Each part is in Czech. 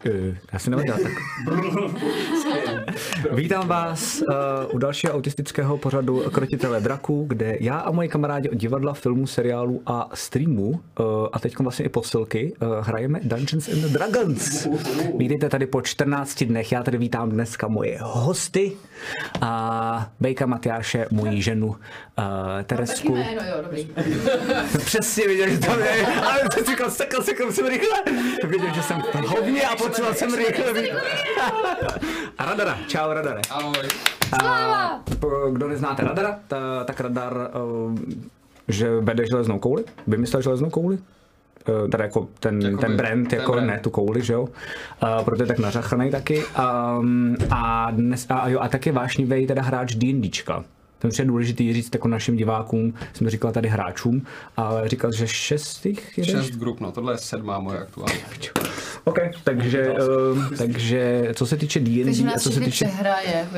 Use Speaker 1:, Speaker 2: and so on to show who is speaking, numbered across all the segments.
Speaker 1: Já si nevím tak. Vítám vás u dalšího autistického pořadu Krotitele draků, kde já a moji kamarádi od divadla, filmu, seriálu a streamu a teď vlastně i posilky hrajeme Dungeons and Dragons. Vítejte tady po 14 dnech, já tady vítám dneska moje hosty a Bejka Matyáše, moji ženu Teresku.
Speaker 2: No, jo, dobrý.
Speaker 1: Přesně viděl, že tam je, ale jsem říkal, sekal jsem rychle. Viděl, že jsem hodně a potřeboval jsem rychle. A Radara, čau Radare.
Speaker 3: Ahoj.
Speaker 1: Kdo neznáte Radara, tak Radar, že vede železnou kouli, vymyslel železnou kouli. Tady jako ten brand, jako brand. Ne tu kouli, že jo, proto je tak nařachanej taky a taky vášnivý teda hráč D&Dčka. To je důležitý říct jako našim divákům, jsem říkal tady hráčům, ale říkal, že 6 jich jedeš?
Speaker 3: 6 grup, no tohle je 7. moje aktuální.
Speaker 1: OK, takže co se týče D&D a co se týče...
Speaker 2: přehraje,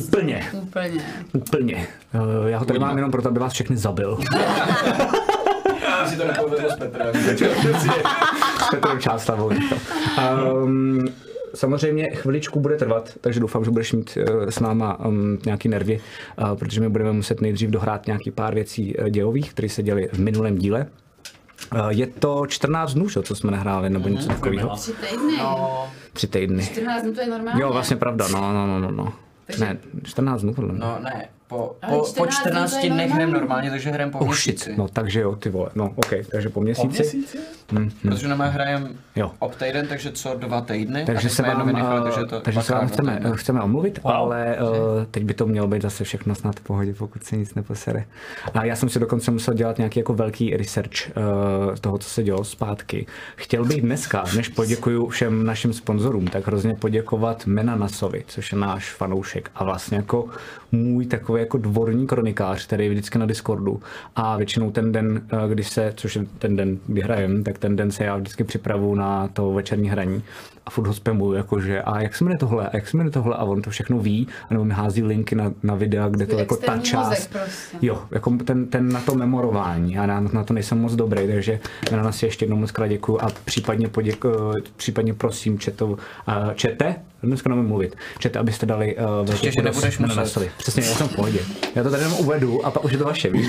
Speaker 1: Úplně. Já ho tady mám jenom proto, aby vás všechny zabil.
Speaker 3: Já si to nepovedl s Petrem.
Speaker 1: S Petrem Čáslavou. Samozřejmě chviličku bude trvat, takže doufám, že budeš mít s náma nějaký nervy, protože my budeme muset nejdřív dohrát nějaký pár věcí dějových, které se děly v minulém díle. Je to 14 dnů, co jsme nehráli, nebo něco takového?
Speaker 2: 3 týdny.
Speaker 1: 3 týdny.
Speaker 2: 14 dnů to je normálně.
Speaker 1: Jo, vlastně pravda, no. Takže... Ne, 14 dnů podle mě.
Speaker 4: No ne, po 14 dnech hrem normálně, takže hrem po měsíci.
Speaker 1: No takže jo, ty vole, no OK, takže po měsíci.
Speaker 4: Protože nám hrajem ob týden, takže co 2 týdny.
Speaker 1: Takže se vám chceme omluvit, ale teď by to mělo být zase všechno snad v pohodě, pokud se nic neposere. A já jsem si dokonce musel dělat nějaký jako velký research toho, co se dělo zpátky. Chtěl bych dneska, než poděkuju všem našim sponzorům, tak hrozně poděkovat Menanasovi, což je náš fanoušek a vlastně jako můj takový jako dvorní kronikář, který je vždycky na Discordu a většinou ten den, což je ten den, kdy hrajem, tak ten den se já vždycky připravuju na to večerní hraní a furt ho spamuju, jakože a jak se jmenuje tohle a on to všechno ví, anebo mi hází linky na videa, kde to jako ta část,
Speaker 2: prostě.
Speaker 1: Jo, jako ten na to memorování, já na to nejsem moc dobrý, takže na nás ještě jednou moc krát děkuju a případně prosím čete, dneska nemůžu mluvit, čete, abyste dali velký podos Menanasovi. Přesně, já jsem v pohodě. Já to tady jenom uvedu a pak už je to vaše, víš,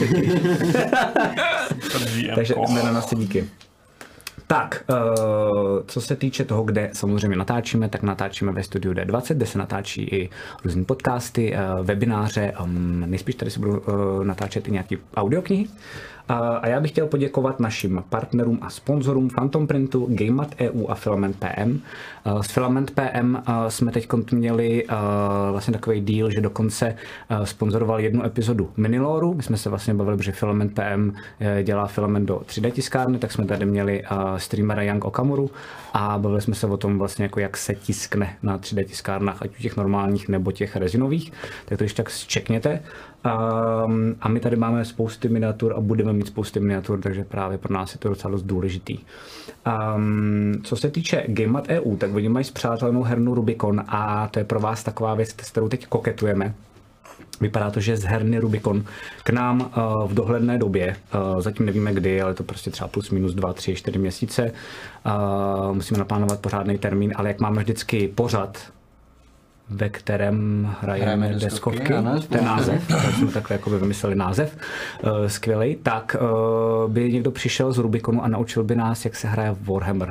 Speaker 1: takže Menanasi díky. Tak, co se týče toho, kde samozřejmě natáčíme, tak natáčíme ve studiu D20, kde se natáčí i různé podcasty, webináře, nejspíš tady se budou natáčet i nějaké audioknihy. A já bych chtěl poděkovat našim partnerům a sponzorům Phantom Printu, GameMat.eu a Filament PM. S Filament PM jsme teď měli vlastně takový deal, že dokonce sponzoroval jednu epizodu Miniloru. My jsme se vlastně bavili, že Filament PM dělá filament do 3D tiskárny, tak jsme tady měli streamera Young Okamuru a bavili jsme se o tom vlastně, jako jak se tiskne na 3D tiskárnách, ať u těch normálních nebo těch rezinových. Tak to ještě tak zčekněte. A my tady máme spousty miniatur a budeme mít spousty miniatur, takže právě pro nás je to docela dost důležitý. Co se týče GameMat.eu, tak oni mají spřátelenou hernu Rubicon a to je pro vás taková věc, s kterou teď koketujeme. Vypadá to, že z herny Rubicon k nám v dohledné době, zatím nevíme kdy, ale to prostě třeba plus minus 2, 3, 4 měsíce, musíme naplánovat pořádný termín, ale jak máme vždycky pořad, ve kterém hrajeme deskovky, ten název, tak jsme takhle jako vymysleli název, skvělej, tak by někdo přišel z Rubiconu a naučil by nás, jak se hraje Warhammer.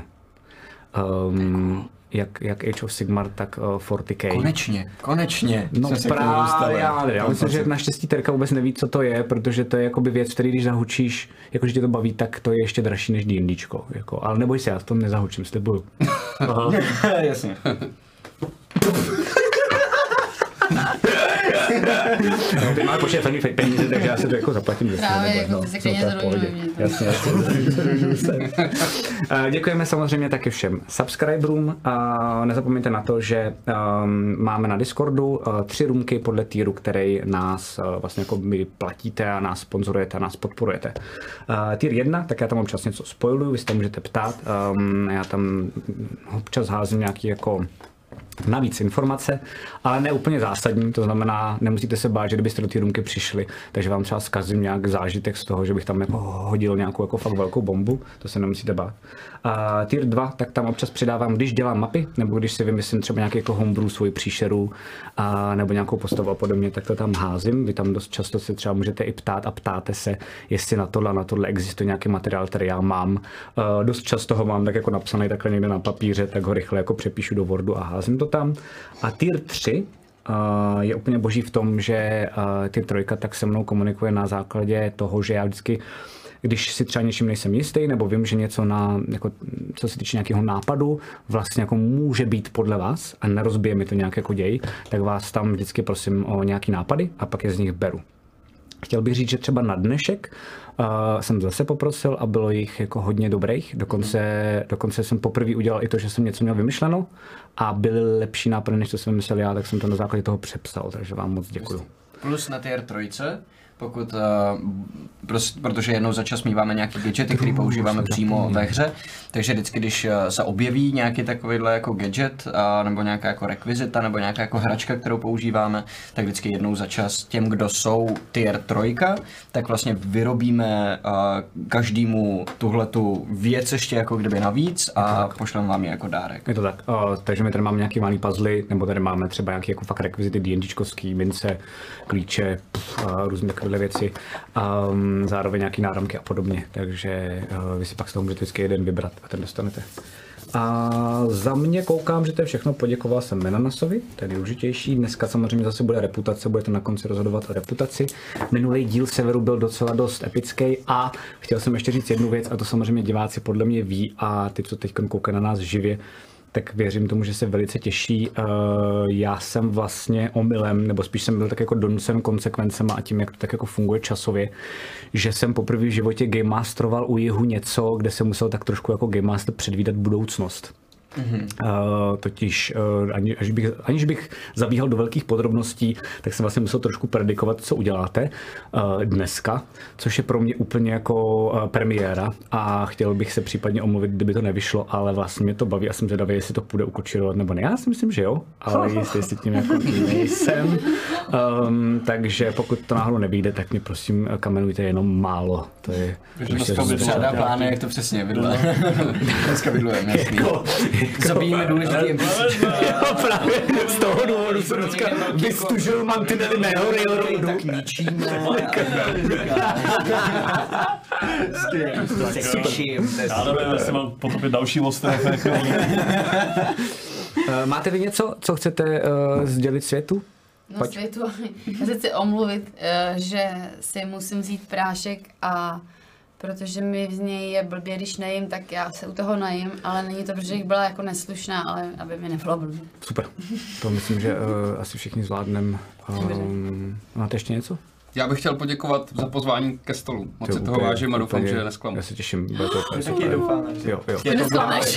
Speaker 1: Jak Age of Sigmar, tak 40K.
Speaker 4: Konečně.
Speaker 1: No právě, já myslím, že naštěstí Terka vůbec neví, co to je, protože to je jakoby věc, který když zahučíš, jakože tě to baví, tak to je ještě dražší než D&Dčko. Jako, ale neboj se, já v tom nezahučím, slibuju.
Speaker 4: Jasně.
Speaker 1: Ty máš počítaný peníze, takže já se to jako zaplatím.
Speaker 2: Právě, jako ty se klidně zrodujeme.
Speaker 1: Jasně. Děkujeme samozřejmě taky všem subscriberům. Nezapomeňte na to, že máme na Discordu 3 roomky podle týru, který nás vlastně jako vy platíte a nás sponzorujete a nás podporujete. Tier 1, tak já tam občas něco spoiluju, vy se tam můžete ptát. Já tam občas házím nějaký jako Navíc informace, ale ne úplně zásadní, to znamená, nemusíte se bát, že kdybyste do té růmky přišli, takže vám třeba zkazím nějak zážitek z toho, že bych tam jako hodil nějakou jako fakt velkou bombu, to se nemusíte bát. A tier 2, tak tam občas přidávám, když dělám mapy, nebo když si vymyslím třeba nějaký jako homebrew, svoji příšeru, nebo nějakou postavu a podobně, tak to tam házím. Vy tam dost často se třeba můžete i ptát a ptáte se, jestli na tohle existuje nějaký materiál, který já mám. Dost často ho mám tak jako napsaný takhle někde na papíře, tak ho rychle jako přepíšu do Wordu a házím to tam. A tier 3 je úplně boží v tom, že tier 3 tak se mnou komunikuje na základě toho, že já vždycky, když si třeba něčím nejsem jistý, nebo vím, že něco jako, co se týče nějakého nápadu, vlastně jako může být podle vás a nerozbije mi to nějak jako děj, tak vás tam vždycky prosím o nějaký nápady a pak je z nich beru. Chtěl bych říct, že třeba na dnešek jsem zase poprosil a bylo jich jako hodně dobrých. Dokonce jsem poprvé udělal i to, že jsem něco měl vymyšleno a byly lepší nápady, než to jsem vymyslel já, tak jsem to na základě toho přepsal, takže vám moc děkuju.
Speaker 4: Plus na tier 3, pokud, protože jednou za čas míváme nějaký gadgety, který používáme přímo ve hře, takže vždycky, když se objeví nějaký takovýhle jako gadget, nebo nějaká jako rekvizita, nebo nějaká jako hračka, kterou používáme, tak vždycky jednou za čas těm, kdo jsou tier 3, tak vlastně vyrobíme každému tuhletu věc ještě jako kdyby navíc a pošleme vám ji jako dárek.
Speaker 1: Je to tak, takže my tady máme nějaký malý puzzle, nebo tady máme třeba nějaký jako fakt rekvizity, D&Dčkovský, mince, klíče, různé takovéhle věci, zároveň nějaký náramky a podobně, takže vy si pak z toho můžete vždycky jeden vybrat a ten dostanete. A za mě koukám, že to je všechno, poděkoval jsem Menanasovi, to je nejdůležitější, dneska samozřejmě zase bude reputace, budete na konci rozhodovat o reputaci. Minulý díl Severu byl docela dost epický a chtěl jsem ještě říct jednu věc a to samozřejmě diváci podle mě ví a ty, co teď koukají na nás živě, tak věřím tomu, že se velice těší. Já jsem vlastně omylem, nebo spíš jsem byl tak jako donucen konsekvencema a tím, jak to tak jako funguje časově, že jsem poprvé v životě game masteroval u jihu něco, kde jsem musel tak trošku jako game master předvídat budoucnost. Totiž aniž bych zabíhal do velkých podrobností, tak jsem vlastně musel trošku predikovat, co uděláte dneska, což je pro mě úplně jako premiéra a chtěl bych se případně omluvit, kdyby to nevyšlo, ale vlastně mě to baví a jsem zvědavý, jestli to půjde ukočírovat nebo ne. Já si myslím, že jo, ale jestli tím jako nejsem. Takže pokud to náhodou nevyjde, tak mě prosím kamenujte jenom málo. To je
Speaker 4: žádná plány, jak to přesně vydle. Dneska vydlujeme, jasný. Zabijíme důležitý NPC.
Speaker 1: Jo, právě z toho důvodu jsem dneska vystužil mantinely mého railroadu.
Speaker 4: Tak ničíme.
Speaker 5: Já nevím, jestli mám potopit další ostrov.
Speaker 1: Máte vy něco, co chcete sdělit světu?
Speaker 2: No světu, já se chci omluvit, že si musím vzít prášek a protože mi z něj je blbě, když nejím, tak já se u toho najím, ale není to, protože jich byla jako neslušná, ale aby mi nebylo blbě.
Speaker 1: Super, to myslím, že asi všichni zvládneme. Máte ještě něco?
Speaker 6: Já bych chtěl poděkovat za pozvání ke stolu. Moc si toho vážím a doufám, že nesklamu.
Speaker 1: Já se těším, bude to úplně
Speaker 4: super. Taky doufám, že
Speaker 1: jo.
Speaker 2: Nesklameš.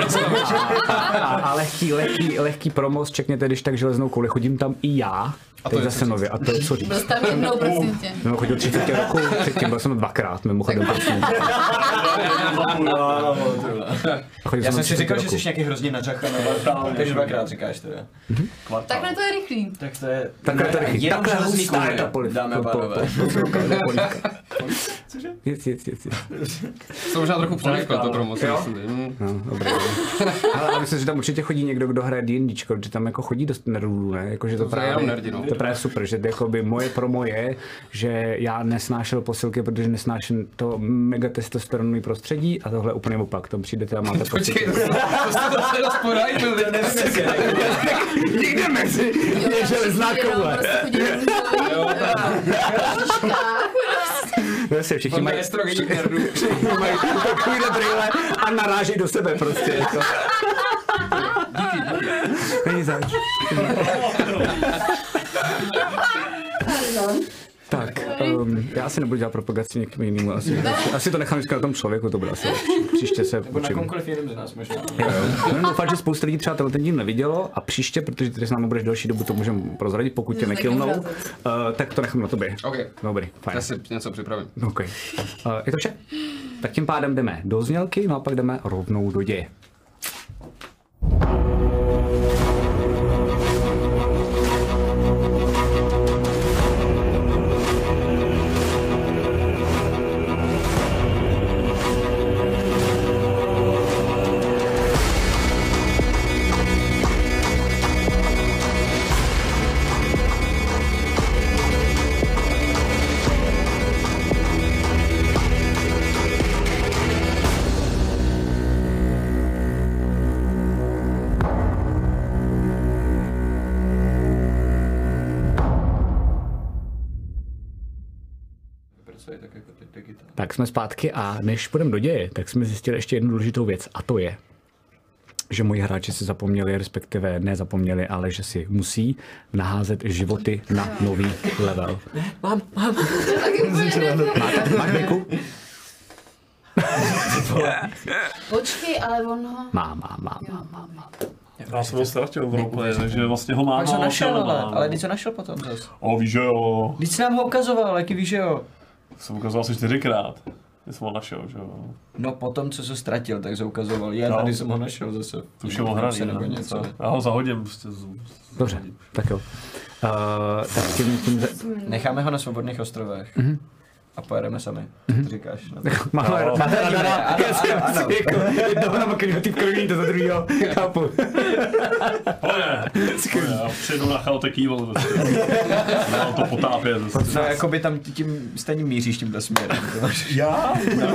Speaker 1: A lehký promos, čekněte, když tak železnou kouli, chodím tam i já. A teď zase nově, a to je co říct.
Speaker 2: Byl tam jednou, prosím tě.
Speaker 1: No, chodil 30 roků, předtím byl jsem 2krát, mimochodem, prosím.
Speaker 4: Já jsem si říkal, že jsi nějaký hrozně nařachaný, takže 2krát říkáš teda.
Speaker 2: Takhle to je rychlý.
Speaker 4: Tak to je...
Speaker 1: Takhle hustá je ta
Speaker 4: politika, dámy a pánové.
Speaker 1: Cože?
Speaker 6: To možná trochu přenechal to promo.
Speaker 1: No, dobré. Ale myslím, že tam určitě chodí někdo, kdo hraje D&Dčko, že tam jako chodí dost nerdů, ne? Jako, že to je právě super, že jakoby moje promo je, že já nesnášel posilky, protože nesnáším to mega testosteronový prostředí a tohle úplně opak, tam přijdete a máte pocit.
Speaker 6: Počkej, to jste zase rozporajil,
Speaker 1: Někde mezi je železná koule. Vlastně všichni mají takovýhle brýle a narážejí do sebe prostě. Jako. Není zač. Tak, já asi nebudu dělat propagaci někomu jinému, asi to nechám vždycky na tom člověku, to bude asi příště se
Speaker 4: učím. Nebo na komukoliv jiným z nás možná.
Speaker 1: Doufám, že spousta lidí třeba ten díl nevidělo a příště, protože ty s námi budeš delší dobu, to můžeme prozradit, pokud tě nekilnou, tak to nechám na tobě.
Speaker 6: OK.
Speaker 1: Dobrý, fajn.
Speaker 6: Já si něco připravím.
Speaker 1: OK. Je to vše? Tak tím pádem jdeme do znělky, no a pak jdeme rovnou do děje. jsme zpátky a než půjdeme do děje, tak jsme zjistili ještě jednu důležitou věc a to je, že moji hráči si zapomněli, respektive nezapomněli, ale že si musí naházet životy na nový level.
Speaker 4: Mám.
Speaker 1: Máš Bejku?
Speaker 2: Počkej, ale on ho...
Speaker 1: Mám.
Speaker 5: Já jsem ho ztratil v roleplay, takže vlastně ho mám.
Speaker 4: Pak ho našel, ale když ho našel potom zase.
Speaker 5: Víš, že jo.
Speaker 4: Když jsi nám ho ukazoval, jaký víš, že jo.
Speaker 5: Jsem ukazoval asi 4krát. Já jsem ho našel, že jo.
Speaker 4: No potom, co se ztratil, tak se ukazoval.
Speaker 5: No.
Speaker 4: Tady jsem ho našel zase.
Speaker 5: To už je ohraný,
Speaker 4: nebo
Speaker 5: ne?
Speaker 4: něco.
Speaker 5: Já ho zahodím prostě.
Speaker 1: Dobře, tak jo. Tak tím
Speaker 4: Necháme ho na svobodných ostrovech. A pojedeme sami. Co ty říkáš?
Speaker 1: máte radara.
Speaker 4: Ano.
Speaker 1: Jednoho namakenýho týpkový, to za druhýho. Chápu.
Speaker 5: Pojď, já přijedu na Chaotic Evil. Já to potápě.
Speaker 4: No, jakoby tam tím stejně míříš tímhle směrem.
Speaker 5: Já?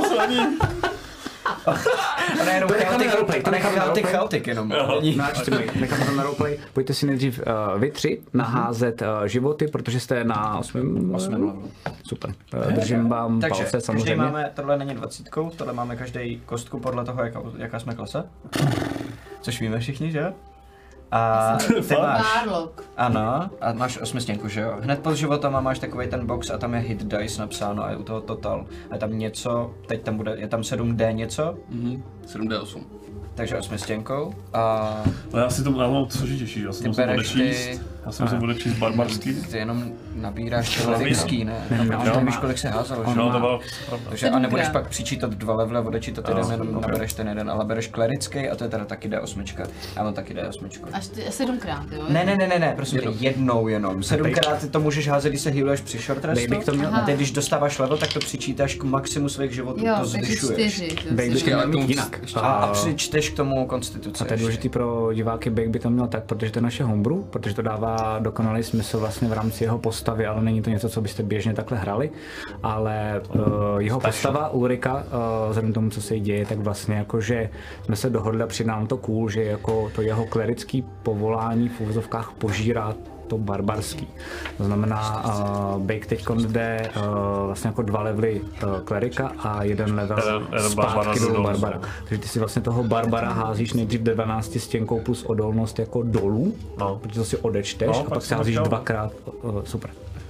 Speaker 4: Ona jenom chaotik jenom.
Speaker 1: Necháme to na roleplay. Pojďte si nejdřív vy tři naházet životy, protože jste na 8.
Speaker 4: levelu.
Speaker 1: Super. Držím vám palce
Speaker 4: Takže
Speaker 1: samozřejmě.
Speaker 4: každý máme, tohle není 20, tohle máme každý kostku podle toho, jaká jsme klasa. Což víme všichni, že jo? A ty máš,
Speaker 2: Warlock.
Speaker 4: ano, a máš 8 stěnku, že jo? Hned pod životama máš takový ten box a tam je hit dice napsáno a je u toho total. A je tam něco, teď tam bude, je tam 7D něco,
Speaker 6: 7D8.
Speaker 4: takže 8 stěnkou a
Speaker 5: No já si to mám složitější, já si to musím odečíst. Já jsem se bude číst barbarský.
Speaker 4: ty jenom nabíráš ty levelsky, ne?
Speaker 1: Ne,
Speaker 4: Nevíš, kolik se házelo, že?
Speaker 5: No to bylo pravda.
Speaker 4: Takže a nebudeš pak přičítat 2 levely a odečítat jeden, jenom nabereš ten jeden, ale bereš klerický a to je teda taky D8. A on taky D8.
Speaker 2: Až 7krát, jo?
Speaker 4: Ne, prosím tě, jednou jenom. 7krát to můžeš házet, když se healuješ při short restu. A teď, když dostáváš level, tak to přičítáš k maximu svých životů,
Speaker 2: Jo,
Speaker 4: to
Speaker 2: takže
Speaker 4: zvyšuješ.
Speaker 2: 4.
Speaker 1: Bejk by to měl mít jinak.
Speaker 4: A přičteš k tomu konstituci.
Speaker 1: A to je důležitý pro diváky, Bejk by to měl tak, protože to je naše homebrew, protože to dává dokonalý smysl vlastně v rámci jeho postavy, ale není to něco, co byste běžně takhle hrali, ale jeho postava Ulrika, vzhledem tomu, co se jí děje, tak vlastně jakože jsme se dohodli a přidám to cool, že jako to jeho klerický povolání v uvozovkách požírá to barbarský. To znamená, Bejk teď jde vlastně jako 2 levely klerika a 1 level zpátky do barbara. Takže ty si vlastně toho barbara házíš nejdřív 12 stěnkou plus odolnost jako dolů, protože to si odečteš a pak si házíš 2krát. Super.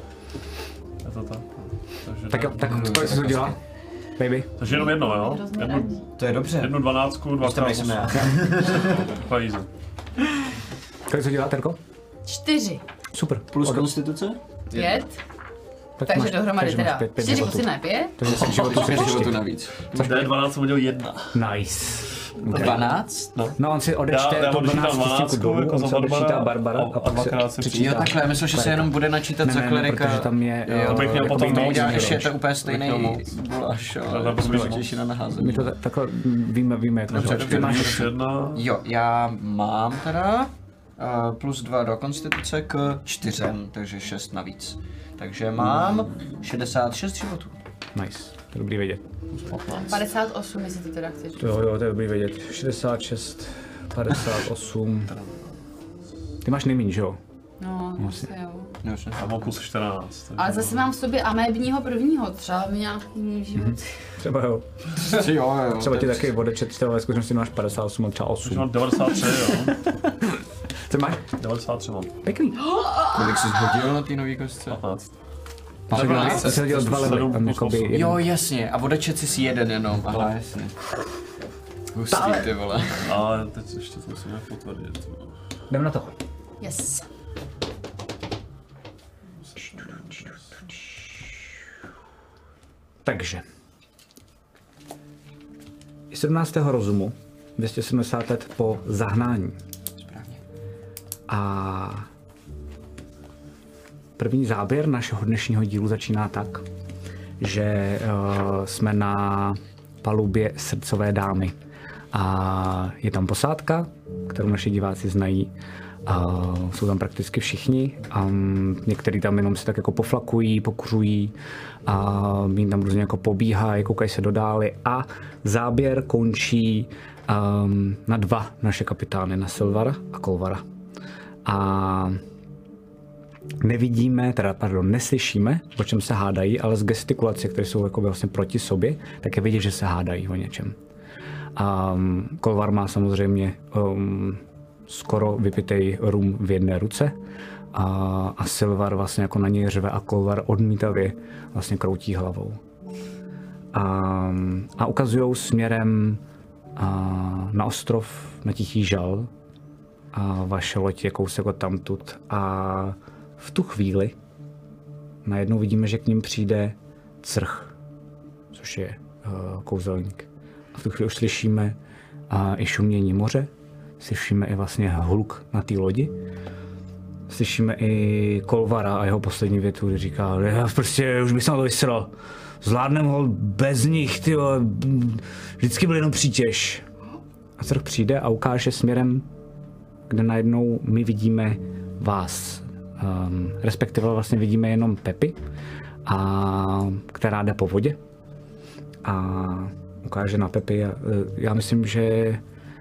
Speaker 5: Je to tak.
Speaker 1: Tak jo, tak kolik se to dělá? Baby?
Speaker 5: Takže jenom jedno, jo?
Speaker 4: To je dobře.
Speaker 5: 1 12, 2
Speaker 4: nejsem já.
Speaker 5: Easy.
Speaker 1: Kolik se dělá, Terko?
Speaker 2: 4.
Speaker 1: Super.
Speaker 4: Plus konstituce?
Speaker 2: 5.
Speaker 1: Tak
Speaker 2: Takže
Speaker 1: máš-
Speaker 2: dohromady
Speaker 1: takže máš
Speaker 2: teda
Speaker 1: 5
Speaker 2: 4
Speaker 1: životů.
Speaker 2: plus 1 je 5.
Speaker 1: Takže si životů
Speaker 6: To je
Speaker 1: si
Speaker 6: životu navíc.
Speaker 5: D12 jsem udělal 1.
Speaker 1: Nice.
Speaker 4: 12?
Speaker 1: No on si odečte
Speaker 5: Já
Speaker 1: tu
Speaker 5: odečítám
Speaker 1: 12 stěnku dolů,
Speaker 5: jako
Speaker 1: on
Speaker 5: za
Speaker 1: si odečítá Barbara
Speaker 5: a
Speaker 1: a pak se
Speaker 5: dvakrát se
Speaker 1: přičítá.
Speaker 4: Jo, takhle, já myslel, že se jenom bude načítat za klerika.
Speaker 1: protože tam je...
Speaker 5: To bych měl
Speaker 1: jako
Speaker 5: potom
Speaker 1: by
Speaker 5: moc,
Speaker 1: uděláš
Speaker 4: Uděláš,
Speaker 5: jo.
Speaker 4: je to úplně stejný guláš,
Speaker 5: To
Speaker 4: ale
Speaker 5: je
Speaker 4: složitější na naházení.
Speaker 1: My to takhle víme, jak to
Speaker 4: Dobře,
Speaker 1: Ty máš
Speaker 5: 1.
Speaker 4: Jo, já mám teda plus 2 do konstituce k 4, takže 6 navíc. Takže mám 66 životů.
Speaker 1: Nice, to je dobrý vědět.
Speaker 2: 58, jestli to teda chceš.
Speaker 1: Jo, to je dobrý vědět. 66, 58. Ty máš nejméně, že jo?
Speaker 2: No, asi jo.
Speaker 5: Já mám plus 14.
Speaker 2: Ale zase mám v sobě amébního prvního, třeba mi nějaký život.
Speaker 1: Třeba jo.
Speaker 4: Jo.
Speaker 1: Třeba ti taky odečet, třeba ve skutečnosti máš 58 a třeba
Speaker 5: Už
Speaker 1: 8.
Speaker 5: mám 93, jo.
Speaker 1: Co máš?
Speaker 5: 93 mám.
Speaker 1: Pěkný.
Speaker 4: Kolik jsi hodil na té nový kostce?
Speaker 5: 15.
Speaker 1: Ty jsi hodil 2 levely, tam jakoby jeden.
Speaker 4: Jo, jasně, a odečet si jeden jenom, aha, jasně. Hustý, ty vole.
Speaker 5: Ale teď ještě to musím nějak potvrdit.
Speaker 1: Jdem na to.
Speaker 2: Yes.
Speaker 1: Takže. 17. rozumu, 270 let po zahnání.
Speaker 4: Správně.
Speaker 1: A první záběr našeho dnešního dílu začíná tak, že jsme na palubě Srdcové dámy. A je tam posádka, kterou naši diváci znají. Jsou tam prakticky všichni. Někteří tam jenom se tak jako poflakují, pokuřují. Jim tam různě jako pobíhají, koukají se do dály. A záběr končí na 2 naše kapitány, na Silvara a Kolvara. A neslyšíme, o čem se hádají, ale z gestikulace, které jsou jako vlastně proti sobě, tak je vidět, že se hádají o něčem. A Kolvar má samozřejmě skoro vypitej rum v jedné ruce a Silvar vlastně jako na něj řve a Kolvar odmítavě vlastně kroutí hlavou. A ukazujou směrem na ostrov, na Tichý žal a vaše loď je kousek od tamtud a v tu chvíli najednou vidíme, že k ním přijde Crch, což je kouzelník. A v tu chvíli už slyšíme i šumění moře, slyšíme i vlastně hluk na té lodi. Slyšíme i Kolvara a jeho poslední větu, kdy říká, já prostě už bych se na to vysral. Zvládnem ho bez nich, tyjo, vždycky byl jenom přítěž. A Crch přijde a ukáže směrem, kde najednou my vidíme vás. Respektive vlastně vidíme jenom Pepi, která jde po vodě. A ukáže na Pepi. Já myslím, že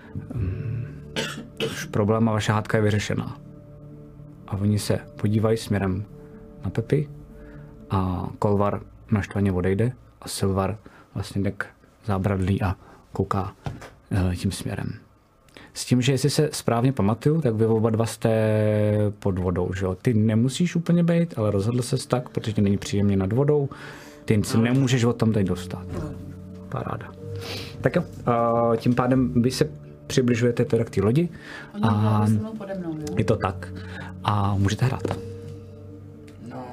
Speaker 1: už problém a vaše hádka je vyřešená. A oni se podívají směrem na Pepi a Kolvar naštvaně odejde a Silvar vlastně jde k zábradlí a kouká tím směrem. S tím, že jestli se správně pamatuju, tak vy oba dva jste pod vodou, že jo? Ty nemusíš úplně být, ale rozhodl ses tak, protože ti není příjemně nad vodou. Ty si nemůžeš od tam teď dostat. Paráda. Tak jo, tím pádem vy se přibližujete teda k té lodi.
Speaker 2: A pode mnou, jo?
Speaker 1: Je to tak. A můžete hrát.
Speaker 4: No...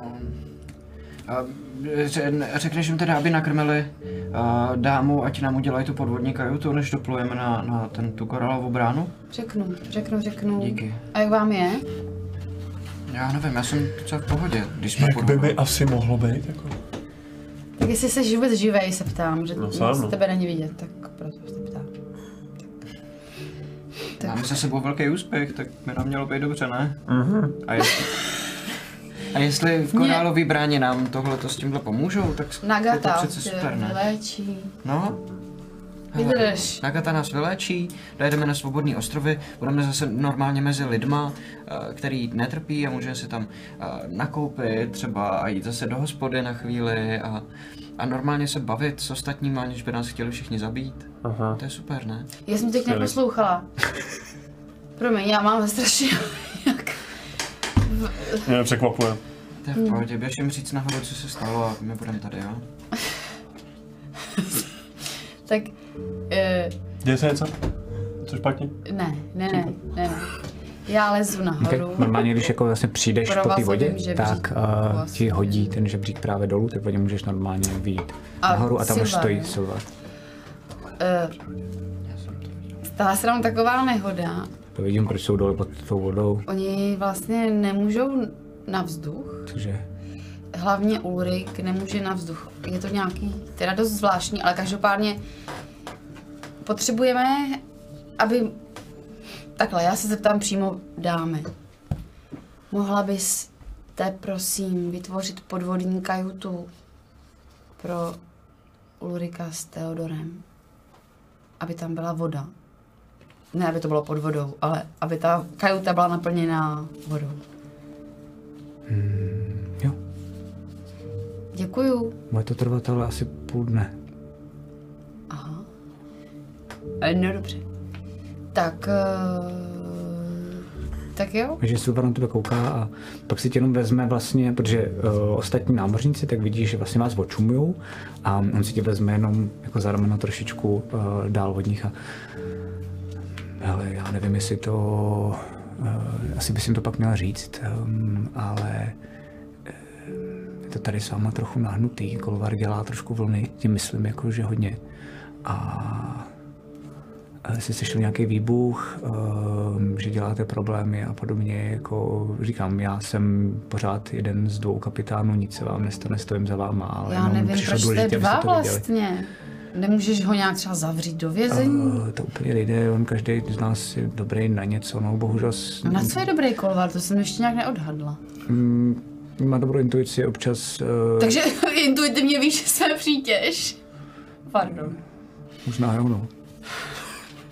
Speaker 4: Řekneš jim teda, aby nakrmili dámu, ať nám udělají tu podvodní kajutu, než doplujeme na tu koralovou bránu?
Speaker 2: Řeknu.
Speaker 4: Díky.
Speaker 2: A jak vám je?
Speaker 4: Já nevím, já jsem docela v pohodě, když jsme
Speaker 5: jak by mi asi mohlo být, jako?
Speaker 2: Tak jestli jsi vůbec živej, se ptám, že
Speaker 5: no,
Speaker 2: tebe není vidět, tak proto se ptám.
Speaker 4: Máme za sebou velký úspěch, tak mi nám mělo být dobře, ne?
Speaker 5: Mhm.
Speaker 4: A jestli v korálové bráně nám tohleto s tímhle pomůžou, tak je to přece super, ne?
Speaker 2: Vyléčí.
Speaker 4: No.
Speaker 2: Vydrž.
Speaker 4: Nagata nás vyléčí, dojedeme na svobodný ostrovy, budeme zase normálně mezi lidma, který netrpí a můžeme si tam nakoupit třeba a jít zase do hospody na chvíli a normálně se bavit s ostatními, aniž by nás chtěli všichni zabít.
Speaker 5: Aha.
Speaker 4: To je super, ne?
Speaker 2: Já jsem teď neposlouchala. Promiň, já mám strašně jak...
Speaker 5: Mě překvapuje.
Speaker 4: To je v pohodě, běž jim říct nahoru, co se stalo a my budeme tady, jo?
Speaker 2: Tak...
Speaker 5: Děje se něco? Co špatně?
Speaker 2: Ne. Já lezu nahoru.
Speaker 1: Okay. Normálně, když jako vlastně přijdeš po té vodě, tak ti hodí ten žebřík právě dolů, tak vodě můžeš normálně vyjít nahoru a tam už stojí Silvar.
Speaker 2: Stala se nám taková nehoda.
Speaker 1: To vidím, proč jsou dole pod tou vodou.
Speaker 2: Oni vlastně nemůžou na vzduch.
Speaker 1: Cože?
Speaker 2: Hlavně Ulrik nemůže na vzduch. Je to nějaký, teda dost zvláštní, ale každopádně potřebujeme, aby... Takhle, já se zeptám přímo dámy. Mohla byste, prosím, vytvořit podvodní kajutu pro Ulrika s Theodorem? Aby tam byla voda. Ne, aby to bylo pod vodou, ale aby ta kajuta byla naplněná vodou.
Speaker 1: Jo.
Speaker 2: Děkuju.
Speaker 1: Bude to trvat ale asi půl dne.
Speaker 2: Aha. No dobře. Tak jo.
Speaker 1: Takže Silvar na tebe kouká a pak si tě jenom vezme vlastně, protože ostatní námořníci tak vidí, že vlastně vás očumujou a on si tě vezme jenom jako za rameno trošičku dál od nich a hele, já nevím, jestli to, asi bys jim to pak měla říct, ale je to tady s váma trochu nahnutý, Kolvar dělá trošku vlny, tím myslím jako, že hodně a jestli slyšel nějaký výbuch, že děláte problémy a podobně, jako říkám, já jsem pořád jeden z 2 kapitánů, nic se vám nestane, stojím za váma, ale
Speaker 2: já nevím, proč jste 2 vlastně. Nemůžeš ho nějak třeba zavřít do vězení?
Speaker 1: To úplně nejde, on každý z nás je dobrý na něco, no bohužel...
Speaker 2: Na co je dobrý Kolvar? To jsem ještě nějak neodhadla.
Speaker 1: Má dobrou intuici občas...
Speaker 2: Takže intuitivně víš, že jsem přítěž? Pardon.
Speaker 1: Možná jo, no.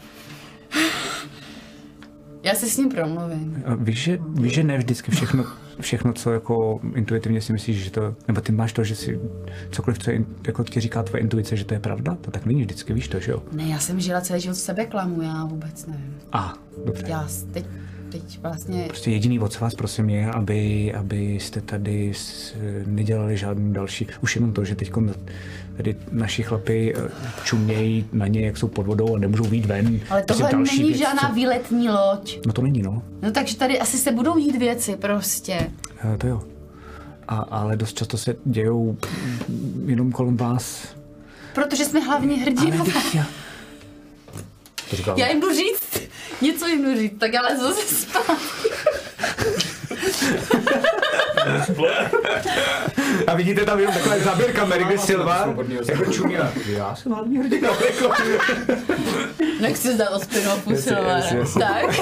Speaker 2: Já si s ním promluvím.
Speaker 1: Víš, že ne vždycky všechno všechno, co jako intuitivně si myslíš, že to, nebo ty máš to, že si cokoliv, co jako ti říká tvoje intuice, že to je pravda? To tak není vždycky, víš to, že jo?
Speaker 2: Ne, já jsem žila celý život sebeklamu, já vůbec nevím.
Speaker 1: Dobře.
Speaker 2: Já teď vlastně...
Speaker 1: Prostě jediný, o co vás prosím, je, abyste tady nedělali žádný další, už jenom to, že teď tady naši chlapi čumějí na ně, jak jsou pod vodou a nemůžou vyjít ven.
Speaker 2: Ale tohle není věc, žádná výletní loď.
Speaker 1: No to není, no.
Speaker 2: No takže tady asi se budou dít věci prostě.
Speaker 1: To jo. Ale dost často se dějou jenom kolem vás.
Speaker 2: Protože jsme hlavně hrdinové. Já jim jdu říct, něco jim jdu říct, tak já lezu se spát.
Speaker 1: A vidíte tam jenom takové záběr kamery, kde Silva jako čumí. Já jsem hlavní hrdina.
Speaker 2: Nechci zdát o spin-offu Silva. Tak.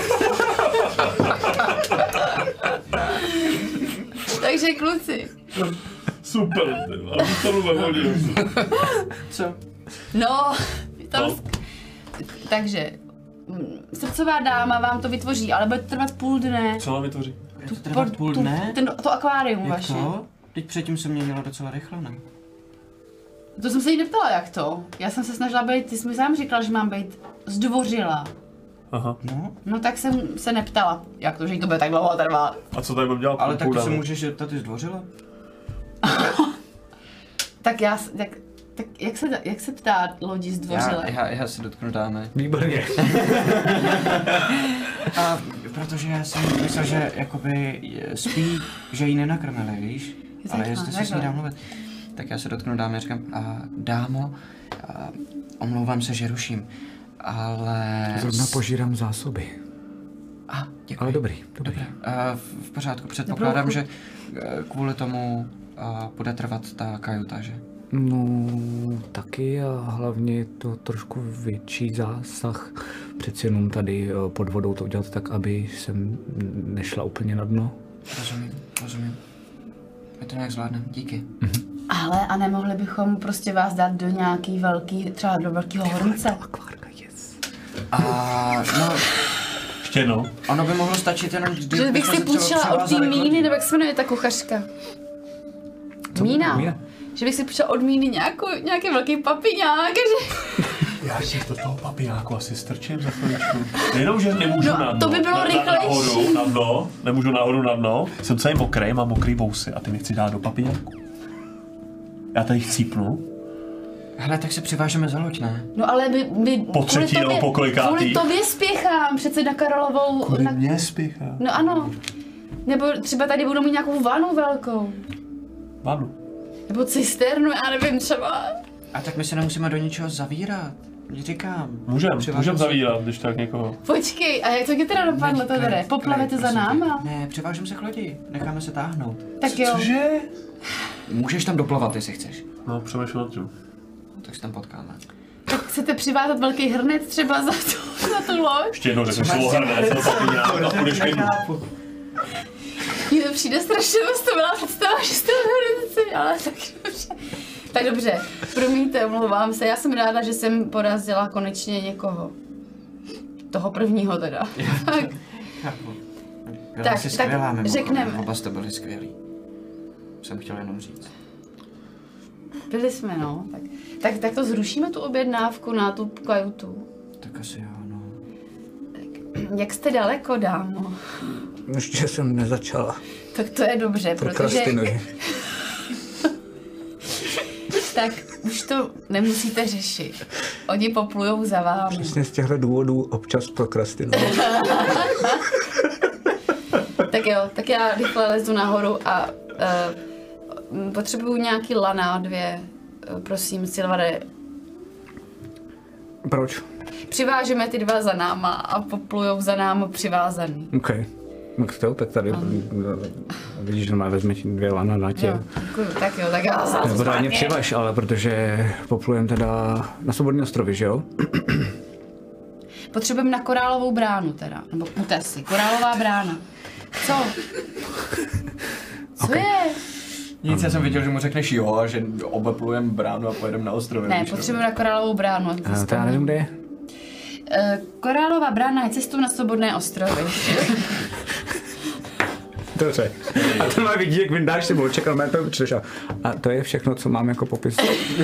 Speaker 2: Takže kluci.
Speaker 5: Super, to nehodil.
Speaker 4: Co?
Speaker 2: No, tam... Takže, srdcová dáma vám to vytvoří, ale bude to trvat půl dne.
Speaker 5: Co vám vytvoří?
Speaker 4: To trvat půl dne?
Speaker 2: To akvárium
Speaker 4: jak
Speaker 2: vaše.
Speaker 4: to? Teď předtím se měnila docela rychle, ne?
Speaker 2: To jsem se jí neptala, jak to. Já jsem se snažila být, ty jsi mi sám říkal, že mám být zdvořilá.
Speaker 5: Aha.
Speaker 2: No tak jsem se neptala, jak to, že jí to bude tak dlouho trvat.
Speaker 5: A co tady mám dělat?
Speaker 4: Ale taky se můžeš zeptat, ty zdvořila?
Speaker 2: Tak jak se ptá lodi zdvořilé?
Speaker 4: Já se dotknu dáme.
Speaker 1: Výborně.
Speaker 4: A protože já jsem myslel, že jakoby spí, že jí nenakrmili, víš? Ale jestli se s ní dá mluvit, tak já se dotknu dámy a říkám, dámo, omlouvám se, že ruším, ale...
Speaker 1: Zrovna požírám zásoby.
Speaker 4: Děkuji.
Speaker 1: Ale dobrý.
Speaker 4: V pořádku, předpokládám, že kvůli tomu bude trvat ta kajuta, že?
Speaker 1: No, taky a hlavně je to trošku větší zásah. Přeci jenom tady pod vodou to udělat tak, aby jsem nešla úplně na dno.
Speaker 4: Rozumím. My to nějak zvládneme, díky.
Speaker 2: Ale a nemohli bychom prostě vás dát do nějaký velký, třeba do velkého hrnce?
Speaker 1: Akvárka, yes.
Speaker 4: No...
Speaker 5: Ještě no.
Speaker 4: Ono by mohlo stačit jenom...
Speaker 2: Že bych si půjčila od té Míny, nebo jak se jmenuje ta kuchařka? Mína. Že bych si půjčila od Míny nějaký velký papiňák, že...
Speaker 5: Já si do toho papiňáku asi strčím za chviličku. Jenom, že nemůžu na dno.
Speaker 2: To by bylo rychlejší.
Speaker 5: Na dno, nemůžu nahoru na dno. Jsem celý mokrý, mám mokrý vousy a ty mi chci dát do papiňáku. Já tady chcípnu.
Speaker 4: Hele, tak se přivážeme za loď, ne?
Speaker 2: No ale my
Speaker 5: po třetí nebo po kolikátý?
Speaker 2: Kvůli tobě spěchám, přece na Karolovou...
Speaker 5: Kvůli mě spěchám?
Speaker 2: No ano. Nebo třeba tady budou mít nějakou vanu velkou.
Speaker 5: Vanu?
Speaker 2: Nebo cisternu, já nevím, třeba.
Speaker 4: A tak my se nemusíme do ničeho zavírat. Říkám.
Speaker 5: Můžem zavírat, když tak někoho.
Speaker 2: Počkej, a jak to tě teda dopadlo to tady? Poplavete za náma?
Speaker 4: Ne, přivážeme se k lodi, necháme se táhnout.
Speaker 2: Tak jo.
Speaker 5: Cože?
Speaker 4: Můžeš tam doplavat, jestli chceš.
Speaker 5: No, přemýšlím nad tím.
Speaker 4: Tak se tam potkáme.
Speaker 2: Tak chcete přivázat velký hrnec třeba za tu loď?
Speaker 5: Ještě jednou řeknu slovo hrnec, to papiňák a půjdeš ke mně.
Speaker 2: Mně to přijde strašně, to byla představa, že jste hrnci, ale tak dobře. Tak dobře, promiňte, omlouvám se, já jsem ráda, že jsem porazila konečně někoho. Toho prvního teda.
Speaker 4: Tak
Speaker 2: řekneme.
Speaker 4: Oba jste byli skvělí. Jsem chtěl jenom říct.
Speaker 2: Byli jsme, no. Tak to zrušíme tu objednávku na tu kajutu.
Speaker 4: Tak asi jo, no.
Speaker 2: Tak, jak jste daleko, dámo?
Speaker 1: Ještě jsem nezačala.
Speaker 2: Tak to je dobře, protože... Tak už to nemusíte řešit. Oni poplujou za vámi.
Speaker 1: Přesně z těchto důvodů občas prokrastinuji.
Speaker 2: Tak jo, tak já rychle lezu nahoru a potřebuju nějaký lana 2. Prosím, Silvare.
Speaker 1: Proč?
Speaker 2: Přivážeme ty 2 za náma a poplujou za náma přivázaný.
Speaker 1: OK. Tak tady vidíš, že vezme 2 lana na tě.
Speaker 2: Děkuju, tak jo, tak já zase
Speaker 1: Nebo mě přivaž, ale protože poplujem teda na Svobodný ostrovy, že jo?
Speaker 2: Potřebujeme na Korálovou bránu teda, nebo Utesy, Korálová brána. Co? Co je?
Speaker 4: Nic, já jsem viděl, že mu řekneš jo a že obeplujeme bránu a pojedeme na ostrovy.
Speaker 2: Ne, potřebujeme na Korálovou bránu.
Speaker 1: To já nevím, kde je.
Speaker 2: Korálová brána je cestou na Svobodné ostrovy.
Speaker 1: Dobře. A to má vidí, jak vyndáš si bolček, ale to přijdeš a to je všechno, co mám jako popis.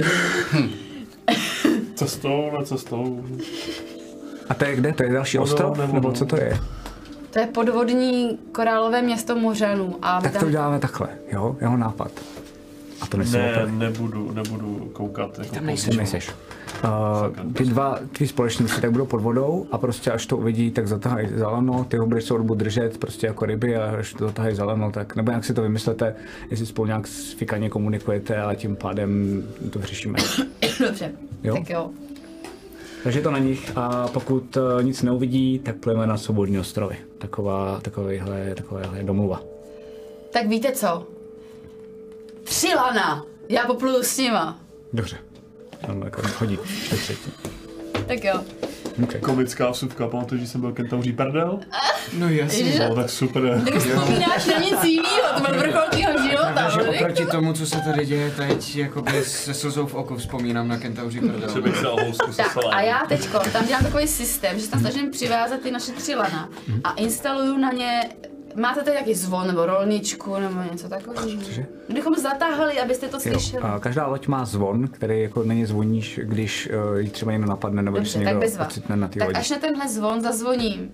Speaker 5: Cestou, na cestou.
Speaker 1: A to je kde? To je další ostrov? Nebo co to je?
Speaker 2: To je podvodní korálové město Mořanů. A
Speaker 1: Tak to uděláme takhle, jo? Jeho nápad. A to
Speaker 5: nebudu koukat. Jako
Speaker 4: tam
Speaker 1: nejseš. Ty dva tví společníci tak budou pod vodou a prostě až to uvidí, tak zatahají za lano, ty ho budeš celou dobu držet prostě jako ryby a až to zatahají za lano, tak nebo jak si to vymyslete, jestli spolu nějak fikaně komunikujete a tím pádem to vyřešíme.
Speaker 2: Dobře,
Speaker 1: Jo?
Speaker 2: tak jo.
Speaker 1: Takže to na nich a pokud nic neuvidí, tak plujeme na Svobodní ostrovy. Takovéhle domluva.
Speaker 2: Tak víte co? 3 lana. Já popluju s nima.
Speaker 1: Dobře. Tam jako hodí.
Speaker 2: Tak jo.
Speaker 1: Okay.
Speaker 5: Komická vsuvka, pamatuješ, že jsem byl kentauří prdel?
Speaker 4: No jasně.
Speaker 5: No tak super.
Speaker 2: Tak vzpomínáš na nic jiného, to byl vrchol tvýho života.
Speaker 4: Takže oproti tomu, co se tady děje teď, jakoby se slzou v oku vzpomínám na kentauří prdel.
Speaker 5: Že bych se o housku se
Speaker 2: Tak a já teďko tam dělám takový systém, že se tam snažím přivázat ty naše 3 lana a instaluju na ně. Máte tady nějaký zvon nebo rolničku nebo něco takového? Kdybychom zatáhli, abyste to slyšeli.
Speaker 1: Jo, každá loď má zvon, který jako na ně zvoníš, když jí třeba někdo napadne nebo když se někdo ocitne na té lodi.
Speaker 2: Tak až na tenhle zvon zazvoním.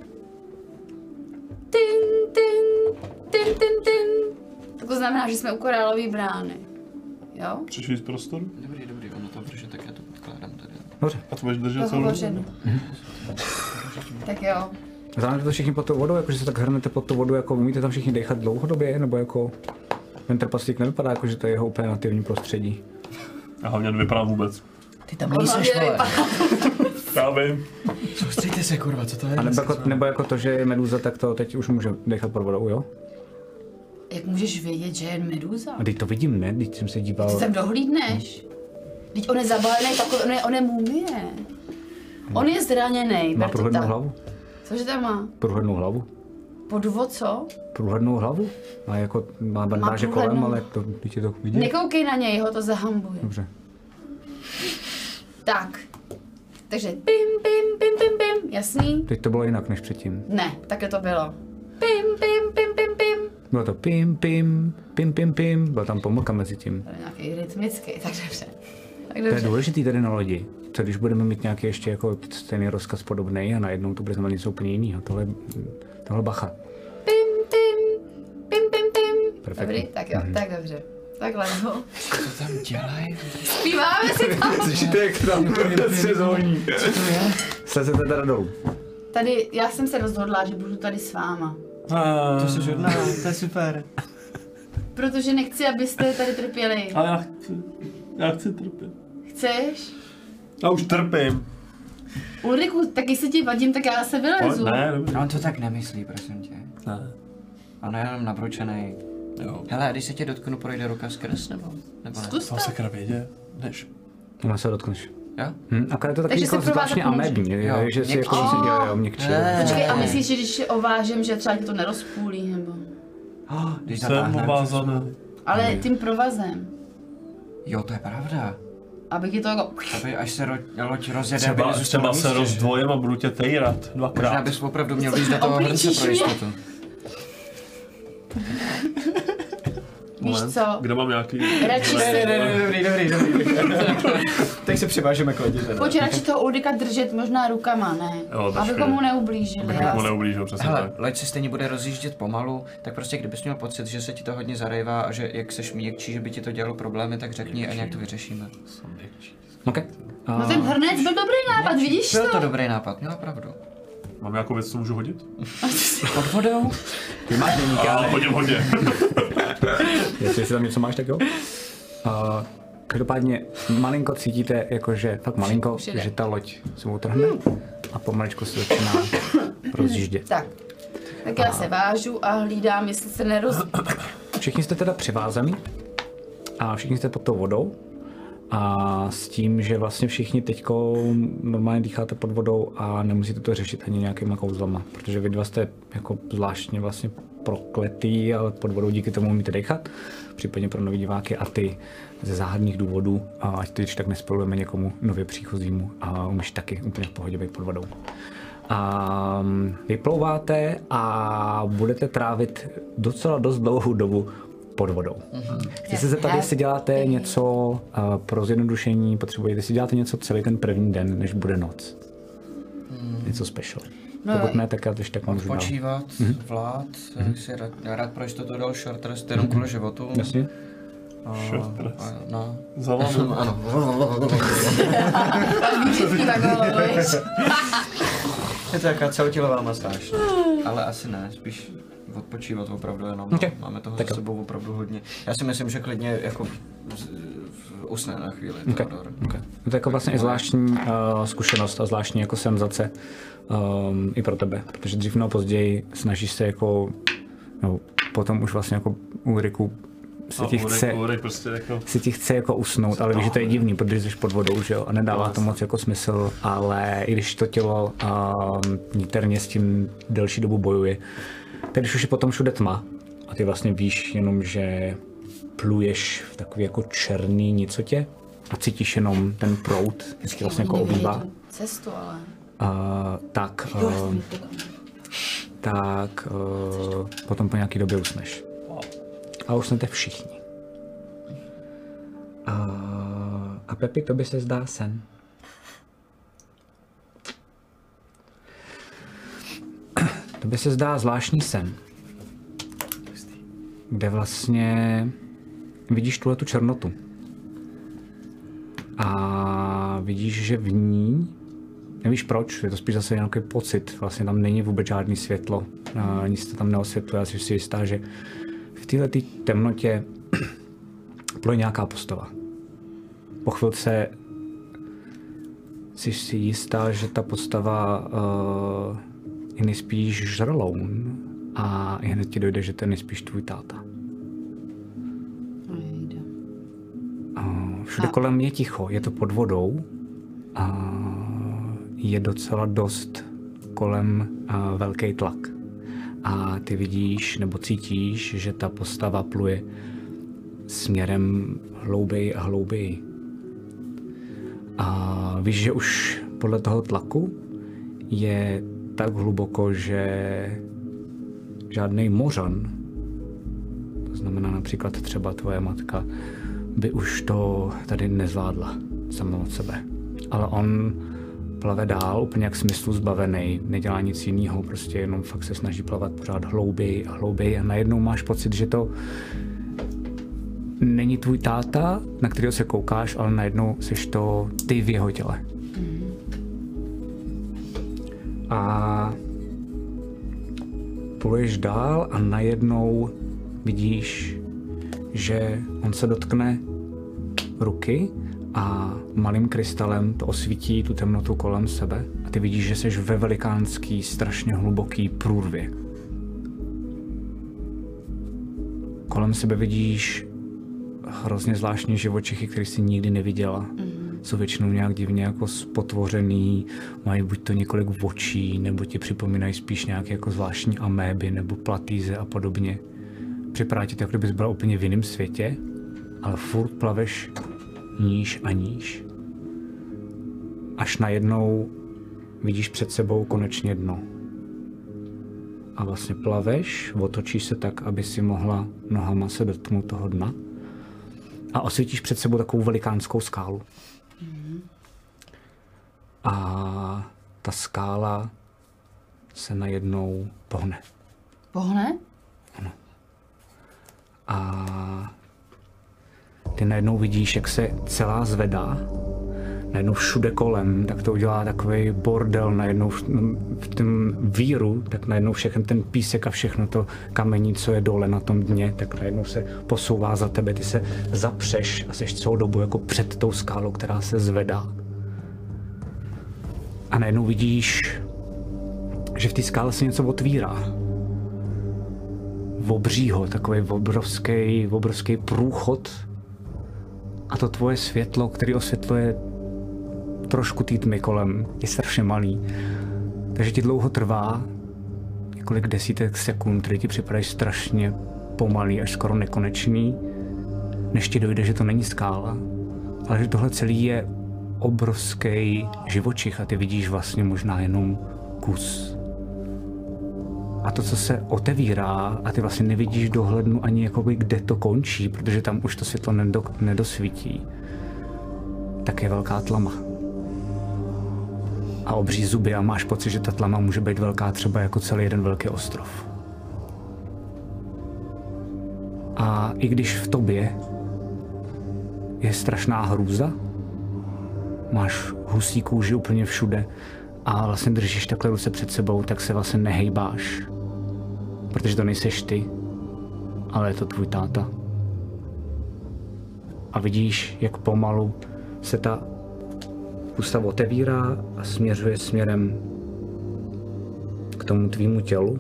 Speaker 2: Tin, tin, tin, tin, tin. Tak to znamená, že jsme u korálové brány. Jo?
Speaker 5: Přišli z prostoru?
Speaker 4: Dobrý, ono to drží, tak já to podkládám tady.
Speaker 1: Dobře.
Speaker 5: A to budeš držet celou dobu?
Speaker 2: Tak jo.
Speaker 1: Zároveň to všichni pod tou vodou, jakože se tak hrnete pod tu vodu, jako umíte tam všichni dechat dlouhodobě, nebo jako ten trpaslík nevypadá jako, že to je jeho úplně nativní prostředí.
Speaker 5: A hlavně nevypadá vůbec.
Speaker 4: Ty tam nejseš, vole.
Speaker 5: Já vím.
Speaker 4: Soustřeďte se, kurva, co to je?
Speaker 1: A nebo jako to, že je meduza, tak to teď už může dechat pod vodou, jo?
Speaker 2: Jak můžeš vědět, že je meduza?
Speaker 1: A teď to vidím, ne? Teď jsem se díval.
Speaker 2: Ty tam dohlídneš. Teď on je zabalený, takový, on je mumie. On je zraněný.
Speaker 1: Má průhlednou hlavu?
Speaker 2: Cože tam má?
Speaker 1: Průhlednou hlavu?
Speaker 2: Podvod co?
Speaker 1: Průhlednou hlavu? A jako má bandáže kolem, ale to, teď je to vidí.
Speaker 2: Nekoukej na něj, ho to zahambuje.
Speaker 1: Dobře.
Speaker 2: Tak. Takže pim, pim, pim, pim, pim. Jasný?
Speaker 1: Teď to bylo jinak než předtím.
Speaker 2: Ne, takhle to bylo. Pim, pim, pim, pim, pim.
Speaker 1: Bylo to pim, pim, pim, pim, pim. Byla tam pomlka mezi tím.
Speaker 2: To je nějaký rytmický, tak dobře. Tak
Speaker 1: To je
Speaker 2: dobře.
Speaker 1: důležitý tady na lodi. Co když budeme mít nějaký ještě jako stejný rozkaz podobný a najednou to bude znamenat něco úplně jiného. Tohle bacha.
Speaker 2: Pim, pim, pim, pim, pim.
Speaker 1: Perfektní.
Speaker 2: Dobrý, tak jo, tak dobře. Takhle, no.
Speaker 4: Co tam dělají?
Speaker 2: Zpíváme si tam.
Speaker 1: Slyšíte, jak tam se zvoní. Slezete teda dolů.
Speaker 2: Tady, já jsem se rozhodla, že budu tady s váma.
Speaker 4: To jsi žodná, to je super.
Speaker 2: Protože nechci, abyste tady trpěli.
Speaker 5: Ale já chci trpět.
Speaker 2: Chceš?
Speaker 5: Já už trpím.
Speaker 2: Ulriku, taky se ti vadím, tak já se vylezu.
Speaker 5: Ne, dobrý.
Speaker 4: On to tak nemyslí, prosím tě.
Speaker 5: Ne.
Speaker 4: On je jenom nabručenej.
Speaker 5: Jo.
Speaker 4: Hele, a když se tě dotknu, projde ruka skrz, nebo ne?
Speaker 2: Zkus
Speaker 5: Tam
Speaker 2: to.
Speaker 5: se krát vědě, než.
Speaker 1: Ona se dotkneš.
Speaker 4: Jo?
Speaker 1: A je to taky
Speaker 2: Takže se
Speaker 1: jako
Speaker 2: pro vás
Speaker 1: zvláštně
Speaker 2: tak může.
Speaker 1: amební,
Speaker 4: Jo,
Speaker 1: že si jako
Speaker 4: měkčí.
Speaker 1: jo, měkčí.
Speaker 2: Počkej, a myslíš, že když ovážem, že třeba ti to nerozpůlí, nebo?
Speaker 4: Když
Speaker 5: Jsem
Speaker 4: zatáhneme
Speaker 5: ovázaný.
Speaker 2: Ale tím provazem.
Speaker 4: Jo, to je pravda.
Speaker 2: Aby ti to jako...
Speaker 4: Aby až se loď rozjede, aby nezůstal
Speaker 5: Třeba
Speaker 4: na
Speaker 5: se
Speaker 4: místě, že?
Speaker 5: rozdvojím a budu tě tejrat
Speaker 4: Možná
Speaker 5: dvakrát.
Speaker 4: bys opravdu měl víc do toho hrnce pro
Speaker 2: Oblíčíš mě?
Speaker 4: jistotu.
Speaker 2: Víš co?
Speaker 5: Kde mám nějaký...
Speaker 2: Radši se...
Speaker 4: dobrý. Tak se převážeme k lodi teda.
Speaker 2: Pojď radši toho Ulrika držet možná rukama, ne?
Speaker 5: Jo, to
Speaker 2: Abychom
Speaker 5: špět.
Speaker 2: mu neublížili.
Speaker 5: Bych mu neublížil, přesně
Speaker 4: Hele,
Speaker 5: tak.
Speaker 4: loď se stejně bude rozjíždět pomalu, tak prostě kdybys měl pocit, že se ti to hodně zarejvá a že jak seš měkčí, že by ti to dělalo problémy, tak řekni a nějak to vyřešíme.
Speaker 1: OK.
Speaker 2: No ten hrnec byl dobrý nápad, vidíš
Speaker 4: Byl to
Speaker 2: to?
Speaker 4: dobrý nápad, měla pravdu.
Speaker 5: Mám nějakou věc, co můžu hodit?
Speaker 4: Pod vodou?
Speaker 1: Ty máš deníka,
Speaker 5: Ale
Speaker 1: ale
Speaker 5: hodím hodně.
Speaker 1: jestli tam něco máš, tak jo. Každopádně malinko cítíte, jakože fakt malinko,
Speaker 2: Už jde.
Speaker 1: že ta loď se utrhne a pomaličku se začíná rozjíždět.
Speaker 2: Tak. Tak já se vážu a hlídám, jestli se
Speaker 1: Všichni jste teda přivázaný a všichni jste pod tou vodou a s tím, že vlastně všichni teďko normálně dýcháte pod vodou a nemusíte to řešit ani nějakýma kouzlama, protože vy dva jste jako zvláštně vlastně prokletý, ale pod vodou díky tomu umíte dechat, případně pro nový diváky a ty ze záhadných důvodů, a ať teď tak nespojujeme někomu nově příchozímu a umíš taky úplně v pohodě být pod vodou. A vyplouváte a budete trávit docela dost dlouhou dobu pod vodou. Chci se zeptat, jestli děláte něco pro zjednodušení, potřebujete, jestli děláte něco celý ten první den, než bude noc. Něco special.
Speaker 2: No,
Speaker 1: pokud ne, tak já teď tak můžu dál.
Speaker 4: Počívat, Vlád, si rád pro jistotu dal short rest jenom kvůli životu.
Speaker 1: Jasně.
Speaker 5: Short rest.
Speaker 4: No.
Speaker 5: Zavolám.
Speaker 4: Ano. Je to jaká celotělová masáž. Ale asi ne, spíš odpočívat opravdu jenom.
Speaker 1: Okay.
Speaker 4: Máme toho
Speaker 1: tak
Speaker 4: za sebou opravdu hodně. Já si myslím, že klidně jako usne na chvíli.
Speaker 1: Okay. To je jako vlastně i zvláštní zkušenost a zvláštní jako senzace i pro tebe, protože dřív nebo později snažíš se jako, no, potom už vlastně jako Ulriku si ti chce jako usnout, ale víš, že to je divný, protože jsi pod vodou, že jo, a nedává to moc jako smysl, ale i když to tělo niterně s tím delší dobu bojuje, tak když už je potom všude tma a ty vlastně víš jenom, že pluješ v takový jako černý nicotě a cítíš jenom ten proud, vždycky vlastně jako obývá.
Speaker 2: Cestu, ale...
Speaker 1: tak potom po nějaký době usneš. A usnete všichni. A Pepi, tobě se zdá sen. Tobě se zdá zvláštní sen, kde vlastně vidíš tuhletu černotu. A vidíš, že v ní, nevíš proč, je to spíš zase nějaký pocit, vlastně tam není vůbec žádný světlo, nic to tam neosvětluje, já si jistá, že v této temnotě pluje nějaká postava. Po chvilce jsi si jistá, že ta postava je nejspíš žraloun a hned ti dojde, že to je nejspíš tvůj táta. Všude kolem je ticho, je to pod vodou a je docela dost kolem velký tlak. A ty vidíš nebo cítíš, že ta postava pluje směrem hlouběji a hlouběji. A víš, že už podle toho tlaku je tak hluboko, že žádný mořan, to znamená například třeba tvoje matka, by už to tady nezvládla sama od sebe. Ale on plave dál, úplně jak smyslu zbavený, nedělá nic jiného, prostě jenom fakt se snaží plavat pořád hlouběji a hlouběji a najednou máš pocit, že to není tvůj táta, na kterého se koukáš, ale najednou jsi to ty v jeho těle. A pluješ dál a najednou vidíš, že on se dotkne ruky a malým krystalem to osvítí tu temnotu kolem sebe a ty vidíš, že jsi ve velikánský, strašně hluboký průrvě. Kolem sebe vidíš hrozně zvláštní živočichy, které jsi nikdy neviděla. Jsou většinou nějak divně jako spotvořený, mají buď to několik očí, nebo ti připomínají spíš nějaké jako zvláštní améby nebo platýze a podobně. Připadá ti to, jako kdybys byla úplně v jiném světě, ale furt plaveš níž a níž. Až najednou vidíš před sebou konečně dno. A vlastně plaveš, otočíš se tak, aby si mohla nohama se dotknout toho dna a osvítíš před sebou takovou velikánskou skálu. A ta skála se najednou pohne.
Speaker 2: Pohne?
Speaker 1: Ano. A ty najednou vidíš, jak se celá zvedá, najednou všude kolem, tak to udělá takový bordel, najednou v tom víru, tak najednou všechny ten písek a všechno to kamení, co je dole na tom dně, tak najednou se posouvá za tebe, ty se zapřeš a seš celou dobu jako před tou skálou, která se zvedá. A najednou vidíš, že v té skále se něco otvírá. Obřího, takový obrovský průchod. A to tvoje světlo, který osvětluje trošku té tmy kolem, je strašně malý. Takže ti dlouho trvá, několik desítek sekund, které ti připadají strašně pomalý, až skoro nekonečný, než ti dojde, že to není skála, ale že tohle celý je obrovský živočich a ty vidíš vlastně možná jenom kus. A to, co se otevírá, a ty vlastně nevidíš dohlednu ani jakoby, kde to končí, protože tam už to světlo nedosvítí, tak je velká tlama. A obří zuby a máš pocit, že ta tlama může být velká třeba jako celý jeden velký ostrov. A i když v tobě je strašná hrůza, máš husí kůži úplně všude a vlastně držíš takhle ruce před sebou, tak se vlastně nehejbáš. Protože to nejseš ty, ale je to tvůj táta. A vidíš, jak pomalu se ta pusta otevírá a směřuje směrem k tomu tvýmu tělu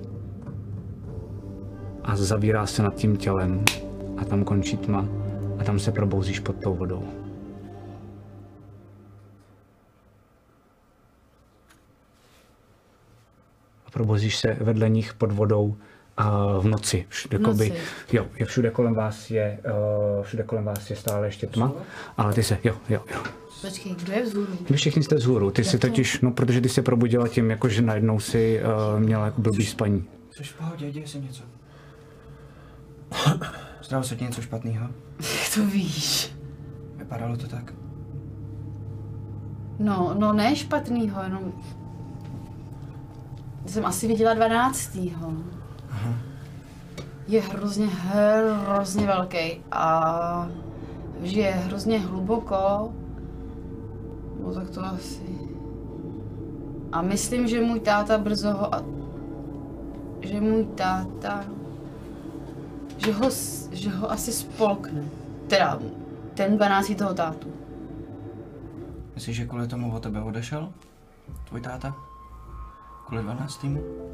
Speaker 1: a zavírá se nad tím tělem a tam končí tma a tam se probouzíš pod tou vodou. A probouzíš se vedle nich pod vodou v noci. Jo, všude kolem vás je stále ještě tma, ale ty se, jo.
Speaker 2: Počkej, kdo je vzhůru?
Speaker 1: Vy všichni jste vzhůru, ty si totiž, protože ty se probudila tím, jakože najednou si měla jako blbý spaní.
Speaker 4: Jsi v pohodě, děje se něco. Stalo se ti něco špatného?
Speaker 2: Jak to víš?
Speaker 4: Vypadalo to tak.
Speaker 2: No ne špatnýho, jenom... Jsem asi viděla 12.
Speaker 4: Aha.
Speaker 2: Je hrozně velký a že je hrozně hluboko. No tak to asi. A myslím, že můj táta brzo ho... Že ho asi spolkne. Teda, ten 12. toho tátu.
Speaker 4: Myslíš, že kvůli tomu od tebe odešel? Tvůj táta? Kvůli 12.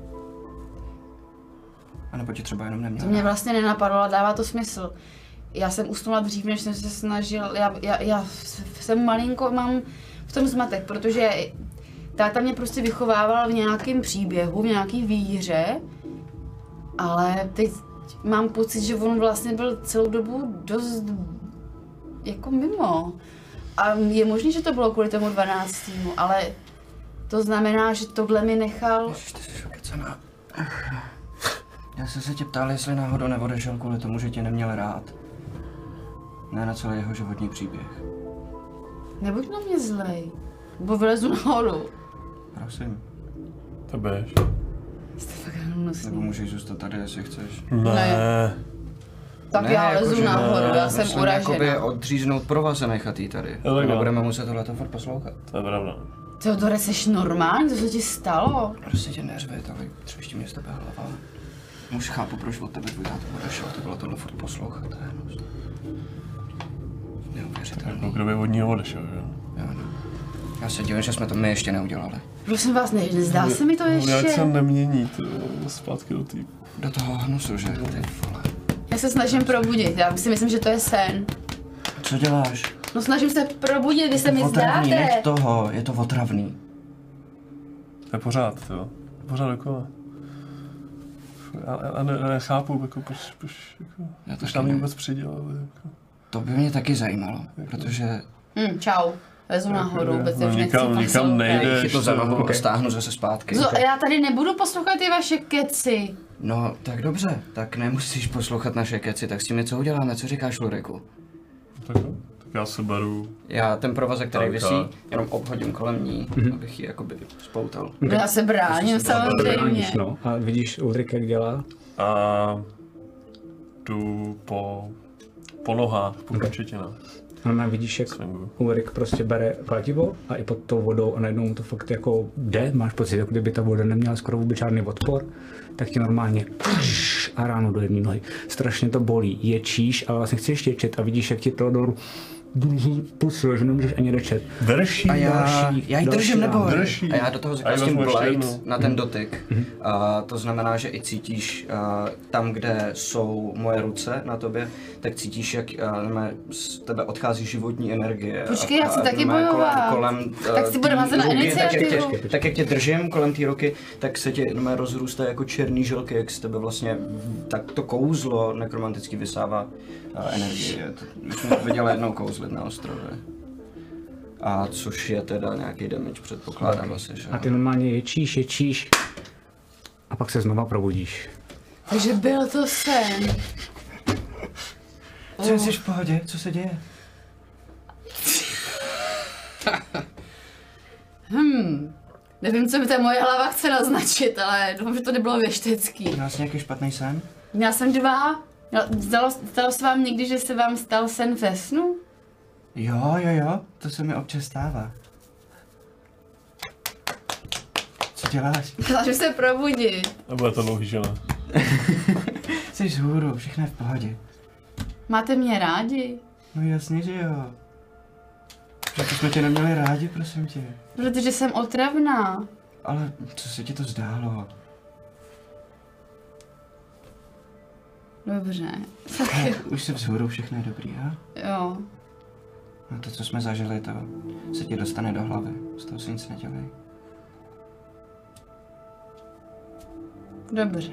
Speaker 4: A nebo ti třeba jenom neměl?
Speaker 2: To mě vlastně nenapadlo, ale dává to smysl. Já jsem usnula dřív, než jsem se snažil, já jsem malinko, mám v tom zmatek, protože táta mě prostě vychovával v nějakém příběhu, v nějaký víře, ale teď mám pocit, že on vlastně byl celou dobu dost jako mimo. A je možné, že to bylo kvůli tomu 12. ale to znamená, že tohle mi nechal...
Speaker 4: Ježiš, ty jsi ukecaná. Já jsem se tě ptal, jestli náhodou neodešel kvůli tomu, že tě neměl rád. Ne na celý jeho životní příběh.
Speaker 2: Nebuď na mě zlej, bo vylezu nahoru.
Speaker 4: Prosím.
Speaker 5: To běž.
Speaker 2: Jste fakt hnusný.
Speaker 4: Nebo můžeš zůstat tady, jestli chceš.
Speaker 5: Ne.
Speaker 2: Tak
Speaker 4: ne,
Speaker 2: já lezu
Speaker 4: jakože
Speaker 2: nahoru, já jsem
Speaker 4: myslím,
Speaker 2: uražená.
Speaker 4: jakoby odříznout provaz a nechat jí tady.
Speaker 5: Jo, tak jo.
Speaker 4: Nebudeme muset tohleto furt poslouchat.
Speaker 5: To je pravda.
Speaker 2: Teodore, jsi normální? Co se ti stalo?
Speaker 4: Prostě tě neřvej, ale třeští mě z tebe hlava. Už chápu, proč od tebe tvůj táta odešel, to bylo tohle furt poslouchat, to je hnus. Neuvěřitelný.
Speaker 5: Jako kdo by od něho odešel, že?
Speaker 4: Jo, no. Já se divím, že jsme to my ještě neudělali.
Speaker 2: Prosím vás, nezdá se mi to ještě?
Speaker 5: Jak se nemění, ty zpátky do tý.
Speaker 4: Do toho hnusu, že? Ty vole.
Speaker 2: Já se snažím probudit, já si myslím, že to je sen.
Speaker 4: Co děláš?
Speaker 2: No snažím se probudit, vy se mi
Speaker 4: Otravný,
Speaker 2: zdáte.
Speaker 4: nech toho, je to otravný.
Speaker 5: To je pořád, jo. Pořád dokola. Já nechápu, jako, proč
Speaker 4: Já to
Speaker 5: tam
Speaker 4: ne.
Speaker 5: vůbec přidělali. Jako.
Speaker 4: To by mě taky zajímalo, protože...
Speaker 2: Čau, lezu nahoru, vůbec už nechci
Speaker 5: nikam
Speaker 2: poslouchat.
Speaker 5: nejde.
Speaker 4: Chytnu za nohu a stáhnu zase zpátky.
Speaker 2: Já tady nebudu poslouchat ty vaše keci.
Speaker 4: No, tak dobře, tak nemusíš poslouchat naše keci, tak s tím něco uděláme, co říkáš, Luriku?
Speaker 5: Tak já se beru.
Speaker 4: Já ten provazek, který
Speaker 5: Tak,
Speaker 4: visí,
Speaker 5: tak.
Speaker 4: jenom obhodím kolem ní, abych ji jakoby spoutal.
Speaker 2: Já se bráním samozřejmě.
Speaker 1: No, a vidíš Ulrik, jak dělá?
Speaker 5: A jdu po nohách, po končetinách.
Speaker 1: A vidíš, jak Ulrik prostě bere kladivo a i pod tou vodou a najednou mu to fakt jako jde, máš pocit, jako kdyby ta voda neměla skoro vůbec žádný odpor, tak ti normálně a ráno do jedné nohy. Strašně to bolí, ječíš, ale vlastně chceš ječet a vidíš, jak ti Teodor pusil, že nemůžeš ani rečet.
Speaker 5: Vrší.
Speaker 4: A já ji držím nebo
Speaker 5: Drží.
Speaker 4: a já do toho
Speaker 5: A
Speaker 4: zakastím
Speaker 5: já vezmu ještě
Speaker 4: blight
Speaker 5: jednu.
Speaker 4: na ten dotyk. A to znamená, že i cítíš tam, kde jsou moje ruce na tobě, tak cítíš, jak z tebe odchází životní energie.
Speaker 2: Počkej, já chci taky
Speaker 4: normálně
Speaker 2: bojovat.
Speaker 4: Kolem,
Speaker 2: Tak si budeme házet na
Speaker 4: ruky,
Speaker 2: iniciativu.
Speaker 4: tak jak tě držím kolem té ruky, tak se tě rozrůstá jako černý žilky, jak z tebe vlastně tak to kouzlo nekromanticky vysává energie. Už jsme to viděli jednou kouzlit na ostrově. A což je teda nějaký damage, předpokládám asi, že?
Speaker 1: A ty normálně ječíš a pak se znova probudíš.
Speaker 2: Takže byl to sen.
Speaker 4: Co jsi v pohodě? Co se děje?
Speaker 2: Nevím, co mi ta moje hlava chce naznačit, ale doufám, že to nebylo věštecký.
Speaker 4: Měla jsi nějaký špatný sen?
Speaker 2: Měla jsem 2. Stalo se vám někdy, že se vám stal sen ve snu?
Speaker 4: Jo, to se mi občas stává. Co děláš?
Speaker 2: Snažím se probudit.
Speaker 5: Nebude to dlouhý, že ne?
Speaker 4: Jsi vzhůru, všechno je v pohodě.
Speaker 2: Máte mě rádi?
Speaker 4: No jasně, že jo. Proto jsme tě neměli rádi, prosím tě.
Speaker 2: Protože jsem otravná.
Speaker 4: Ale co se ti to zdálo?
Speaker 2: Dobře.
Speaker 4: Už jsi vzhůru, všechno je dobrý, a?
Speaker 2: Jo.
Speaker 4: No to, co jsme zažili, to se ti dostane do hlavy. Z toho si nic nedělej.
Speaker 2: Dobře.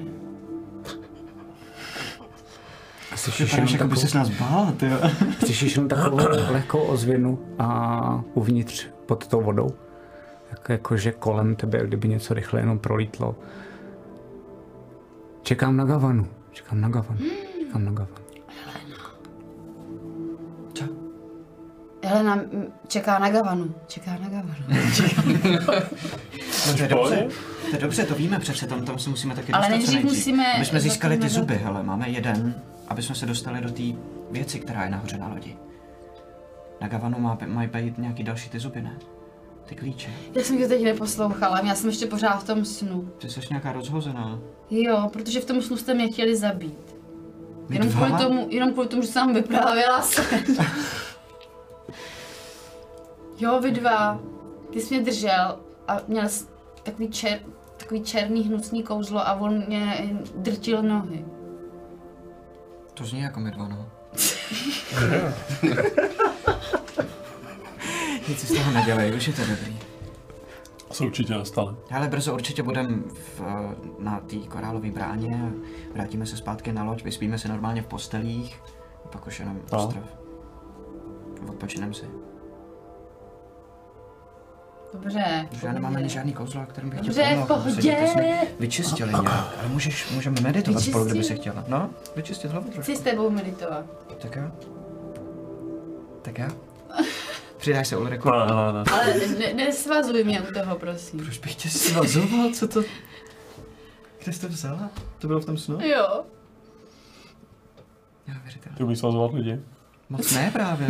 Speaker 4: Vypadáš, jako by ses nás bál, ty jo.
Speaker 1: Slyšíš jenom takovou lehkou ozvěnu a uvnitř pod tou vodou. Jakože kolem tebe, kdyby něco rychle jenom prolítlo. Čekám na Gavanu.
Speaker 4: Co?
Speaker 2: Helena čeká na Gavanu.
Speaker 4: No to je dobře, to víme přece, tam se musíme taky
Speaker 2: ale
Speaker 4: dostat co
Speaker 2: nejdřív musíme...
Speaker 4: My jsme získali ty zuby, hele, máme jeden, aby jsme se dostali do té věci, která je nahoře na lodi. Na Gavanu mají být nějaký další ty zuby, ne? Ty klíče.
Speaker 2: Já jsem tě teď neposlouchala, já jsem ještě pořád v tom snu.
Speaker 4: Ty jsi nějaká rozhozená.
Speaker 2: Jo, protože v tom snu jste mě chtěli zabít. Jenom kvůli tomu, že jsem vyprávěla sen. Jo, vy 2. Ty jsi mě držel a měl jsi takový černý hnusný kouzlo a on mě drtil nohy.
Speaker 4: To zní jako my 2, no. Nic si z toho nedělej, už je to dobrý.
Speaker 5: Se určitě nestane.
Speaker 4: Ale brzo určitě budeme na té korálové bráně, vrátíme se zpátky na loď, vyspíme se normálně v postelích, a pak už jenom ostrov. Odpočineme si.
Speaker 2: Dobře.
Speaker 4: Už já nemáme ani žádný kouzlo, kterým bych chtěl
Speaker 2: Dobře, v pohodě.
Speaker 4: Ty jsme vyčistili nějak, ale můžeme meditovat spolu, kdyby se chtěla. No, vyčistit hlavu trošku.
Speaker 2: Chci s tebou meditovat.
Speaker 4: Tak jo. Přidáš se, Ulriku.
Speaker 5: Ne.
Speaker 2: Ale nesvazuj mě u toho, prosím.
Speaker 4: Proč bych tě svazoval? Co to? Kde jsi to vzala? To bylo v tom snu?
Speaker 2: Jo.
Speaker 4: Já věřitelně.
Speaker 5: Ty umíš svazovat lidi?
Speaker 4: Moc ne právě.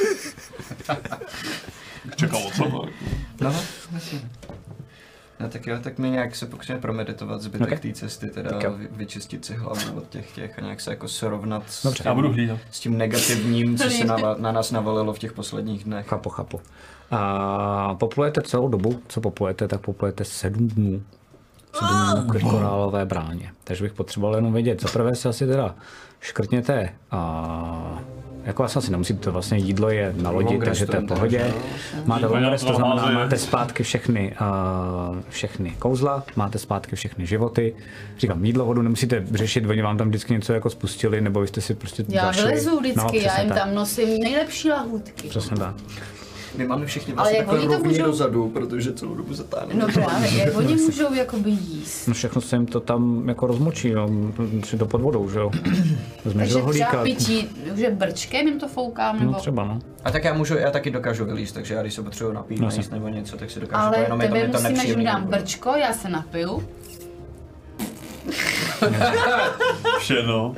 Speaker 5: Čekal od sebe.
Speaker 4: No, myslím. No tak jo, tak my nějak se pokusíme promeditovat zbytek té cesty, teda vyčistit si hlavu od těch a nějak se jako srovnat s tím negativním, co se na nás navalilo v těch posledních dnech.
Speaker 1: Chápu. A poplujete celou dobu, co poplujete, tak poplujete 7 dnů. 7 dnů k korálové bráně. Takže bych potřeboval jenom vědět, za prvé si asi teda škrtněte jako asi nemusíte, to vlastně jídlo je na lodi, takže to je v pohodě. Máte long rest, to znamená, máte zpátky všechny kouzla, máte zpátky všechny životy. Říkám, jídlo, vodu nemusíte řešit, oni vám tam vždycky něco jako spustili, nebo jste si prostě
Speaker 2: já vylezu vždycky, já jim tam nosím nejlepší lahůdky.
Speaker 1: Přesně tak.
Speaker 4: My máme všichni vlastně takhle rovný dozadu, protože celou dobu zatáhneme.
Speaker 2: No právě, jak oni můžou jakoby jíst.
Speaker 1: No všechno se jim to tam jako rozmočí, no, si to pod vodou, že jo.
Speaker 2: Takže třeba pití, že brčkem jim to foukám, nebo?
Speaker 1: No třeba, no.
Speaker 4: A tak já taky dokážu vylízt, takže já když se potřebuji napít, najíst nebo něco, tak si dokážu
Speaker 2: ale
Speaker 4: to, jenom
Speaker 2: tebe
Speaker 4: je to
Speaker 2: musíme, že dám
Speaker 4: nebude.
Speaker 2: brčko, já se napiju.
Speaker 5: Všechno.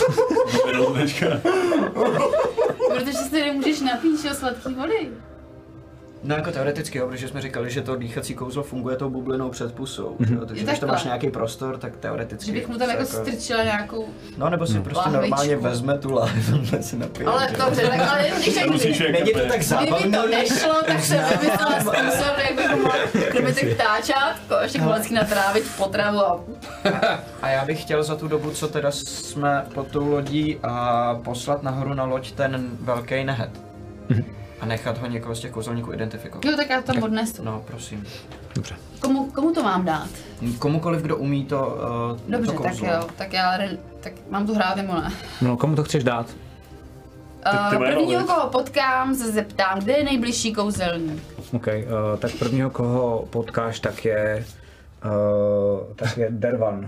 Speaker 2: Protože se nemůžeš napít, že sladký vody.
Speaker 4: No jako teoreticky jo, protože jsme říkali, že to dýchací kouzlo funguje tou bublinou před pusou, že jo? Takže když tam máš nějaký prostor, tak teoreticky...
Speaker 2: Že bych mu tam jako strčila nějakou...
Speaker 4: No nebo si prostě
Speaker 2: lahvičku.
Speaker 4: Normálně vezme tu lahvičku, si napije.
Speaker 2: Ale dobře, tak ale
Speaker 4: není to tak zábavné.
Speaker 2: Kdyby to nešlo, tak jsem vymyslela způsob, jak bych mohla, kdyby tak táčátko, ještě vždycky natrávit potravu a...
Speaker 4: A já bych chtěl za tu dobu, co teda jsme pod tou lodí, a poslat nahoru na loď ten velký nehet. A nechat ho někoho z těch kouzelníků identifikovat.
Speaker 2: Jo, tak já to tam odnesu.
Speaker 4: No, prosím.
Speaker 1: Dobře.
Speaker 2: Komu to mám dát?
Speaker 4: Komukoliv, kdo umí to
Speaker 2: dobře,
Speaker 4: to
Speaker 2: tak jo, tak mám tu hrát nebo ne?
Speaker 1: No, komu to chceš dát?
Speaker 2: Prvního, koho potkám, se zeptám, kde je nejbližší kouzelník.
Speaker 1: OK, tak prvního, koho potkáš, tak je Dervan.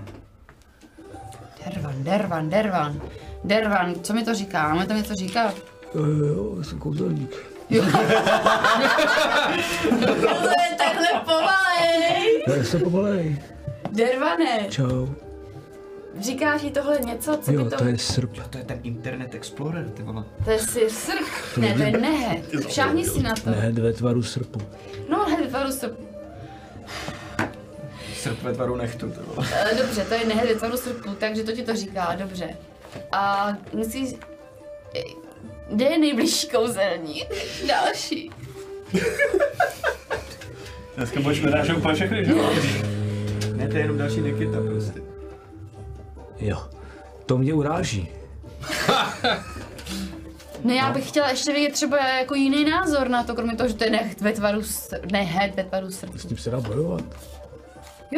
Speaker 2: Dervan, co mi to říká? Máme tam něco říkat?
Speaker 1: Jo, jsem kouzelník.
Speaker 2: To je takhle pomalej.
Speaker 1: Já jsem pomalej.
Speaker 2: Dervane,
Speaker 1: Čau.
Speaker 2: říkáš jí tohle něco, co by
Speaker 1: Jo,
Speaker 2: to...
Speaker 1: to je srp.
Speaker 4: To je ten Internet Explorer, ty vole.
Speaker 2: To je srp. Ne, to je nehet. Šáhni si na to.
Speaker 1: Nehet ve tvaru srpu.
Speaker 2: No, nehet ve tvaru srpu.
Speaker 4: Srp ve tvaru nechtu, ty vole.
Speaker 2: Dobře, to je nehet ve tvaru srpu, takže to ti to říká, dobře. A myslíš... Kde je nejbližší kouzelník? Další.
Speaker 5: Dneska budeš vyrážet úplně všechny, že jo?
Speaker 4: Ne, to je jenom další Nikita prostě.
Speaker 1: Jo, to mě uráží.
Speaker 2: Ne, já bych chtěla ještě vědět třeba jako jiný názor na to, kromě toho, že to je nehet ve tvaru srpu.
Speaker 1: S tím se dá bojovat.
Speaker 2: Jo.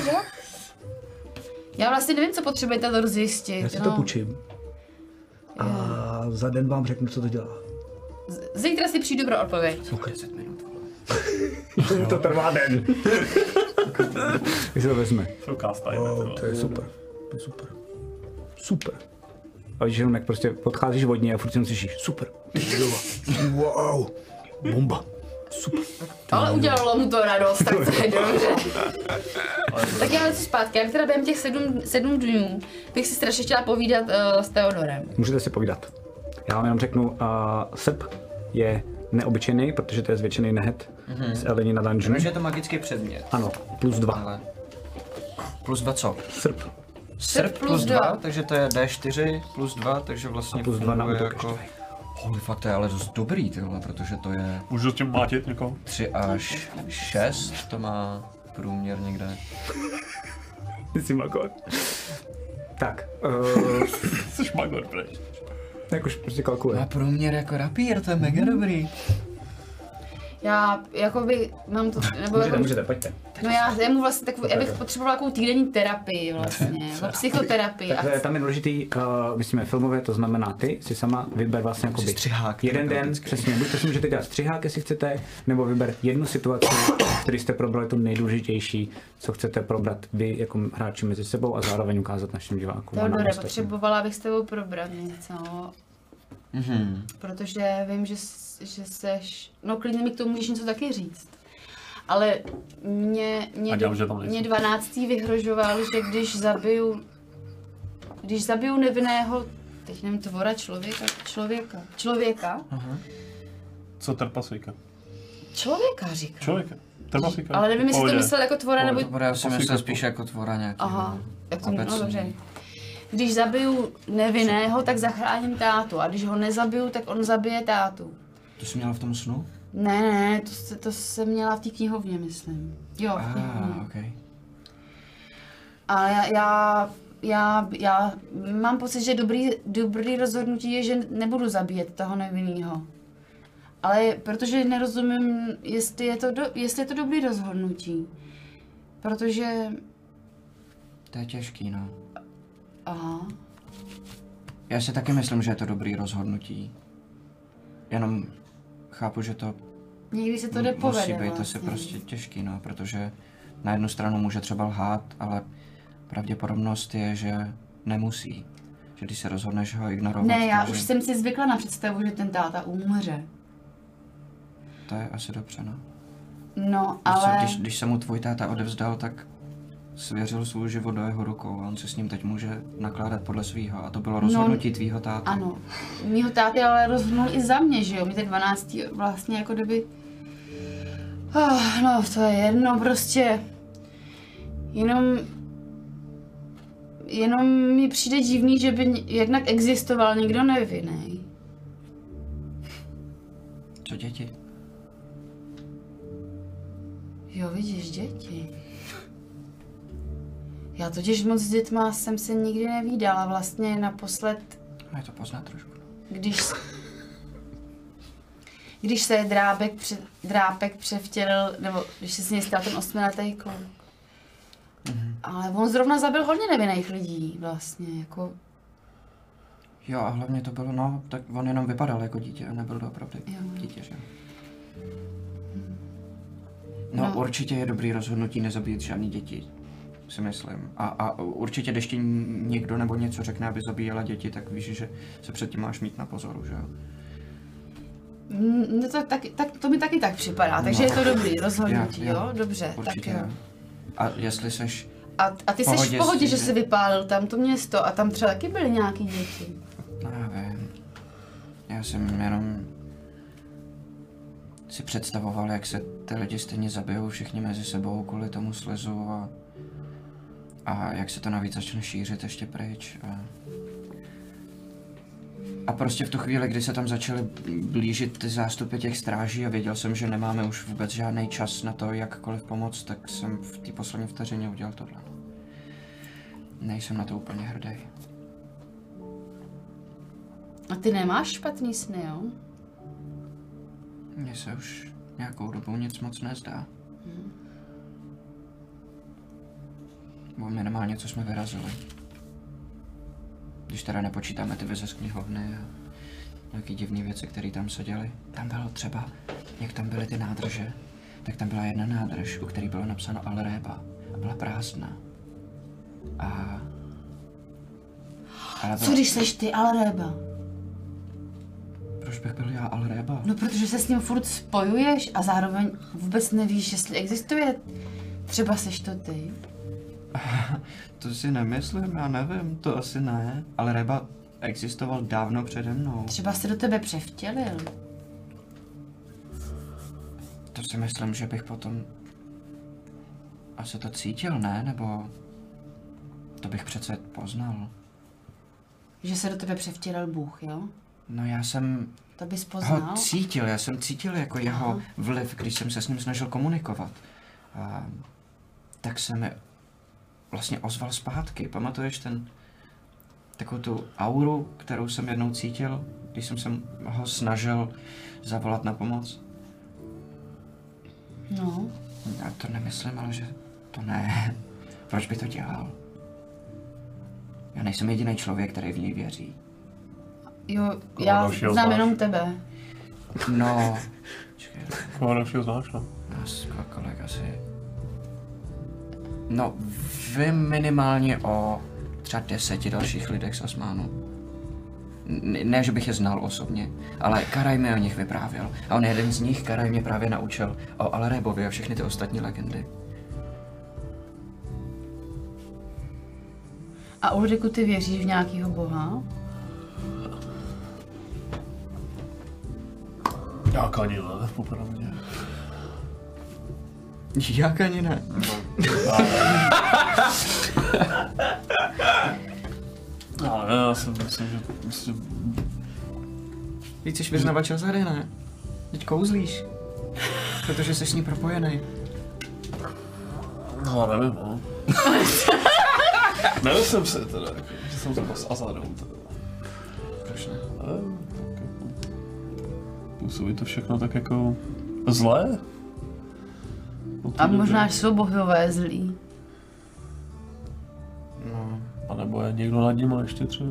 Speaker 2: Já vlastně nevím, co potřebujete to rozjistit.
Speaker 1: Já si to půjčím. A za den vám řeknu, co to dělá.
Speaker 2: Zítra si přijdu pro odpověď.
Speaker 1: OK.
Speaker 4: 10 minut, vole.
Speaker 1: To trvá den. Když se to vezme.
Speaker 5: Forecast time.
Speaker 1: To je super. To je super. Super. A víš, jenom jak prostě podcházíš vodně a furt si slyšíš. Super. Wow. Bomba. Super.
Speaker 2: Ale udělalo mu to radost, tak to je dobře. Tak já lezu zpátky. Já teda během těch 7 dnů bych si strašně chtěla povídat s Theodorem.
Speaker 1: Můžete si povídat. Já vám jenom řeknu, srp je neobyčejný, protože to je zvětšený nehet z Eleni na dungeonu.
Speaker 4: Vím, že je to magický předmět.
Speaker 1: Ano, +2.
Speaker 4: Ale... +2 co?
Speaker 1: Srp.
Speaker 4: Srp +2, takže to je D4 +2, takže vlastně
Speaker 1: +2 na útok
Speaker 4: jako... Holy fakt, to je ale dost dobrý, tyhle, protože to je
Speaker 5: Můžu s tím mlátit někoho?
Speaker 4: 3 až 6, to má průměr někde.
Speaker 1: Ty jsi magor. Tak,
Speaker 5: Jsi magor, pryč.
Speaker 1: jak už prostě kalkuluje.
Speaker 4: Má průměr jako rapír, to je mega dobrý.
Speaker 2: Já jakoby mám to, nebo
Speaker 1: Můžete, pojďte.
Speaker 2: no já mu vlastně takovou, já bych potřebovala takovou týdenní terapii vlastně, psychoterapii.
Speaker 1: Tak tam je důležitý, myslíme filmově, to znamená ty si sama vyber vlastně jakoby
Speaker 4: střihák,
Speaker 1: jeden den,
Speaker 4: terapeutický.
Speaker 1: přesně, buď to si můžete dělat střihák, jestli chcete, nebo vyber jednu situaci, v které jste probrali to nejdůležitější, co chcete probrat vy jako hráči mezi sebou a zároveň ukázat našim divákům.
Speaker 2: Teodore, potřebovala bych s tebou probrat něco, protože vím, že seš, no klidně mi k tomu můžeš něco taky říct. Ale mě 12. vyhrožoval, že když zabiju nevinného, teď nevím, tvora, člověka.
Speaker 5: Co trpaslíka?
Speaker 2: Člověka říkám.
Speaker 5: Člověka. Trpaslíka.
Speaker 2: Ale nevím, jestli to myslel jako tvora nebo...
Speaker 4: Já si myslel spíš jako tvora nějaký.
Speaker 2: Aha, jak to, no dobře. Když zabiju nevinného, tak zachráním tátu a když ho nezabiju, tak on zabije tátu.
Speaker 4: To jsi měla v tom snu?
Speaker 2: Ne, to jsem měla v té knihovně, myslím. Jo, v knihovně.
Speaker 4: Okay.
Speaker 2: Ale já mám pocit, že dobrý rozhodnutí je, že nebudu zabíjet toho nevinného. Ale protože nerozumím, jestli je to dobrý rozhodnutí. Protože...
Speaker 4: To je těžký, no.
Speaker 2: Aha.
Speaker 4: Já si taky myslím, že je to dobrý rozhodnutí. Jenom chápu, že to
Speaker 2: někdy se to nepovede
Speaker 4: musí být
Speaker 2: vlastně.
Speaker 4: asi prostě těžký, no, protože na jednu stranu může třeba lhát, ale pravděpodobnost je, že nemusí. Že když se rozhodneš ho ignorovat...
Speaker 2: Ne, já
Speaker 4: takže...
Speaker 2: už jsem si zvykla na představu, že ten táta umře.
Speaker 4: To je asi dobře, no.
Speaker 2: No, ale...
Speaker 4: Když se mu tvůj táta odevzdal, tak svěřil svůj život do jeho rukou a on se s ním teď může nakládat podle svýho a to bylo rozhodnutí tvýho táty.
Speaker 2: Ano, mýho táty ale rozhodnul i za mě, že jo, mi ten 12. vlastně jako doby... no, to je jedno, prostě... Jenom mi přijde divný, že by jednak existoval někdo nevinný.
Speaker 4: Co děti?
Speaker 2: Jo, vidíš, děti. Já totiž moc s dětma jsem se nikdy nevídala, vlastně naposled...
Speaker 4: No je to poznat trošku.
Speaker 2: Když se Drápek převtělil, nebo když se s něj stal ten 8letý kluk. Ale on zrovna zabil hodně nevinných lidí vlastně, jako...
Speaker 4: Jo, a hlavně to bylo, no, tak on jenom vypadal jako dítě a nebyl doopravdy dítě, že? No, určitě je dobrý rozhodnutí nezabíjet žádný děti, si myslím. A určitě, když ti někdo nebo něco řekne, aby zabíjela děti, tak víš, že se předtím máš mít na pozoru, že jo?
Speaker 2: No to mi taky tak připadá, takže je to dobrý rozhodnutí, jo? Dobře,
Speaker 4: určitě,
Speaker 2: tak jo.
Speaker 4: A jestli seš...
Speaker 2: A ty jsi v pohodě, že jsi vypálil tam to město a tam třeba taky byly nějaký děti.
Speaker 4: No já vím. Já jsem jenom si představoval, jak se ty lidi stejně zabijou všichni mezi sebou kvůli tomu slizu a jak se to navíc začne šířit ještě pryč. A prostě v tu chvíli, kdy se tam začaly blížit ty zástupy těch stráží a věděl jsem, že nemáme už vůbec žádný čas na to, jakkoliv pomoct, tak jsem v té poslední vteřině udělal tohle. Nejsem na to úplně hrdý.
Speaker 2: A ty nemáš špatný sny, jo?
Speaker 4: Mně se už nějakou dobu nic moc nezdá. Bo minimálně, co jsme vyrazili. Když teda nepočítáme ty vize z knihovny a nějaký divné věci, které tam se děly. Tam bylo třeba, jak tam byly ty nádrže, tak tam byla jedna nádrž, u které bylo napsáno Al-Réba a byla prázdná.
Speaker 2: Co když seš ty Al-Réba?
Speaker 4: Proč bych byl já Al-Réba?
Speaker 2: No, protože se s ním furt spojuješ a zároveň vůbec nevíš, jestli existuje. Třeba seš to ty.
Speaker 4: To si nemyslím, já nevím, to asi ne. Al-Réba existoval dávno přede mnou.
Speaker 2: Třeba se do tebe převtělil.
Speaker 4: To si myslím, že bych potom asi to cítil, ne? Nebo to bych přece poznal.
Speaker 2: Že se do tebe převtělil Bůh, jo?
Speaker 4: No já jsem
Speaker 2: To bys poznal?
Speaker 4: ho cítil, já jsem cítil jako jeho vliv, když jsem se s ním snažil komunikovat. Tak se mi vlastně ozval zpátky. Pamatuješ takovou tu auru, kterou jsem jednou cítil, když jsem se ho snažil zavolat na pomoc?
Speaker 2: No.
Speaker 4: Já to nemyslím, ale že to ne. Proč by to dělal? Já nejsem jediný člověk, který v něj věří.
Speaker 2: Jo, já znám jenom tebe.
Speaker 4: No.
Speaker 5: Koho dalšího znáš, no?
Speaker 4: Kolega si... No, vím minimálně o třeba 10 dalších lidech z Asmánu. Ne, že bych je znal osobně, ale Karaj mi o nich vyprávěl. A on jeden z nich, Karaj, mě právě naučil o Al-Rébovi a všechny ty ostatní legendy.
Speaker 2: A Ulriku, ty věříš v nějakýho boha?
Speaker 5: Jak ani ne, popravdě.
Speaker 4: Jak ani ne?
Speaker 5: Ale já si myslím, že prostě...
Speaker 4: Víc jsi vyznavač Azary, ne? Teď kouzlíš. Protože jsi s ní propojený.
Speaker 5: No, nevím, no. Nemyslím si teda, jako, že jsem třeba s Azarou teda.
Speaker 4: Proč ne?
Speaker 5: Nevím, tak jako... Působí to všechno tak jako... zlé?
Speaker 2: A možná jsou bohové zlí.
Speaker 4: No.
Speaker 5: A nebo je někdo nad nimi ještě třeba.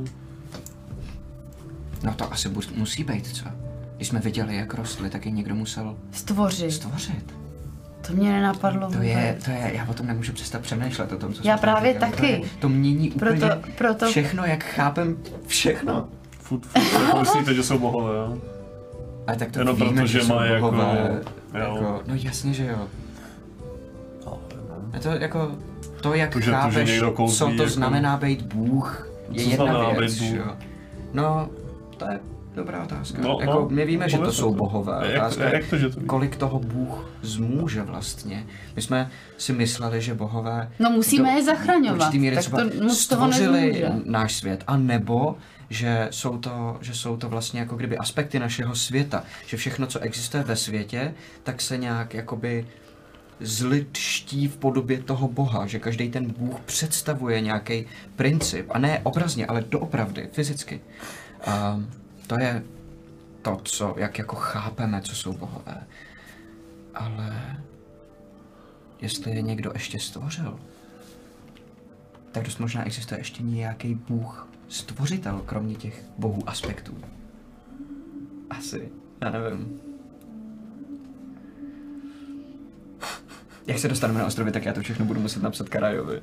Speaker 4: No to asi musí být, co? Když jsme viděli, jak rostly, tak je někdo musel stvořit.
Speaker 2: To mě nenapadlo
Speaker 4: To je, já o tom nemůžu přestat přemýšlet o tom, co
Speaker 2: já
Speaker 4: jsme
Speaker 2: právě
Speaker 4: říkali.
Speaker 2: taky.
Speaker 4: To mění úplně
Speaker 2: proto...
Speaker 4: všechno, jak chápem všechno.
Speaker 5: Furt jako myslíte, že jsou bohové, jo?
Speaker 4: Ale tak to
Speaker 5: jenom
Speaker 4: víme,
Speaker 5: proto,
Speaker 4: že jsou
Speaker 5: mají
Speaker 4: bohové.
Speaker 5: jako...
Speaker 4: No jasně, že jo.
Speaker 5: No.
Speaker 4: Je to jako to, jak
Speaker 5: to, že
Speaker 4: chápeš,
Speaker 5: kouzlí,
Speaker 4: co to
Speaker 5: jako...
Speaker 4: znamená být Bůh, je
Speaker 5: co
Speaker 4: jedna věc,
Speaker 5: být Bůh?
Speaker 4: jo. No, to je dobrá otázka.
Speaker 5: No,
Speaker 4: jako, my víme, že to jsou bohové.
Speaker 5: Jak to, že to
Speaker 4: kolik toho Bůh zmůže vlastně. My jsme si mysleli, že bohové...
Speaker 2: No musíme je zachraňovat,
Speaker 4: míry
Speaker 2: tak to moc
Speaker 4: stvořili náš svět. A nebo, že jsou to vlastně jako kdyby aspekty našeho světa. Že všechno, co existuje ve světě, tak se nějak jakoby zlidští v podobě toho Boha, že každý ten Bůh představuje nějaký princip, a ne obrazně, ale doopravdy, fyzicky. To je to, jak jako chápeme, co jsou bohové. Ale jestli je někdo ještě stvořil, tak dost možná existuje ještě nějaký bůh, stvořitel, kromě těch bohů aspektů. Asi, já nevím. Jak se dostaneme na ostrovy, tak já to všechno budu muset napsat Karajovi.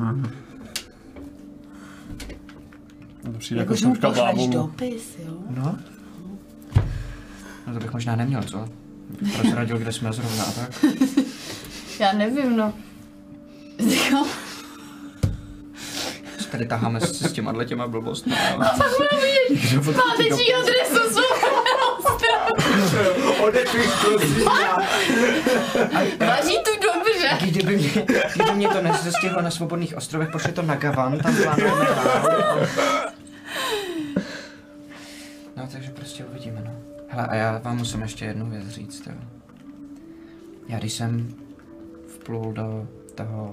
Speaker 5: To přijde
Speaker 2: Jako,
Speaker 5: jako
Speaker 2: že mu
Speaker 5: zkouška
Speaker 2: pošleš
Speaker 5: blábolu.
Speaker 2: dopis, jo?
Speaker 4: No. No to bych možná neměl, co? Prozradil, kde jsme zrovna a tak.
Speaker 2: Já nevím, no.
Speaker 4: Tady taháme s těma blbostmi.
Speaker 2: Máte čí adresu svou?
Speaker 1: Odepiš, prosím.
Speaker 2: Važí tu dobře.
Speaker 4: Kdyby mě to nezestihlo na svobodných ostrovech, pošli to na Gavan, tam plánujeme dál. No takže prostě uvidíme, no. Hele, a já vám musím ještě jednu věc říct, jo. Já když jsem vplul do toho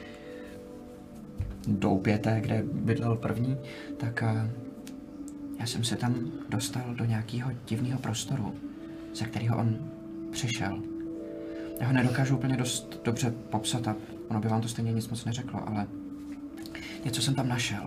Speaker 4: doupěte, kde bydlel první, tak já jsem se tam dostal do nějakého divného prostoru, ze kterého on přišel. Já ho nedokážu úplně dost dobře popsat a ono by vám to stejně nic moc neřeklo, ale něco jsem tam našel.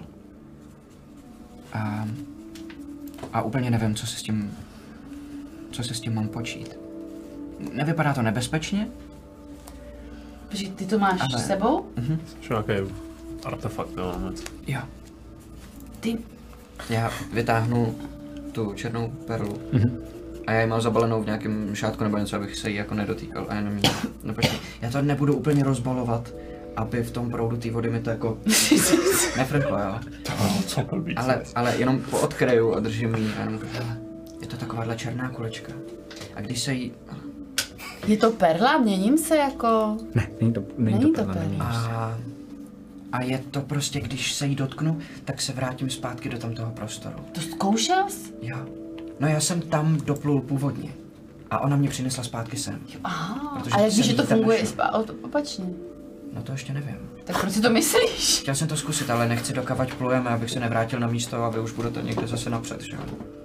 Speaker 4: A úplně nevím, co se s tím mám počít. Nevypadá to nebezpečně?
Speaker 2: Protože ty to máš s sebou?
Speaker 5: Čo nějaký artefakt, jo, něco.
Speaker 4: Jo.
Speaker 2: Ty,
Speaker 4: Já vytáhnu tu černou perlu a já ji mám zabalenou v nějakém šátku nebo něco, abych se jí jako nedotýkal a jenom jí... No počkej, já to nebudu úplně rozbalovat, aby v tom proudu té vody mi to jako nefrklo, jo.
Speaker 5: Co blbý.
Speaker 4: Ale jenom poodkryju a držím jí a jenom hele, je to takováhle černá kulečka. A když se jí...
Speaker 2: je to perla? Měním se jako...
Speaker 1: Ne, není to perla.
Speaker 4: A je to prostě, když se jí dotknu, tak se vrátím zpátky do tamtoho prostoru.
Speaker 2: To zkoušel jsi?
Speaker 4: Jo. No já jsem tam doplul původně. A ona mě přinesla zpátky sem.
Speaker 2: Aha,
Speaker 4: Protože
Speaker 2: a jak
Speaker 4: jsem
Speaker 2: víš, že to
Speaker 4: jí tam
Speaker 2: funguje
Speaker 4: našel.
Speaker 2: opačně?
Speaker 4: No to ještě nevím.
Speaker 2: Tak proč si to myslíš?
Speaker 4: Chtěl jsem to zkusit, ale nechci dokavať plujeme, abych se nevrátil na místo a vy už budete někde zase napřed, že jo?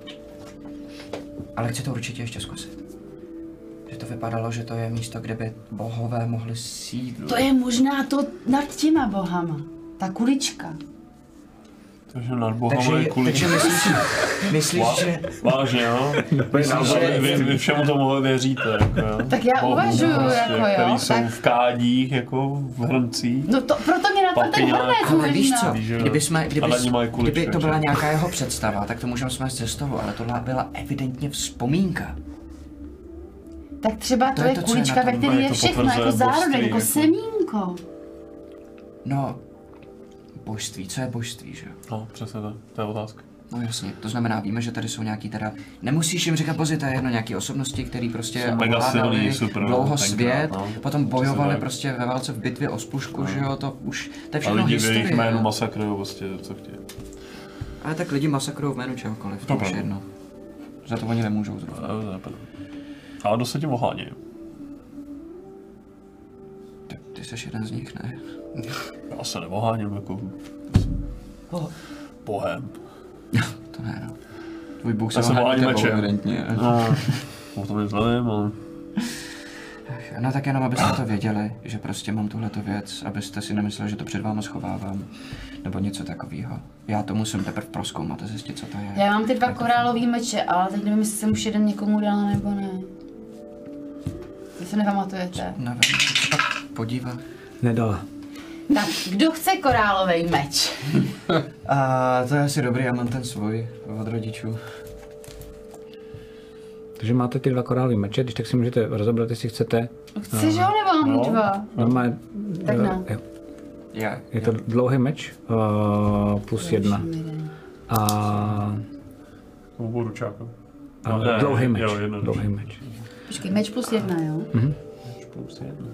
Speaker 4: Ale chci to určitě ještě zkusit. Že to vypadalo, že to je místo, kde by bohové mohli sídlit.
Speaker 2: To je možná to nad těma bohama. Ta kulička.
Speaker 5: Takže nad bohama je kulička.
Speaker 4: Takže myslíš, že...
Speaker 5: Vážně, jo? Vy všemu tomu věříte, jako jo?
Speaker 2: Tak já uvažuju, jako jo,
Speaker 5: který jsou
Speaker 2: tak-
Speaker 5: v kádích, jako v hrncích.
Speaker 2: No to, proto mě napadl ten
Speaker 5: Papiňák.
Speaker 2: hrnec
Speaker 4: Ale víš co,
Speaker 2: možná.
Speaker 4: kdyby to byla nějaká jeho představa, tak to můžeme smést ze stolu, ale tohle byla evidentně vzpomínka.
Speaker 2: Tak třeba to je
Speaker 4: to, co je
Speaker 2: kulička,
Speaker 4: na
Speaker 2: ve
Speaker 4: tom,
Speaker 2: které
Speaker 5: ale
Speaker 2: je
Speaker 5: to
Speaker 2: všechno,
Speaker 5: potvrzuje
Speaker 2: jako zárodek,
Speaker 5: božství,
Speaker 2: jako
Speaker 5: jako.
Speaker 2: semínko.
Speaker 4: No, božství, co je božství, že jo?
Speaker 5: No, přesně to je otázka.
Speaker 4: No jasně, to znamená, víme, že tady jsou nějaký teda, nemusíš jim říkat pozice, to je jedno, nějaký osobnosti, který prostě
Speaker 5: Jsou mega silný,
Speaker 4: ovládali
Speaker 5: super,
Speaker 4: dlouho
Speaker 5: tenkrát,
Speaker 4: svět,
Speaker 5: no.
Speaker 4: potom bojovali
Speaker 5: tak.
Speaker 4: prostě ve válce v bitvě o Spušku, že jo, to už, to je
Speaker 5: A
Speaker 4: všechno
Speaker 5: lidi v jejich
Speaker 4: historie.
Speaker 5: jménu
Speaker 4: jo.
Speaker 5: masakrují prostě, co chtějí.
Speaker 4: Ale tak lidi masakrují v jménu čehokoliv, to
Speaker 5: To
Speaker 4: už
Speaker 5: pravda.
Speaker 4: jedno. Za to oni nemůžou zrovna.
Speaker 5: Ale dost se tím ohánějí.
Speaker 4: Ty jsi jeden z nich, ne?
Speaker 5: Já se neoháním jako bohem.
Speaker 4: To ne, no. Tvůj bůh se
Speaker 5: Já jsem
Speaker 4: ohání
Speaker 5: ohání
Speaker 4: tebou,
Speaker 5: mečem.
Speaker 4: evidentně.
Speaker 5: No, o tom nic nevím, ale...
Speaker 4: No tak jenom, abyste to věděli, že prostě mám tuhleto věc, abyste si nemysleli, že to před váma schovávám, nebo něco takového. Já to musím teprve prozkoumat a zjistit, co to je.
Speaker 2: Já mám ty dva
Speaker 4: Jak to
Speaker 2: korálový meče, ale teď nevím, jestli jsem už jeden někomu dala nebo ne. Vy se nepamatujete.
Speaker 4: Nevím, co pak podívat.
Speaker 1: Nedala.
Speaker 2: Tak, kdo chce korálový meč?
Speaker 4: A to je asi dobrý, já mám ten svůj od rodičů.
Speaker 1: Takže máte ty dva korálové meče, když tak si můžete rozebrat, jestli chcete.
Speaker 2: Chceš ho nebo mám mít dva?
Speaker 1: Normálně,
Speaker 2: Tak ne.
Speaker 1: jo.
Speaker 4: Já,
Speaker 1: Je to dlouhý meč, plus 1. A
Speaker 5: Obu ručáku.
Speaker 1: dlouhý meč.
Speaker 5: Jo, jedno.
Speaker 1: Dlouhý meč.
Speaker 2: Počkej, meč plus 1, jo?
Speaker 5: Plus jedno.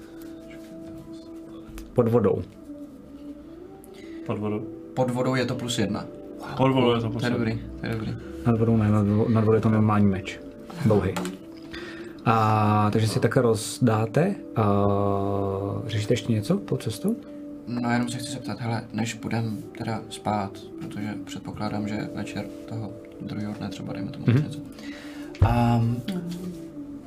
Speaker 1: Pod vodou.
Speaker 5: Pod vodou.
Speaker 4: pod vodou je to plus 1.
Speaker 5: Pod vodou je to plus
Speaker 4: To je
Speaker 5: 1.
Speaker 4: dobrý, to je dobrý.
Speaker 1: Nad vodou ne, nad vodou je to normální meč. Dlouhý. Takže si takhle rozdáte. Řešíte ještě něco po cestu?
Speaker 4: No jenom se chci zeptat, hele, než budem teda spát, protože předpokládám, že večer toho druhého dne třeba dejme tomu něco.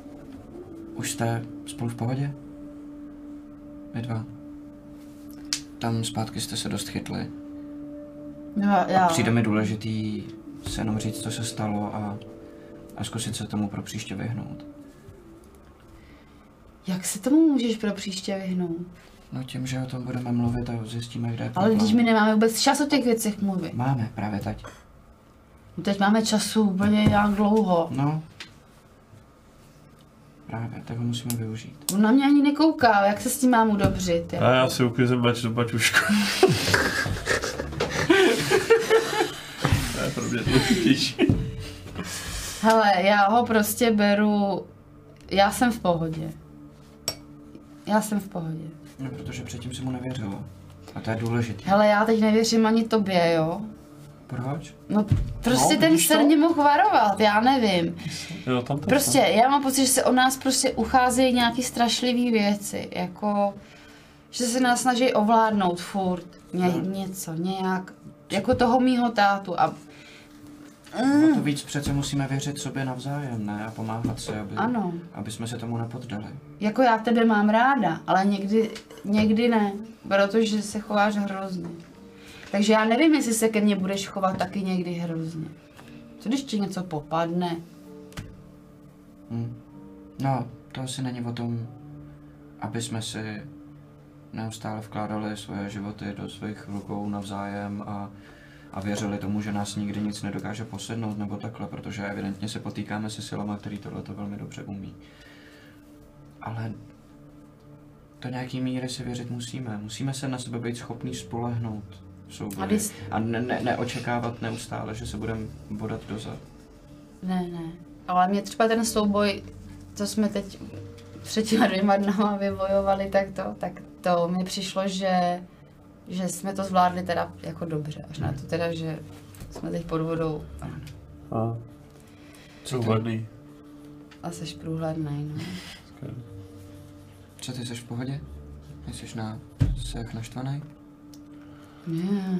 Speaker 4: Už jste spolu v pohodě? Vy dva? tam zpátky jste se dost chytli.
Speaker 2: No, já.
Speaker 4: Přijde mi důležitý se jenom říct, co se stalo a zkusit se tomu pro příště vyhnout.
Speaker 2: Jak se tomu můžeš pro příště vyhnout?
Speaker 4: No tím, že o tom budeme mluvit a zjistíme, kde je
Speaker 2: Ale
Speaker 4: problém.
Speaker 2: když my nemáme vůbec čas o těch věcech mluvit.
Speaker 4: Máme, právě teď.
Speaker 2: No teď máme času úplně nějak dlouho.
Speaker 4: No. Právě, tak ho musíme využít.
Speaker 2: On na mě ani nekouká, jak se s tím mám udobřit.
Speaker 5: A já si uklizím meč do baťušku. To je pro mě důležitější.
Speaker 2: Hele, já ho prostě beru, já jsem v pohodě. Já jsem v pohodě.
Speaker 4: No, protože předtím si mu nevěřila. A to je důležité.
Speaker 2: Hele, já teď nevěřím ani tobě, jo?
Speaker 4: Proč?
Speaker 2: No, prostě
Speaker 5: No,
Speaker 2: ten
Speaker 5: vidíš to?
Speaker 2: sen mě mohl varovat, já nevím.
Speaker 5: Jo, tam to
Speaker 2: Prostě, já mám pocit, že se o nás prostě ucházejí nějaký strašlivý věci, jako, že se nás snaží ovládnout furt, něco, nějak, jako toho mýho tátu a...
Speaker 4: No to víc přece musíme věřit sobě navzájem, ne? A pomáhat si,
Speaker 2: Ano.
Speaker 4: aby jsme se tomu nepoddali.
Speaker 2: Jako já tebe mám ráda, ale někdy ne, protože se chováš hrozně. Takže já nevím, jestli se ke mně budeš chovat taky někdy hrozně. Co když ti něco popadne?
Speaker 4: No, to asi není o tom, aby jsme si neustále vkládali svoje životy do svých rukou navzájem a věřili tomu, že nás nikdy nic nedokáže posednout nebo takhle, protože evidentně se potýkáme se silama, který tohle to velmi dobře umí. Ale do nějaký míry si věřit musíme. Musíme se na sebe být schopní spolehnout v souboji a neočekávat neustále, že se budeme bodat dozad.
Speaker 2: Ne. Ale mě třeba ten souboj, co jsme teď před těma 2 dnama vybojovali, tak to mi přišlo, že jsme to zvládli teda jako dobře. Až na to teda, že jsme teď pod vodou.
Speaker 5: A průhledný.
Speaker 2: A seš průhlednej, no.
Speaker 4: Co ty, jsi v pohodě? Jsi jak naštvaný?
Speaker 2: Ne.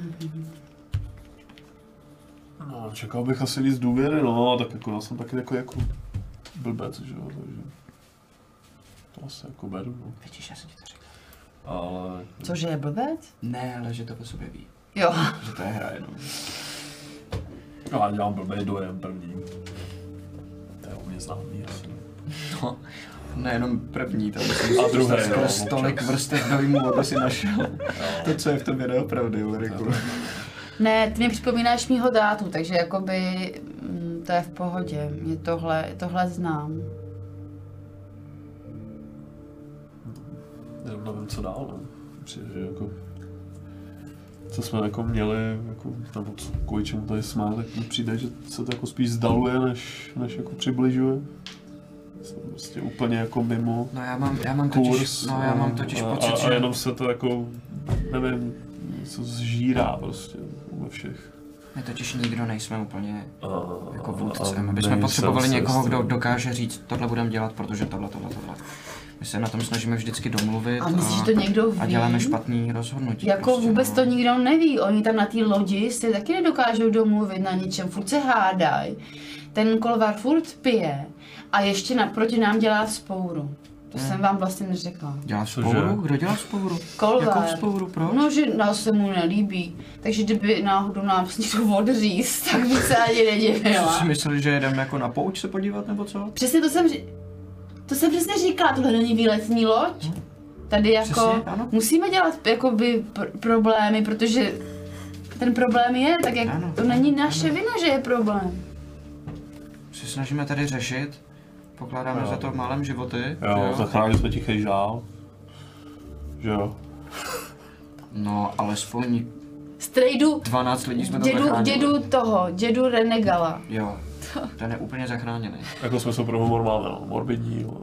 Speaker 5: No, čekal bych asi víc důvěry, no, tak jako já jsem taky jako blbec, že jo, takže to asi jako beru, no.
Speaker 4: Vidíš, já jsem ti to řekl.
Speaker 5: Ale...
Speaker 2: Cože je blbec?
Speaker 4: Ne, ale že to o sobě ví.
Speaker 2: Jo.
Speaker 4: Že to je hra jenom.
Speaker 5: No, já dělám blbej dojem první. To je u mě známý asi.
Speaker 4: No, nejenom první, tam myslím,
Speaker 5: A druhé,
Speaker 4: že
Speaker 5: jo,
Speaker 4: tolik vrstev dojmů, aby si našel. To, co je v tobě neopravdy, Ulriku.
Speaker 2: Ne, ty mi připomínáš mýho tátu, takže jakoby to je v pohodě. Mě tohle znám.
Speaker 5: Já nevím, co dál, no. Přijde, že jako... Co jsme jako měli, jako, nebo co, kvůli čemu tady jsme, tak mi přijde, že se to jako spíš zdaluje, než jako přibližuje. Jsme prostě úplně jako mimo
Speaker 4: No já mám totiž pocit,
Speaker 5: a jenom se to jako, nevím, něco zžírá prostě ve všech.
Speaker 4: My totiž nikdo nejsme úplně jako vůdcem,
Speaker 5: a
Speaker 4: aby jsme
Speaker 5: nejsem
Speaker 4: potřebovali
Speaker 5: se
Speaker 4: někoho,
Speaker 5: s
Speaker 4: kdo
Speaker 5: tím.
Speaker 4: dokáže říct, tohle budeme dělat, protože tohle. My se na tom snažíme vždycky domluvit
Speaker 2: A myslíš, že to někdo ví?
Speaker 4: a děláme špatný rozhodnutí.
Speaker 2: Jako
Speaker 4: prostě,
Speaker 2: vůbec
Speaker 4: no.
Speaker 2: to nikdo neví, oni tam na té lodi si taky nedokážou domluvit na ničem, furt se hádají. Ten Kolvar furt pije a ještě naproti nám dělá vzpouru. To jsem vám vlastně neřekla.
Speaker 4: Dělá
Speaker 5: Cože?
Speaker 4: vzpouru? Kdo dělá vzpouru?
Speaker 2: Kolvar.
Speaker 4: Jakou vzpouru, proč?
Speaker 2: No, že nás se mu nelíbí, takže kdyby náhodou nás někdo odříz, tak bych se ani
Speaker 4: Co
Speaker 2: nedivila.
Speaker 4: si mysleli, že jedeme jako na pouť se podívat, nebo co?
Speaker 2: Přesně to jsem přesně říkala, tohle není výletní loď. Tady jako
Speaker 4: Přesně, ano.
Speaker 2: musíme dělat jakoby problémy, protože ten problém je, tak jak
Speaker 4: Ano,
Speaker 2: to není naše vina, že je problém.
Speaker 4: Se snažíme tady řešit, pokládáme
Speaker 5: Jo.
Speaker 4: za to málem životy.
Speaker 5: Jo, zachránili jsme tichý žál. Že jo.
Speaker 4: No, alespoň
Speaker 2: Strejdu
Speaker 4: 12 lidí jsme to zachránili.
Speaker 2: dědu Renegala.
Speaker 4: Jo, ten je úplně zachráněný.
Speaker 5: Jako jsme se opravdu normálně, no, morbidní, no.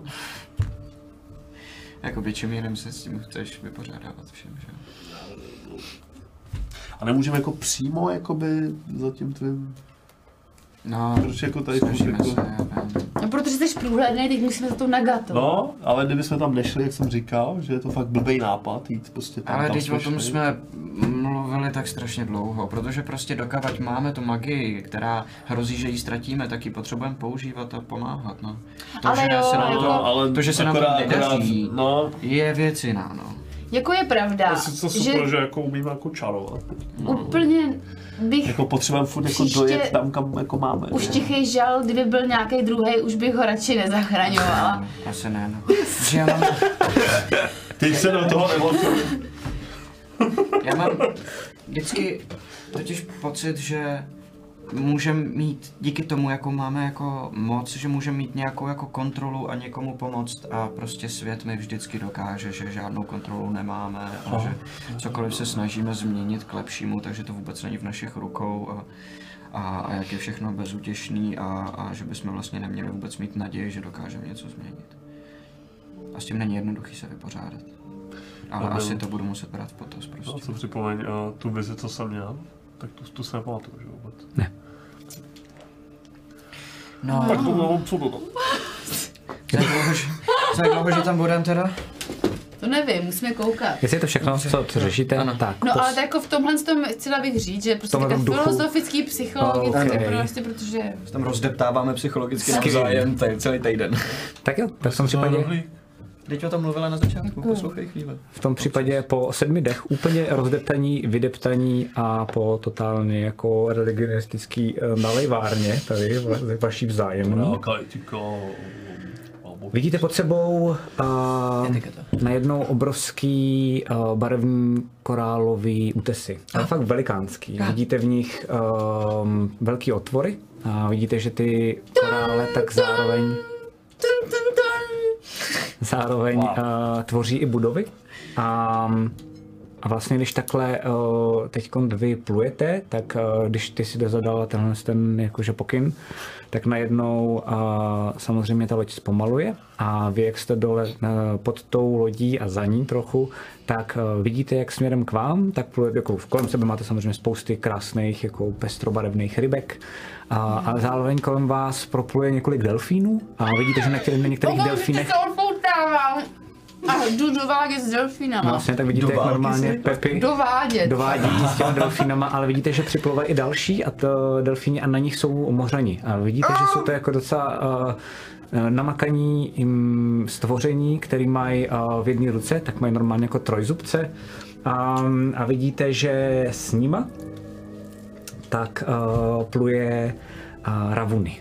Speaker 4: Jakoby čím jiným se s tím chceš vypořádávat všem, že jo?
Speaker 5: A nemůžeme jako přímo jakoby za tím tvým...
Speaker 4: No,
Speaker 5: Proč jako tady
Speaker 4: snažíme
Speaker 5: jako...
Speaker 4: se, já vím.
Speaker 2: No, protože jsi průhlednej, teď musíme za to nagato.
Speaker 5: No, ale kdybychom tam nešli, jak jsem říkal, že je to fakt blbej nápad jít prostě tam,
Speaker 4: Ale
Speaker 5: tam
Speaker 4: teď o tom
Speaker 5: šli.
Speaker 4: jsme mluvili tak strašně dlouho, protože prostě dokavať máme tu magii, která hrozí, že ji ztratíme, tak ji potřebujeme používat a pomáhat, no. To,
Speaker 2: Ale
Speaker 4: že
Speaker 2: jo,
Speaker 4: se nám
Speaker 2: jako-
Speaker 4: to,
Speaker 5: ale
Speaker 4: to, že se nám to
Speaker 5: akorát,
Speaker 4: nedaří,
Speaker 5: no,
Speaker 4: je věc jiná, no.
Speaker 2: Jako je pravda,
Speaker 5: Asi co super, že jako umíme jako čarovat.
Speaker 2: Úplně bych
Speaker 5: Jako potřebujeme furt jako
Speaker 2: příště
Speaker 5: dojet tam, kam jako máme.
Speaker 2: už tichý žal, kdyby byl nějaký druhý, už bych ho radši nezachraňovala.
Speaker 4: Asi ne, no. Že já mám...
Speaker 5: Ty se do toho nemohl.
Speaker 4: Já mám vždycky totiž pocit, že můžeme mít, díky tomu, jako máme jako moc, že můžeme mít nějakou jako kontrolu a někomu pomoct a prostě svět mi vždycky dokáže, že žádnou kontrolu nemáme a že cokoliv se snažíme změnit k lepšímu, takže to vůbec není v našich rukou a jak je všechno bezútěšný a že bychom vlastně neměli vůbec mít naději, že dokážeme něco změnit. A s tím není jednoduchý se vypořádat. Ale asi to budu muset brát v potaz prostě.
Speaker 5: No, co připomeň, tu vizi, co jsem měl, tak tu se nepamatuju, že vůbec.
Speaker 1: Ne.
Speaker 4: No,
Speaker 5: Tak to bylo co to?
Speaker 4: za jak dlouho, že tam budem teda?
Speaker 2: To nevím, musíme koukat.
Speaker 1: Jestli je to všechno, co řešíte,
Speaker 4: Ano.
Speaker 1: tak
Speaker 2: No ale tak jako v tomhle tom chtěla bych říct, že prostě
Speaker 1: tomhle
Speaker 2: tak
Speaker 1: duchu.
Speaker 2: filozofický, psychologický,
Speaker 1: Okay.
Speaker 2: prostě protože...
Speaker 4: Tam rozdeptáváme psychologicky
Speaker 1: Skvělý.
Speaker 4: navzájem celý týden.
Speaker 1: tak jo, tak v tom případě,
Speaker 4: Teď o tom mluvila na začátku, poslouchej chvíli.
Speaker 1: v tom případě po 7 dech úplně rozdeptaní, vydeptaní a po totálně jako religionistický nalejvárně tady vaší vzájemný. Vidíte pod sebou najednou obrovský barevný korálový útesy. Ale fakt velikánský. Vidíte v nich velký otvory a vidíte, že ty korále tak zároveň tvoří i budovy. A vlastně, když takhle teďkon vy plujete, tak když ty si dozadala tenhle ten jakože pokyn, tak najednou samozřejmě ta loď zpomaluje a vy, jak jste dole pod tou lodí a za ní trochu, tak vidíte, jak směrem k vám, tak jako kolem sebe máte samozřejmě spousty krásných jako pestrobarevných rybek a zároveň kolem vás propluje několik delfínů a vidíte, že na některých delfínech
Speaker 2: A jdu dovádět s delfínama.
Speaker 1: vlastně tak vidíte, jak normálně Pepi dovádí s těmi delfínama, ale vidíte, že připlouvají i další a to delfíni a na nich jsou mořani. A vidíte, že jsou to jako docela namakaní stvoření, který mají v jedné ruce, tak mají normálně jako trojzubce. A vidíte, že s nima tak pluje Ravuny.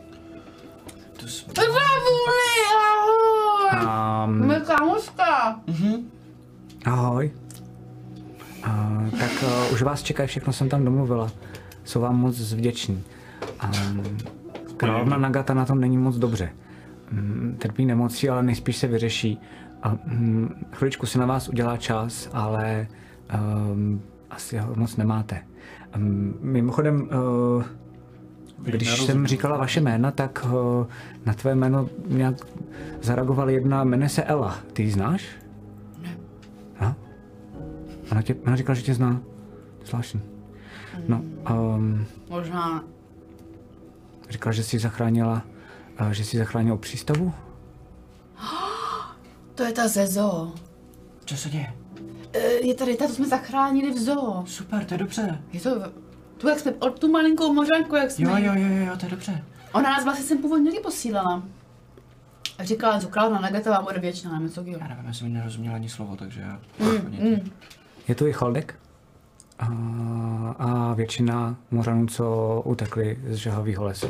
Speaker 2: Moje kámoška.
Speaker 1: Ahoj. Tak už vás čekají, všechno jsem tam domluvila. Jsou vám moc vděční. Královna Nagata na tom není moc dobře. Trpí nemocí, ale nejspíš se vyřeší. Chviličku si na vás udělá čas, ale asi ho moc nemáte. Mimochodem, když jsem říkala vaše jména, tak na tvé jméno nějak zareagovala jedna, jmenuje se Ela. Ty ji znáš?
Speaker 2: Ne.
Speaker 1: No? Ona říkala, že tě zná. Zvláštní. No,
Speaker 2: Možná.
Speaker 1: Říkala, že jsi zachránila, přístavu?
Speaker 2: To je ta ze zoo.
Speaker 4: Co se děje?
Speaker 2: Je tady ta, to jsme zachránili v zoo.
Speaker 4: Super, to je dobře.
Speaker 2: Je to tu, jak jsme, tu malinkou mořanku, jak jsme.
Speaker 4: Jo, to je dobře.
Speaker 2: Ona nás vlastně sem původně posílala. A říkala, že královna Nagatová bude věčná, nebo co
Speaker 4: Já nevím, já jsem jí nerozuměla ani slovo, takže já...
Speaker 1: Je tu i Chaldek a většina mořanů, co utekli z žahavého lesu.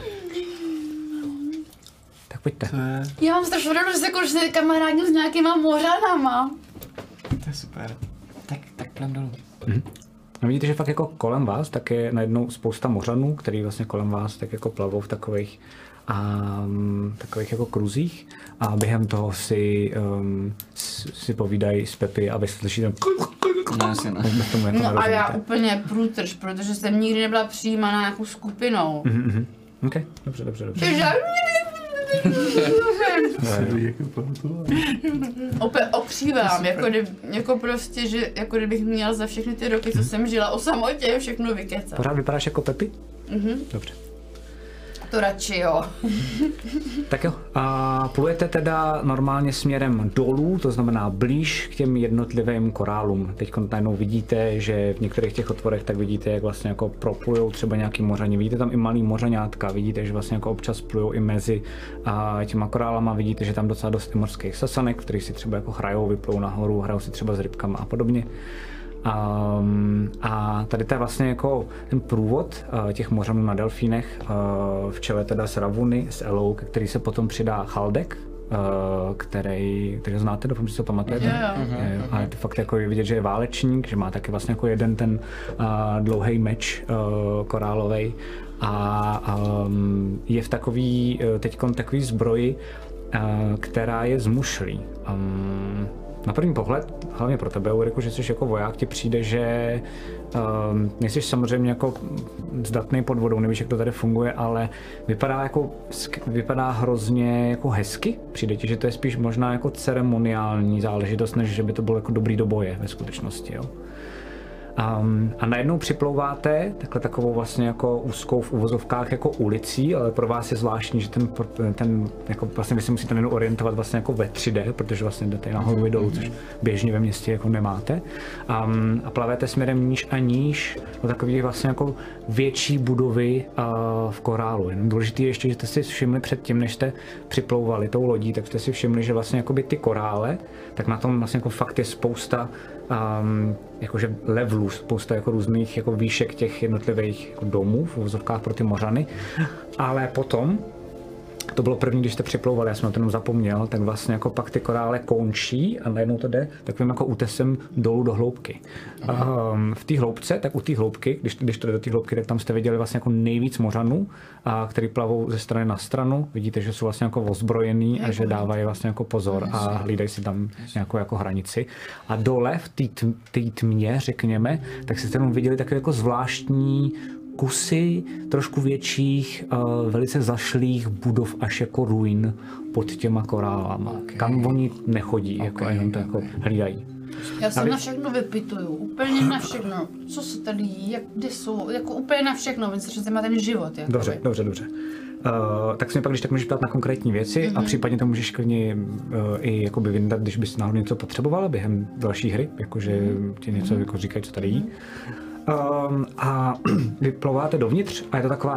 Speaker 1: Tak pojďte.
Speaker 2: Já mám strašnou radost, jako, že se kamarádím s nějakýma mořanama.
Speaker 4: To je super. Tak plem dolů.
Speaker 1: No vidíte, že fakt jako kolem vás tak je najednou spousta mořanů, který vlastně kolem vás tak jako plavou v takových jako kruzích a během toho si povídají s Pepi a vy slyšíte
Speaker 2: No a já úplně průtrž, protože jsem nikdy nebyla přijímána nějakou skupinou.
Speaker 1: Ok, dobře.
Speaker 2: Opět okřívám, jako prostě, že jako kdybych měla za všechny ty roky, co jsem žila o samotě, všechno vykecat.
Speaker 1: Pořád vypadáš jako Pepi? Dobře.
Speaker 2: to radši jo.
Speaker 1: Tak jo, a plujete teda normálně směrem dolů, to znamená blíž k těm jednotlivým korálům. Teď najednou vidíte, že v některých těch otvorech tak vidíte, jak vlastně jako proplujou třeba nějaký mořani. Vidíte tam i malý mořaňátka, vidíte, že vlastně jako občas plujou i mezi těma korálama, vidíte, že tam docela dost mořských sasanek, který si třeba jako hrajou, vyplou nahoru, hrajou si třeba s rybkama a podobně. A tady to je vlastně jako ten průvod těch mořanů na delfínech, v čele teda s Ravuny, s Elou, ke který se potom přidá Chaldek, který znáte, doufám, že si to pamatujete.
Speaker 2: Jo.
Speaker 1: A je to fakt jako vidět, že je válečník, že má taky vlastně jako jeden ten dlouhý meč korálovej a je v takový, teďkon takový zbroji, která je z mušlí. Na první pohled, hlavně pro tebe, Ulriku, že jsi jako voják, ti přijde, že nejsi samozřejmě jako zdatný pod vodou, nevíš, jak to tady funguje, ale vypadá hrozně jako hezky. Přijde ti, že to je spíš možná jako ceremoniální záležitost, než že by to bylo jako dobrý do boje ve skutečnosti. Jo? A najednou připlouváte takovou vlastně jako úzkou v uvozovkách jako ulicí, ale pro vás je zvláštní, že ten jako vlastně vy si musíte najednou orientovat vlastně jako ve 3D, protože vlastně jdete nahoru i dolů, což běžně ve městě jako nemáte. A plavete směrem níž a níž do takové vlastně jako větší budovy v korálu. Jenom důležité je ještě, že jste si všimli předtím, než jste připlouvali tou lodí, tak jste si všimli, že vlastně jakoby ty korále, tak na tom vlastně jako fakt je spousta jakože levelů, spousta jako různých jako výšek těch jednotlivých jako domů v uvozovkách pro ty mořany, ale potom to bylo první, když jste připlouvali, já jsem na to jenom zapomněl, tak vlastně jako pak ty korále končí a najednou to jde takovým jako útesem dolů do hloubky. V té hloubce, tak u té hloubky, když to jde do té hloubky, tak tam jste viděli vlastně jako nejvíc mořanů, který plavou ze strany na stranu. Vidíte, že jsou vlastně jako ozbrojení a že dávají vlastně jako pozor a hlídají si tam nějakou jako hranici. A dole v té tmě, řekněme, tak jste tam viděli takové jako zvláštní kusy trošku větších, velice zašlých budov až jako ruin pod těma korálama. Okay. Kam oni nechodí, jako jenom to jako hlídají.
Speaker 2: Já se na všechno vypituju, úplně na všechno. Co se tady jí, kde jsou, jako úplně na všechno, więc se má ten život. Jako
Speaker 1: Dobře. Tak se mi pak, když tak můžeš ptát na konkrétní věci a případně to můžeš klidně i jakoby vyndat, když bys náhodou něco potřebovala během další hry, jakože ti něco jako říkají, co tady jí. A vyplouváte dovnitř a je to taková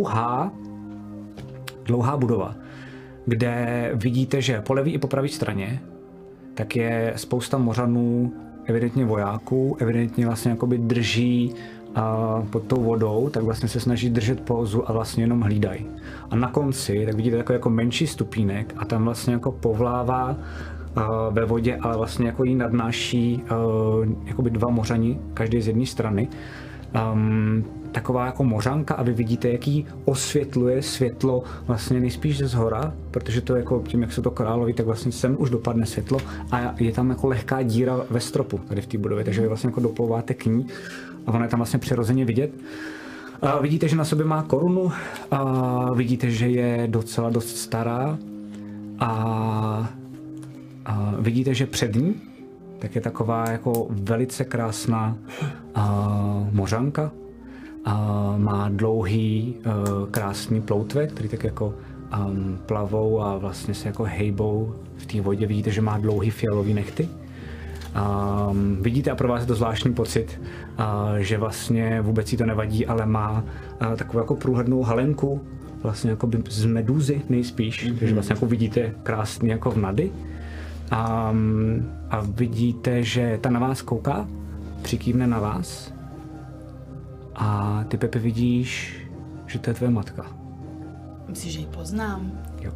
Speaker 1: dlouhá budova, kde vidíte, že po levé i po pravé straně tak je spousta mořanů, evidentně vojáků, evidentně vlastně jakoby drží pod tou vodou, tak vlastně se snaží držet pózu a vlastně jenom hlídají. A na konci tak vidíte takový jako menší stupínek a tam vlastně jako povlává ve vodě, ale vlastně jako jí nadnáší jakoby dva mořani, každý z jedné strany. Taková jako mořanka a vy vidíte, jaký osvětluje světlo vlastně nejspíš ze zhora, protože to jako tím, jak se to koráloví, tak vlastně sem už dopadne světlo a je tam jako lehká díra ve stropu tady v té budově, takže vy vlastně jako doplouváte k ní a ona je tam vlastně přirozeně vidět. Vidíte, že na sobě má korunu, vidíte, že je docela dost stará a vidíte, že před ní tak je taková jako velice krásná mořanka. Má dlouhý, krásný ploutve, který tak jako plavou a vlastně se jako hejbou v té vodě. Vidíte, že má dlouhý fialový nehty. Vidíte, a pro vás je to zvláštní pocit, že vlastně vůbec jí to nevadí, ale má takovou jako průhlednou halenku, vlastně jako z medúzy nejspíš, takže vlastně jako vidíte krásný jako vnady. A vidíte, že ta na vás kouká, přikývne na vás a ty, Pepe, vidíš, že to je tvoje matka.
Speaker 2: Myslíš, že ji poznám?
Speaker 1: Jo.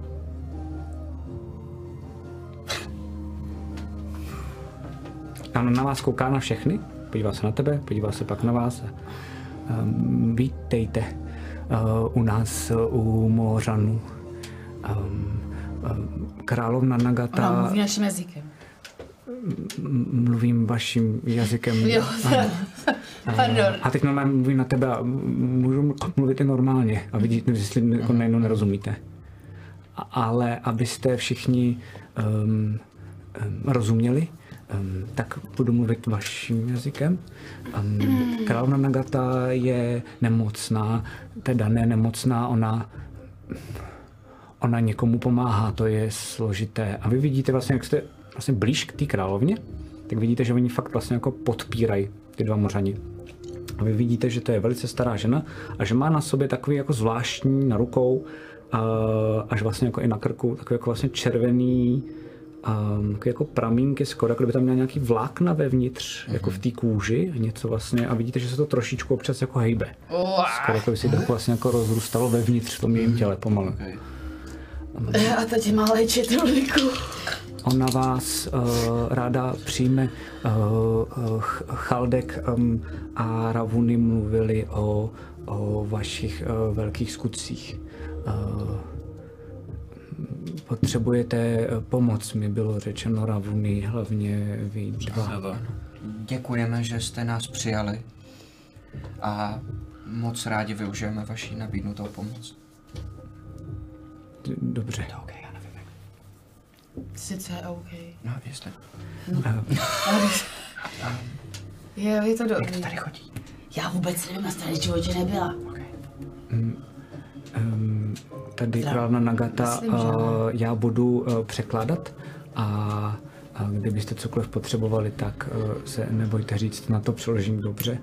Speaker 1: A ona na vás kouká na všechny, podívá se na tebe, podívá se pak na vás. Vítejte u nás u Mořanů. Královna Nagata...
Speaker 2: Ona mluví naším jazykem.
Speaker 1: Mluvím vaším jazykem.
Speaker 2: Jo, pardon.
Speaker 1: A teď normálně mluvím na tebe a můžu mluvit i normálně a vidíte, jestli jako najednou nerozumíte. Ale abyste všichni rozuměli, Tak budu mluvit vaším jazykem. Královna Nagata je nemocná, teda ne nemocná, ona někomu pomáhá, to je složité. A vy vidíte vlastně, jak jste vlastně blíž k té královně, tak vidíte, že oni fakt vlastně jako podpírají ty dva mořani. A vy vidíte, že to je velice stará žena a že má na sobě takový jako zvláštní na rukou, až vlastně jako i na krku, takový jako vlastně červený, takový jako pramínky skoro, jako kdyby tam měl nějaký vlákna vevnitř, jako v té kůži, něco vlastně, a vidíte, že se to trošičku občas jako hejbe. Skoro jako by si to vlastně jako rozrůstalo vevnitř v tom jejím těle pomalu.
Speaker 2: A teď má léčit Ruliku.
Speaker 1: Ona vás ráda přijme. Chaldek a Ravuny mluvili o vašich velkých skutcích. Potřebujete pomoc, mi bylo řečeno, Ravuny, hlavně vy dva.
Speaker 4: Děkujeme, že jste nás přijali a moc rádi využijeme vaši nabídnutou pomoc.
Speaker 1: Dobře.
Speaker 4: To OK, já nevím jak.
Speaker 2: Sice je OK.
Speaker 4: No, jestli.
Speaker 2: Je to dobrý.
Speaker 4: Jak to tady chodí?
Speaker 2: Já vůbec nevím, na staré životě nebyla.
Speaker 4: Okay.
Speaker 1: Tady královna Nagata, já budu překládat a kdybyste cokoliv potřebovali, tak se nebojte říct, na to přeložím dobře.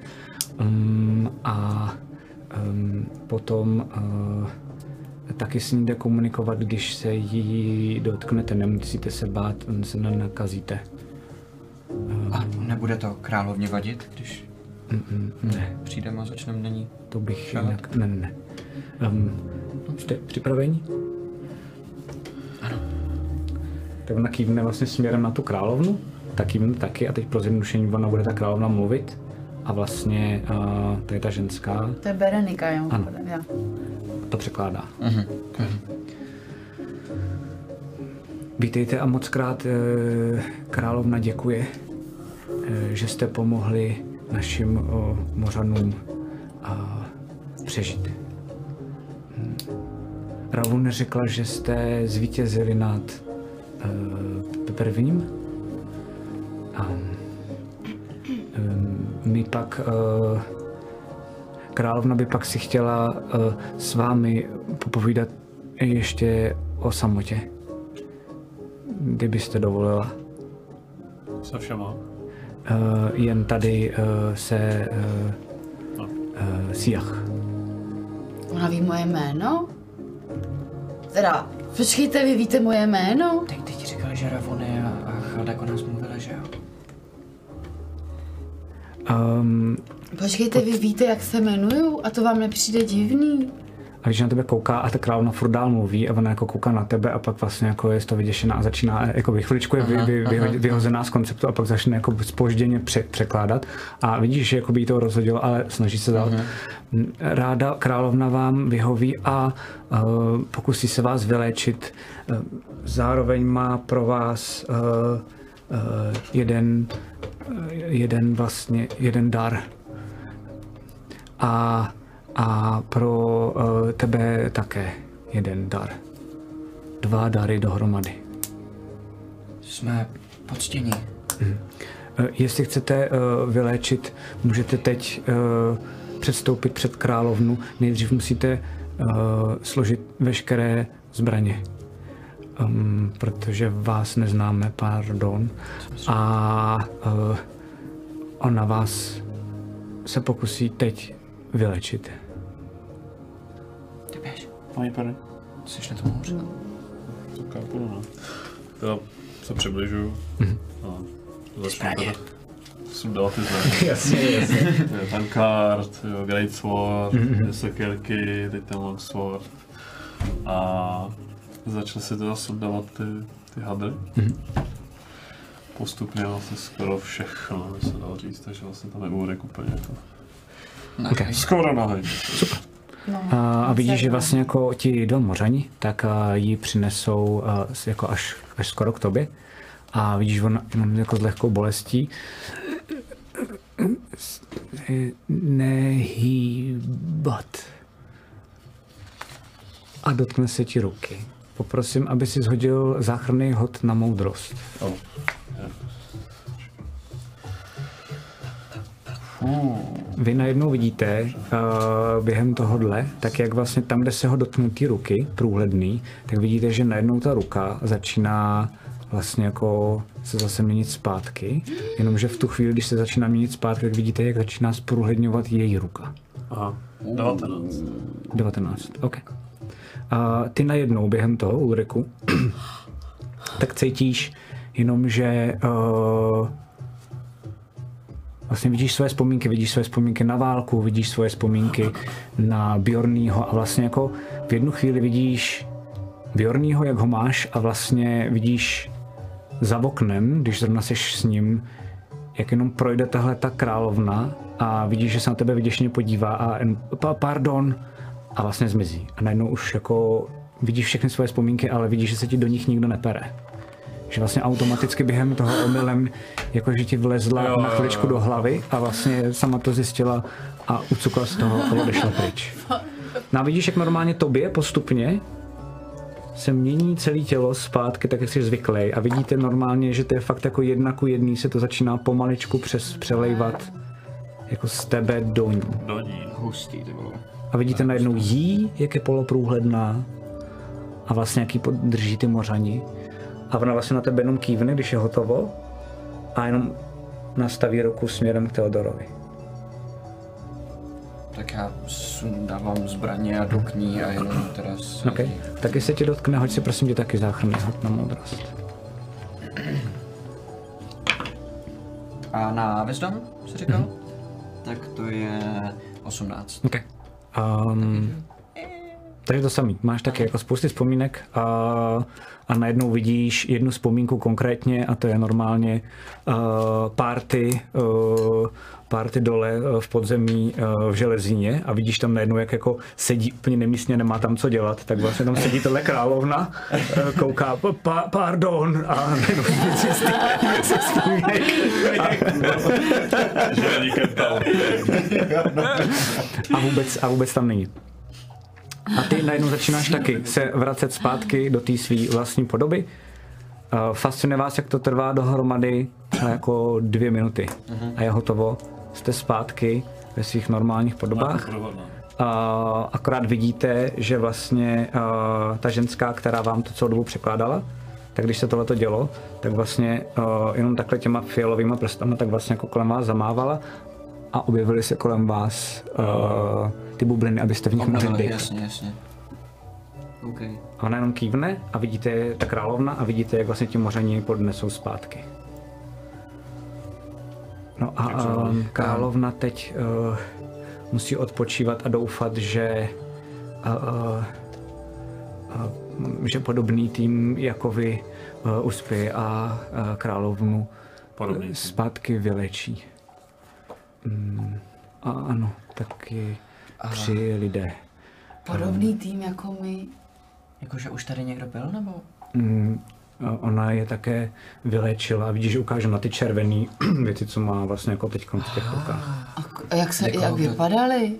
Speaker 1: Potom taky s ní jde komunikovat, když se jí dotknete, nemusíte se bát, se nenakazíte.
Speaker 4: A nebude to královně vadit, když
Speaker 1: ne.
Speaker 4: přijdeme a začneme na ní?
Speaker 1: To bych jinak... Ne. Jste připraveni?
Speaker 4: Ano.
Speaker 1: Tak ona kývne vlastně směrem na tu královnu, tak kývne taky a teď pro zjednodušení ona bude ta královna mluvit a vlastně to je ta ženská.
Speaker 2: To je Berenika, jo?
Speaker 1: Ano.
Speaker 2: Já.
Speaker 1: To překládá. Vítejte a moc krát královna děkuje, že jste pomohli našim mořanům přežít. Ravun řekla, že jste zvítězili nad prvním. My pak, královna by pak si chtěla s vámi popovídat ještě o samotě. Kdybyste dovolila.
Speaker 5: Se všema.
Speaker 1: Jen tady se Siach.
Speaker 2: Ona ví moje jméno? Teda, počkejte, vy víte moje jméno?
Speaker 4: Teď říkali, že Ravuny a Chaldek o nás mluvili, že jo?
Speaker 2: Počkejte, vy víte, jak se jmenuju? A to vám nepřijde divný?
Speaker 1: A když na tebe kouká a ta královna furt dál mluví a ona jako kouká na tebe a pak vlastně jako je z toho vyděšená a začíná, jako chviličku je vyhozená z konceptu a pak začne jako zpožděně překládat a vidíš, že jako by jí to rozhodilo, ale snaží se dál. Ráda královna vám vyhoví a pokusí se vás vyléčit. Zároveň má pro vás jeden dar. A pro tebe také jeden dar. 2 dary dohromady.
Speaker 4: Jsme poctění.
Speaker 1: Jestli chcete vyléčit, můžete teď předstoupit před královnu. Nejdřív musíte složit veškeré zbraně. Protože vás neznáme, pardon. A ona vás se pokusí teď vylečit.
Speaker 4: Ty běž.
Speaker 5: Paní Penny.
Speaker 4: Jsi na tom hůř?
Speaker 5: Tak já půjdu, no. Já se přibližuju. A začnu teda sundávat ty zbraně.
Speaker 1: Jasně.
Speaker 5: Tankard, Great Sword, sekérky, teď tam mám sword. A začal si teda sundávat ty hadry. Postupně vlastně skoro všechno, by se dalo říct, takže vlastně tam je úrek úplně jako...
Speaker 1: Okay.
Speaker 5: Skoro nahej.
Speaker 1: Super. A vidíš, že vlastně jako ti 2 mořani, tak ji přinesou jako až skoro k tobě. A vidíš, on jako s lehkou bolestí nehýbat. A dotkne se ti ruky. Poprosím, aby si shodil záchranný hod na moudrost. Vy najednou vidíte během tohodle, tak jak vlastně tam, kde se ho dotknou ty ruky, průhledný, tak vidíte, že najednou ta ruka začíná vlastně jako se zase měnit zpátky, jenomže v tu chvíli, když se začíná měnit zpátky, tak vidíte, jak začíná zprůhledňovat její ruka.
Speaker 5: Aha, 19.
Speaker 1: 19, ok. Ty najednou během toho, Ulriku, tak cítíš jenom, že vlastně vidíš své vzpomínky na válku, vidíš svoje vzpomínky na Bjornýho a vlastně jako v jednu chvíli vidíš Bjornýho, jak ho máš a vlastně vidíš za oknem, když zrovna seš s ním, jak jenom projde tahle ta královna a vidíš, že se na tebe vyděšeně podívá a pardon a vlastně zmizí. A najednou už jako vidíš všechny svoje vzpomínky, ale vidíš, že se ti do nich nikdo nepere. Že vlastně automaticky během toho omylem jakože ti vlezla na chviličku do hlavy a vlastně sama to zjistila a ucukla z toho a odešla pryč. No a vidíš, jak normálně tobě postupně se mění celé tělo zpátky, tak jak jsi zvyklý a vidíte normálně, že to je fakt jako 1:1, se to začíná pomaličku přelejvat jako z tebe do ní.
Speaker 4: Hustý, ty vole.
Speaker 1: A vidíte najednou jí, jak je poloprůhledná a vlastně jaký drží ty mořani. A ona vlastně na tebe jenom kývne, když je hotovo a jenom nastaví ruku směrem k Theodorovi.
Speaker 4: Tak já dávám zbraně a jdu k ní a jenom teda
Speaker 1: Okay. Taky se tě dotkne, hoď si prosím tě taky záchranný hod na moudrost.
Speaker 4: A na Wisdom, jsi říkal? Tak to je 18.
Speaker 1: Okay. Takže to samý. Máš taky jako spousty vzpomínek a najednou vidíš jednu vzpomínku konkrétně a to je normálně party dole v podzemí v Železíně a vidíš tam najednou, jak jako sedí úplně nemístně, nemá tam co dělat, tak vlastně tam sedí tohle královna, kouká pardon a najednou se vzpomínek. A vůbec tam není. A ty najednou začínáš taky se vracet zpátky do té své vlastní podoby. Fascinuje vás, jak to trvá dohromady jako 2 minuty. A je hotovo. Jste zpátky ve svých normálních podobách. Akorát vidíte, že vlastně ta ženská, která vám to celou dobu překládala, tak když se tohleto dělo, tak vlastně jenom takhle těma fialovýma prstama tak vlastně jako kolem vás zamávala a objevily se kolem vás ty bubliny, abyste v nich mohli dýchat.
Speaker 4: Jasně. Okay.
Speaker 1: A ona jenom kývne a vidíte ta královna a vidíte, jak vlastně ti mořani podnesou zpátky. No a královna teď musí odpočívat a doufat, že podobný tým jako vy uspěje a královnu zpátky vylečí. A ano, taky 3 lidé.
Speaker 2: Podobný tým jako my.
Speaker 4: Jakože už tady někdo byl, nebo?
Speaker 1: Ona je také vyléčila a vidíš, že ukáže na ty červené věci, co má vlastně jako teď v těch rukách.
Speaker 2: A jak vypadaly?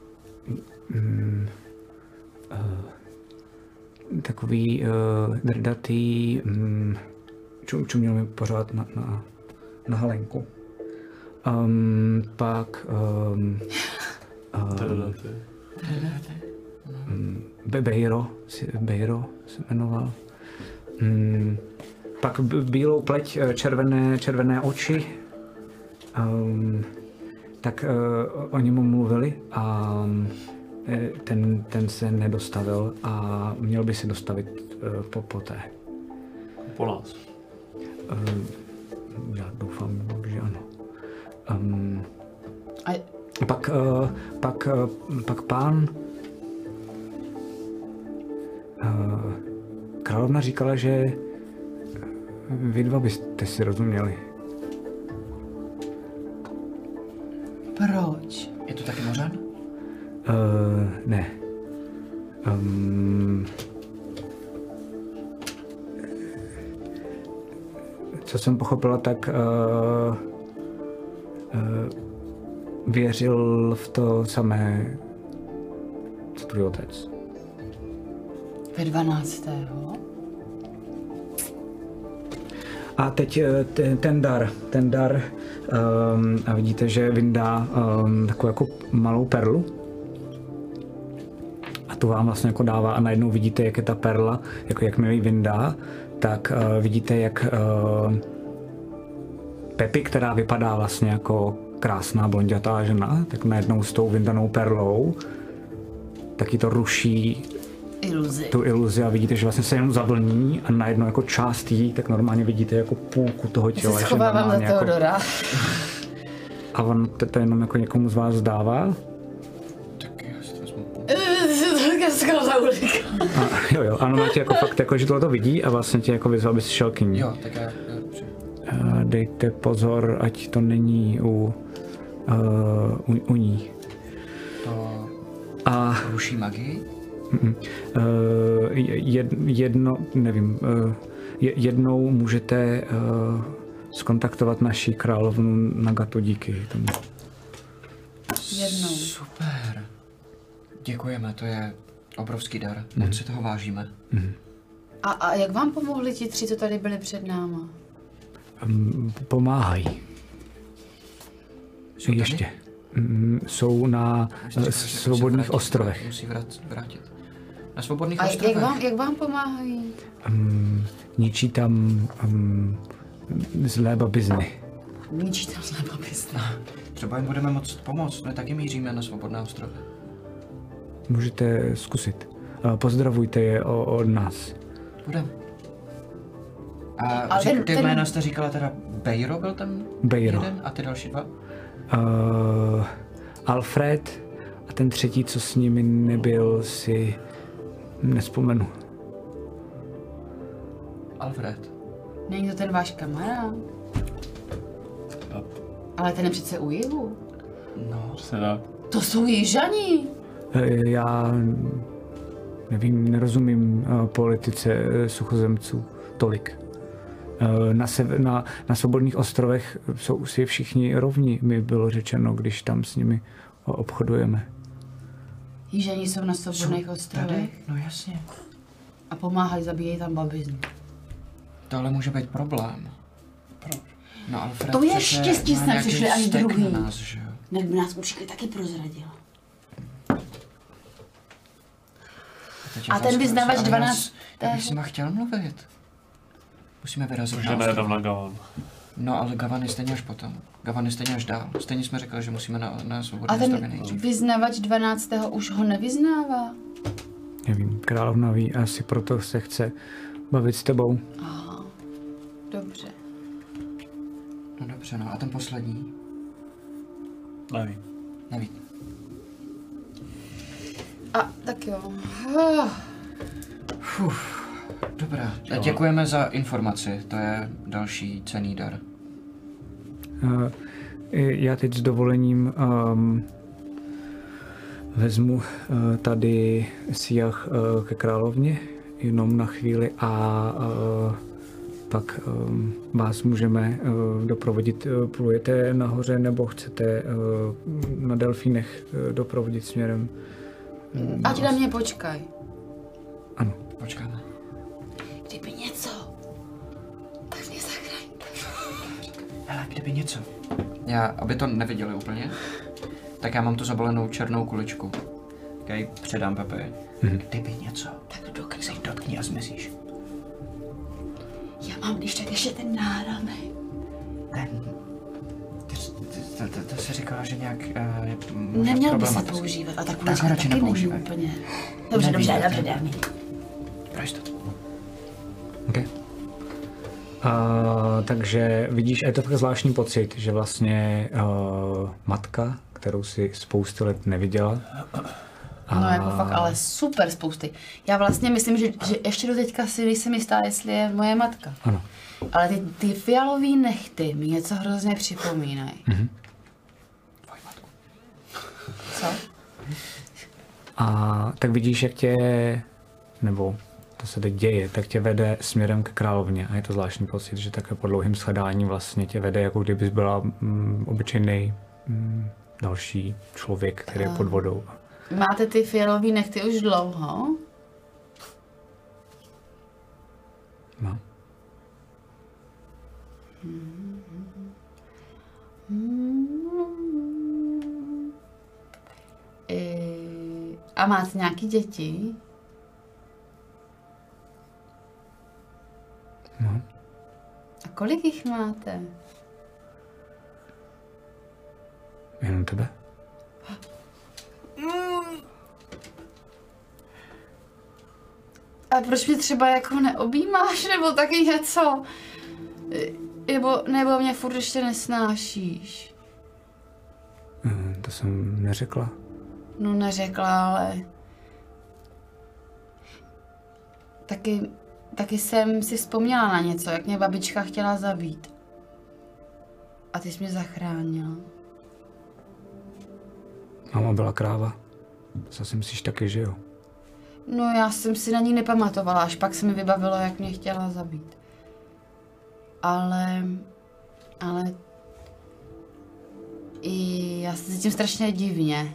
Speaker 1: Takový drdatý, čuměl mi pořád na halenku. Pak Bejro se jmenoval. Pak bílou pleť, červené oči. Tak o němu mluvili a ten se nedostavil a měl by se dostavit poté.
Speaker 5: Po nás.
Speaker 1: Já doufám, že ano. Pak pán královna říkala, že vy dva byste si rozuměli.
Speaker 2: Proč?
Speaker 4: Je to taky mořan?
Speaker 1: Ne. Co jsem pochopila, tak věřil v to samé, co tvůj otec.
Speaker 2: Ve 12.
Speaker 1: A teď ten dar a vidíte, že vyndá takovou jako malou perlu. A tu vám vlastně jako dává a najednou vidíte, jak je ta perla, jako jakmile ji vyndá, tak vidíte, jak Pepi, která vypadá vlastně jako krásná blondětá žena, tak najednou s tou vyndanou perlou taky to ruší tu iluzi a vidíte, že vlastně se jenom zavlní a najednou jako část jí, tak normálně vidíte jako půlku toho těla.
Speaker 2: Já se schovávám za Teodora.
Speaker 1: Jako, a on to jenom jako někomu z vás dává.
Speaker 4: Tak já si to vezmu půl.
Speaker 1: Jo, ano, tě jako fakt, jako, že tohle to vidí a vlastně tě jako vyzval, abys šel k ní.
Speaker 4: Jo, tak já
Speaker 1: dejte pozor, ať to není u ní.
Speaker 4: To
Speaker 1: A
Speaker 4: ruší magii?
Speaker 1: Jednou můžete skontaktovat naši královnu Nagatu díky tomu.
Speaker 2: Jednou.
Speaker 4: Super. Děkujeme, to je obrovský dar. Moc si toho vážíme.
Speaker 2: A jak vám pomohli ti 3, co tady byli před náma?
Speaker 1: Pomáhají. Ještě. Jsou na svobodných ostrovech.
Speaker 4: Musí vrátit. Na svobodných ostrovech?
Speaker 2: Jak vám pomáhají?
Speaker 1: Ničí tam zlé babizny.
Speaker 2: Ničí tam zlé babizny.
Speaker 4: Třeba jim budeme moct pomoct, my taky míříme na svobodné ostrovy.
Speaker 1: Můžete zkusit. Pozdravujte je od nás.
Speaker 4: Budem. A ty jména jste říkala teda Bejro byl ten jeden a ty další 2?
Speaker 1: Alfred a ten třetí, co s nimi nebyl, si nespomenu.
Speaker 4: Alfred.
Speaker 2: Není to ten váš kamarád? Ale ten je přece u jihu.
Speaker 4: No.
Speaker 2: To jsou jižani.
Speaker 1: Já nevím, nerozumím politice suchozemců tolik. Na svobodných ostrovech jsou si všichni rovni, mi bylo řečeno, když tam s nimi obchodujeme.
Speaker 2: Jižani jsou na svobodných ostrovech.
Speaker 4: No jasně.
Speaker 2: A pomáhají, zabíjejí tam babizny.
Speaker 4: To ale může být problém. Proč? No Alfred
Speaker 2: to je štěstí, jsme přišli až druhý.
Speaker 4: Nás, že jo?
Speaker 2: Nek by nás určitě taky prozradil. A ten vyznavač 12.
Speaker 4: Já bych s nima chtěl mluvit. Musíme vyrazit.
Speaker 5: Už nejedem na Gavan.
Speaker 4: No ale Gavan je stejně až potom. Gavan je stejně až dál. Stejně jsme řekli, že musíme na svobodné
Speaker 2: ostrovy
Speaker 4: nejdřív.
Speaker 2: A ten vyznavač 12. už ho nevyznává?
Speaker 1: Nevím, královna ví, asi proto se chce bavit s tebou.
Speaker 2: Aha, dobře.
Speaker 4: No dobře, no a ten poslední? Nevím.
Speaker 2: A tak jo.
Speaker 4: Dobrá, děkujeme za informaci, to je další cenný dar.
Speaker 1: Já teď s dovolením vezmu tady Siach ke královně, jenom na chvíli a pak vás můžeme doprovodit. Plujete nahoře nebo chcete na delfínech doprovodit směrem?
Speaker 2: Ať na mě počkaj.
Speaker 1: Ano.
Speaker 4: Počkáme.
Speaker 2: Kdyby něco, tak mě zachraň.
Speaker 4: Hele, kdyby něco. Aby to neviděli úplně, tak já mám tu zabalenou černou kuličku. Okay, předám Pepe. Kdyby něco, tak se jí dotkni a zmizíš.
Speaker 2: Já mám když tak ještě ten náramek.
Speaker 4: To se říkala, že nějak
Speaker 2: neměl by se používat, a tak kulička taky není úplně. Dobře, dám mi.
Speaker 4: Proč to?
Speaker 1: Okay. Takže vidíš, je to takový zvláštní pocit, že vlastně matka, kterou si spoustu let neviděla.
Speaker 2: No jako fakt, ale super spousty. Já vlastně myslím, že ještě do teďka si nejsem jistá, jestli je moje matka.
Speaker 1: Ano.
Speaker 2: Ale ty fialový nechty mi něco hrozně připomínají.
Speaker 4: Tvoji matku.
Speaker 2: Co?
Speaker 1: A tak vidíš, jak tě, nebo to se teď děje, tak tě vede směrem k královně. A je to zvláštní pocit, že takhle po dlouhém shledání vlastně tě vede, jako kdybys byla obyčejný další člověk, který je pod vodou.
Speaker 2: Máte ty fialový nechty už dlouho?
Speaker 1: No.
Speaker 2: A máte nějaký děti?
Speaker 1: No.
Speaker 2: A kolik jich máte?
Speaker 1: Jenom tebe?
Speaker 2: A proč mě třeba jako neobjímáš, nebo taky něco? Nebo mě furt ještě nesnášíš?
Speaker 1: To jsem neřekla.
Speaker 2: No neřekla, ale... Taky jsem si vzpomněla na něco, jak mě babička chtěla zabít. A ty jsi mě zachránila.
Speaker 1: Máma byla kráva. Zase myslíš taky, že jo?
Speaker 2: No já jsem si na ní nepamatovala, až pak se mi vybavilo, jak mě chtěla zabít. Ale i já se cítím strašně divně.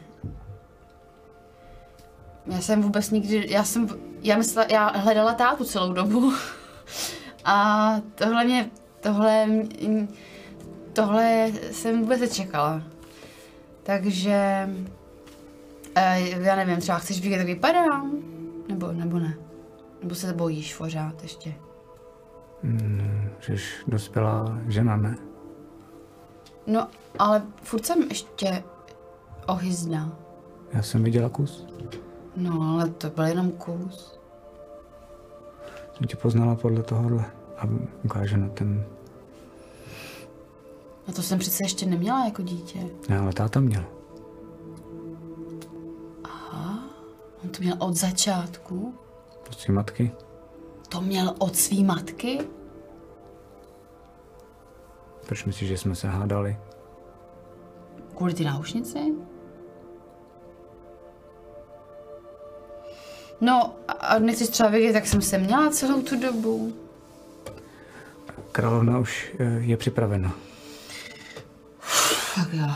Speaker 2: Já jsem vůbec nikdy, já hledala tátu celou dobu. A tohle jsem vůbec nečekala. Takže já nevím, třeba chceš vidět, jak vypadám? Nebo ne? Nebo se bojíš pořád ještě?
Speaker 1: Jsi dospělá žena, ne?
Speaker 2: No, ale furt jsem ještě ohyzná.
Speaker 1: Já jsem viděla kus.
Speaker 2: No, ale to byl jenom kus.
Speaker 1: Jsem tě poznala podle tohohle a ukážu na ten...
Speaker 2: A to jsem přece ještě neměla jako dítě.
Speaker 1: Ne, ale táta měl.
Speaker 2: Aha, on to měl od začátku.
Speaker 1: Od svý matky.
Speaker 2: To měl od svý matky?
Speaker 1: Proč myslíš, že jsme se hádali?
Speaker 2: Kvůli ty náušnici? No, a nechceš třeba vědět, jak jsem se měla celou tu dobu?
Speaker 1: Královna už je připravena.
Speaker 2: Tak jo.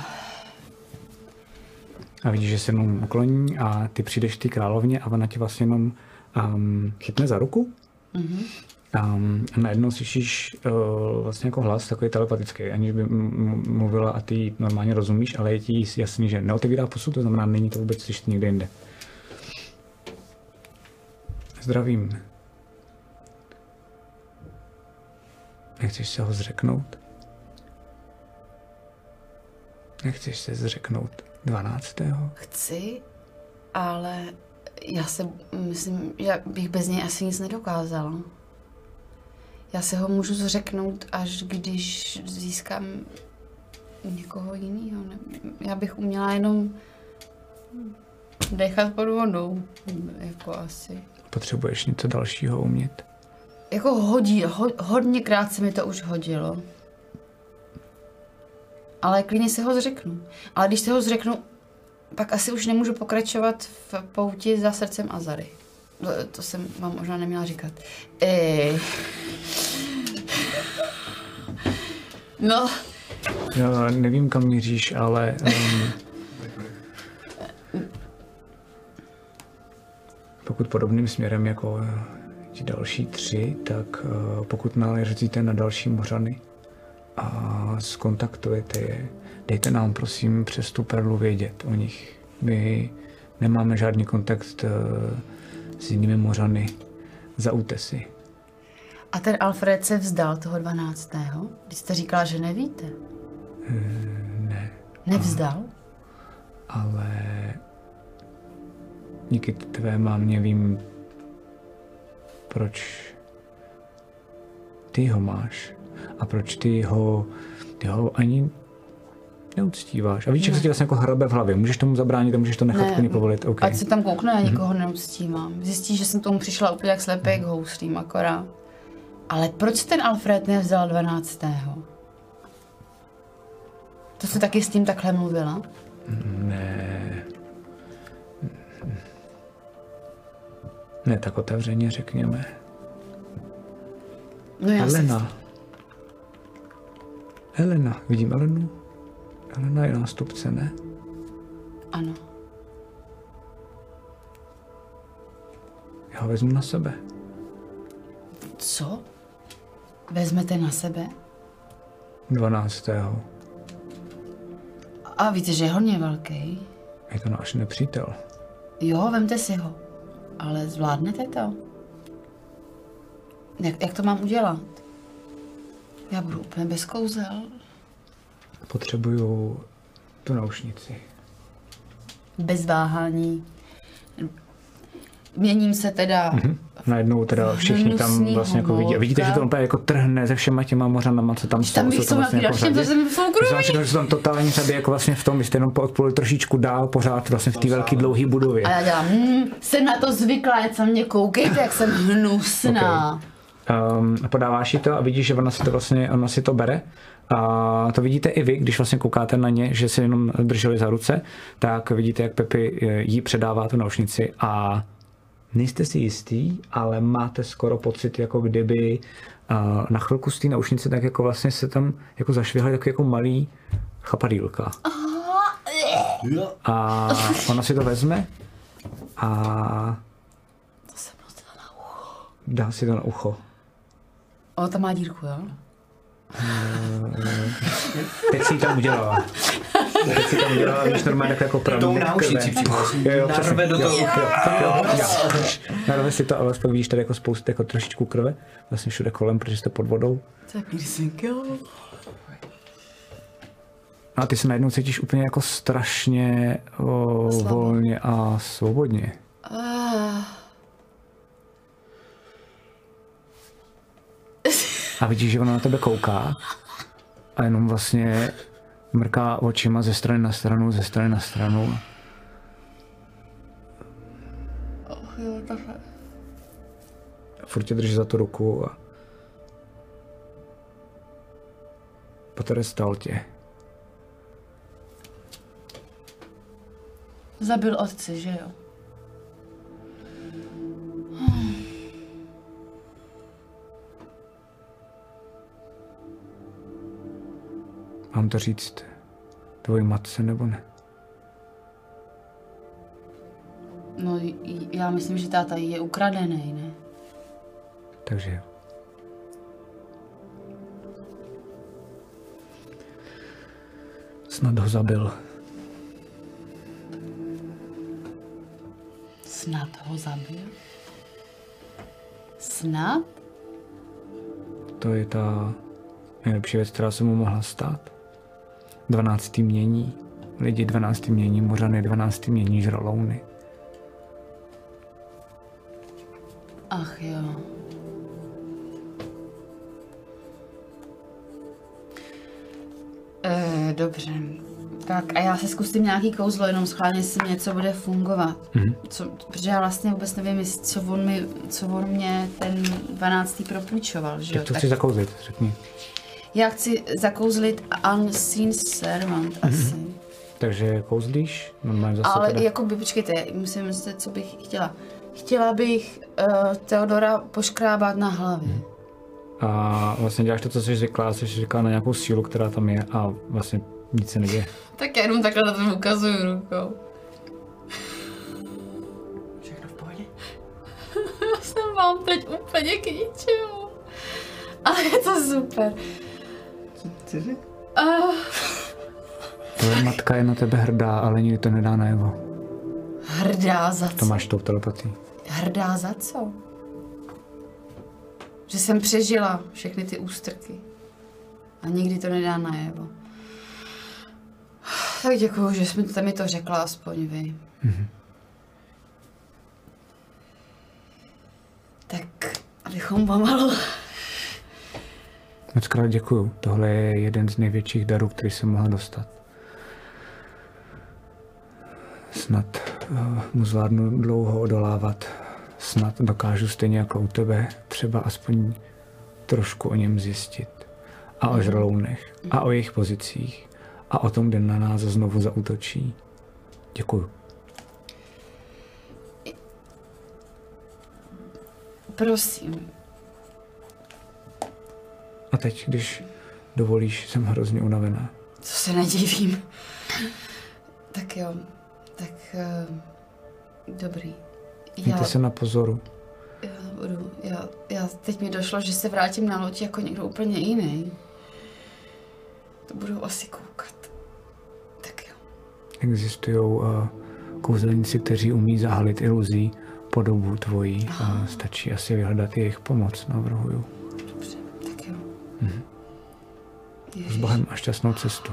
Speaker 1: A vidíš, že se jenom ukloní a ty přijdeš k té královně a ona tě vlastně jenom chytne za ruku.
Speaker 2: Mhm.
Speaker 1: A najednou slyšíš vlastně jako hlas takový telepatický, aniž by mluvila a ty normálně rozumíš, ale je ti jasný, že neotevírá pusu, to znamená, není to vůbec slyšet někde jinde. Zdravím. Nechceš se ho zřeknout? Nechceš se zřeknout 12.
Speaker 2: Chci, ale já se myslím, že bych bez něj asi nic nedokázala. Já se ho můžu zřeknout, až když získám někoho jiného. Já bych uměla jenom dechat pod vodou, jako asi.
Speaker 1: Potřebuješ něco dalšího umět?
Speaker 2: Jako hodněkrát se mi to už hodilo. Ale klidně se ho zřeknu. Ale když se ho zřeknu, pak asi už nemůžu pokračovat v pouti za srdcem Azary. To jsem vám možná neměla říkat. No.
Speaker 1: Já nevím, kam míříš, ale... pokud podobným směrem jako ti další 3, tak pokud narazíte na další mořany a zkontaktujete je, dejte nám prosím přes tu perlu vědět o nich. My nemáme žádný kontakt s jinými mořany za útesy.
Speaker 2: A ten Alfred se vzdal toho 12. Když jste říkala, že nevíte.
Speaker 1: Ne.
Speaker 2: Nevzdal?
Speaker 1: Ale díky tvé mámě vím, proč ty ho máš a proč ty ho ani neuctíváš. A víš, jak se ti vlastně jako hrabe v hlavě. Můžeš tomu zabránit a můžeš to nechat úplně povolit. Okay.
Speaker 2: Ať se tam koukne, já nikoho neuctívám. Zjistí, že jsem tomu přišla úplně jak slepý k houslím akorát. Ale proč ten Alfred nevzal 12. To jste taky s tím takhle mluvila?
Speaker 1: Ne. Ne tak otevřeně, řekněme.
Speaker 2: No já
Speaker 1: Helena, vidím Elenu? Helena je nástupce, ne?
Speaker 2: Ano.
Speaker 1: Já ho vezmu na sebe.
Speaker 2: Co? Vezmete na sebe?
Speaker 1: 12.
Speaker 2: A víte, že je hodně velký.
Speaker 1: Je to náš nepřítel.
Speaker 2: Jo, vemte si ho. Ale zvládnete to? Jak to mám udělat? Já budu úplně bez kouzel.
Speaker 1: Potřebuju tu naušnici.
Speaker 2: Bez váhání. Měním se teda.
Speaker 1: Najednou teda všichni tam vlastně jako vidí. A vidíte, že to úplně jako trhne se všema těma mořanama, co tam jsou.
Speaker 2: Tam jsou
Speaker 1: vlastně jako řady.
Speaker 2: to
Speaker 1: Jsou tam totální řady, jako vlastně v tom, vy jste jenom odpluli trošičku dál, pořád vlastně v té velké dlouhé budově.
Speaker 2: A já dělám, jsem na to zvyklá, ať se mě koukejte, jak jsem hnusná.
Speaker 1: Okay. Podáváš jí to a vidíš, že ona si to bere. A to vidíte i vy, když vlastně koukáte na ně, že se jenom drželi za ruce, tak vidíte, jak Pepi jí předává tu naušnici a nejste si jistý, ale máte skoro pocit, jako kdyby na chvilku z té naušnice tak jako vlastně se tam jako zašvihly takový jako malý chapadýlka. A ona si to vezme a dá si to na ucho.
Speaker 2: Ona tam má dírku, jo?
Speaker 1: Teď si ji tam udělala. Víš, normálně jako pramen.
Speaker 4: Tou náušnici přímo. Narve do toho.
Speaker 1: Narve si to, ale pak vidíš tady jako spoustu, jako trošičku krve. Vlastně všude kolem, protože jste pod vodou.
Speaker 2: To je piercing, jo?
Speaker 1: A ty se najednou cítíš úplně jako strašně volně a svobodně. A vidíš, že ona na tebe kouká a jenom vlastně mrká očima ze strany na stranu.
Speaker 2: Jo, takhle.
Speaker 1: Furt tě drží za tu ruku a potrestal tě.
Speaker 2: Zabil otce, že jo?
Speaker 1: Mám to říct tvojí matce nebo ne?
Speaker 2: No, já myslím, že táta je ukradený, ne?
Speaker 1: Takže jo. Snad ho zabil.
Speaker 2: Snad ho zabil? Snad?
Speaker 1: To je ta nejlepší věc, která se mu mohla stát. 12. mění. Lidi 12. mění, mořany 12. mění, žralouny.
Speaker 2: Ach jo. Dobře. Tak a já se zkusím nějaký kouzlo, jenom schválně, jestli něco bude fungovat. Protože já vlastně vůbec nevím, co on mě ten 12. propůjčoval, že jo?
Speaker 1: Jak to chci zakouzlit, řekni.
Speaker 2: Já chci zakouzlit Unseen Servant asi.
Speaker 1: Takže kouzlíš? Normálně zase
Speaker 2: Ale
Speaker 1: teda.
Speaker 2: jakoby, počkejte, musím myslet, co bych chtěla. Chtěla bych Theodora poškrábat na hlavě.
Speaker 1: A vlastně děláš to, co jsi řekla, jsi říkala na nějakou sílu, která tam je a vlastně nic se neděje.
Speaker 2: Tak já jenom takhle na to ukazuju rukou.
Speaker 4: Všechno v pohodě?
Speaker 2: Já jsem vám teď úplně k ničemu. Ale je to super.
Speaker 4: Co jsi?
Speaker 1: Tvoje matka je na tebe hrdá, ale nikdy to nedá najevo.
Speaker 2: Hrdá za co?
Speaker 1: To máš tou telepatí.
Speaker 2: Hrdá za co? Že jsem přežila všechny ty ústrky. A nikdy to nedá najevo. Tak děkuju, že jste mi to řekla aspoň vy. Tak, abychom pomalu.
Speaker 1: Mockrát děkuju. Tohle je jeden z největších darů, který jsem mohla dostat. Snad mu zvládnu dlouho odolávat. Snad dokážu stejně jako u tebe třeba aspoň trošku o něm zjistit. A o žralounech. A o jejich pozicích. A o tom, kde na nás znovu zaútočí. Děkuju.
Speaker 2: Prosím.
Speaker 1: A teď, když dovolíš, jsem hrozně unavená.
Speaker 2: To se nedivím. Tak jo. Tak dobrý.
Speaker 1: Mějte se na pozoru.
Speaker 2: Já budu. Já teď mi došlo, že se vrátím na loď jako někdo úplně jiný. to budou asi koukat. Tak jo.
Speaker 1: Existují kouzelníci, kteří umí zahalit iluzí podobu tvojí. Stačí asi vyhledat jejich pomoc, navrhuju.
Speaker 2: Dobře, tak jo.
Speaker 1: S Bohem a šťastnou cestu.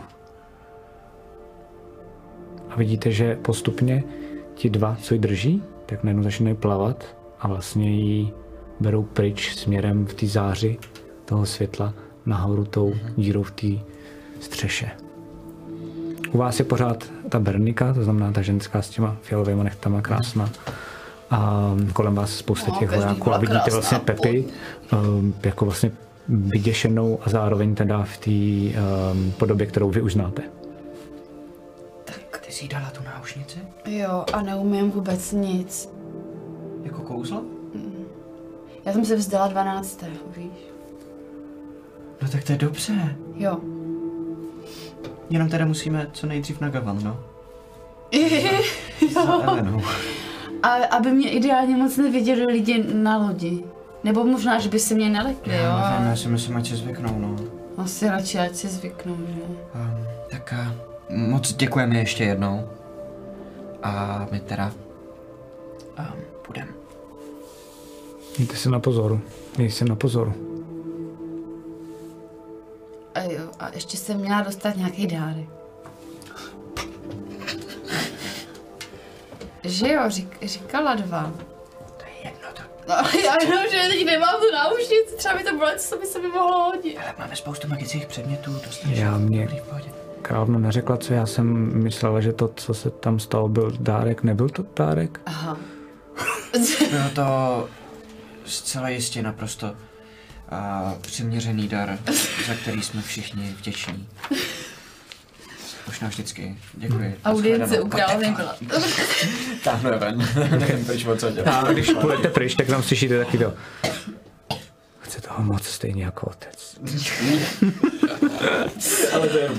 Speaker 1: A vidíte, že postupně ti dva, co ji drží, tak najednou začínají plavat a vlastně ji berou pryč směrem v té záři toho světla nahoru tou dírou v té střeše. U vás je pořád ta Bernika, to znamená ta ženská s těma fialovými nechtama, krásná. A kolem vás spousta těch vojáků a vidíte vlastně Pepi jako vlastně vyděšenou a zároveň teda v té podobě, kterou vy už znáte.
Speaker 4: Tak ty jsi dala tu náušnici?
Speaker 2: Jo, a neumím vůbec nic.
Speaker 4: Jako kouzlo?
Speaker 2: Já jsem se vzdala 12. víš?
Speaker 4: No tak to je dobře.
Speaker 2: Jo.
Speaker 4: Jenom teda musíme co nejdřív na Gavan, no. Za Elenou.
Speaker 2: A aby mě ideálně moc neviděli lidi na lodi. Nebo možná, že by se mě nelekli, jo?
Speaker 4: Já si myslím, ať si zvyknou, no.
Speaker 2: Asi radši, ať si zvyknou, že?
Speaker 4: Tak moc děkujeme ještě jednou. A my teda půjdeme.
Speaker 1: Mějte se na pozoru. Mějte se na pozoru.
Speaker 2: A jo, a ještě jsem měla dostat nějaký dárek. Že jo, říkala 2.
Speaker 4: To je jedno to.
Speaker 2: No, já jenom, že teď nemám tu náušnici, třeba by to bylo něco, co by se mi mohlo hodit.
Speaker 4: Ale máme spoustu magických předmětů, dostaneš.
Speaker 1: Já mě královna neřekla, co já jsem myslela, že to, co se tam stalo, byl dárek. Nebyl to dárek?
Speaker 2: Aha.
Speaker 4: Bylo to zcela jistě naprosto přiměřený dar, za který jsme všichni vděční. Možná vždycky. Děkuji.
Speaker 2: Audience u královny byla.
Speaker 3: Táhnu je ven. Nevím pryč odsaď.
Speaker 1: A když půjdete pryč, tak tam slyšíte taky to. Chce toho moc stejně jako otec.
Speaker 3: Ale to je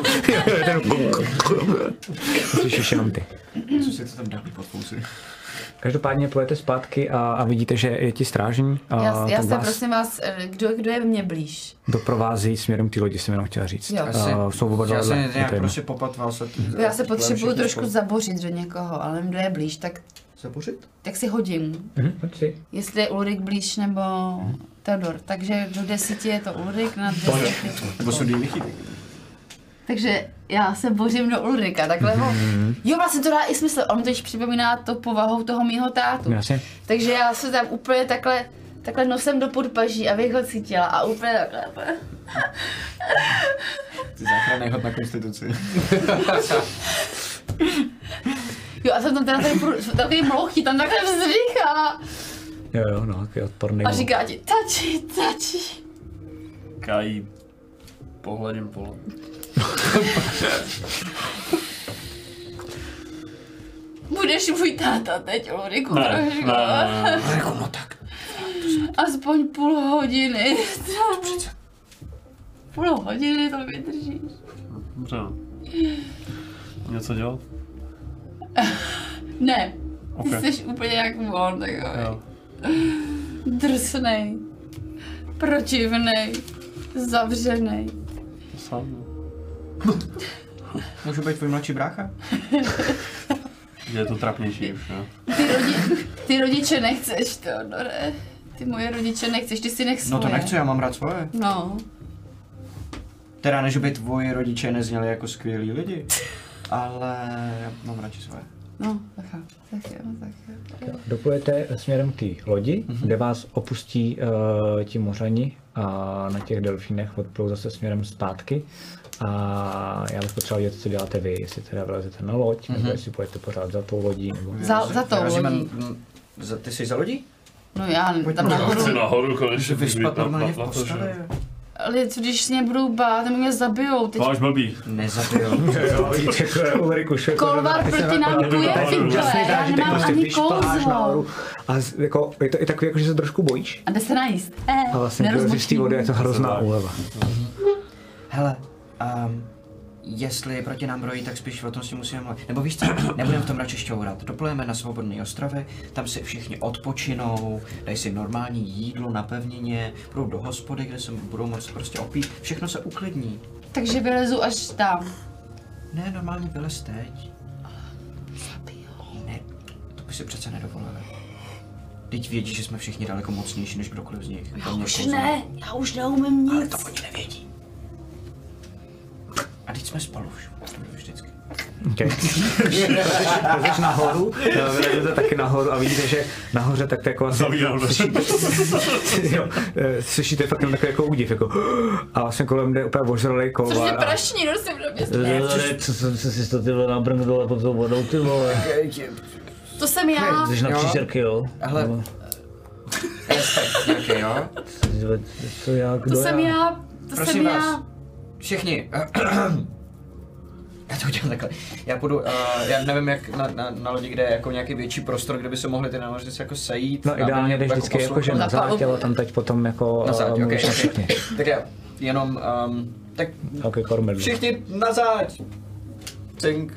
Speaker 1: Slyšíš jenom ty.
Speaker 3: co si to tam dá pod fousy.
Speaker 1: Každopádně půjdete zpátky a vidíte, že je ti strážní.
Speaker 2: Já se prosím vás, kdo je mě blíž?
Speaker 1: Doprovází směrem k té lodi, jsem jenom chtěla říct. Jsou oba dva
Speaker 4: Já se nějak
Speaker 1: vedle.
Speaker 4: prostě popatval se.
Speaker 2: Já se potřebuju trošku zabořit do někoho, ale nevím, kdo je blíž, tak
Speaker 3: Zabořit?
Speaker 2: tak si hodím.
Speaker 1: Pojď si.
Speaker 2: Jestli je Ulrik blíž nebo Teodor. Takže do 10 je to Ulrik, na 10.
Speaker 3: Nebo jsou dýlichy?
Speaker 2: Takže já se bořím do Ulrika, takhle ho. Jo, vlastně to dá i smysl, on totiž připomíná to povahou toho mýho tátu.
Speaker 1: Jasně.
Speaker 2: Takže já se tam úplně takhle nosem do podpaží, abych ho cítila a úplně takhle.
Speaker 3: Ty záchranný hod na konstituci.
Speaker 2: Jo, a jsem tam teda takový mlouchy, tam takhle vzdychá.
Speaker 1: Jo, no, takový odporný.
Speaker 2: A říká ti, tači.
Speaker 5: Kají pohledím pole.
Speaker 2: Budeš můj táta teď, Ulriku, trošku.
Speaker 4: Ulriku, no tak.
Speaker 2: Aspoň půl hodiny. Půl hodiny to vydržíš.
Speaker 5: Dobře. Něco dělat?
Speaker 2: Ne, ty
Speaker 5: Okay.
Speaker 2: jsi úplně jak on, takový.
Speaker 5: Jo.
Speaker 2: Drsnej, protivnej, zavřenej.
Speaker 5: Sám.
Speaker 4: Můžu být tvůj mladší brácha?
Speaker 5: Je to trapnější už, jo.
Speaker 2: Ty rodiče nechceš, Teodore. Ty moje rodiče nechceš, ty si nech svoje.
Speaker 4: No to nechci, já mám rád svoje.
Speaker 2: No.
Speaker 4: Teda ne, že by tvoji rodiče nezněli jako skvělí lidi, ale já mám radši svoje.
Speaker 2: No, tak jo.
Speaker 1: Doplujete směrem k té lodi, kde vás opustí ti mořani a na těch delfínech odplou zase směrem zpátky. A já bych potřeboval vědět, co děláte vy, jestli teda vylezete na loď, nebo jestli půjdete pořád za tou lodí, nebo...
Speaker 2: Za tou lodí.
Speaker 4: Ty jsi za lodí?
Speaker 2: No já tam nahoru.
Speaker 5: Chci nahoru konečně
Speaker 4: Vyspat normálně v
Speaker 5: to, že...
Speaker 4: posteli.
Speaker 2: Ale co když mě budou bát, nebo mě zabijou, teď
Speaker 5: Máš blbý.
Speaker 4: Nezabijou.
Speaker 1: Jo, víte, Ulriku,
Speaker 2: kolvar proti nám buje, já nemám ani kouzlo.
Speaker 1: A jako, je to i takový, jako, že se trošku bojíš.
Speaker 2: A jde se najíst.
Speaker 1: A vlastně, když z té vody je to hrozná úleva.
Speaker 4: Hele, jestli proti nám brojí, tak spíš o tom si musíme mluvit. Nebo víš co, nebudeme v tom radši šťourat. Doplujeme na svobodné ostrovy, tam si všichni odpočinou, dají si normální jídlo na pevnině, budou do hospody, kde se budou moct prostě opít, všechno se uklidní.
Speaker 2: Takže vylezu až tam.
Speaker 4: Ne, normálně vylez teď. Ne, to by si přece nedovolili. Teď vědí, že jsme všichni daleko mocnější než kdokoliv z nich.
Speaker 2: Já už neumím
Speaker 4: Ale
Speaker 2: nic.
Speaker 4: to oni nevědí. A teď jsme spolu vždycky.
Speaker 1: Okay. Lezeš nahoru, vylezete taky nahoru a vidíte, že nahoře tak jako asi... Slyšíte fakt takový jako údiv, jako a vlastně kolem jde úplně ožralej kolvar.
Speaker 2: Což je prašní, no si bude
Speaker 7: Co jsi to ty vole nabrnul pod tou vodou, ty vole.
Speaker 2: To jsem já.
Speaker 7: Jsi na příšerky, jo?
Speaker 4: Hele, respekt nějaký, jo?
Speaker 7: Co já, kdo
Speaker 2: To jsem já. To
Speaker 4: Prosím
Speaker 2: jsem
Speaker 4: vás,
Speaker 2: já.
Speaker 4: všichni. Já to udělám takhle. Já půjdu, já nevím jak na lodi, kde je jako nějaký větší prostor, kde by se mohli ty námořníci jako sejít.
Speaker 1: No ideálně jdeš vždycky jako že na záď, ale tam teď potom jako mluvíš na všechny.
Speaker 4: Tak já jenom, tak všichni na záď. Cink.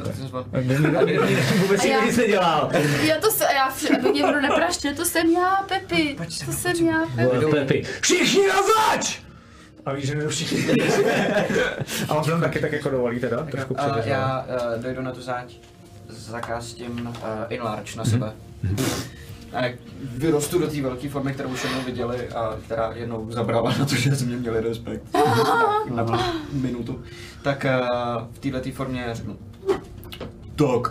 Speaker 7: Vůbec
Speaker 2: A já-
Speaker 7: nic nedělal.
Speaker 2: Aby mě kdo nepraštil, to jsem já, Pepi. To jsem já, Pepi.
Speaker 7: Pepi.
Speaker 1: Všichni na záď! A víš, že všichni. A on tam taky tak jako dovolí teda? Trošku
Speaker 4: Já dojdu na tu záď, zakástím enlarge na sebe. A jak vyrostu do té velké formy, kterou už jednou viděli a která jednou zabrala na to, že jsme měli respekt na minutu, tak v této formě řeknu. Tak,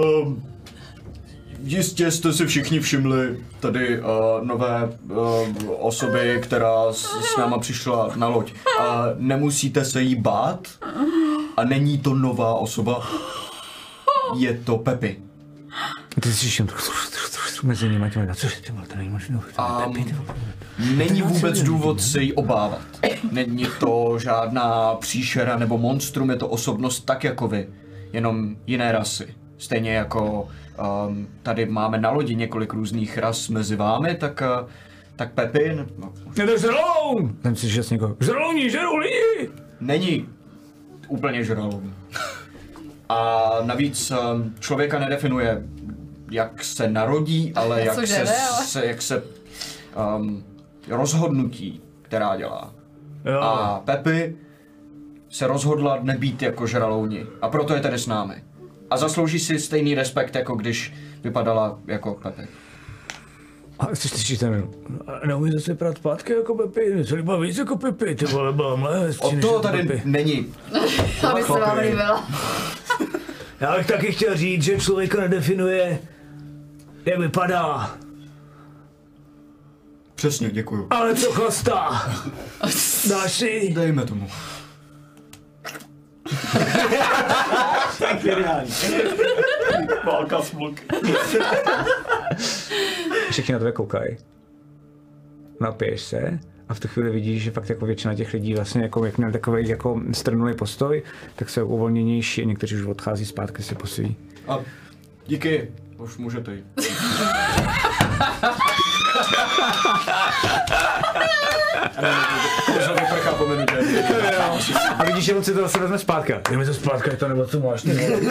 Speaker 4: jistě jste si všichni všimli tady nové osoby, která s náma přišla na loď. Nemusíte se jí bát a není to nová osoba, je to Pepi.
Speaker 1: Ty jsi ještě mezi nimi, což ty vole, to není možné.
Speaker 4: Není vůbec důvod se jí obávat. Není to žádná příšera nebo monstrum, je to osobnost tak jako vy, jenom jiné rasy. Stejně jako tady máme na lodi několik různých ras mezi vámi, tak Pepi...
Speaker 1: Je to žraloun! Tam si říct někoho, žralouni, žerou lidi!
Speaker 4: Není úplně žraloun. A navíc člověka nedefinuje, jak se narodí, ale jak se rozhodnutí, která dělá.
Speaker 7: Jo.
Speaker 4: A Pepi se rozhodla nebýt jako žralouni a proto je tady s námi. A zaslouží si stejný respekt, jako když vypadala jako Pepi.
Speaker 7: A jsi slyšíš ten, neumíte si prát pátky jako Pepi, něco líbá víc jako Pepi, ty vole, blámle.
Speaker 4: Od toho tady není.
Speaker 2: Aby se vám líbila.
Speaker 7: Já bych taky chtěl říct, že člověka nedefinuje, jak vypadá,
Speaker 4: Přesně, děkuju.
Speaker 7: ale co chlastá. Dáš si?
Speaker 4: Dejme tomu.
Speaker 5: Válka smluk.
Speaker 1: Všichni na tebe koukají. Napiješ se a v tu chvíli vidíš, že fakt jako většina těch lidí vlastně jako jak měl takový jako strnulý postoj, tak jsou uvolněnější a někteří už odchází zpátky si posví.
Speaker 4: A díky, už můžete jít. Možná vyprchá po minutě.
Speaker 1: A vidíš, že on si to zase vezme zpátky.
Speaker 7: Je mi to zpátka, je to nebo co máš, ty vole.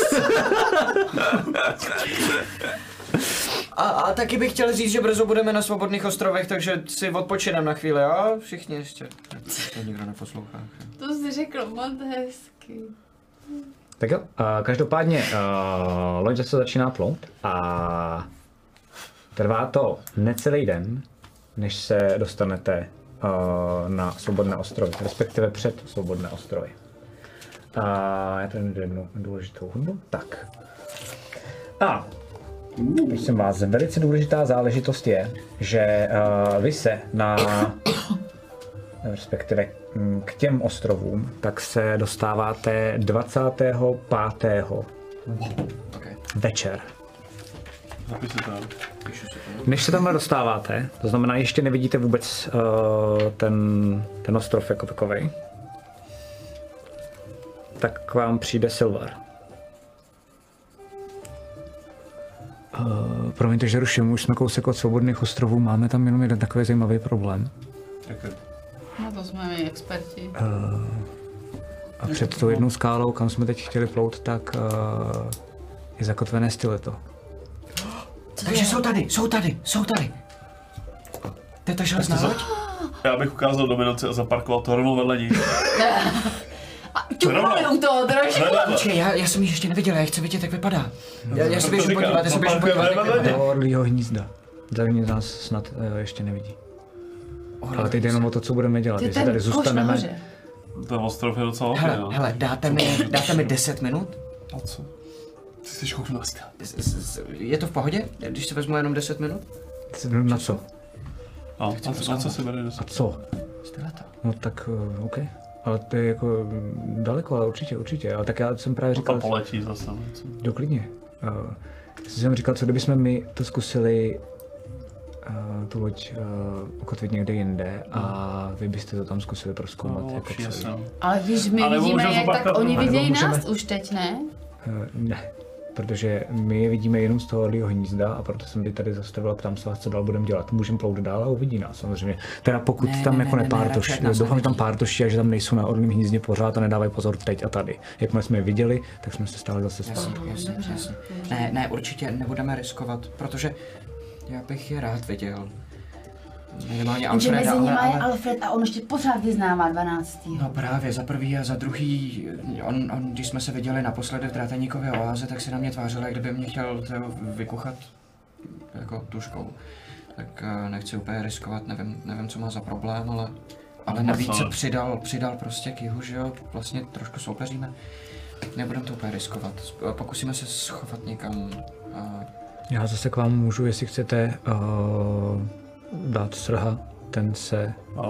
Speaker 4: A taky bych chtěl říct, že brzo budeme na svobodných ostrovech, takže si odpočinem na chvíli, jo? Všichni ještě. To nikdo neposlouchá.
Speaker 2: To jsi řekl moc hezky.
Speaker 1: Tak jo, každopádně loď se začíná plout a trvá to necelý den, než se dostanete na svobodné ostrovy, respektive před svobodné ostrovy. Já tady najdu jednu důležitou hudbu. Tak. A prosím vás, velice důležitá záležitost je, že vy se respektive k těm ostrovům, tak se dostáváte 25. večer.
Speaker 5: Zapij si tam.
Speaker 1: Než se tamhle dostáváte, to znamená, ještě nevidíte vůbec ten ostrov jako takovej, tak k vám přijde Silver. Promiňte, že ruším, už jsme kousek od svobodných ostrovů, máme tam jenom jeden takový zajímavý problém.
Speaker 2: No to jsme my experti.
Speaker 1: A před tou jednou skálou, kam jsme teď chtěli plout, tak je zakotvené stiletto.
Speaker 4: Takže jsou tady. To je ta železná loď?
Speaker 5: Já bych ukázal dominanci a zaparkoval to rovnou vedle ní.
Speaker 2: A čupuji u toho trošku.
Speaker 4: Počkej, já jsem ji ještě neviděl, já chci vidět, jak vypadá. Já se běžu podívat,
Speaker 1: Do orlího hnízda. Zavní nás snad ještě nevidí. Ale teď jenom o to, co budeme dělat. Jestli tady zůstaneme.
Speaker 5: Ten ostrov je docela hodně, no.
Speaker 4: Hele, dáte mi 10 minut?
Speaker 5: A co? Ty jsi škoufnost.
Speaker 4: Je to v pohodě, když si vezmu jenom 10 minut?
Speaker 1: Na co?
Speaker 5: Na co si bere 10?
Speaker 1: A co? No tak, OK. Ale to je jako daleko, ale určitě. Ale tak já jsem právě říkal...
Speaker 5: To poletí zase.
Speaker 1: Doklidně. Jsem říkal, co kdybychom my to zkusili tu loď ukotvit někde jinde a vy byste to tam zkusili prozkoumat jako celý.
Speaker 2: Ale když my vidíme, jak tak oni vidějí nás už teď, ne?
Speaker 1: Ne, protože my je vidíme jenom z toho orlího hnízda a proto jsem tady zastavil a ptám se vás, co dál budeme dělat. Můžeme plout dál a uvidí nás samozřejmě. Teda pokud tam jako nepártoší, doufám, že tam pártoší a že tam nejsou na orlím hnízdě pořád a nedávají pozor teď a tady. Jakmile jsme je viděli, tak jsme se stále zase spát.
Speaker 4: Jasně. Ne, určitě nebudeme riskovat, protože já bych je rád viděl. Minimálně Alfreda,
Speaker 2: mezi nimi je Alfred a on ještě pořád vyznává 12.
Speaker 4: No právě, za prvý a za druhý, on když jsme se viděli naposledy v Dráteníkově oáze, tak se na mě tvářil, jak kdyby mě chtěl vykuchat jako tužkou. Tak nechci úplně riskovat, nevím co má za problém, ale navíc se přidal prostě k jihu, že jo, vlastně trošku soupeříme. Nebudeme to úplně riskovat, pokusíme se schovat někam.
Speaker 1: Já zase k vám můžu, jestli chcete dát Srha, ten se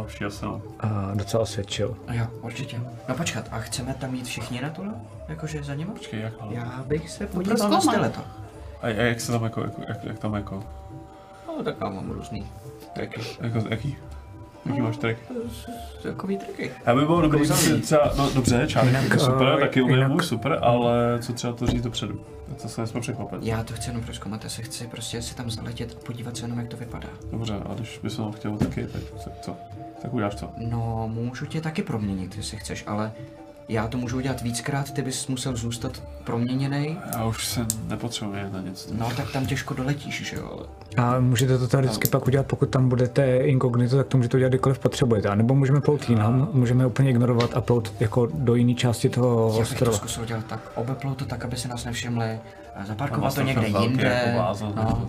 Speaker 1: docela osvědčil.
Speaker 4: Jo, určitě. No počkat, a chceme tam jít všichni na tohle? Jakože za nimi?
Speaker 5: Počkej, jak?
Speaker 4: Já bych se podíval na steleto.
Speaker 5: A jak se tam jak tam jako?
Speaker 4: No tak já mám různý triky.
Speaker 5: Jaký máš trik?
Speaker 4: Takový triky.
Speaker 5: Já by bylo dobrý, třeba, no dobře, čárek je super, taky umím můj super, ale co třeba to říct dopředu? To se nesmím překvapit.
Speaker 4: Já to chci jenom prozkoumat, já se chci prostě si tam zaletět a podívat se jenom, jak to vypadá.
Speaker 5: Dobře, a když bys ho chtěl taky, tak co? Tak uděláš co?
Speaker 4: No, můžu tě taky proměnit, jestli chceš, ale já to můžu udělat víckrát, ty bys musel zůstat proměněnej.
Speaker 5: Já už se nepotřebuji na nic.
Speaker 4: No, tak tam těžko doletíš, že jo, ale...
Speaker 1: A můžete to teoreticky pak udělat, pokud tam budete inkognito, tak to můžete udělat kdykoliv potřebujete. A nebo můžeme plout jinam, můžeme úplně ignorovat a plout jako do jiné části toho ostrova.
Speaker 4: Já bych to zkusil dělat tak, obeplout to tak, aby se nás nevšimli, zaparkovat to někde jinde, no.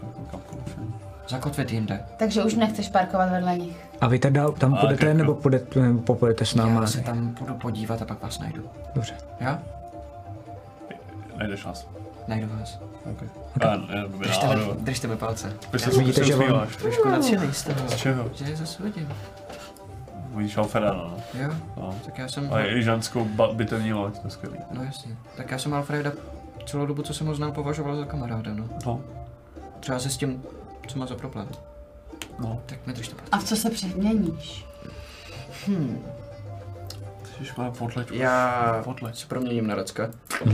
Speaker 4: Zakotvit jinde.
Speaker 2: Takže už nechceš parkovat vedle nich.
Speaker 1: A vy teda tam půjdete, nebo popojedete s náma?
Speaker 4: Já se tam půjdu podívat a pak vás najdu.
Speaker 1: Dobře.
Speaker 4: Já?
Speaker 5: Najdeš nás.
Speaker 4: Najdu vás.
Speaker 5: Okay.
Speaker 4: Držte mi palce.
Speaker 1: Vidíte, že vám
Speaker 4: trošku nadšenej z toho.
Speaker 5: Z čeho?
Speaker 4: Že je zase vidím.
Speaker 5: Vidíš Alfreda, no.
Speaker 4: Jo, no. Tak já jsem...
Speaker 5: A i ženskou bitevní loď, to je skvělý.
Speaker 4: No jasně. Tak já jsem Alfreda celou dobu, co jsem ho znal, považoval za kamaráda, no.
Speaker 5: No.
Speaker 4: Třeba se s tím, co má za problém.
Speaker 5: No.
Speaker 4: Tak mi držte palce.
Speaker 2: A v co se přeměníš?
Speaker 5: Ježišmarja, potleť.
Speaker 4: Já se proměním na Racka.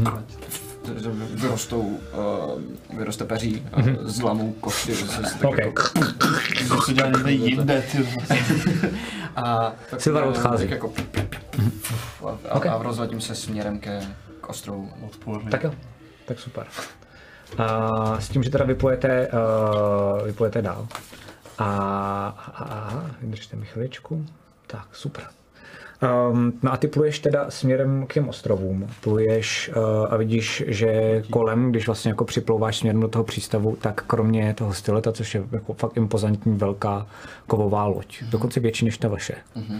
Speaker 4: Vyroste peří, zlamou košty.
Speaker 1: Okay.
Speaker 5: To se dělá někde jinde, ty.
Speaker 4: A tak
Speaker 1: Silvar odchází.
Speaker 4: Tak jako a rozhledím se směrem k ostrovu.
Speaker 5: Odporný.
Speaker 1: Tak jo, tak super. S tím, že teda vypojete dál. Vydržte mi chviličku. Tak, super. No a ty pluješ teda směrem k těm ostrovům. Pluješ a vidíš, že kolem, když vlastně jako připlouváš směrem do toho přístavu, tak kromě toho styleta, což je jako fakt impozantní velká kovová loď, dokonce větší než ta vaše,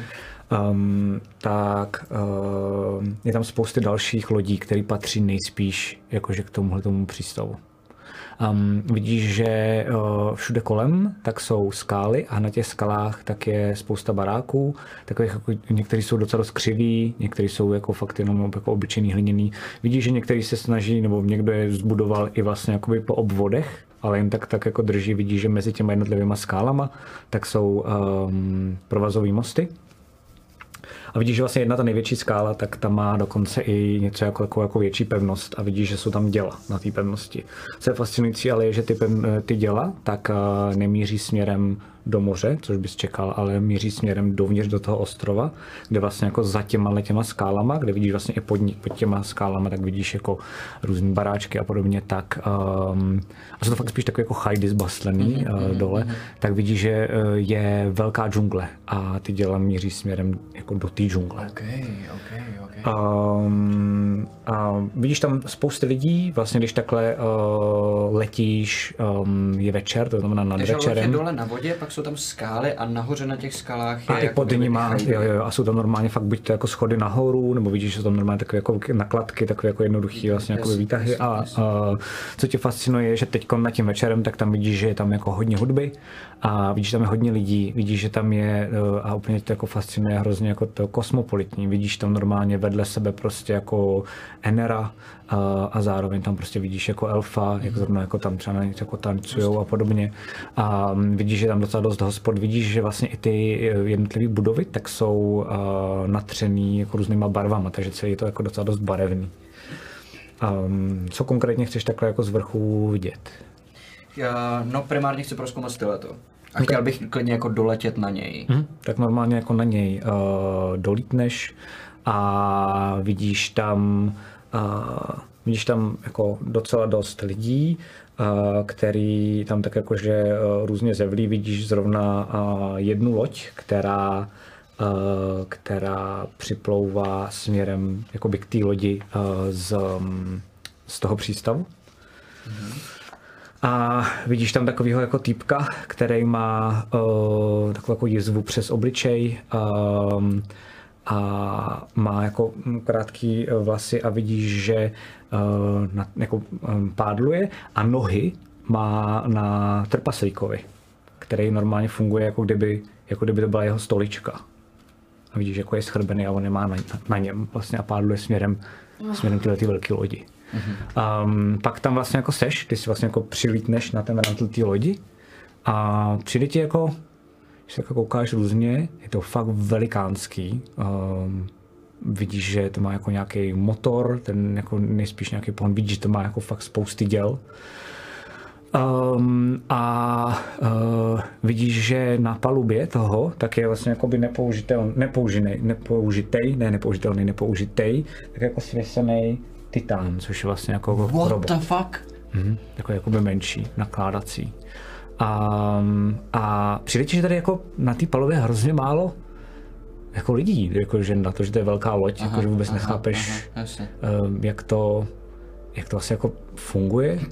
Speaker 1: je tam spousty dalších lodí, které patří nejspíš jakože k tomu přístavu. Vidíš, že všude kolem tak jsou skály a na těch skalách tak je spousta baráků, takových jako některý jsou docela křiví, některý jsou jako fakt jenom jako obyčejný hliněný. Vidíš, že některý se snaží, nebo někdo je zbudoval i vlastně jakoby po obvodech, ale jen tak jako drží, vidíš, že mezi těma jednotlivýma skálama tak jsou provazový mosty. A vidíš, že vlastně jedna ta největší skála, tak tam má dokonce i něco jako větší pevnost a vidíš, že jsou tam děla na té pevnosti. Co je fascinující, ale je, že ty děla tak nemíří směrem do moře, což bys čekal, ale míří směrem dovnitř do toho ostrova, kde vlastně jako za těma skálama, kde vidíš vlastně i pod těma skálama, tak vidíš jako různý baráčky a podobně, tak a jsou to fakt spíš takový jako chajdy zbastlený dole, tak vidíš, že je velká džungle a ty děla míří směrem jako do té džungle.
Speaker 4: Okay.
Speaker 1: A vidíš tam spousty lidí, vlastně když takhle letíš, je večer, to znamená nad večerem.
Speaker 4: Takže dole na vodě, pak jsou tam skály a nahoře na těch skalách je
Speaker 1: a i pod nima, jo, a jsou tam normálně fakt buď to jako schody nahoru, nebo vidíš, že jsou tam normálně takové jako nakladky, takové jako jednoduchý vlastně jako výtahy a co tě fascinuje je, že teď nad tím večerem, tak tam vidíš, že je tam jako hodně hudby a vidíš, že tam je hodně lidí, vidíš, že tam je a úplně to jako fascinuje hrozně jako to kosmopolitní, vidíš tam normálně vedle sebe prostě jako Enera a zároveň tam prostě vidíš jako elfa, jak zrovna jako tam třeba jako tancujou a podobně a vidíš, že tam docela dost hospod, vidíš, že vlastně i ty jednotlivé budovy tak jsou natřený jako různýma barvama, takže celý je to jako docela dost barevný. Co konkrétně chceš takhle jako z vrchu vidět?
Speaker 4: No primárně chci prozkoumat styleto. A chtěl bych klidně jako doletět na něj.
Speaker 1: Tak normálně jako na něj dolítneš a vidíš tam jako docela dost lidí, který tam tak jakože různě zevlí, vidíš zrovna jednu loď, která připlouvá směrem jakoby k té lodi z toho přístavu. A vidíš tam takovýho jako týpka, který má takovou jako jizvu přes obličej a má jako krátký vlasy a vidíš, že jako pádluje a nohy má na trpaslíkovi, který normálně funguje jako kdyby to byla jeho stolička. A vidíš, jako je schrbený a on je má na něm vlastně a pádluje směrem tyhle velké lodi. Pak tam vlastně jako seš, ty si vlastně jako přilítneš na ten mantel té lodi a přijde ti jako, když se jako koukáš různě, je to fakt velikánský. Vidíš, že to má jako nějaký motor, ten jako nejspíš nějaký pohon, vidíš, že to má jako fakt spousty děl. Vidíš, že na palubě toho tak je vlastně jakoby nepoužitej, tak jako svěsený titán, což je vlastně jako
Speaker 4: What
Speaker 1: robot.
Speaker 4: the fuck?
Speaker 1: Takový jakoby menší, nakládací. A přijde ti, že tady jako na té palubě je hrozně málo jako lidí, jako že na to, že to je velká loď, jako že vůbec nechápeš, jak to vlastně jako funguje.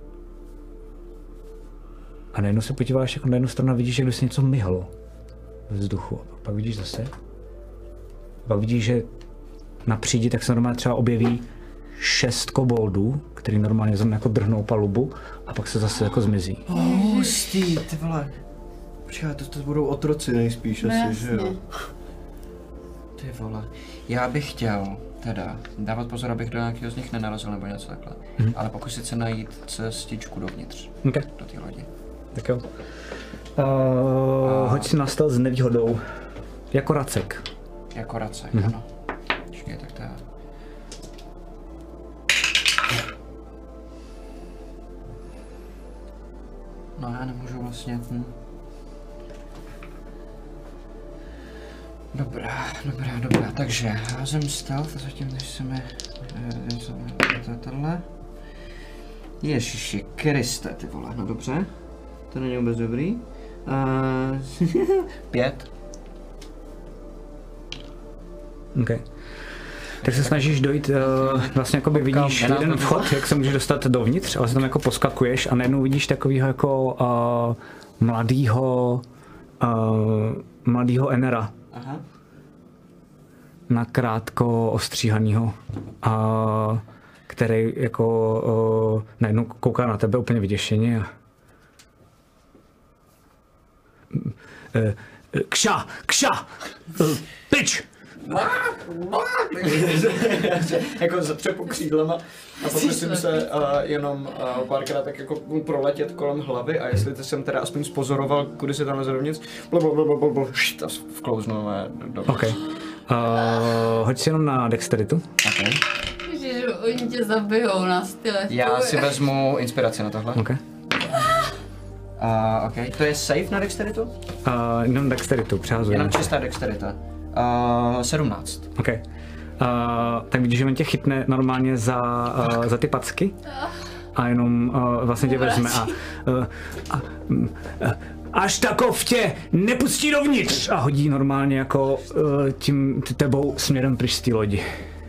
Speaker 1: A najednou se podíváš jako na jednu stranu a vidíš, že se něco myhlo ve vzduchu. A pak vidíš zase. Pak vidíš, že na přídi tak se normálně třeba objeví 6 koboldů, který normálně zrovna jako drhnou palubu a pak se zase jako zmizí.
Speaker 4: Hustý, ty vole.
Speaker 5: Počkej, to budou otroci nejspíš asi, že jo?
Speaker 4: Ty vole. Já bych chtěl teda dávat pozor, abych do nějakého z nich nenarazil nebo něco takhle. Ale pokusit se najít cestičku dovnitř.
Speaker 1: Okay.
Speaker 4: Do té lodi.
Speaker 1: Tak jo. Hoď si na stealth s nevýhodou. Jako racek.
Speaker 4: Jako racek, ano. Počkej, tak to je... No já nemůžu vlastně... Dobrá. Takže házím stealth a zatím, než se mi... Tohle. Ježiši Kriste, ty vole, no dobře. To není vůbec dobrý. 5.
Speaker 1: Okay. Tak se snažíš dojít, vlastně jakoby vidíš jeden vchod, jak se můžeš dostat dovnitř, ale se tam jako poskakuješ a najednou vidíš takovýho jako mladýho Enera.
Speaker 4: Aha.
Speaker 1: Nakrátko ostříhanýho, který jako najednou kouká na tebe úplně vyděšeně. Kša! Pič!
Speaker 4: Jako zapřepu křídlama a pokusím se jenom párkrát tak jako proletět kolem hlavy a jestli to jsem teda aspoň spozoroval, kudy se tam nezrovnic, a vklouznu do...
Speaker 1: Okay. Hoď si jenom na dexteritu.
Speaker 4: Okay.
Speaker 2: Ježiš, oni tě zabijou na style.
Speaker 4: Já si vezmu inspiraci na tohle.
Speaker 1: Okay.
Speaker 4: OK. To je safe na dexteritu?
Speaker 1: Jenom dexteritu, přehazujeme.
Speaker 4: Jenom čistá dexterita. 17.
Speaker 1: OK. Tak vidíš, že on tě chytne normálně za ty packy a jenom vlastně tě vezme až takov tě nepustí dovnitř a hodí normálně jako tím tebou směrem pryč z té lodi.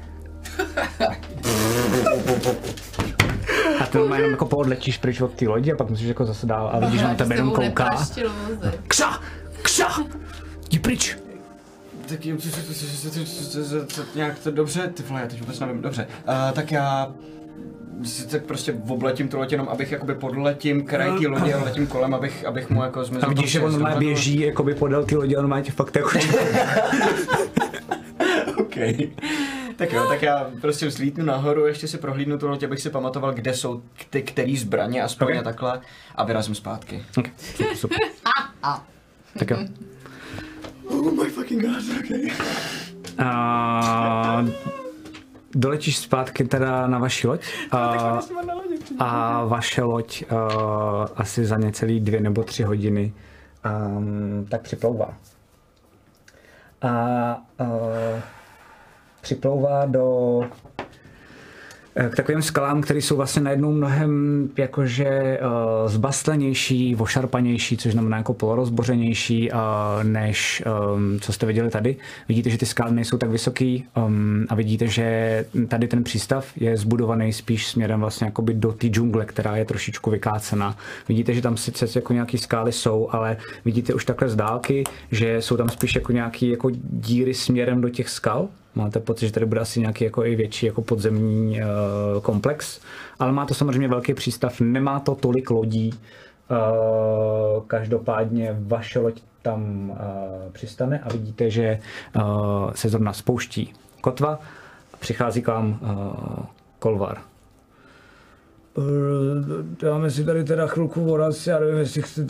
Speaker 1: A ty normálně jenom jako poodletíš pryč od té lodi a pak musíš jako zase dál a vidíš, že na tebe jenom kouká. Kša! Jdi pryč!
Speaker 4: Tak nějak to dobře, ty vole, já teď vůbec nevím, dobře. Tak já tak prostě obletím tu loď jenom, abych jakoby podletím kraj té lodi a letím kolem, abych mu jako zmizel.
Speaker 1: A vidíš, že on normálně běží jakoby podél té lodi a on má tě fakt jako...
Speaker 4: OK. Tak jo, tak já prostě vzlítnu nahoru, ještě si prohlídnu tu loď, abych si pamatoval, kde jsou který zbraně, aspoň a takhle, a vyrazím zpátky.
Speaker 1: Okay. Super. Tak jo.
Speaker 4: Oh my fucking god, okay.
Speaker 1: Doletíš zpátky teda na vaši loď a vaše loď asi za necelý 2 nebo 3 hodiny tak připlouvá. Připlouvá k takovým skalám, které jsou vlastně najednou mnohem jakože zbastlenější, ošarpanější, což znamená jako polorozbořenější, než co jste viděli tady. Vidíte, že ty skály nejsou tak vysoký a vidíte, že tady ten přístav je zbudovaný spíš směrem vlastně jakoby do té džungle, která je trošičku vykácená. Vidíte, že tam sice jako nějaký skály jsou, ale vidíte už takhle z dálky, že jsou tam spíš jako nějaký jako díry směrem do těch skal. Máte pocit, že tady bude asi nějaký jako i větší jako podzemní komplex, ale má to samozřejmě velký přístav, nemá to tolik lodí, každopádně vaše loď tam přistane a vidíte, že se zrovna spouští kotva a přichází k vám Kolvar.
Speaker 7: Dáme si tady teda chvilku voraz, já nevím,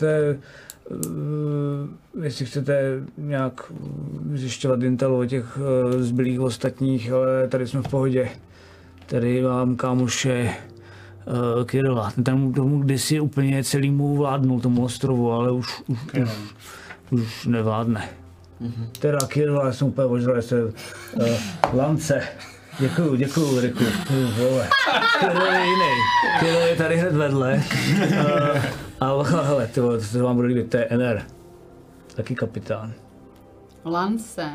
Speaker 7: jestli chcete nějak zjišťovat intel o těch zbylých ostatních, ale tady jsme v pohodě. Tady mám kámoše Kirila, ten tomu kdysi úplně celýmu vládnul tomu ostrovu, ale už nevládne. Teda Kirila, já jsem úplně ožral, jsem Lance. Děkuju, Riku. Kiril je jiný. Kiril je tady hned vedle. Ale hele, to se vám bude líbit, to je NR. Taky kapitán.
Speaker 2: Lance.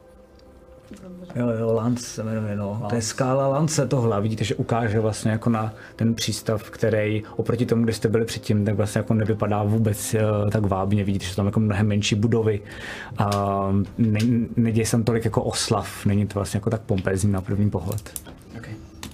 Speaker 7: Jo, Lance se jmenuje, no. To je skála Lance tohle. Vidíte, že ukáže vlastně jako na ten přístav, který oproti tomu, kde jste byli předtím, tak vlastně jako nevypadá vůbec tak vábně. Vidíte, že jsou tam jako mnohem menší budovy. Neděje se tam tolik jako oslav, není to vlastně jako tak pompézní na první pohled.
Speaker 4: Okay.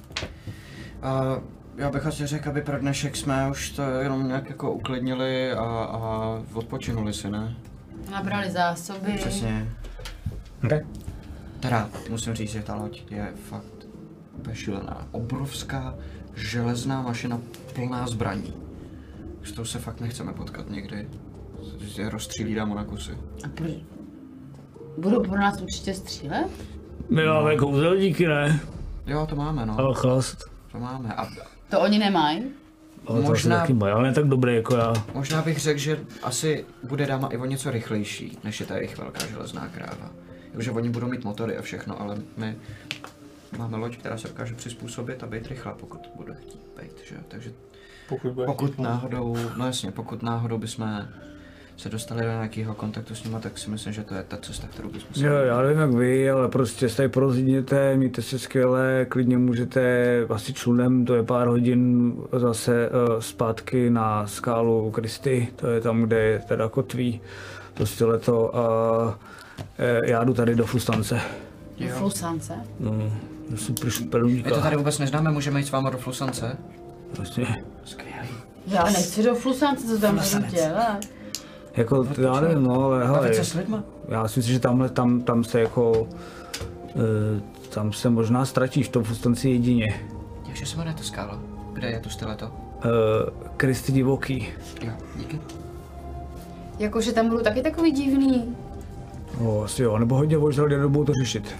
Speaker 4: Já bych asi řekl, aby pro dnešek jsme už to jenom nějak jako uklidnili a odpočinuli si, ne?
Speaker 2: Nabrali zásoby.
Speaker 4: Přesně.
Speaker 1: Okay.
Speaker 4: Teda musím říct, že ta loď je fakt šílená. Obrovská železná mašina plná zbraní. S tou se fakt nechceme potkat někdy. Je rozstřílí dámo na kusy.
Speaker 2: A budou pro nás určitě střílet?
Speaker 7: My máme kouzelníky, ne?
Speaker 4: Jo, to máme, no.
Speaker 7: Ale chlast.
Speaker 4: To máme.
Speaker 2: To oni nemají?
Speaker 7: Ale možná, to taky mají, ale ne tak dobrý jako já.
Speaker 4: Možná bych řekl, že asi bude dáma i o něco rychlejší, než je ta jejich velká železná kráva. Takže oni budou mít motory a všechno, ale my máme loď, která se dokáže přizpůsobit a být rychlá, pokud bude chtít být, že? Takže pokud náhodou, no jasně, pokud náhodou bychom se dostali do nějakého kontaktu s nima, tak si myslím, že to je ta cesta, kterou bychom si...
Speaker 7: Jo, já nevím jak vy, ale prostě se tady porozhodněte, mějte se skvěle, klidně můžete asi člunem, to je pár hodin zase zpátky na skálu Kristy, to je tam, kde je teda kotví, prostě leto a já jdu tady do Flusance.
Speaker 2: Do Flusance?
Speaker 7: No, super uníka.
Speaker 4: My to tady vůbec neznáme, můžeme jít s váma do Flusance?
Speaker 7: Vlastně.
Speaker 4: Skvělý.
Speaker 2: Já nechci do Flusance, co tam budu dělat?
Speaker 7: Jako, já nevím, no, ale hele,
Speaker 4: bavit se s lidma?
Speaker 7: Já si myslím, že tam se jako, tam se možná ztratíš v tom Flustanci jedině.
Speaker 4: Jakže se jmenuje ta skála? Kde je to styleto?
Speaker 7: Kristy divoký.
Speaker 4: Jo, díky.
Speaker 2: Jakože tam budou taky takový divný.
Speaker 7: No, asi jo, nebo hodně ožrali, nebudou to řešit.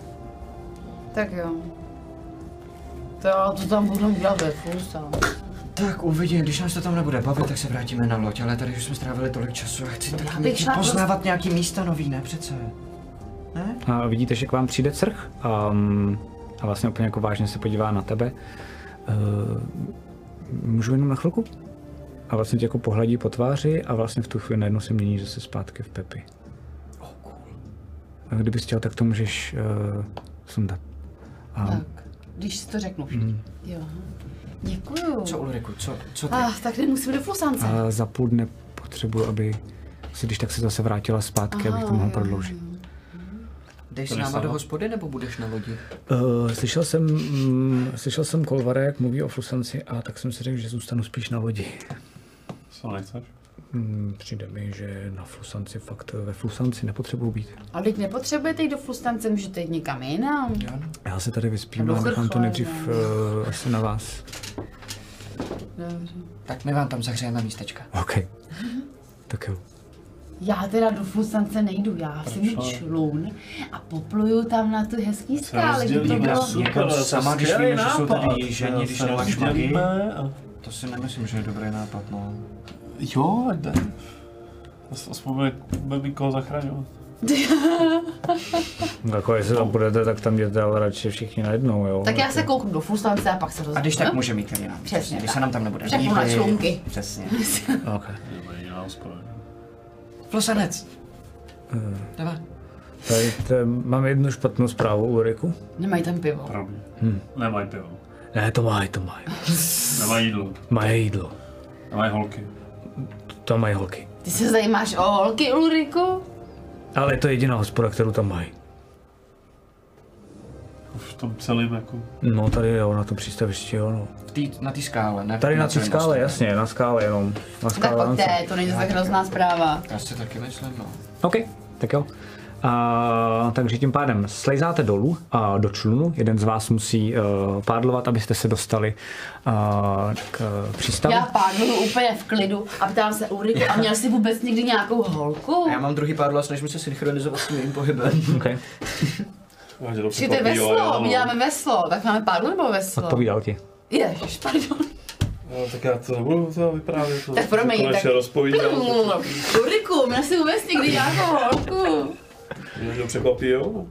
Speaker 2: Tak jo. To tam budu dělat ve Flusance.
Speaker 4: Tak uvidím, když nás to tam nebude bavit, tak se vrátíme na loď, ale tady už jsme strávili tolik času a chci taky poznávat nějaký místa nový, ne přece? Ne?
Speaker 1: A vidíte, že k vám přijde Crch a vlastně úplně jako vážně se podívá na tebe. Můžu jenom na chvilku? A vlastně tě jako pohladí po tváři a vlastně v tu chvíli najednou se mění zase zpátky v Pepi.
Speaker 4: Cool.
Speaker 1: A kdybys chtěl, tak to můžeš sundat.
Speaker 2: Tak, když si to řeknu všichni. Jo. Děkuju.
Speaker 4: Co Ulriku, co ty?
Speaker 2: Tak nemusím do Flusance.
Speaker 1: A za půl dne potřebuji, aby si když tak se zase vrátila zpátky, abych to mohl prodloužit.
Speaker 4: Jdeš s náma do hospody nebo budeš na lodi?
Speaker 7: Slyšel jsem Kolvara, jak mluví o Flusanci, a tak jsem si řekl, že zůstanu spíš na lodi.
Speaker 5: Co nechceš?
Speaker 7: Přijde mi, že na Flusanci fakt ve Flusanci nepotřebuji být.
Speaker 2: Ale teď nepotřebujete jít do Flustance, můžete jít někam jinam.
Speaker 1: Já se tady vyspím a nechám to nejdřív asi na vás.
Speaker 2: Dobře.
Speaker 4: Tak my vám tam zahřejeme místečka.
Speaker 1: OK. Tak jo.
Speaker 2: Já teda do Flustance nejdu, já si mít člun a popluju tam na ty hezký skály, kde to bylo.
Speaker 4: Někam sama, když víme, že jsou tady ženi, když nemáš magii.
Speaker 5: A...
Speaker 4: To si nemyslím, že je dobrý nápad, no.
Speaker 5: Jo, ať jde. Aspoň bude mít koho zachraňovat.
Speaker 7: Jako jestli tam budete, tak tam jděte ale radši všichni najednou, jo.
Speaker 2: Tak já se kouknu do Flustance a pak se rozhodnu.
Speaker 4: A když tak může mít ten jinam.
Speaker 2: Přesně
Speaker 4: Když
Speaker 2: tak.
Speaker 4: se nám tam nebude
Speaker 2: Řeknu na člunky.
Speaker 4: Přesně.
Speaker 7: OK.
Speaker 5: Nebo jiná hospoda.
Speaker 4: Flusanec. Jdeme.
Speaker 7: Tady mám jednu špatnou zprávu, Ulriku.
Speaker 2: Nemají tam pivo.
Speaker 5: Pravdě. Nemají pivo.
Speaker 7: Ne, to mají.
Speaker 5: Nemají jídlo.
Speaker 7: Mají jídlo.
Speaker 5: Nemají holky.
Speaker 7: To mají holky.
Speaker 2: Ty se zajímáš o holky, Ulriku?
Speaker 7: Ale je to jediná hospoda, kterou tam mají.
Speaker 5: V tom celém jako...
Speaker 7: No tady jo, na tom přístavišti, jo, no.
Speaker 4: Na té skále, ne?
Speaker 7: Tady na té
Speaker 4: celém
Speaker 7: skále,
Speaker 4: ostrově.
Speaker 7: jasně, na skále jenom. Na
Speaker 2: Tak
Speaker 7: skále,
Speaker 2: pojďte, to není tak hrozná zpráva.
Speaker 4: Já si taky myslím, no.
Speaker 1: OK, tak jo. Takže tím pádem slejzáte dolů do člunu. Jeden z vás musí pádlovat, abyste se dostali k přístavu.
Speaker 2: Já pádluju úplně v klidu a ptám se Ulriku, a měl jsi vůbec někdy nějakou holku?
Speaker 4: A já mám druhý pádlo a snažím se synchronizovat s tím mým pohybem.
Speaker 1: Okay.
Speaker 2: Či to je veslo, my děláme veslo, tak máme pádlo nebo veslo?
Speaker 1: Odpovídal ti.
Speaker 2: Ježiš, pardon.
Speaker 5: No, tak já to nebudu to vyprávět.
Speaker 2: Tak promiň, tak...
Speaker 5: rozpovídám.
Speaker 2: Ulriku, měl jsi vůbec někdy nějakou holku?
Speaker 5: Mě to překvapí, jo?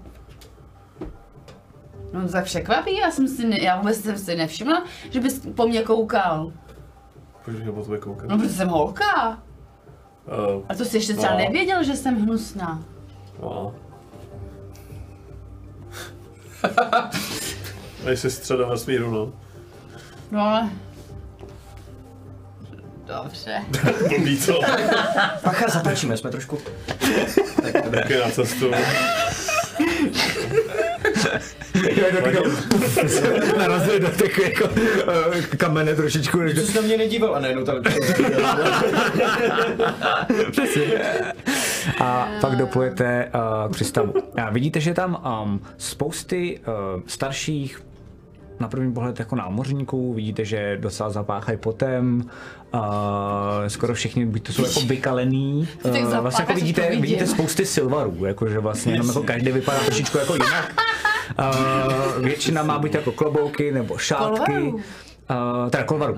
Speaker 2: No tak překvapí, já vůbec jsem si nevšimla, že bys po mně koukal.
Speaker 5: Proč bych po tebe koukat?
Speaker 2: No protože jsem holka. A to jsi ještě třeba nevěděl, že jsem hnusná.
Speaker 5: No. Nejsi středa vesmíru, no.
Speaker 2: No ale... Dobře.
Speaker 5: Blbý, co?
Speaker 4: Pacha, zatačíme, jsme trošku...
Speaker 5: Tak je na cestu.
Speaker 1: Narazili do takové jako kamene trošičku.
Speaker 4: Ty jsi na mě nedíval a najednou tam...
Speaker 1: A pak doplujete k přístavu. A vidíte, že je tam spousty starších, na první pohled jako námořníků, vidíte, že docela zapáchají potem, skoro všichni buď to jsou jako vykalený, vlastně jako vidíte spousty silvarů, jakože vlastně jenom jako každý vypadá trošičku jako jinak. Většina má buď jako klobouky nebo šátky. Teda kolvaru.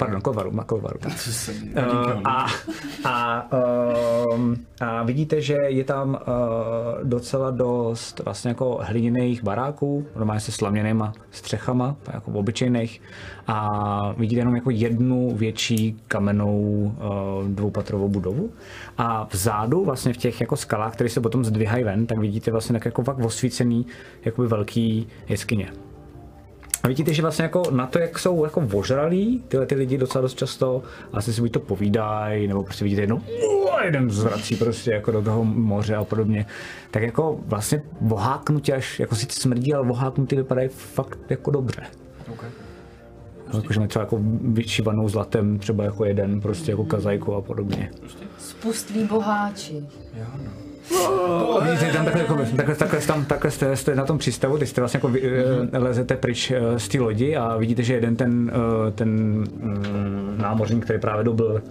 Speaker 1: A vidíte, že je tam docela dost vlastně jako hliněných baráků, normálně se slaměnýma střechama, jako obyčejných, a vidíte jenom jako jednu větší kamennou dvoupatrovou budovu. A vzadu vlastně v těch jako skalách, které se potom zdvihají ven, tak vidíte vlastně tak jako fakt osvícený jakoby velký jeskyně. A vidíte, že vlastně jako na to, jak jsou jako ožralí tyhle ty lidi docela dost často, asi si buď to povídají, nebo prostě vidíte jeden zvrací prostě jako do toho moře a podobně, tak jako vlastně voháknutí až, jako sice smrdí, ale voháknutí vypadají fakt jako dobře.
Speaker 4: Okay.
Speaker 1: Jakože mají třeba jako vyšívanou zlatem, třeba jako jeden, prostě jako kazajku a podobně.
Speaker 2: Spustlí boháči.
Speaker 4: Jo, no.
Speaker 1: Vidíte, tam takhle jste na tom přístavu, teď jste vlastně jako lezete pryč z té lodi a vidíte, že jeden ten námořník, který právě dobil.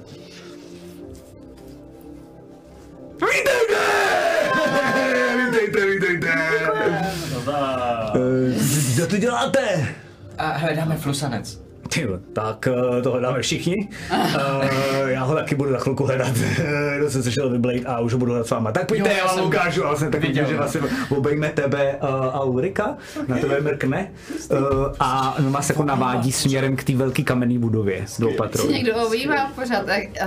Speaker 1: Vítejte! Co to děláte?
Speaker 4: A hledáme Flusanec.
Speaker 7: Tak to hledáme všichni. Já ho taky budu za chvilku hledat. Jenom jsem se šel vyblejt a už ho budu hledat s váma. Tak pojďte, já vám ukážu. Vlastně tak vidím, že vlastně obejme tebe a Ulrika. Na tebe mrkne. A vás jako navádí směrem k té velké kamenné budově.
Speaker 2: Někdo objímá pořád.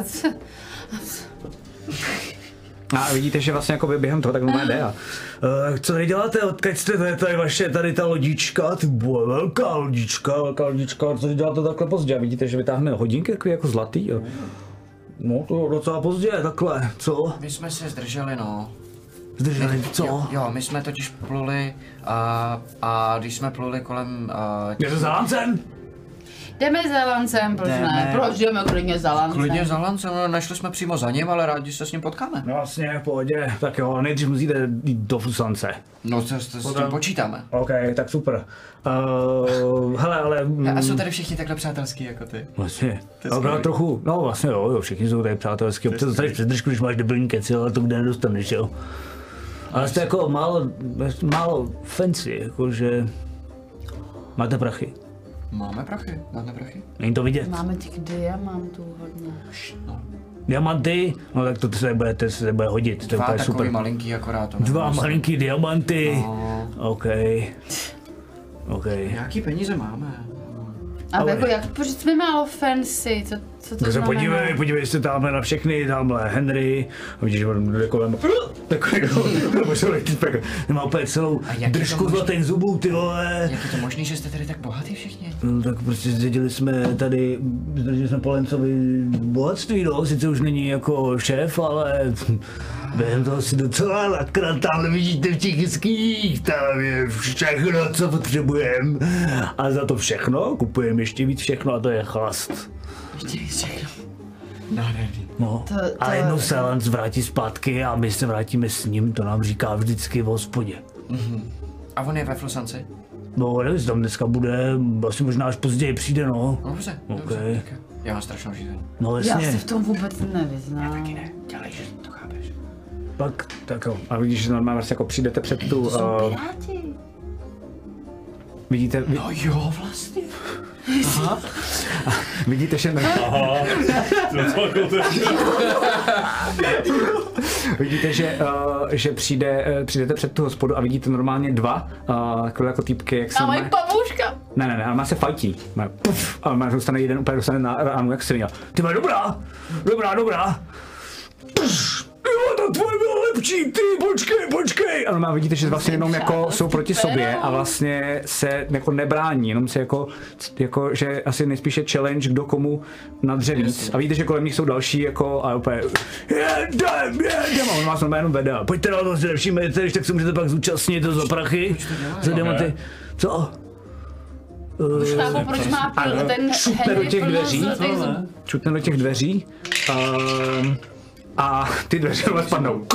Speaker 7: A vidíte, že vlastně jako během toho tak normálně jde. Co tady děláte? Odkud jste tady vaše, tady ta lodička? Ty bude velká lodička. Co tady děláte takhle pozdě? A vidíte, že vytáhne hodinky jako zlatý. No to docela pozdě, takhle, co?
Speaker 4: My jsme se zdrželi, no.
Speaker 7: Zdrželi, co?
Speaker 4: Jo, my jsme totiž pluli a když jsme pluli kolem...
Speaker 7: Je to za lancem?
Speaker 2: Jdeme za lancem, proč ne? Proč jdeme klidně za lancem?
Speaker 4: Klidně za lancem, no, našli jsme přímo za ním, ale rádi se s ním potkáme.
Speaker 7: No vlastně, v pohodě. Tak jo, nejdřív musíte jít do lance.
Speaker 4: No, s tím počítáme.
Speaker 7: OK, tak super. Hele, ale...
Speaker 4: A jsou tady všichni takhle přátelský jako ty?
Speaker 7: Vlastně, ale trochu, no vlastně jo, všichni jsou tady přátelský. Občas dostaneš předržku, když máš debilní keci, ale to kde nedostaneš, jo. Ale jste jako málo fancy, jakože... Máte prachy?
Speaker 4: Máme prachy,
Speaker 7: Není to vidět.
Speaker 2: Máme těch diamantů hodně.
Speaker 4: No.
Speaker 7: Diamanty? No tak to se bude hodit, to je úplně super.
Speaker 4: Malinký akorát.
Speaker 7: Dva malinký diamanty?
Speaker 4: No.
Speaker 7: OK.
Speaker 4: Nějaký peníze máme.
Speaker 2: A jako jak, proč jsme málo fancy, co to znamená?
Speaker 7: Podívej se tamhle na všechny, tamhle Henry, a vidíš, že jde kolem, nemá úplně celou držku zlatých zubů, ty vole.
Speaker 4: Jak je to možný, že jste tady tak bohatý všichni?
Speaker 7: No tak prostě zdědili jsme Polencovi bohatství, no, sice už není jako šéf, ale během toho si docela nakrát, tamhle vidíte v těch hezkých, tam je všechno, co potřebujeme. A za to všechno kupujeme ještě víc všechno a to je chlast.
Speaker 4: Ještě víc všechno. Nádherný.
Speaker 7: No, a jednou se Lance vrátí zpátky a my se vrátíme s ním, to nám říká vždycky v hospodě.
Speaker 4: A on je ve Flusanci?
Speaker 7: No, nevím, tam dneska bude, asi možná až později přijde, no.
Speaker 4: Dobře. Já mám strašnou žízeň.
Speaker 7: No jasně.
Speaker 2: Já se v tom vůbec nevyznám.
Speaker 4: Já taky ne, dělej, že to chápeš.
Speaker 7: Pak, tak jo. A vidíš, že normálně vlastně jako přijdete před tu... Vidíte...
Speaker 4: No jo, vlastně.
Speaker 7: Aha. Vidíte, že...
Speaker 5: Aha.
Speaker 1: Vidíte, že přijdete před tu hospodu a vidíte normálně dva takové jako týpky, jak se...
Speaker 2: A mají pavouška.
Speaker 1: Ne, ale má se fajtí. Ale má dostane jeden, úplně dostane na ránu jak svině.
Speaker 7: Ty má dobrá. Jo, to tvoje bylo lepší, ty, počkej.
Speaker 1: A má vidíte, že vlastně jenom jako jsou proti sobě a vlastně se jako nebrání, jenom se jako že asi nejspíše challenge, kdo komu nadře víc. A vidíte, že kolem nich jsou další jako a úplně jedem, a on vás normálně jenom vede.
Speaker 7: Pojďte na to, si nevšimejte, když tak se můžete pak zúčastnit to za prachy, za diamanty. Co?
Speaker 2: Chápu, proč má ten Henry plno zlatých zubů.
Speaker 1: Čutne do těch dveří. A ty dveře vás padnou.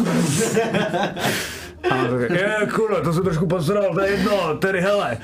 Speaker 7: Kurva, to jsem trošku posral, to je jedno, tedy hele.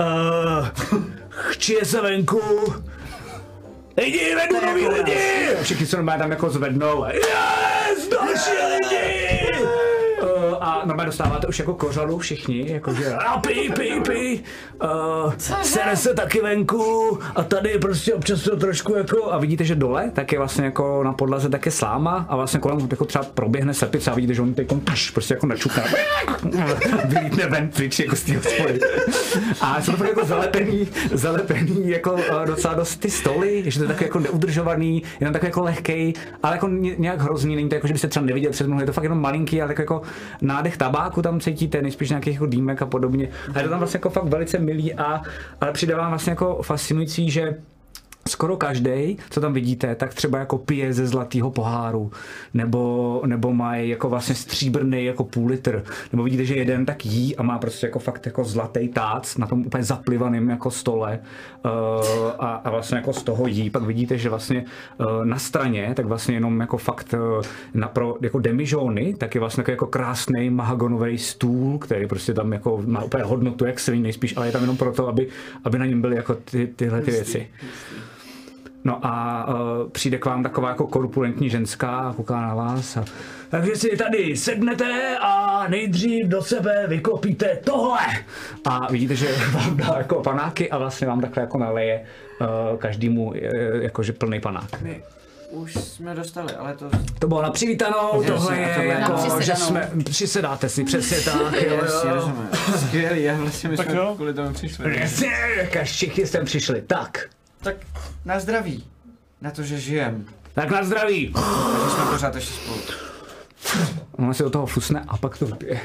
Speaker 7: Chčije se venku. Lidi, vedu nový lidi!
Speaker 1: Všichni se normálně tam jako zvednou.
Speaker 7: Yes, další lidi!
Speaker 1: A normálně dostáváte už jako kořalu všichni, jakože
Speaker 7: a pij. Sere se taky venku a tady prostě občas to trošku jako...
Speaker 1: A vidíte, že dole tak je vlastně jako na podlaze také sláma a vlastně kolem jako třeba proběhne slepice a vidíte, že on teď prostě jako načuká. Vylítne ven pryč jako z té hospody. A jsou to fakt jako zalepený jako docela dost ty stoly, že to je takový jako neudržovaný, jenom takový jako lehkej, ale jako nějak hrozný, není to jako, že byste třeba neviděl před mnou, je to fakt jenom malinký, ale jako nádech tabáku tam cítíte, nejspíš nějakých jako dýmek a podobně. A je to tam vlastně jako fakt velice milý, ale přijde vám vlastně jako fascinující, že skoro každý, co tam vidíte, tak třeba jako pije ze zlatého poháru, nebo mají jako vlastně stříbrný jako půl litr, nebo vidíte, že jeden tak jí a má prostě jako fakt jako zlatý tác na tom úplně zaplivaném jako stole a vlastně jako z toho jí. Pak vidíte, že vlastně na straně, tak vlastně jenom jako fakt pro jako demižóny, tak je vlastně jako krásný mahagonový stůl, který prostě tam jako má úplně hodnotu jak svý nejspíš, ale je tam jenom proto, aby na něm byly jako tyhle ty věci. No a přijde k vám taková jako korpulentní ženská a kouká na vás. Takže si tady sednete a nejdřív do sebe vykopíte tohle. A vidíte, že vám dá jako panáky a vlastně vám takhle jako naleje každému jakože plný panák.
Speaker 4: My už jsme dostali, ale to...
Speaker 1: To bylo na přivítanou, tohle je jako, že
Speaker 2: přisedanou.
Speaker 1: jsme, přisedáte si, přesně tak, jo.
Speaker 4: Skvělý, já vlastně my
Speaker 5: Tak
Speaker 4: jsme
Speaker 5: jo.
Speaker 4: kvůli tomu přišli.
Speaker 1: Jasně, všichni jste přišli, tak.
Speaker 4: Tak na zdraví, na to, že žijem.
Speaker 1: Tak na zdraví.
Speaker 4: Takže jsme pořád ještě spolu.
Speaker 1: Ona si do toho fusne a pak to vypije.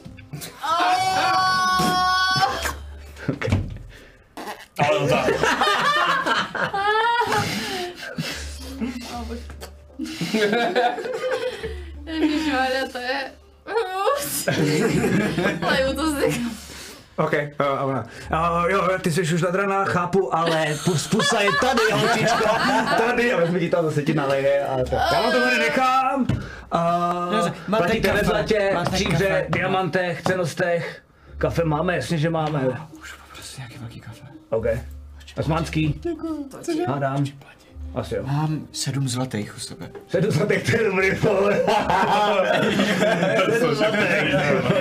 Speaker 1: Okay.
Speaker 5: Ale no tak.
Speaker 2: Ježišmarja, to je... Leju to zde.
Speaker 1: OK, a ona. Jo, ty jsi už nad rana, chápu, ale pusa je tady, holčičko, tady, a vezmi ti to, zase ti naleje a tak. Já vám to tady nechám. Platíte ve zlatě, stříbře, diamantech, cenostech. Kafe máme, jasně, že máme.
Speaker 4: Už prostě nějaký velký kafe.
Speaker 1: OK. Osmanský. Hádám. Asi jo.
Speaker 4: Mám 7 zlatých u sebe.
Speaker 1: 7 zlatých, to je dobrý tohle. 7 zlatých.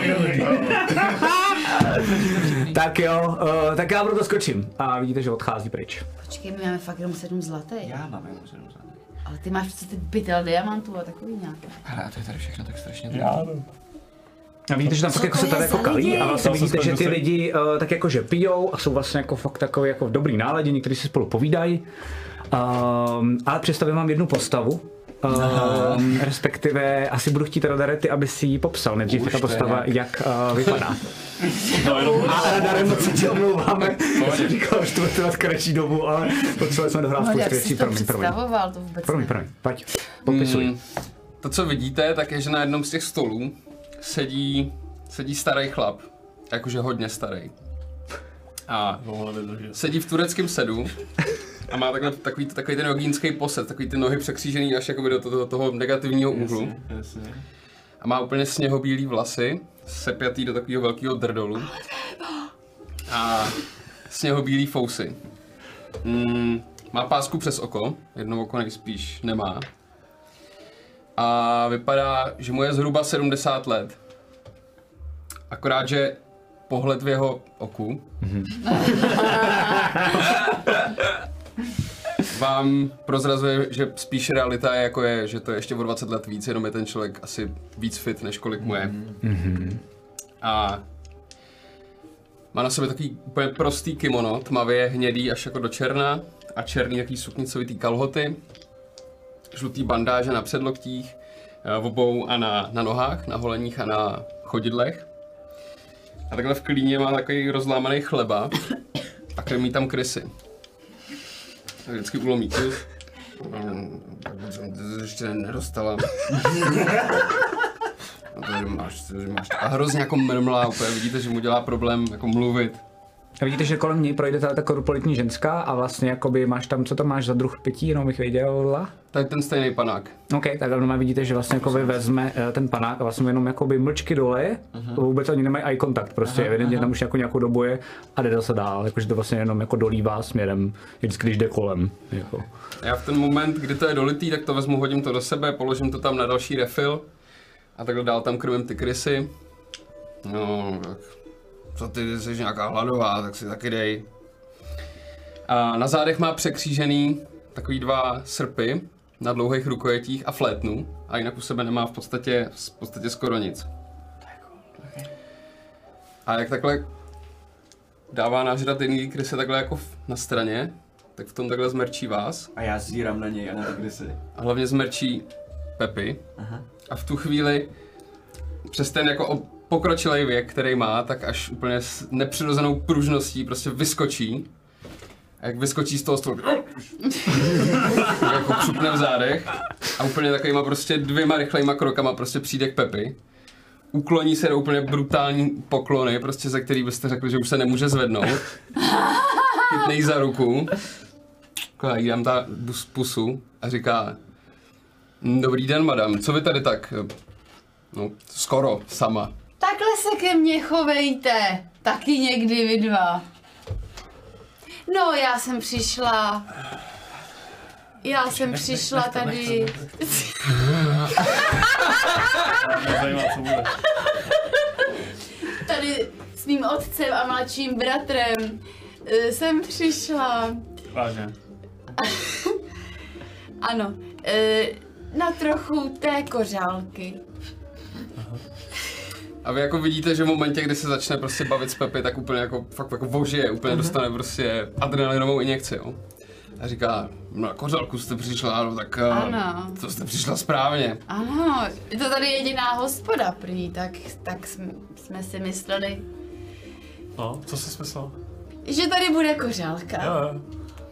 Speaker 1: Tak jo, tak já proto skočím. A vidíte, že odchází pryč.
Speaker 2: Počkej, my máme fakt jenom 7 zlatých.
Speaker 4: Já mám jenom 7 zlatých.
Speaker 2: Ale ty máš přece ty pytel diamantů a takový nějaké.
Speaker 4: Hele, a to je tady všechno tak strašně
Speaker 1: A vidíte, že tam fakt jako se tady jako kalí a vlastně
Speaker 5: To se
Speaker 1: vidíte, že ty
Speaker 5: skoro
Speaker 1: lidi tak jako že pijou a jsou vlastně jako fakt takový jako v dobrý náladě, někteří si spolu povídají. Ale představím vám jednu postavu. Respektive asi budu chtít Radarety, aby si ji popsal. Nejdřív ta postava, jak vypadá. A Radare, moc se ti omlouváme. Já jsem říkal, že to bude trvat kratší dobu, ale potřebovali jsme dohrát spoustu
Speaker 2: Jak
Speaker 1: věcí.
Speaker 2: jsi to představoval, to vůbec
Speaker 1: Promiň, pojď, popisuj.
Speaker 6: To, co vidíte, tak je, že na jednom z těch stolů sedí starý chlap. Jakože hodně starý. A sedí v tureckém sedu. A má takhle, takový ten jogínský posed, takový ty nohy překřížený až jakoby do toho negativního úhlu. A má úplně sněhobílý vlasy, sepjatý do takového velkého drdolu. A sněhobílý fousy. Má pásku přes oko, jedno oko nejspíš nemá. A vypadá, že mu je zhruba 70 let. Akorát, že pohled v jeho oku vám prozrazuje, že spíš realita je jako je, že to je ještě o 20 let víc, jenom je ten člověk asi víc fit, než kolik mu je. A má na sobě takový úplně prostý kimono, tmavě hnědý až jako do černa a černý takový suknicovitý kalhoty, žlutý bandáže na předloktích, v obou a na nohách, na holeních a na chodidlech. A takhle v klíně má takový rozlámaný chleba a krmí tam krysy. Tak vždycky ulomí kus. Tak jsem to ještě nedostala. A hrozně jako mrmlá, úplně vidíte, že mu dělá problém jako mluvit.
Speaker 1: A vidíte, že kolem něj projde ta korpulentní ženská a vlastně jakoby máš tam, co tam máš za druh pití, jenom bych věděla.
Speaker 6: To je ten stejný panák.
Speaker 1: OK, tak jenom vidíte, že vlastně jakoby vezme ten panák a vlastně jenom jakoby mlčky dole, vůbec ani nemají eye contact, prostě evidentně tam už jako nějakou dobu je a jde zase dál, jakože to vlastně jenom jako dolívá směrem, vždycky když jde kolem. Jako.
Speaker 6: Já v ten moment, kdy to je dolitý, tak to vezmu, hodím to do sebe, položím to tam na další refill a takhle dál tam krmím ty krysy. No, tak co ty jsi nějaká hladová, tak si taky dej. A na zádech má překřížený takový 2 srpy na dlouhých rukojetích a flétnu a jinak u sebe nemá v podstatě skoro nic. A jak takhle dává nažrat jiný krysy takhle jako na straně, tak v tom takhle zmerčí vás.
Speaker 4: A já zírám na něj a na ty krysy.
Speaker 6: A hlavně zmerčí Pepi. A v tu chvíli přes ten jako pokročilej věk, který má, tak až úplně s nepřirozenou pružností prostě vyskočí. A jak vyskočí z toho stolu, tak jako křupne v zádech a úplně takovýma prostě 2 rychlejma krokama prostě přijde k Pepi. Ukloní se do úplně brutální poklony, prostě ze který byste řekli, že už se nemůže zvednout. Chytne jí za ruku. Jí dám ta pusu a říká: Dobrý den, madam, co vy tady tak, no, skoro sama.
Speaker 2: Takhle se ke mně chovejte, taky někdy vy dva. No, já jsem přišla Já jsem přišla tady...
Speaker 5: Nezajímá, co bude.
Speaker 2: Tady s mým otcem a mladším bratrem jsem přišla...
Speaker 5: Vážně.
Speaker 2: Ano, na trochu té kořálky.
Speaker 6: A vy jako vidíte, že v momentě, kdy se začne prostě bavit s Pepi, tak úplně jako fakt jako vožije, úplně dostane prostě adrenalinovou injekci, jo. A říká, no na kořálku jste přišla, no tak
Speaker 2: Ano.
Speaker 6: to jste přišla správně.
Speaker 2: Ano, je to tady jediná hospoda prý, tak jsme si mysleli,
Speaker 5: No, co jsi myslel?
Speaker 2: že tady bude kořálka.
Speaker 5: Jo.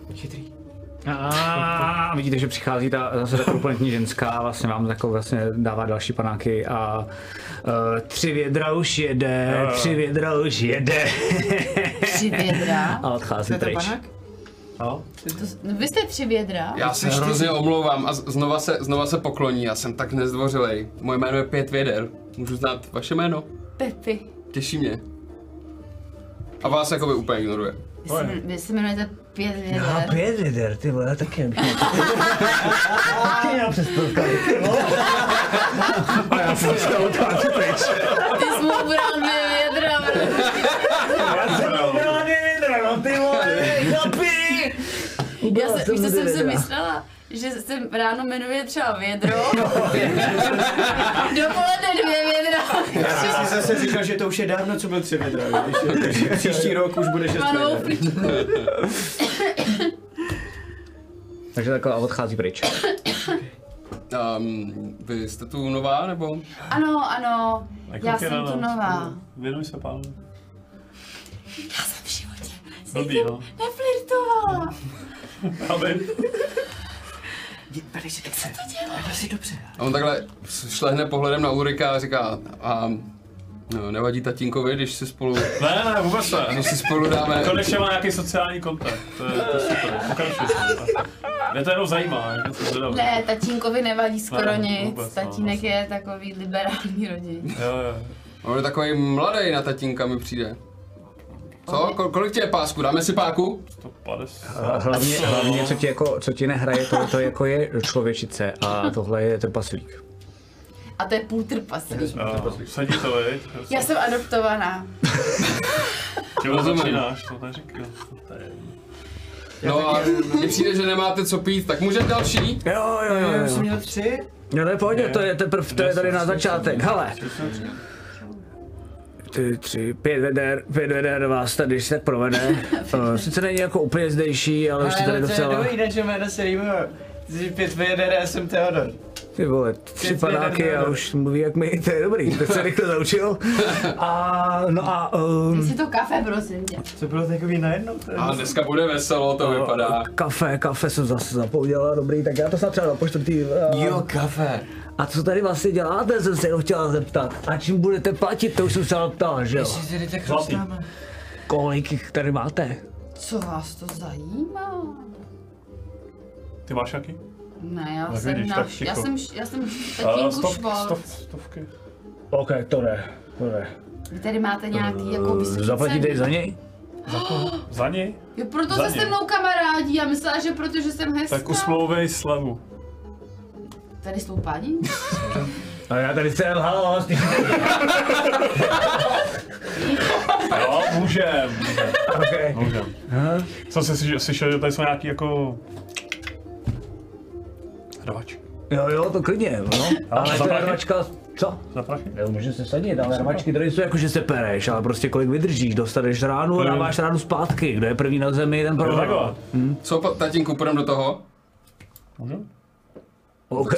Speaker 1: A vidíte, že přichází ta zase ta korpulentní ženská a vlastně vám takovou vlastně dává další panáky a 3 vědra už jede, 3 vědra už jede.
Speaker 2: 3 vědra?
Speaker 1: A odchází
Speaker 4: To je
Speaker 1: pryč.
Speaker 4: panák?
Speaker 5: No.
Speaker 2: No, vy jste 3 vědra?
Speaker 6: Já se hrozně omlouvám a znova se pokloní, já jsem tak nezdvořilej. Moje jméno je 5 věder. Můžu znát vaše jméno?
Speaker 2: Pepi.
Speaker 6: Těší mě. A vás jakoby úplně ignoruje.
Speaker 2: Vy se jmenujete 5 věder.
Speaker 7: Já 5 lider, ty vole, taky bych taky já přestoupil. A já jsem se odchází pryč.
Speaker 2: Ty jsi mu ubral 2 vědra,
Speaker 7: Já jsem ubral 2 vědra, no ty vole, chlapi!
Speaker 2: Víš, co jsem si myslela? Že se ráno jmenuje třeba vědro, dopoledne 2 vědra.
Speaker 3: Já si zase říkal, že to už je dávno, co byl 3 vědra, takže příští rok už bude 6
Speaker 2: Manou
Speaker 3: vědra.
Speaker 2: pličku.
Speaker 1: Takže takhle odchází pryč.
Speaker 6: Vy jste tu nová, nebo?
Speaker 2: Ano, já jsem tu nová.
Speaker 5: Věnuj se, pánu.
Speaker 2: Já jsem v životě
Speaker 5: Blbý, no.
Speaker 2: neflirtovala.
Speaker 5: Aby.
Speaker 6: A on takhle šlehne pohledem na Ulrika a říká, no, nevadí tatínkovi, když si spolu,
Speaker 5: Ne, vůbec ne.
Speaker 6: když si spolu dáme...
Speaker 5: Konečně má nějaký sociální kontakt, to je super, pokračuj se. Mě to jenom zajímá, jako co zvědavý.
Speaker 2: Ne, tatínkovi nevadí skoro
Speaker 5: Ne,
Speaker 2: nic.
Speaker 5: vůbec, no,
Speaker 2: Tatínek je takový liberální rodin.
Speaker 5: Jo.
Speaker 6: On je takový mladý na tatínka mi přijde. Co? Kolik tě je pásku? Dáme si páku?
Speaker 5: 150.
Speaker 1: Hlavně co ti nehraje, to jako je člověčice a tohle je trpaslík.
Speaker 2: A to je půl trpaslík.
Speaker 5: Sedí to, viď?
Speaker 2: Já jsem adoptovaná.
Speaker 5: Čeho začínáš, to neříkám.
Speaker 6: No a mně přijde, že nemáte co pít, tak můžeme další?
Speaker 1: Jo.
Speaker 3: Já jsem měl 3.
Speaker 1: No ne, pojď, to je teprve, to je tady na začátek, hele. 5 veder vás tady se provede. Sice není jako úplně zdejší, ale už to tady docela...
Speaker 3: Ale to je dobrý, že jméno se rýmuje. 5 věder, já jsem Theodor.
Speaker 1: Ty vole, 3 panáky a už mluví jak my, to je dobrý, to se rychle naučil.
Speaker 2: Ty si to kafe, prosím tě.
Speaker 3: Co bylo takový najednou?
Speaker 6: A dneska bude veselo, to vypadá.
Speaker 1: Kafe jsem zase zapomněla, dobrý, tak já to snad třeba na počtvrtý.
Speaker 3: Jo, kafe.
Speaker 1: A co tady vlastně děláte, jsem se jenom chtěla zeptat. A čím budete platit, to už jsem se ptal, že jo?
Speaker 3: Jestli tady tak chlastáme.
Speaker 1: Kolik jich tady máte?
Speaker 2: Co vás to zajímá?
Speaker 5: Ty máš jaký?
Speaker 2: Ne, já
Speaker 5: Tak
Speaker 2: jsem
Speaker 5: vidíš, tak ticho.
Speaker 2: já jsem tatínku švol.
Speaker 5: Stovky.
Speaker 1: OK, to ne.
Speaker 2: Vy tady máte nějaký jako vysoký
Speaker 1: Zaplatíte
Speaker 2: ceny?
Speaker 1: za něj?
Speaker 5: Za něj?
Speaker 2: Jo, proto
Speaker 5: Za
Speaker 2: se
Speaker 5: ně.
Speaker 2: se mnou kamarádí, já myslela, že protože jsem hezká.
Speaker 5: Tak usmlouvej slevu.
Speaker 2: Tady sloupání?
Speaker 1: A já tady jsem lhal,
Speaker 5: Jo, můžem.
Speaker 1: OK.
Speaker 5: Můžem. Co jsi slyšel, že tady jsou nějaký jako... Hravačky.
Speaker 1: Jo, to klidně, no. Ale
Speaker 5: za
Speaker 1: to je
Speaker 5: prachy?
Speaker 1: rvačka, co?
Speaker 5: Za prachy?
Speaker 1: Jo, můžeš se sadit, ale rvačky tady jsou jako, že se pereš, ale prostě kolik vydržíš, dostaneš ránu a dáváš ránu zpátky, kdo je první na zemi, ten
Speaker 5: Jo,
Speaker 1: prohrál.
Speaker 5: takhle.
Speaker 6: Co, tatínku, půjdeme do toho?
Speaker 5: Můžem?
Speaker 1: OK.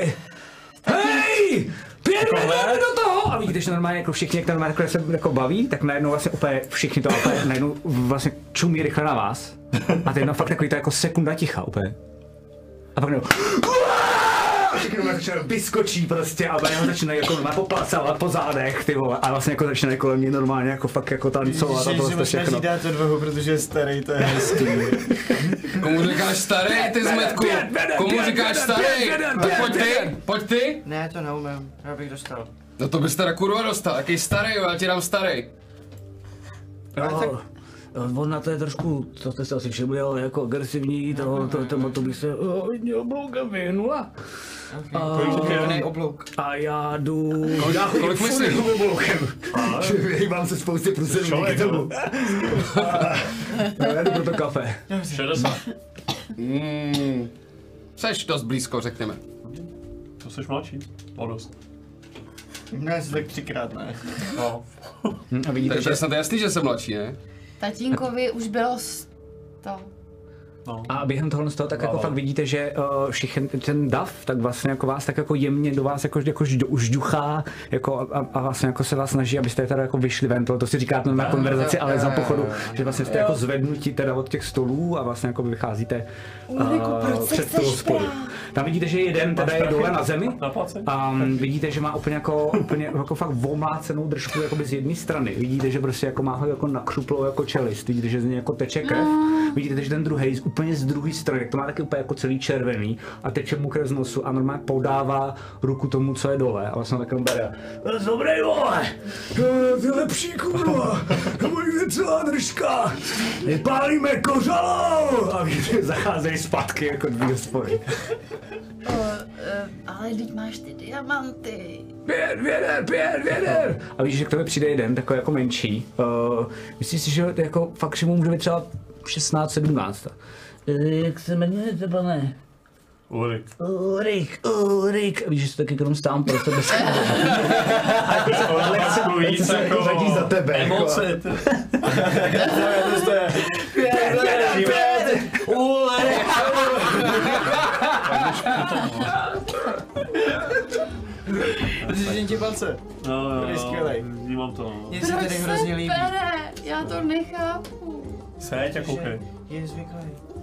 Speaker 1: Hej! 5 veder do toho! A vidíte, že normálně jako všichni, jak normálně jako se jako baví, tak najednou vlastně úplně všichni to úplně najednou vlastně čumí rychle na vás. A teď fakt takový to jako sekunda ticha úplně. A pak najednou všichni začínají vyskočí prostě a najednou začínají jako normálně poplácávat po zádech, ty vole. A vlastně jako začínají kolem mě normálně jako fakt jako tancovat a tohle to všechno.
Speaker 3: dát odvahu, protože je starý, to je hezký.
Speaker 6: Komu říkáš starý, ty zmetku? Komu říkáš starý? Tak pojď ty.
Speaker 3: Ne, to neumím, já bych dostal.
Speaker 6: No to bys teda kurva dostal, jaký starý, já ti dám starý.
Speaker 7: On na to je trošku, to jste se asi všimli, ale jako agresivní, to bych se hodně obloukem vyhnula.
Speaker 4: Pěkný oblouk.
Speaker 7: A já jdu...
Speaker 6: Kolik myslíš?
Speaker 1: Vyhýbám se spoustě průzemů díky tomu. Já jdu pro to kafe.
Speaker 5: 60.
Speaker 6: Seš dost blízko, řekněme.
Speaker 5: To jsi mladší? O dost.
Speaker 3: Ne, asi tak 3krát, ne.
Speaker 5: No.
Speaker 1: A vidíte,
Speaker 6: Takže
Speaker 1: že...
Speaker 6: snad jasný, že jsem mladší, ne?
Speaker 2: Tatínkovi už bylo 100.
Speaker 5: No.
Speaker 1: A během tohle z toho tak jako fakt vidíte, že všichni ten dav tak vlastně jako vás tak jako jemně do vás jako už duchá jako a vlastně jako se vás snaží, abyste teda jako vyšli ven, to si říkáte na konverzaci, ale za pochodu, že vlastně jste jako zvednutí teda od těch stolů a vlastně jako vycházíte před toho spodu. Tam vidíte, že jeden teda je dole na zemi a vidíte, že má úplně jako fakt omlácenou držku jakoby z jedné strany. Vidíte, že prostě jako má ho jako nakřuplou jako čelist, vidíte, že z něj jako teče krev. Vidíte, že ten druhý úplně z druhé strany, to má taky úplně jako celý červený a teče mu krev z nosu a normálně podává ruku tomu, co je dole a vlastně tak bere. Dobrý vole, ty lepší kurva, to bude celá držka, vypálíme kořalou a vidíte, zacházejí zpátky jako dvě hospody.
Speaker 2: Ale teď máš ty diamanty.
Speaker 1: Věder. A víš, že k tobě přijde jeden takový jako menší. Myslíš si, že jako fakt, že mu může být třeba 16, 17. Jak se jmenujete, pane? Ulrik. Víš, že se taky krom stám pro sebe
Speaker 5: Ale se mluví
Speaker 1: jako zadí za tebe.
Speaker 5: Emoce.
Speaker 3: Ulrik! Držím ti palce.
Speaker 5: No,
Speaker 3: je skvělej.
Speaker 5: Vnímám to.
Speaker 3: Mně se tady hrozně líbí.
Speaker 2: Já to nechápu.
Speaker 5: Seď a koukej.
Speaker 3: Je zvyklý.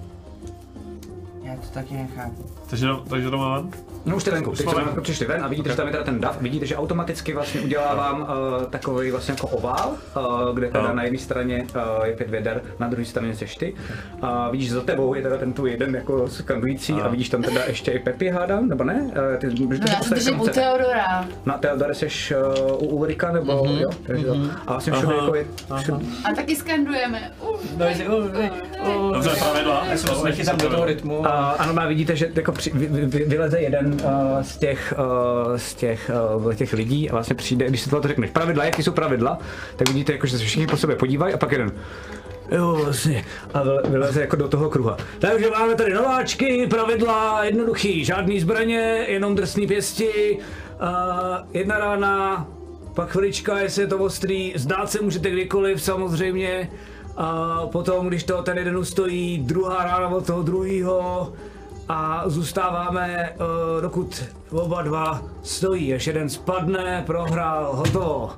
Speaker 3: Já to taky nechápu.
Speaker 5: Takže to mám?
Speaker 1: No už jste venku, teď jsme jako přišli ven a vidíte, že tam je teda ten dav, vidíte, že automaticky vlastně udělávám takový vlastně jako ovál, kde teda na jedné straně je 5 věder, na druhé straně seš ty. Vidíš, za tebou je teda ten tu jeden jako skandující a vidíš tam teda ještě i Pepi, hádám, nebo ne? Ty můžeš
Speaker 2: já se držím u Theodora.
Speaker 1: Na Theodore seš u Ulrika, nebo jo? A vlastně všude jako je...
Speaker 2: A taky skandujeme.
Speaker 5: Dobře, pravidla.
Speaker 3: Já jsem se nechytám do toho rytmu.
Speaker 1: Ano, vidíte, že jako vyleze jeden z těch lidí a vlastně přijde, když si to řekneš pravidla, jaký jsou pravidla, tak vidíte, jako, že se všichni po sobě podívají a pak jeden. Jo, vlastně. A vyleze jako do toho kruha. Takže máme tady nováčky, pravidla jednoduchý, žádný zbraně, jenom drsný pěsti, jedna rána, pak chvilička, jestli je to ostrý, zdát se můžete kdykoliv samozřejmě. A potom, když to ten jeden ustojí, druhá rána od toho druhýho a zůstáváme, dokud oba dva stojí, až jeden spadne, prohrál, hotovo.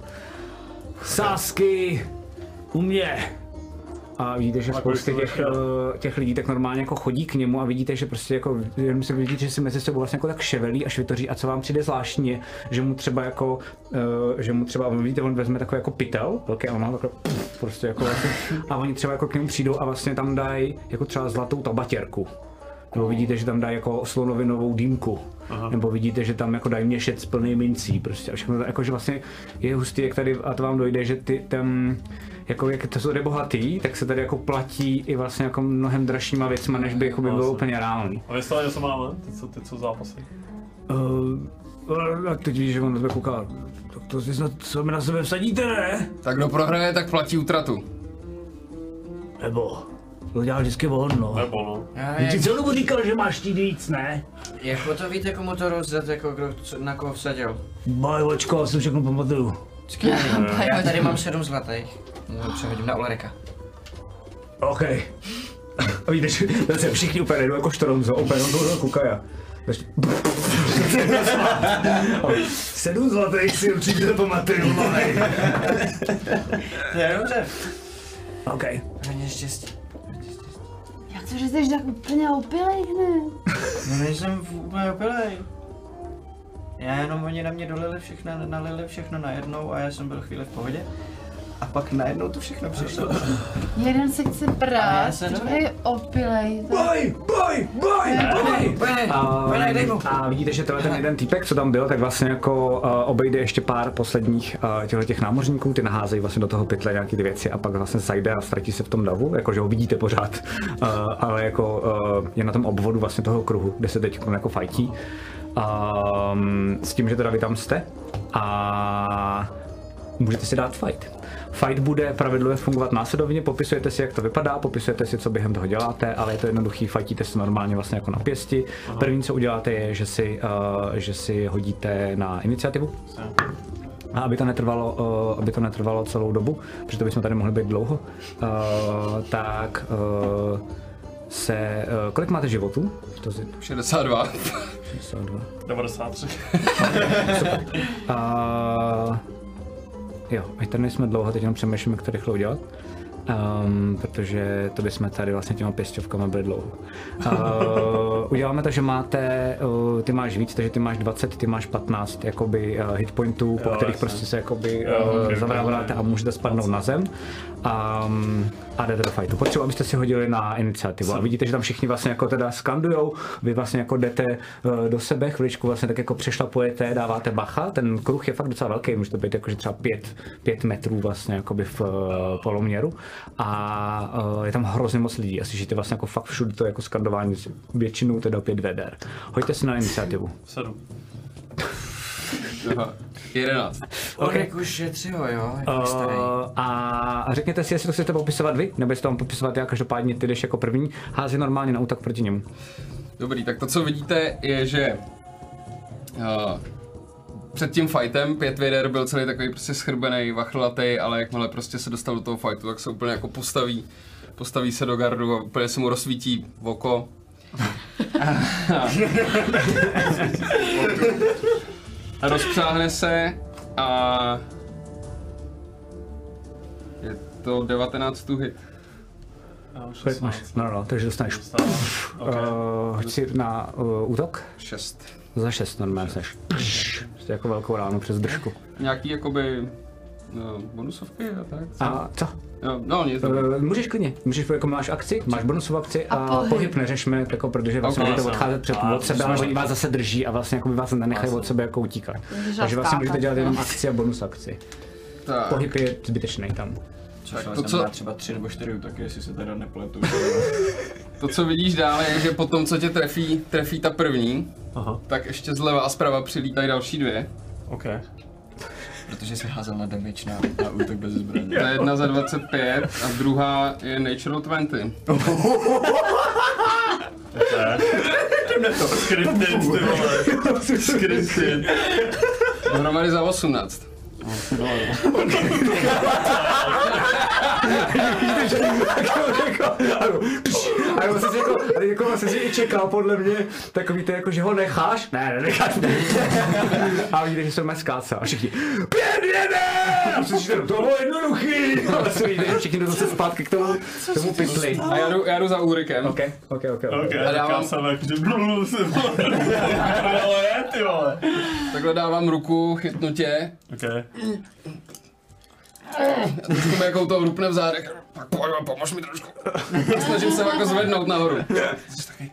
Speaker 1: Sázky u mě. A vidíte, že spousty těch lidí tak normálně jako chodí k němu a vidíte, že prostě jako, jenom se vidíte, že si mezi sebou vlastně jako tak ševelí a švitoří a co vám přijde zvláštní je, že mu třeba jako, vidíte, on vezme takový jako pytel, velký a on má takhle prostě jako vlastně, a oni třeba jako k němu přijdou a vlastně tam dají jako třeba zlatou tabatěrku. Nebo vidíte, že tam dají jako slonovinovou dýmku. Nebo vidíte, že tam jako dají měšec plný mincí prostě a všechno, jako že vlastně je hustý, jak tady, a to vám dojde, že jako jak to jsou bohatý, tak se tady jako platí i vlastně jako mnohem dražšíma věcma, než by jako by bylo úplně reálný.
Speaker 5: A vy něco máme? Ty co zápasy?
Speaker 1: A teď víš, že on na tebe kouká, tak to si snad co mi na sebe vsadíte, ne?
Speaker 6: Tak kdo prohraje, tak platí útratu.
Speaker 7: Nebo, to dělá vždycky on, no.
Speaker 5: Nebo no.
Speaker 7: Ty celou dobu říkal, že máš chtít víc, ne?
Speaker 3: Jak to víte, komu to rozdat, jako kdo, na koho vsadil?
Speaker 7: Bajvočko, já si všechno pamatuju.
Speaker 3: Já tady mám 7 zlatých. No, přehodím na Ulrika.
Speaker 1: OK. A víte, že se všichni úplně jdou jako štoronzo, úplně on toho kukaja. 7 zlatých si určitě pamatuju, malej.
Speaker 3: To je dobře.
Speaker 1: OK.
Speaker 3: Hodně štěstí.
Speaker 2: Jak to, že jsi tak úplně opilej hned?
Speaker 3: No nejsem úplně opilej. Já jenom oni na mě nalili všechno najednou a já jsem byl chvíli v pohodě. A pak najednou to všechno přišlo.
Speaker 2: Jeden se chce brát, druhý opilej.
Speaker 1: Boj! A vidíte, že tenhle ten jeden týpek, co tam byl, tak vlastně jako obejde ještě pár posledních těch námořníků, ty naházejí vlastně do toho pytle nějaké ty věci a pak vlastně zajde a ztratí se v tom davu, jakože ho vidíte pořád, ale jako je na tom obvodu vlastně toho kruhu, kde se teď jako fajtí. S tím, že teda vy tam jste a můžete si dát fight. Fight bude pravidlově fungovat následovně, popisujete si, jak to vypadá, popisujete si, co během toho děláte, ale je to jednoduchý, fightíte se normálně vlastně jako na pěsti. První, co uděláte, je, že si hodíte na iniciativu. A aby to netrvalo celou dobu, protože to bychom tady mohli být dlouho, tak kolik máte životů?
Speaker 6: 62.
Speaker 5: 93.
Speaker 1: Jo, ať tady nejsme dlouho, teď jenom přemýšlím, jak to rychle udělat. Protože to bychom tady vlastně těma pěsťovkama byli dlouho. Uděláme to, že ty máš víc, takže ty máš 20, ty máš 15 jakoby hitpointů, po kterých prostě se jakoby zavráváte a můžete spadnout na zem. A jdete do fightu. Potřebuji, abyste si hodili na iniciativu. A vidíte, že tam všichni vlastně jako teda skandujou, vy vlastně jako jdete do sebe, chviličku vlastně tak jako přešlapujete, dáváte bacha. Ten kruh je fakt docela velký, může to být jakože třeba 5 metrů vlastně jakoby v poloměru. A je tam hrozně moc lidí a slyšíte vlastně jako fakt všude to jako skandování, většinou teda 5 veder. Hoďte si na iniciativu.
Speaker 5: 7.
Speaker 6: 11.
Speaker 4: Ulrik už je 3, jo?
Speaker 1: A řekněte si, jestli to chcete popisovat vy, nebo jestli to mám popisovat já, každopádně ty jdeš jako první, hází normálně na útok proti němu.
Speaker 6: Dobrý, tak to, co vidíte, je, že před tím fightem 5 věder byl celý takový prostě schrbený, vachlatej, ale jakmile prostě se dostal do toho fightu, tak se úplně jako postaví se do gardu a úplně se mu rozsvítí v oko. A rozpřáhne se a je to 19 to hit.
Speaker 1: No, takže dostaneš. Hoď si na útok.
Speaker 6: 6.
Speaker 1: Za 6 normálně seš. Prostě jako velkou ránu přes držku.
Speaker 6: Nějaký jakoby bonusovky a tak?
Speaker 1: A co?
Speaker 6: No nic.
Speaker 1: Můžeš klidně, jako máš akci, máš bonusovou akci a pohyb neřešme, jako protože vlastně můžete odcházet od sebe, ale oni vás zase drží a vlastně jako by vás nenechají od sebe jako utíkat. Takže vlastně můžete dělat jenom akci a bonus akci. Pohyb je zbytečný tam.
Speaker 3: To, co třeba 3 nebo 4 útoky, jestli se teda nepletu.
Speaker 6: To, co vidíš dále, je, že potom, co tě trefí ta první, tak ještě zleva a zprava přilítají další 2.
Speaker 5: OK.
Speaker 3: Protože se házel na damage na útok bez zbraně.
Speaker 6: To je 1 za 25 a druhá je natural 20.
Speaker 5: Jdeme to. Scripted, ty vole. Scripted.
Speaker 6: Dohromady za 18.
Speaker 1: A jako se si čekal podle mě, takový to jako, že ho necháš? Ne, necháš. A vidíte, že se má skáca a všichni 5 věder! A slyšíte, to bylo jednoduchý! A se vidíte, že všichni jdou zase zpátky k tomu pytli.
Speaker 6: A já jdu za Ulrikem.
Speaker 1: OK.
Speaker 6: A dávám... Takhle dávám ruku, chytnu tě. A trošku mi jako to rupne v zádech. Tak pomož mi trošku. Snažím se jako zvednout nahoru. Jsi takový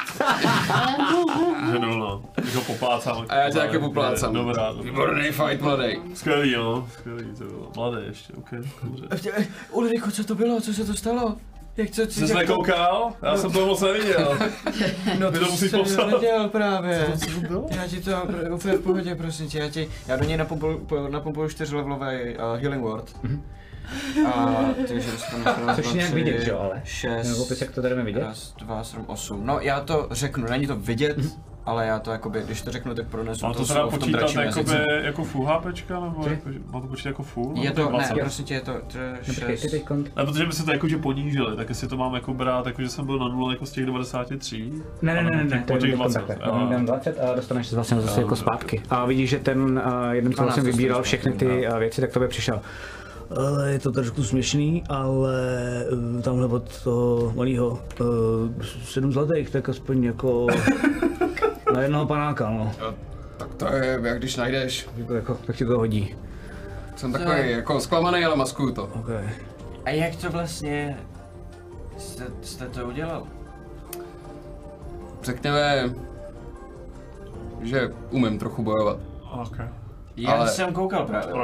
Speaker 5: no. Když ho poplácám.
Speaker 6: A já tě taky poplácám.
Speaker 5: Dobrá.
Speaker 6: Výborný fight, mladej.
Speaker 5: Skvělý, jo. Skvělý to bylo. Mladý ještě, OK. Dobře.
Speaker 3: Ulriku, co to bylo? Co se to stalo?
Speaker 5: Jsi se nekoukal? Já jsem toho moc neviděl.
Speaker 3: No
Speaker 5: ty to musíš
Speaker 3: jsem
Speaker 5: popsat.
Speaker 3: nevěděl právě.
Speaker 5: Co to bylo?
Speaker 3: Já ti to úplně v pohodě, prosím tě. Já do něj napumpuju 4levelový healing word. A takže dostanu
Speaker 1: což nějak vidět, že jo, ale?
Speaker 3: 6.
Speaker 1: Nebo jak to tady vidět?
Speaker 3: 1, 2, 7, 8. No já to řeknu, není to vidět, ale já to jakoby, když to řeknu, tak pronesu
Speaker 5: to slovo v tom dračím jazyce. Má to teda jako full HPčka, nebo jako, má to počítat jako full?
Speaker 3: Je to, ne, prosím tě, je to 6.
Speaker 5: Ne, protože by se to jakože ponížili, tak jestli to mám jako brát, jako že jsem byl na 0 jako z těch 93.
Speaker 1: Ne, to je těch 20. Dám 20 a dostaneš se vlastně zase jako zpátky. A vidíš, že ten jeden, co vlastně vybíral všechny ty věci, tak to by přišel. Ale je to trošku směšný, ale tamhle od toho malého 7 zlatých, tak aspoň jako na jednoho panáka, no.
Speaker 6: Tak to je, jak když najdeš.
Speaker 1: Tak ti to hodí.
Speaker 6: Jsem takový jako zklamaný, ale maskuju to.
Speaker 1: Okay.
Speaker 3: A jak to vlastně jste to udělal?
Speaker 6: Řekněme, že umím trochu bojovat.
Speaker 5: Okay.
Speaker 3: Já jsem koukal právě.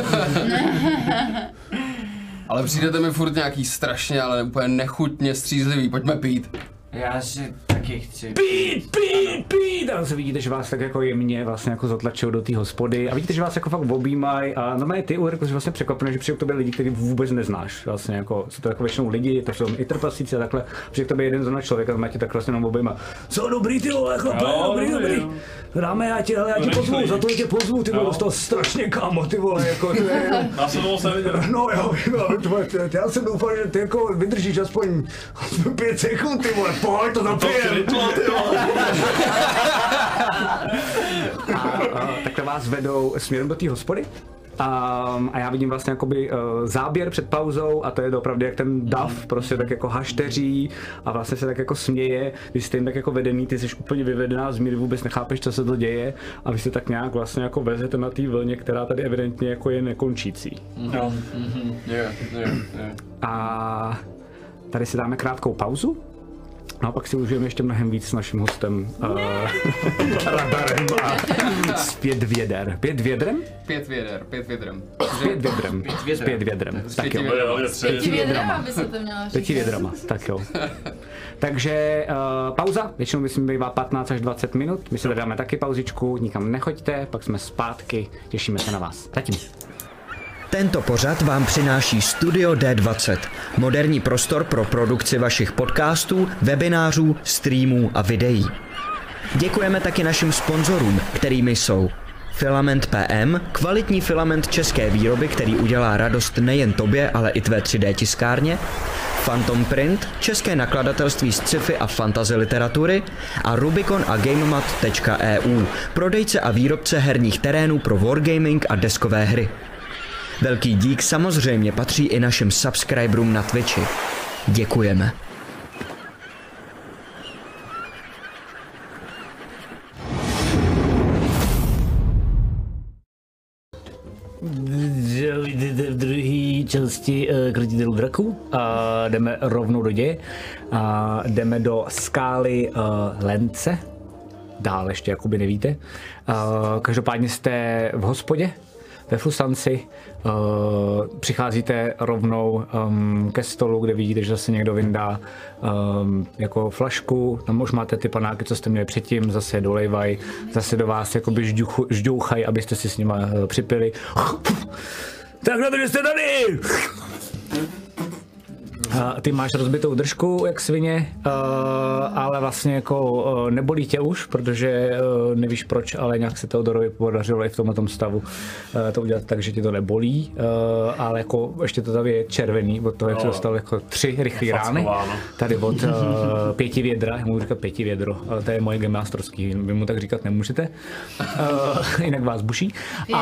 Speaker 6: Ale přijdete mi furt nějaký strašně, ale úplně nechutně střízlivý, pojďme pít.
Speaker 3: Já si taky chci.
Speaker 1: Pít! A se vidíte, že vás tak jako jemně vlastně jako zatlačují do té hospody a vidíte, že vás jako fakt objímají a normálně ty Ulriku jsi vlastně překvapený, že přijde k tobě lidi, který vůbec neznáš. Vlastně jako, jsou to jako většinou lidi, to jsou i trpaslíci a takhle. Přijde k tobě jeden zrovna člověk a tě tak vlastně jenom objímá. Co dobrý ty vole, chlape, dobrý. Dáme, já tě pozvu, za to tě pozvu, ty vole, dostal strašně kámo, ty vole, jako to je.
Speaker 5: Já jsem to moc neviděl.
Speaker 1: No jo, já jsem doufal, že ty jako vydržíš aspoň 5 sekund, ty vole, pojď to napijem. Takhle vás vedou směrem do té hospody. A já vidím vlastně jakoby záběr před pauzou a to je opravdu jak ten dav, prostě tak jako hašteří a vlastně se tak jako směje, vy jste jim tak jako vedený, ty jsi úplně vyvedená z míry, vůbec nechápeš, co se to děje a vy se tak nějak vlastně jako vezete na té vlně, která tady evidentně jako je nekončící.
Speaker 5: Jo.
Speaker 1: A tady si dáme krátkou pauzu. No a pak si užijeme ještě mnohem víc s naším hostem Radarem a s 5 věder. 5 vědrem?
Speaker 6: 5 vědrem.
Speaker 1: S 5 vědrem. Tak jo.
Speaker 2: 5 vědrama by se to mělo říct.
Speaker 1: 5 vědrama, tak jo. Takže pauza, většinou myslím bývá 15 až 20 minut. My si dáme taky pauzičku, nikam nechoďte, pak jsme zpátky, těšíme se na vás. Zatím.
Speaker 8: Tento pořad vám přináší Studio D20, moderní prostor pro produkci vašich podcastů, webinářů, streamů a videí. Děkujeme taky našim sponzorům, kterými jsou Filament PM, kvalitní filament české výroby, který udělá radost nejen tobě, ale i tvé 3D tiskárně, Phantom Print, české nakladatelství z sci-fi a fantasy literatury a Rubicon a GameMat.eu, prodejce a výrobce herních terénů pro wargaming a deskové hry. Velký dík samozřejmě patří i našim subscriberům na Twitchi. Děkujeme.
Speaker 7: V druhé části Krotitelů draků a jdeme rovnou do děje a jdeme do skály Lence. Dál ještě jakoby nevíte. Každopádně jste v hospodě ve Fusanci, přicházíte rovnou ke stolu, kde vidíte, že zase někdo vyndá jako flašku, tam už máte ty panáky, co jste měli předtím, zase je dolejvají, zase do vás jakoby žďouchají, abyste si s nima připili. Tak na to, že jste tady! Ty máš rozbitou držku, jak svině, ale vlastně jako nebolí tě už, protože nevíš proč, ale nějak se Teodorovi podařilo i v tomhle stavu to udělat tak, že ti to nebolí, ale jako ještě to tady je červený, od toho, jak jsi dostal jako 3 rychlé rány, tady od 5 vědra, já mu říkat 5 vědro, ale to je moje gemástrovský, vy mu tak říkat nemůžete, jinak vás buší.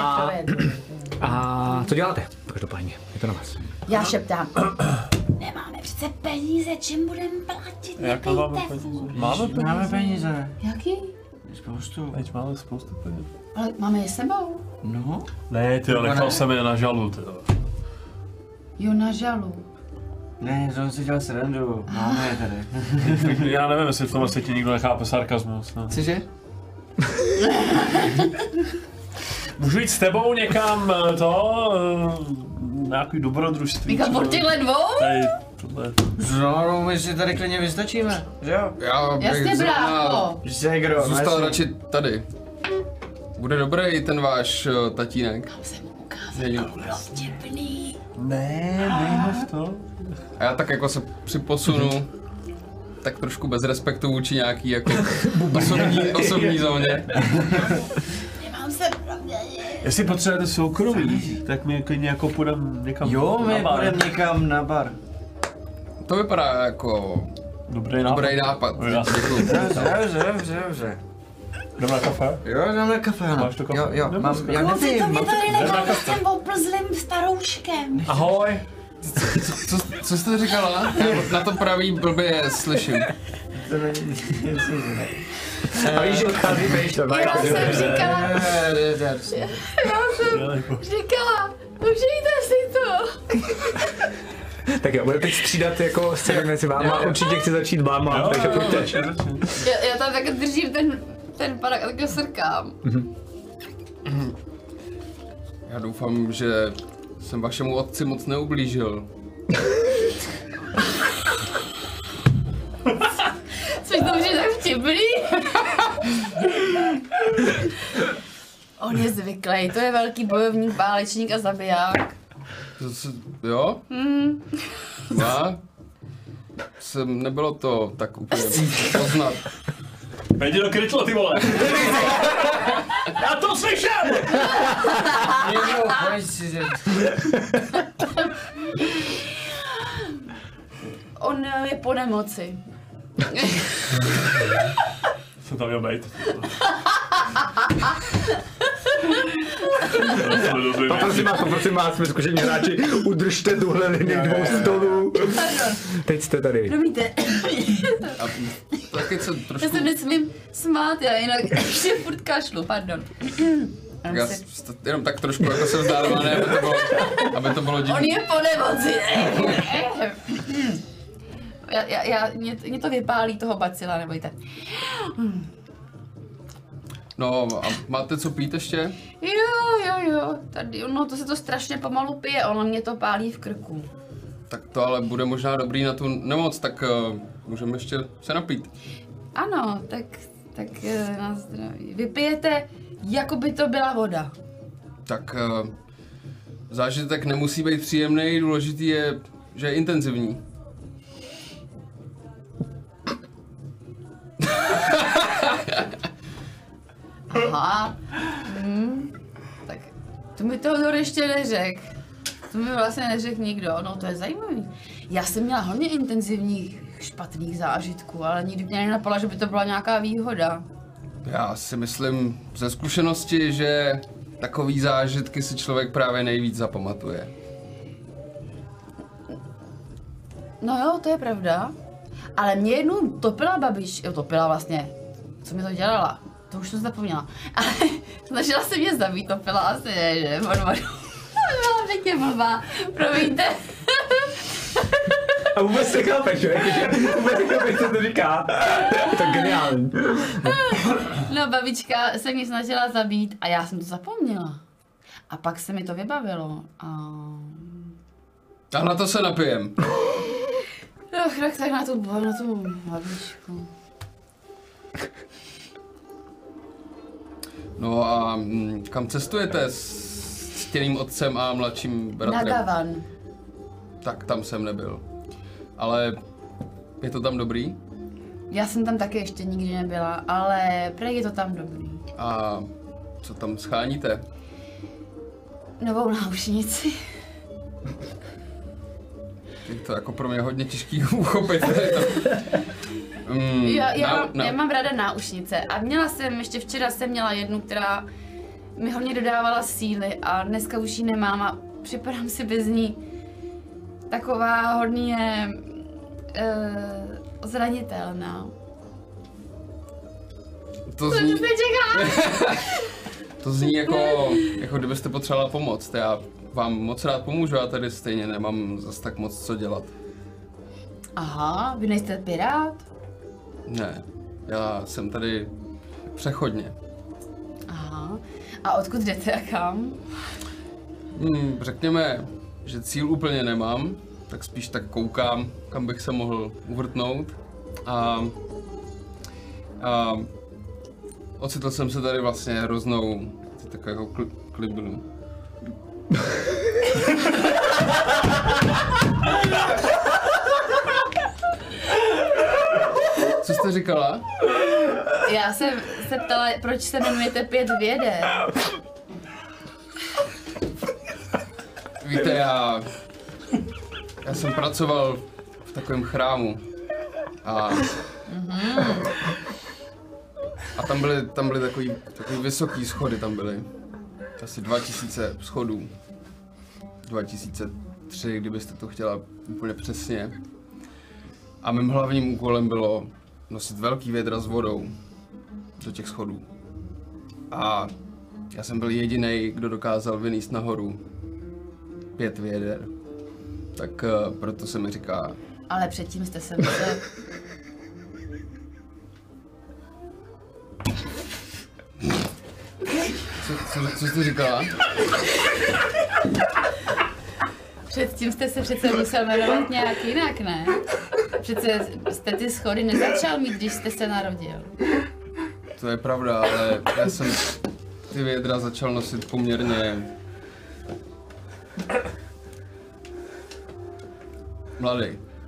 Speaker 7: A co děláte? Každopádně, je to na vás.
Speaker 2: Já šeptám. Nemáme přece peníze, čím budeme platit,
Speaker 5: Jak to máme peníze? Máme
Speaker 3: peníze.
Speaker 2: Jaký?
Speaker 3: Spoustu.
Speaker 5: Teď máme spoustu peněz.
Speaker 2: Ale máme je s sebou.
Speaker 3: No.
Speaker 5: Ne, tyjo, nechal jsem je na žalu, tyjo.
Speaker 2: Jo, na žalu.
Speaker 3: Ne, to si dělal srandu. Máme je tady.
Speaker 5: Já nevím, jestli v tom světě nikdo nechápe sarkazmus. No.
Speaker 6: Cože?
Speaker 5: Můžu jít s tebou někam nějaký dobrodružství.
Speaker 2: Říkám, po těchhle dvou?
Speaker 5: Tady, tohle.
Speaker 3: No, my si tady klidně vystačíme, že jo?
Speaker 6: Já
Speaker 2: Jasně,
Speaker 6: bych
Speaker 2: brácho.
Speaker 3: Zegro,
Speaker 6: zůstal radši tady. Bude dobrý ten váš tatínek.
Speaker 2: Tam jsem mu ukázal, kolik rozděpný.
Speaker 5: Ne v to.
Speaker 6: A já tak jako se připosunu, tak trošku bez respektu vůči nějaký jako osobní zóně.
Speaker 2: Nemám se pravdě.
Speaker 5: Jestli potřebujete soukromí, tak my klidně jako půjdeme někam
Speaker 3: Jo,
Speaker 5: na
Speaker 3: my
Speaker 5: bar.
Speaker 3: půjdeme někam na bar.
Speaker 6: To vypadá jako
Speaker 5: Dobrý
Speaker 6: nápad. Děkuju.
Speaker 3: Dobře.
Speaker 5: Jdeme na kafe?
Speaker 3: Jo, jdeme na kafe, ano.
Speaker 5: Máš to kafe?
Speaker 3: Jo,
Speaker 5: Jdeme
Speaker 3: mám,
Speaker 5: dneska.
Speaker 3: já
Speaker 2: Kluci,
Speaker 3: nevím,
Speaker 2: to mě
Speaker 3: mám
Speaker 2: tady necháte s tím oplzlým starouškem.
Speaker 5: Ahoj.
Speaker 6: Co jste říkala? Já na to pravý blbě slyším.
Speaker 3: to není,
Speaker 1: A víš, že odchází pryč, to
Speaker 2: Já jsem říkala, užijte si to.
Speaker 1: Tak jo, budeme teď střídat jako scény mezi váma, určitě chci začít váma, takže pojďte.
Speaker 2: Já tam tak držím ten ten padák a tak ho srkám.
Speaker 6: Já doufám, že jsem vašemu otci moc neublížil.
Speaker 2: Což to už je tak vtipný. On je zvyklý, to je velký bojovník, válečník a zabiják.
Speaker 6: Jo? Já? Nebylo to tak úplně poznat.
Speaker 5: Jdi do krytlo, ty vole! Já to slyšel!
Speaker 2: On je po nemoci.
Speaker 5: Co tam měl být?
Speaker 1: Prosím vás, jsme zkušení hráči, udržte tuhle linii 2 stolů. Teď jste tady.
Speaker 2: Promiňte.
Speaker 6: Taky co trošku...
Speaker 2: Já se nesmím smát, já jinak ještě furt kašlu, pardon.
Speaker 6: Já jenom tak trošku jako se vzdálila, ne, aby to bylo divné.
Speaker 2: On je po nemoci. Mě to vypálí toho bacila, nebojte.
Speaker 6: No a máte co pít ještě?
Speaker 2: Jo, tady, no to se to strašně pomalu pije, ono mě to pálí v krku.
Speaker 6: Tak to ale bude možná dobrý na tu nemoc, tak můžeme ještě se napít.
Speaker 2: Ano, tak na zdraví. Vypijete, jako by to byla voda.
Speaker 6: Tak zážitek nemusí být příjemný, důležitý je, že je intenzivní.
Speaker 2: Aha. Tak to mi Teodor ještě neřekl. To mi vlastně neřekl nikdo, no to je zajímavý. Já jsem měla hodně intenzivních špatných zážitků, ale nikdy mě nenapadla, že by to byla nějaká výhoda.
Speaker 6: Já si myslím ze zkušenosti, že takový zážitky si člověk právě nejvíc zapamatuje.
Speaker 2: No jo, to je pravda. Ale mě jednou topila topila vlastně, co mi to dělala, to už jsem zapomněla. Ale snažila se mě zabít, topila asi ne, že? Byla pěkně blbá, promiňte.
Speaker 1: A vůbec nechápeš, že? Vůbec nechápeš, co to říká. Je to geniální.
Speaker 2: No, babička se mě snažila zabít a já jsem to zapomněla. A pak se mi to vybavilo.
Speaker 6: A na to se napijem.
Speaker 2: Tak na tu babičku.
Speaker 6: No a kam cestujete s ctěným otcem a mladším bratrem?
Speaker 2: Na Gavan.
Speaker 6: Tak tam jsem nebyl. Ale je to tam dobrý?
Speaker 2: Já jsem tam taky ještě nikdy nebyla, ale prej je to tam dobrý.
Speaker 6: A co tam scháníte?
Speaker 2: Novou náušnici.
Speaker 6: Je to jako pro mě hodně těžký uchopit.
Speaker 2: Já mám ráda náušnice a ještě včera jsem měla jednu, která mi hodně dodávala síly a dneska už ji nemám a připadám si bez ní taková hodně zranitelná.
Speaker 6: To zní jako kdybyste potřebovala pomoc. Já vám moc rád pomůžu, já tady stejně nemám zas tak moc co dělat.
Speaker 2: Aha, vy nejste pirát?
Speaker 6: Ne, já jsem tady přechodně.
Speaker 2: Aha, a odkud jdete a kam?
Speaker 6: Řekněme, že cíl úplně nemám, tak spíš tak koukám, kam bych se mohl uvrtnout. A ocitl jsem se tady vlastně hroznou takovou jako klibnu. Co jste říkala?
Speaker 2: Já jsem se ptala, proč se jmenujete 5 věder.
Speaker 6: Víte, já jsem pracoval v takovém chrámu a tam byly takový vysoký schody, tam byly asi 2000 schodů. 2003, kdybyste to chtěla úplně přesně. A mým hlavním úkolem bylo nosit velký vědra s vodou do těch schodů. A já jsem byl jediný, kdo dokázal vynést nahoru 5 věder. Tak proto se mi říká...
Speaker 2: Ale předtím jste se musel...
Speaker 6: Co jsi říkala?
Speaker 2: Předtím jste se přece musel jmenovat nějak jinak, ne? Přece jste ty schody nezačal mít, když jste se narodil.
Speaker 6: To je pravda, ale já jsem ty vědra začal nosit poměrně mladý.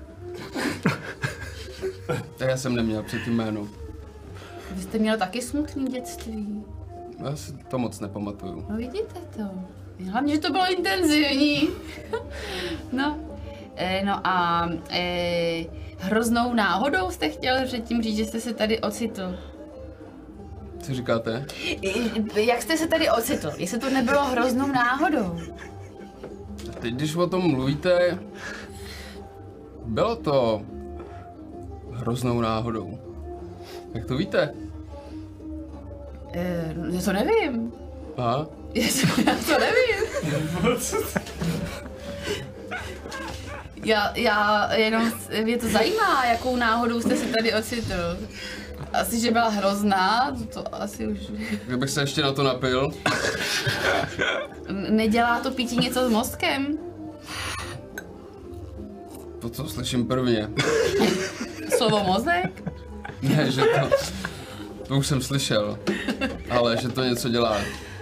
Speaker 6: Tak já jsem neměl předtím jméno.
Speaker 2: Vy jste měl taky smutný dětství.
Speaker 6: Já si to moc nepamatuju.
Speaker 2: No vidíte to. Hlavně, že to bylo intenzivní. No. No a hroznou náhodou jste chtěl předtím říct, že jste se tady ocitl.
Speaker 6: Co říkáte?
Speaker 2: Jak jste se tady ocitl? Jestli to nebylo hroznou náhodou?
Speaker 6: Teď, když o tom mluvíte, bylo to hroznou náhodou. Jak to víte?
Speaker 2: Já to nevím.
Speaker 6: Aha.
Speaker 2: Já to nevím. Já jenom, mě to zajímá, jakou náhodou jste se tady ocitl. Asi, že byla hrozná, to asi už...
Speaker 6: Kdybych se ještě na to napil.
Speaker 2: Nedělá to pití něco s mozkem?
Speaker 6: To, co slyším prvně.
Speaker 2: Slovo mozek?
Speaker 6: Ne, že to už jsem slyšel, ale že to něco dělá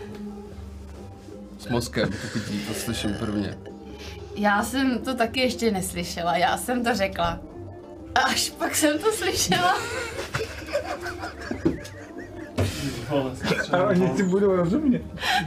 Speaker 6: s mozkem, to pití, to slyším prvně.
Speaker 2: Já jsem to taky ještě neslyšela, já jsem to řekla. Až pak jsem to slyšela.
Speaker 7: A oni si budou rozumět.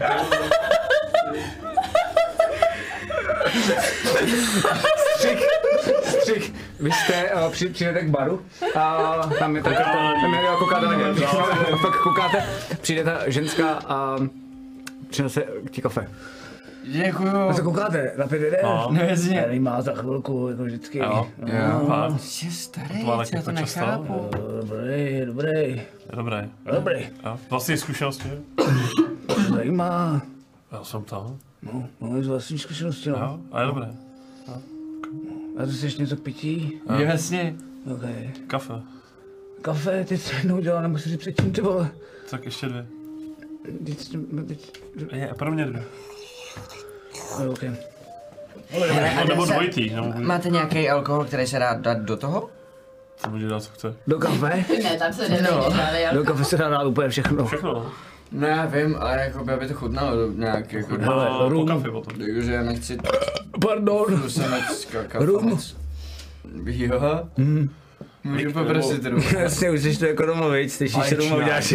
Speaker 1: Střih. Vy jste přijdete k baru a tam je koukáte na ně. Pak koukáte, přijde ta ženská a přinese ti kafe.
Speaker 3: Děkuju.
Speaker 7: A co koukáte? Na 5 jde?
Speaker 3: No jasně.
Speaker 7: Tady má za chvilku, jako vždycky.
Speaker 5: Jo.
Speaker 3: Jsi starý,
Speaker 5: To má
Speaker 3: já
Speaker 5: taky
Speaker 3: to
Speaker 5: často.
Speaker 3: nechápu.
Speaker 7: Dobrý.
Speaker 5: Dobré. Jo. Vlastní zkušenosti?
Speaker 7: Zajímá.
Speaker 5: Já jsem tam.
Speaker 7: No, z vlastní zkušenosti, no.
Speaker 5: Jo, a je dobré.
Speaker 7: A to chceš něco k pití?
Speaker 3: Jasně.
Speaker 7: Okay.
Speaker 5: Kafe.
Speaker 7: Kafe, ty jsi jednou dělal, nebo jsi si předtím, ty vole.
Speaker 5: Tak ještě 2.
Speaker 7: Teď.
Speaker 5: Je, pro mě 2.
Speaker 7: Okay.
Speaker 5: Nebo dvojitý.
Speaker 3: Máte nějaký alkohol, který se dá dát do toho?
Speaker 5: Co může dát, co chce.
Speaker 7: Do kafe?
Speaker 2: Ne, tam se nedá.
Speaker 7: Do kafe se dá úplně všechno.
Speaker 5: Všechno, no.
Speaker 3: No já vím, ale jako by to chutnalo nějak jako...
Speaker 5: A
Speaker 7: rum.
Speaker 5: po kafe potom.
Speaker 3: Takže já nechci...
Speaker 7: Pardon.
Speaker 3: Dusanec,
Speaker 7: Rum.
Speaker 3: kafanec. Jo? Můžu poprosit rum.
Speaker 7: Jasně, už jsi to jako doma, viď? Slyšíš rum a uděláš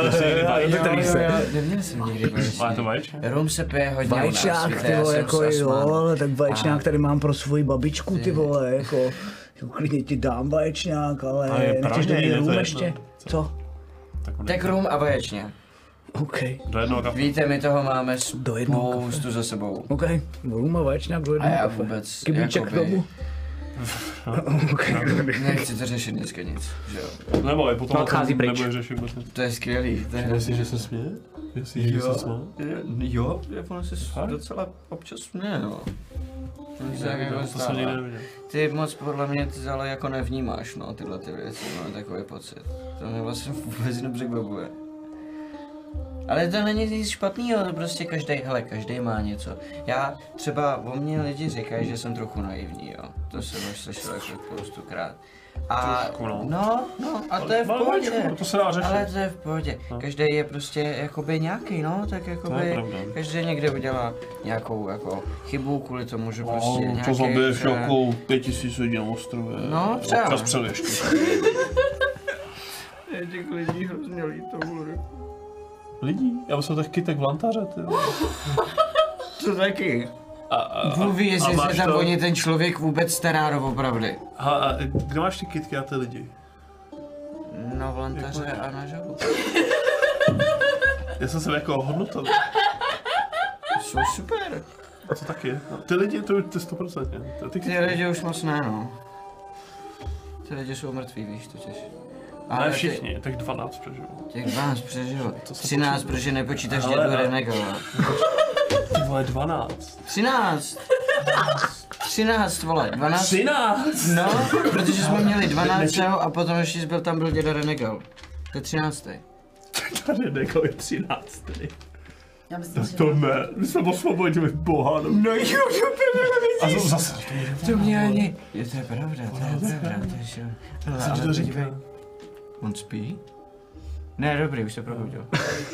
Speaker 3: Neměl jsem nikdy
Speaker 5: Máte to
Speaker 3: vaječník.
Speaker 5: vaječně?
Speaker 3: Rum se pije hodně u nás,
Speaker 7: Vajčák,
Speaker 3: víte,
Speaker 7: ty
Speaker 3: já
Speaker 7: vole,
Speaker 3: jsem
Speaker 7: jako
Speaker 3: sasmán.
Speaker 7: jo, ale tak vaječňák tady mám pro svoji babičku, ty vole, jako klidně ti dám vaječňák, ale
Speaker 5: A je
Speaker 7: nechceš
Speaker 5: pravdě,
Speaker 7: do něj
Speaker 5: je to
Speaker 7: rum
Speaker 5: jedno.
Speaker 7: ještě? Co?
Speaker 3: Tak rum a vaječně.
Speaker 7: OK,
Speaker 5: Do jednoho kafe.
Speaker 3: Víte, my toho máme
Speaker 7: Do jednoho kafe.
Speaker 3: spoustu za sebou.
Speaker 7: OK, rum a vaječňák do
Speaker 3: A
Speaker 7: jednoho
Speaker 3: já
Speaker 7: kafe.
Speaker 3: vůbec,
Speaker 7: Kybíček k
Speaker 3: jakoby,
Speaker 7: tomu? OK,
Speaker 3: nechci to řešit dneska nic, že jo.
Speaker 5: Nebo je potom
Speaker 1: odchází pryč.
Speaker 5: nebudeš řešit vlastně.
Speaker 3: To je skvělý, to je
Speaker 5: Myslíš, že se směje? Myslíš, že se směje?
Speaker 3: Jo, ono se docela občas směje, no.
Speaker 5: To jsem nikdy neviděl.
Speaker 3: Ty moc podle mě ty ale jako nevnímáš, no, tyhle ty věci, mám takový pocit. To mě vlastně vůbec nepřekvapuje. Ale to není nic špatného, to prostě každý má něco. Já třeba o mě lidi říkají, že jsem trochu naivní, jo. To jsem už slyšel jako spoustukrát. A
Speaker 5: Trošku, no.
Speaker 3: no, a to je v pohodě.
Speaker 5: To se dá řešit.
Speaker 3: Ale to je v pohodě. Každý je prostě jakoby nějaký, no, tak
Speaker 5: To je
Speaker 3: jakoby
Speaker 5: pravda.
Speaker 3: každý někde udělá nějakou jako chybu kvůli tomu, že prostě
Speaker 5: No,
Speaker 3: nějaký...
Speaker 5: to zabiješ jako 5000 lidí na ostrově.
Speaker 3: No, třeba.
Speaker 5: Občas přeliještě.
Speaker 3: Je těch lidí hrozně líto,
Speaker 5: Lidí? Já bych těch kytek v lantáře, ty.
Speaker 3: To taky. Bůh ví, jestli
Speaker 5: máš
Speaker 3: se tam
Speaker 5: to-
Speaker 3: o ně ten člověk vůbec stará doopravdy.
Speaker 5: A kde máš ty kytky a ty lidi?
Speaker 3: No v lantaře a na žalu.
Speaker 5: Já jsem se jako hodnotil.
Speaker 3: Jsou super.
Speaker 5: A co taky? No, ty lidi, to je 100%. Ty
Speaker 3: Ty
Speaker 5: kytky.
Speaker 3: lidi už moc ne, no. Ty lidi jsou mrtví, víš, totiž.
Speaker 5: Ne všichni, tak 12 přežil.
Speaker 3: Těch 12 přežilo.
Speaker 5: To se
Speaker 3: 13, protože nepočítáš
Speaker 5: Ale-
Speaker 3: dědu Renegala.
Speaker 5: Ty vole, 12.
Speaker 3: 13! 13, vole, 12.
Speaker 5: 13!
Speaker 3: No, protože jsme měli 12. a potom ještě tam byl děda Renegal. To je 13.
Speaker 5: Tady jako je 13.
Speaker 2: Já myslím,
Speaker 5: Tak to ne, my jsme osvobodili Boha.
Speaker 3: No jo,
Speaker 5: A zase.
Speaker 3: to mě ani... Je to je pravda, to je pravda, to je šel. Ale
Speaker 5: to říká?
Speaker 3: On spí? Ne, dobrý, už se probudil.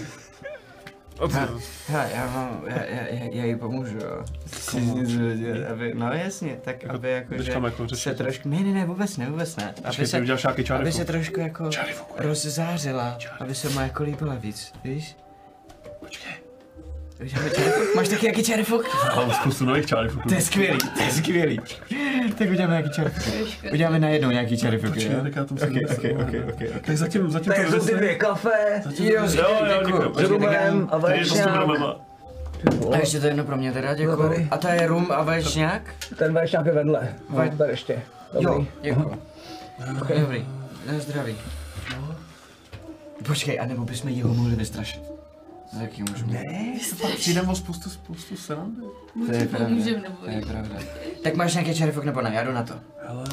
Speaker 3: Hele, já jí pomůžu, jo. Aby, no jasně, tak aby jako, že se trošku, ne, vůbec ne. Aby se trošku jako rozzářila, aby se mu jako líbila víc, víš?
Speaker 5: Počkej.
Speaker 3: Máš taky jaký čerifuk?
Speaker 5: Mám spoustu nových čarifuků.
Speaker 3: To je skvělý. Tak uděláme nějaký čerifuk. Uděláme najednou nějaký čerifuk,
Speaker 5: Počkej,
Speaker 3: jo?
Speaker 5: tak já to musím
Speaker 3: Okay.
Speaker 5: Tak zatím to
Speaker 7: Tak jsou ty 2 kafe,
Speaker 3: Jo,
Speaker 5: děkuji.
Speaker 7: s rumem a vaječňák.
Speaker 3: A ještě to jedno pro mě teda, děkuji. A to je rum a vaječňák?
Speaker 7: Ten vaječňák je vedle. No, tady ještě.
Speaker 3: Jo, děkuji. Dobrý, na zdraví. Počkej, anebo bychom jeho mohli vystrašit. Tak ji můžu.
Speaker 5: Ne, přijdem o spoustu srandy.
Speaker 3: To je pravda. Tak máš nějaký čerifuk nebo ne? Já jdu na to.
Speaker 5: Hele...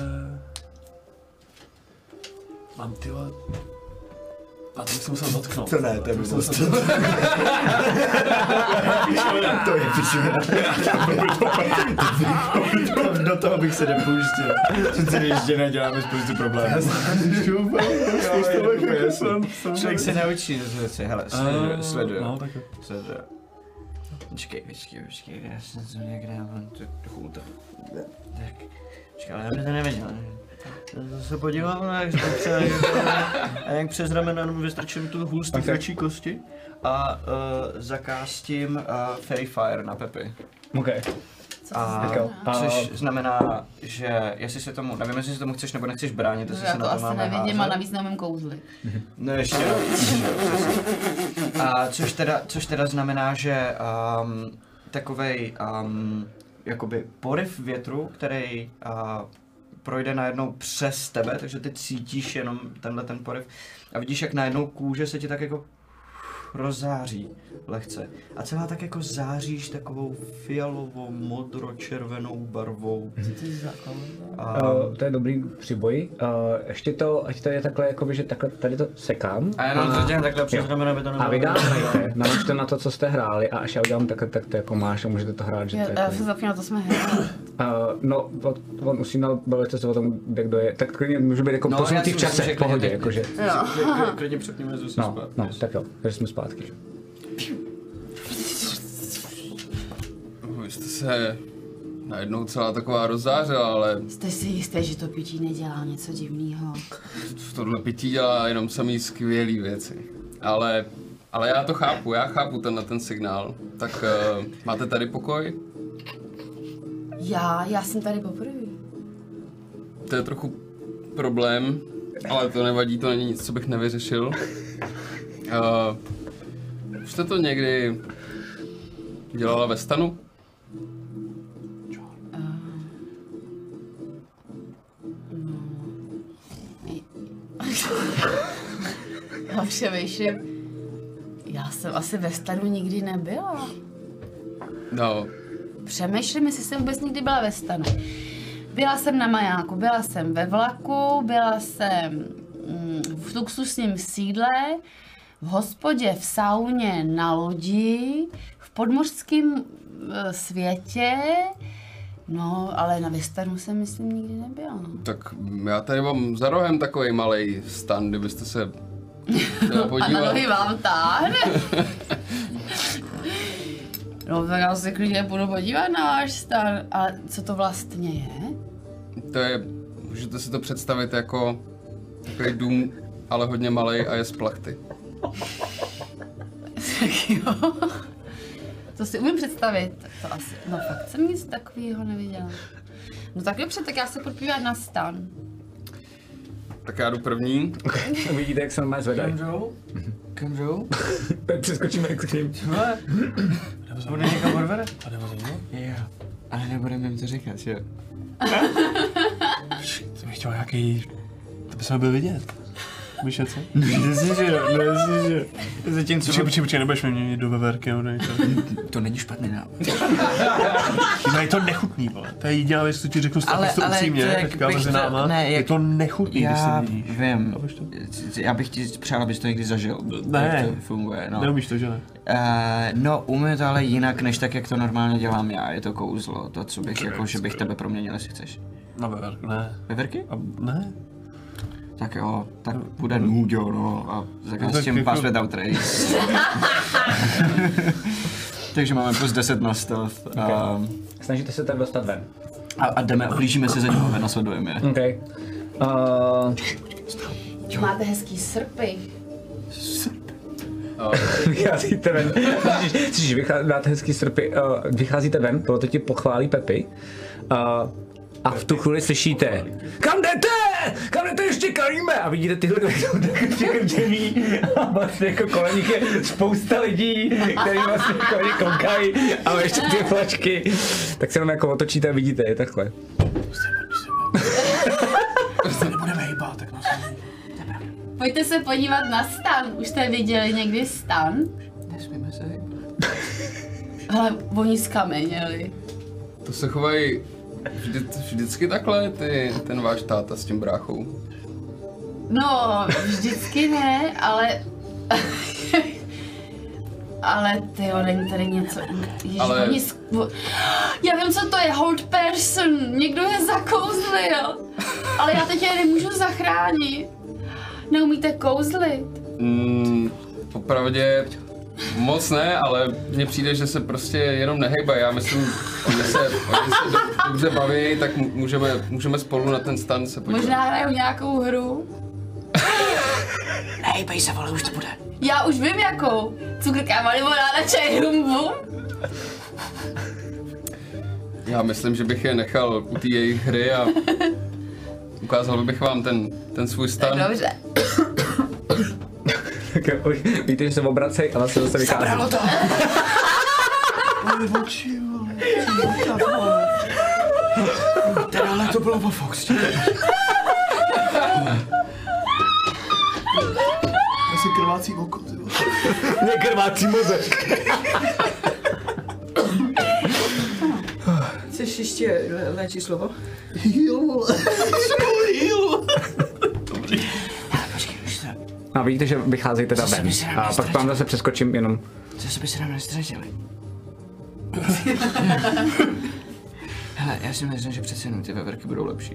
Speaker 5: Mám tyhle... A to bych se musel dotknout.
Speaker 3: To ne, to je blbost. To je pičovina. Do toho bych se nepouštěl. Přece ještě neděláme spoustu problémů. Člověk se naučí do věci. Hele, sleduju.
Speaker 5: No, tak
Speaker 3: Sleduju. Počkej, já jsem to nějak dávám trochu to. Tak, počkej, ale já bych to nevěděl. Se podívám na a jak přes ramena vystrčím tu hůl větší kosti a zakástím Fairy Fire na Pepi.
Speaker 7: Okay.
Speaker 3: Což znamená, že jestli se tomu, nevím, jestli se tomu chceš nebo nechceš bránit, jestli
Speaker 2: já
Speaker 3: se
Speaker 2: to
Speaker 3: na to
Speaker 2: asi
Speaker 3: máme
Speaker 2: nevidím a navíc neumím kouzlit.
Speaker 3: No ještě a což teda znamená, že takovej jakoby poryv větru, který projde najednou přes tebe, takže ty cítíš jenom tenhle ten poryv a vidíš, jak najednou kůže se ti tak jako rozzáří lehce. A celá tak jako záříš takovou fialovou, modro-červenou barvou.
Speaker 7: To je dobrý při boji. Ještě to, ať to je takhle, jakoby, že takhle tady to sekám.
Speaker 3: A jenom to dělám takhle přes ramena, aby to nebylo.
Speaker 7: A vy dávajte, naložte na to, co jste hráli a až já udělám takhle, tak to jako máš a můžete to hrát, že to
Speaker 2: Já se zapínám, to jsme hráli.
Speaker 7: No, on usínal, bavili jste se o tom, kde kdo je, tak klidně může být jako posunutý v čase, v pohodě, jakože.
Speaker 3: Klidně přepněme zase
Speaker 7: spát. No, tak jo, takže jsme zpátky.
Speaker 6: Vy jste se najednou celá taková rozzářila, ale...
Speaker 2: Jste si jistý, že to pití nedělá něco divného?
Speaker 6: Tohle pití dělá jenom samý skvělý věci. Ale já to chápu, ten signál. Tak máte tady pokoj?
Speaker 2: Já jsem tady poprvé.
Speaker 6: To je trochu problém, ale to nevadí, to není nic, co bych nevyřešil. Už jste to někdy dělala ve stanu?
Speaker 2: Přemýšlím, já jsem asi ve stanu nikdy nebyla.
Speaker 6: No.
Speaker 2: Přemýšlím, jestli jsem vůbec nikdy byla ve stanu. Byla jsem na majáku, byla jsem ve vlaku, byla jsem v luxusním sídle, v hospodě, v sauně, na lodi, v podmořském světě, no, ale na Vestanu jsem, myslím, nikdy nebyla.
Speaker 6: Tak já tady mám za rohem takovej malej stan, kdybyste se chtěla podívat.
Speaker 2: A na nohy vám táhne? No, tak já se klidně budu podívat na váš stan. A co to vlastně je?
Speaker 6: To je, můžete si to představit jako takový dům, ale hodně malej a je z plachty.
Speaker 2: Tak jo. To si umím představit. To asi, no fakt jsem nic takového neviděla. No tak dobře, tak já se podívat na stan.
Speaker 6: Tak já jdu první.
Speaker 7: Vidíte, jak se normálně zvedají.
Speaker 3: Kam jdou?
Speaker 7: Tak přeskočíme k ním.
Speaker 3: Bude někam odvede?
Speaker 5: A nebo zajímavé?
Speaker 3: Jo. Ale nebudeme jim to říkat, jo?
Speaker 5: To bych chtěl nějaký... To bychom byli vidět. Víš něco?
Speaker 3: Zatímco...
Speaker 5: Počkej, nebudeš mě měnit do veverky, nebo něco.
Speaker 3: To není špatný nápad.
Speaker 5: No, je to nechutný, vole. To je jediná věc, co ti řeknu
Speaker 3: Ale
Speaker 5: upřímně,
Speaker 3: to jak
Speaker 5: teďka
Speaker 3: bych
Speaker 5: mezi
Speaker 3: to-
Speaker 5: náma.
Speaker 3: ne,
Speaker 5: Je
Speaker 3: jak-
Speaker 5: to nechutný, když se měníš.
Speaker 3: vím.
Speaker 5: Chápeš to?
Speaker 3: Já bych ti přál, abys to někdy zažil.
Speaker 5: Ne.
Speaker 3: Jak to funguje, no.
Speaker 5: Neumíš to, že ne?
Speaker 3: No, umím to ale jinak, než tak, jak to normálně dělám já. Je to kouzlo. To, co bych, jako, že bych tebe proměnil, jestli chceš.
Speaker 5: Na veverku, ne.
Speaker 3: Veverky?
Speaker 5: A ne.
Speaker 3: Tak jo, tak bude Nuďo, no. A
Speaker 5: No,
Speaker 3: s
Speaker 5: tak
Speaker 3: tím
Speaker 5: jako-
Speaker 3: Pass Without Trace. Takže máme plus 10 na stav.
Speaker 1: Snažíte se tak dostat ven.
Speaker 3: A jdeme, ohlížíme se za ním a nasledujeme je.
Speaker 1: OK.
Speaker 2: Máte hezký srpy.
Speaker 1: Vycházíte ven. Dáte hezký srpy. Vycházíte ven, tohle ti pochválí Pepi. A v tu chvíli slyšíte: Kam jdete? Kam jdete, ještě kalíme? A vidíte tyhle dvě ještě krčený a vlastně jako kolem nich je spousta lidí, kteří vlastně kolem nich koukají a ještě ty flačky. Tak se jenom jako otočíte a vidíte je takhle.
Speaker 5: Nebudeme hýbat, tak nás
Speaker 2: Pojďte se podívat na stan. Už jste viděli někdy stan?
Speaker 3: Nesmíme se hýbat.
Speaker 2: Ale oni skameněli.
Speaker 6: To se chovají vždycky takhle, ten váš táta s tím bráchou.
Speaker 2: No, vždycky ne, ale... ale tyjo, není tady něco... Ježiš,
Speaker 6: Ale-
Speaker 2: oni já vím, co to je, hold person. Někdo je zakouzlil. Ale já teď je nemůžu zachránit. Neumíte kouzlit?
Speaker 6: Popravdě moc ne, ale mně přijde, že se prostě jenom nehejbají. Já myslím, oni se dobře baví, tak můžeme spolu na ten stan se podívat.
Speaker 2: Možná hrajou nějakou hru?
Speaker 3: Nehejbej se, vole, už to bude.
Speaker 2: Já už vím jakou. Cukrkáva limonáda, čaj, humbum.
Speaker 6: Já myslím, že bych je nechal u té jejich hry a ukázal bych vám ten svůj stan.
Speaker 2: Tak dobře.
Speaker 1: Tak už víte, že se obracej a vlastně zase vychází.
Speaker 3: Zabralo to! Teda, ale to bylo po Fox.
Speaker 5: Asi krvácí oko, ty vole.
Speaker 1: Mě krvácí mozek.
Speaker 3: Chceš ještě léčit slovo?
Speaker 5: Heal, vole. Heal.
Speaker 3: Počkej, už to...
Speaker 1: A vidíte, že vychází teda
Speaker 3: Zase
Speaker 1: ven.
Speaker 3: by se nám
Speaker 1: A pak
Speaker 3: nestratili.
Speaker 1: tam zase přeskočím jenom.
Speaker 3: Zase by se nám nestratili. Hele, já si myslím, že přece jenom ty veverky budou lepší.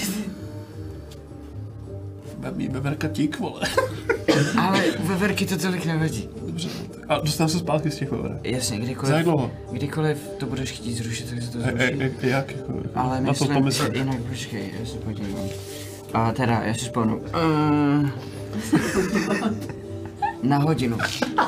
Speaker 5: Mý veverka tík, vole.
Speaker 3: Ale u veverky to tolik nevadí.
Speaker 5: Dobře, a dostanu se zpátky z těch veverek.
Speaker 3: Jasně,
Speaker 5: Za jak dlouho?
Speaker 3: kdykoliv to budeš chtít zrušit, tak se to zruší.
Speaker 5: Jak? Jako,
Speaker 3: Ale
Speaker 5: na to
Speaker 3: myslím,
Speaker 5: pomyslet.
Speaker 3: jinak počkej, já se podívám. A teda, já si vzpomenu. Na hodinu.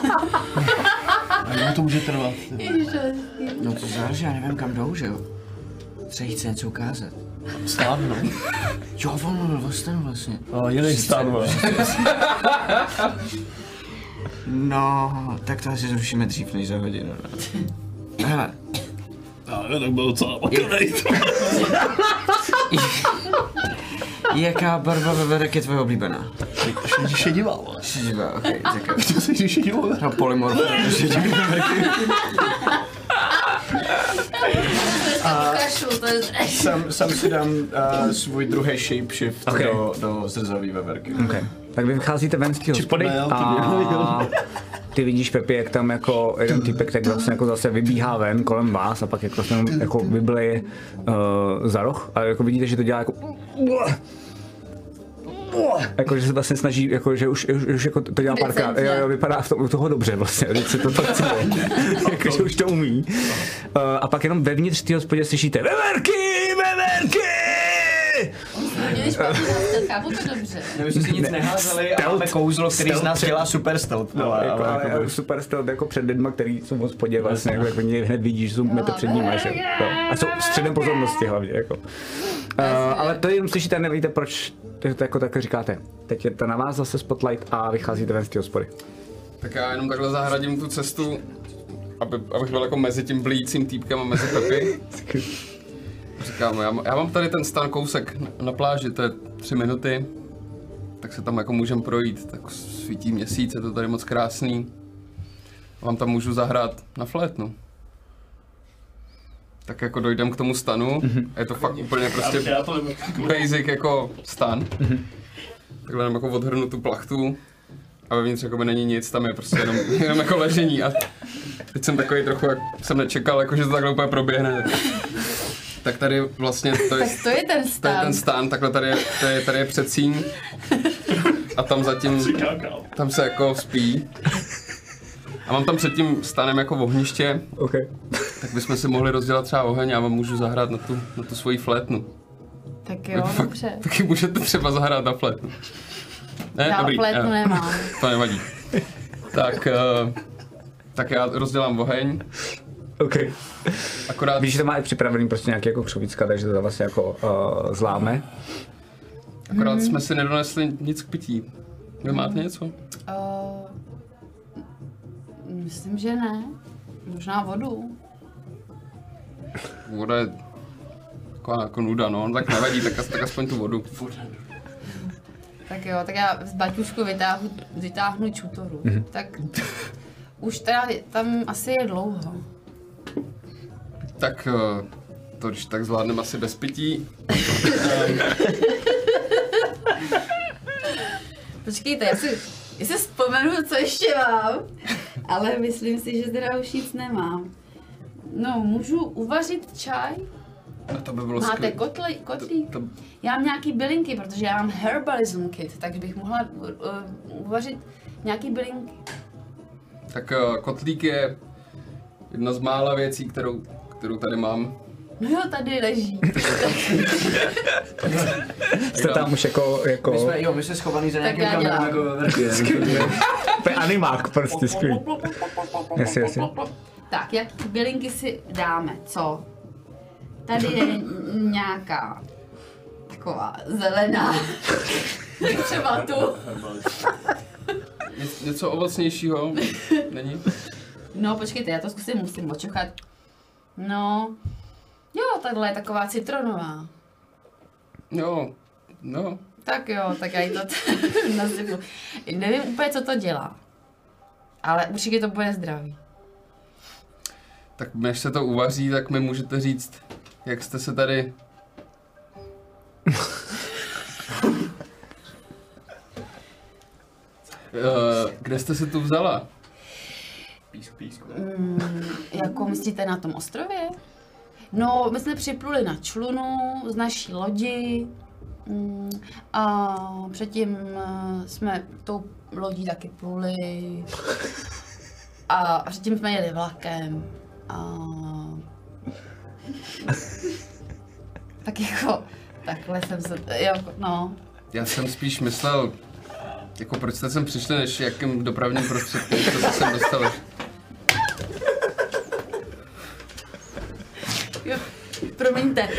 Speaker 5: A jak to může trvat?
Speaker 3: No to záleží, já nevím kam jdou, že jo? Třeba chce něco ukázat.
Speaker 5: Stán, no.
Speaker 3: Jo, on mluvil o stanu vlastně.
Speaker 5: A jiný stán, vole.
Speaker 3: No, tak to asi zrušíme dřív než za hodinu. No. Hele,
Speaker 5: A tak byl docela makanej.
Speaker 3: jaká barva veverek je tvoje oblíbená?
Speaker 5: Šedivá, vole.
Speaker 3: Šedivá, okej, tak jo.
Speaker 5: To jsi šedivá, vole.
Speaker 3: No, polymorf, šedivý veverky.
Speaker 2: Kašlu, to je
Speaker 3: Sam si dám svůj druhý shapeshift
Speaker 1: Okay.
Speaker 3: do zrzavý veverky.
Speaker 1: Okay. Tak vy vycházíte ven z té hospody
Speaker 5: Mail, ty
Speaker 1: a ty vidíš, Pepi, jak tam jako jeden týpek tak vlastně jako zase vybíhá ven kolem vás a pak jako se jako vybleje za roh a jako vidíte, že to dělá jako jako, že se vlastně snaží, jako, že už jako to dělá párkrát, jo, vypadá v toho dobře vlastně, že se to fakt cílí, jako, že už to umí. A pak jenom vevnitř té hospodě slyšíte veverky!
Speaker 2: hodně špatný nástroj, chápu to dobře.
Speaker 3: My jsme si nic neházeli a máme kouzlo, který z nás dělá super stealth.
Speaker 1: No, ale super stealth jako před lidma, který jsou v hospodě vlastně, jako oni hned vidíš, jsou metr před nimi, že? A jsou středem pozornosti hlavně, jako. Ale to jenom slyšíte a nevíte, proč to jako tak říkáte. Teď je to na vás zase spotlight a vycházíte ven z té hospody.
Speaker 6: Tak já jenom takhle zahradím tu cestu, abych byl jako mezi tím blíjícím týpkem a mezi Pepi. Říkám, já mám tady ten stan kousek na pláži, to je 3 minuty. tak se tam jako můžeme projít, tak svítí měsíc, je to tady moc krásný. Vám tam můžu zahrát na flétnu. Tak jako dojdem k tomu stanu, je to fakt úplně prostě basic jako stan. Takhle nám jako odhrnu tu plachtu a vevnitř jako by není nic, tam je prostě jenom jako ležení a teď jsem takový trochu, jak jsem nečekal, jako že to takhle úplně proběhne. Tak tady vlastně to je,
Speaker 2: Tak to je ten stan.
Speaker 6: To je ten stan, takhle tady je předsíň a tam zatím, tam se jako spí. A mám tam před tím stanem jako ohniště,
Speaker 1: Okay.
Speaker 6: tak bychom si mohli rozdělat třeba oheň a já vám můžu zahrát na tu svoji flétnu.
Speaker 2: Tak jo, dobře.
Speaker 6: Taky můžete třeba zahrát na flétnu. Ne,
Speaker 2: Já
Speaker 6: dobrý,
Speaker 2: flétnu nemám.
Speaker 6: to nevadí. Tak já rozdělám oheň.
Speaker 1: Okay.
Speaker 6: Akorát...
Speaker 1: Víš, že to má i připravený prostě nějaký jako křovícka, takže to vlastně jako zláme.
Speaker 6: Akorát jsme si nedonesli nic k pití. Vy máte něco?
Speaker 2: Myslím, že ne. Možná vodu.
Speaker 6: Voda je taková jako nuda, no, tak nevadí, tak aspoň tu vodu.
Speaker 2: Tak jo, tak já z baťušku vytáhnu čutoru. Tak už teda tam asi je dlouho.
Speaker 6: Tak to když tak zvládneme asi bez pití.
Speaker 2: Počkejte, já si vzpomenu, co ještě mám, ale myslím si, že teda už nic nemám. No, můžu uvařit čaj?
Speaker 6: No to by bylo
Speaker 2: Máte kotlík? Já mám nějaký bylinky, protože já mám herbalism kit, takže bych mohla uvařit nějaký bylinky.
Speaker 6: Tak kotlík je jedna z mála věcí, kterou tady mám.
Speaker 2: No jo, tady leží.
Speaker 1: Jste tam už jako...
Speaker 3: My jsme schovaný za
Speaker 2: Tak
Speaker 3: nějakým
Speaker 2: já
Speaker 3: kamerou
Speaker 2: dělám.
Speaker 3: jako ve vrtě.
Speaker 1: To je animák prostě skvělý. Jasně.
Speaker 2: Tak, jak bylinky si dáme, co? Tady je nějaká taková zelená. Třeba tu.
Speaker 6: Něco ovocnějšího není?
Speaker 2: No počkejte, já to musím očuchat. No, jo, tahle je taková citronová.
Speaker 6: Jo, no.
Speaker 2: Tak jo, tak já jí to nasypu. Nevím úplně, co to dělá. Ale určitě to bude zdravý.
Speaker 6: Tak než se to uvaří, tak mi můžete říct, jak jste se tady... Kde jste se tu vzala?
Speaker 2: Jako myslíte na tom ostrově? No, my jsme připluli na člunu z naší lodi a předtím jsme tou lodí taky pluli a předtím jsme jeli vlakem a tak jako takhle jsem se, jako, no.
Speaker 6: Já jsem spíš myslel, jako proč jste sem přišli, než jakým dopravním prostředkem jste se sem dostali.
Speaker 2: Jo, promiňte,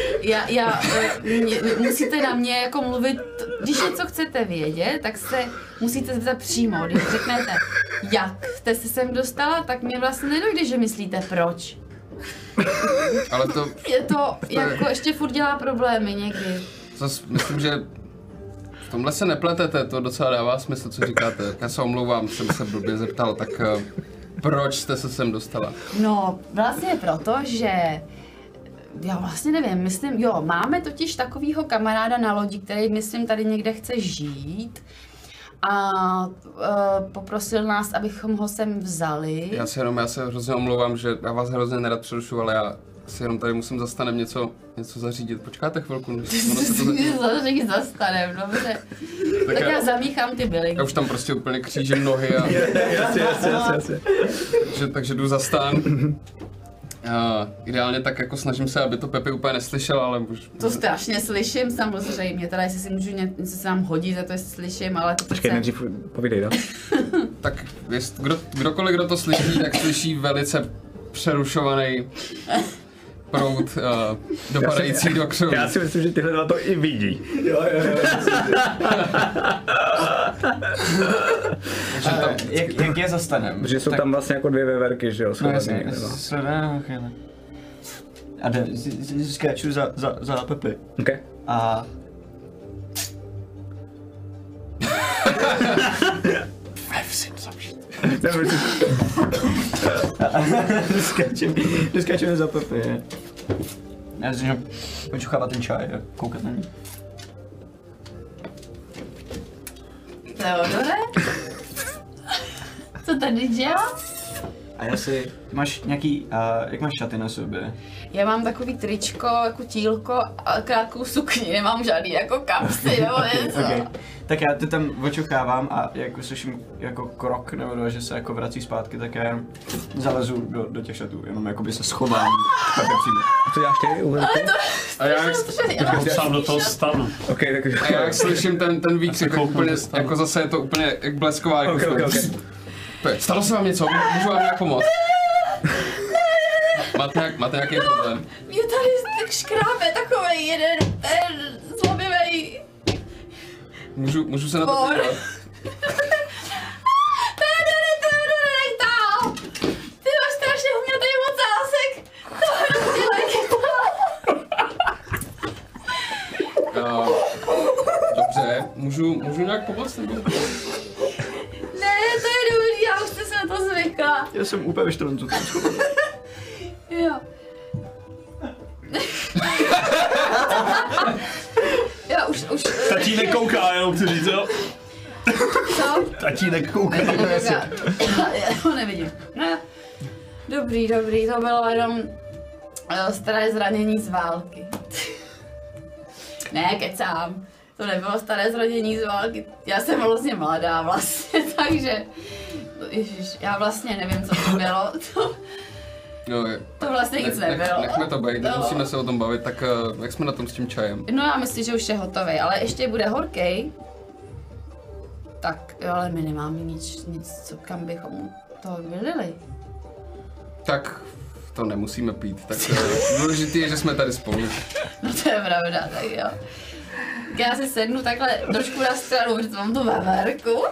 Speaker 2: musíte na mě jako mluvit, když něco chcete vědět, tak se musíte zeptat přímo, když řeknete, jak jste se sem dostala, tak mě vlastně nedojde, že myslíte proč.
Speaker 6: Ale to...
Speaker 2: Je to, jako ještě furt dělá problémy někdy.
Speaker 6: Zas myslím, že v tomhle se nepletete, to docela dává smysl, co říkáte. Já se omlouvám, jsem se blbě zeptal, tak proč jste se sem dostala?
Speaker 2: No, vlastně proto, že já vlastně nevím, myslím, jo, máme totiž takovýho kamaráda na lodi, který, myslím, tady někde chce žít a poprosil nás, abychom ho sem vzali.
Speaker 6: Já se hrozně omlouvám, že já vás hrozně nerad přerušu, ale já si jenom tady musím zastanem něco zařídit. Počkáte chvilku,
Speaker 2: Zastanem, dobře. Tak já zamíchám ty bylinky.
Speaker 6: Já už tam prostě úplně křížím nohy a...
Speaker 1: Jasně.
Speaker 6: Takže jdu za stán. Ideálně tak jako snažím se, aby to Pepi úplně neslyšel, ale už...
Speaker 2: To strašně slyším samozřejmě, teda jestli si můžu něco se vám hodit, za to jestli slyším, ale to
Speaker 1: Počkej, nejdřív povídej, no?
Speaker 6: Tak kdokoliv, kdo to slyší, tak slyší velice přerušovaný proud dopadající do křoví.
Speaker 1: Já si myslím, že tyhle dva to i vidí.
Speaker 3: Jo. Jak je zastanem?
Speaker 1: Protože jsou tam vlastně jako dvě veverky, že jo?
Speaker 3: No jasně, a skáču za Pepi.
Speaker 1: Okay.
Speaker 3: A
Speaker 4: Doskáčeme za Pepe. Já si počuchávat ten čaj a koukat na ní.
Speaker 2: Teodore? Co tady dělá?
Speaker 4: A já si, máš nějaký, jak máš šaty na sobě?
Speaker 2: Já mám takový tričko, jako tílko a krátkou sukni, nemám žádný jako kapsy nebo něco.
Speaker 4: Okay. Tak já ty tam očuchávám a jako slyším jako krok nebo že se jako vrací zpátky, tak já zalezu do těch šatů, jenom jakoby se schovám.
Speaker 1: Co děláš ty?
Speaker 6: A já jak
Speaker 5: sám do toho stanu.
Speaker 1: Okay, tak...
Speaker 6: A já jak slyším ten výkřik, tak úplně, jako zase je to úplně jak blesková. Jako okay. Stalo se vám něco? Můžu vám nějak pomoct? Máte nějaký problém?
Speaker 2: Mě tady tak škrábe takovej jeden ten zlomivej.
Speaker 6: Můžu se na to podívat?
Speaker 2: Teodore, dej tam! Ty máš strašně umětej ocásek!
Speaker 6: Dobře, můžu nějak pomoct nebo?
Speaker 2: Ne, to je dobrý, já už jsem se na to zvykla.
Speaker 4: Já jsem úplně vyštroncu.
Speaker 2: Jo. Já už...
Speaker 5: Tatínek kouká, jenom chci říct, jo?
Speaker 2: Co?
Speaker 5: Tatínek kouká.
Speaker 2: Já ho nevidím. Ne. Dobrý, to bylo jenom staré zranění z války. Ne, kecám. To nebylo staré zranění z války. Já jsem vlastně mladá vlastně, takže... Ježiš, já vlastně nevím, co to bylo. To vlastně nic nebylo.
Speaker 6: Nechme to být, musíme se o tom bavit, tak jak jsme na tom s tím čajem?
Speaker 2: No já myslím, že už je hotový, ale ještě bude horkej. Tak jo, ale my nemáme nic co, kam bychom to vylili.
Speaker 6: Tak to nemusíme pít, tak důležitý je, že jsme tady spolu.
Speaker 2: No to je pravda, tak jo. Já si sednu takhle trošku na stranu, protože mám tu veverku.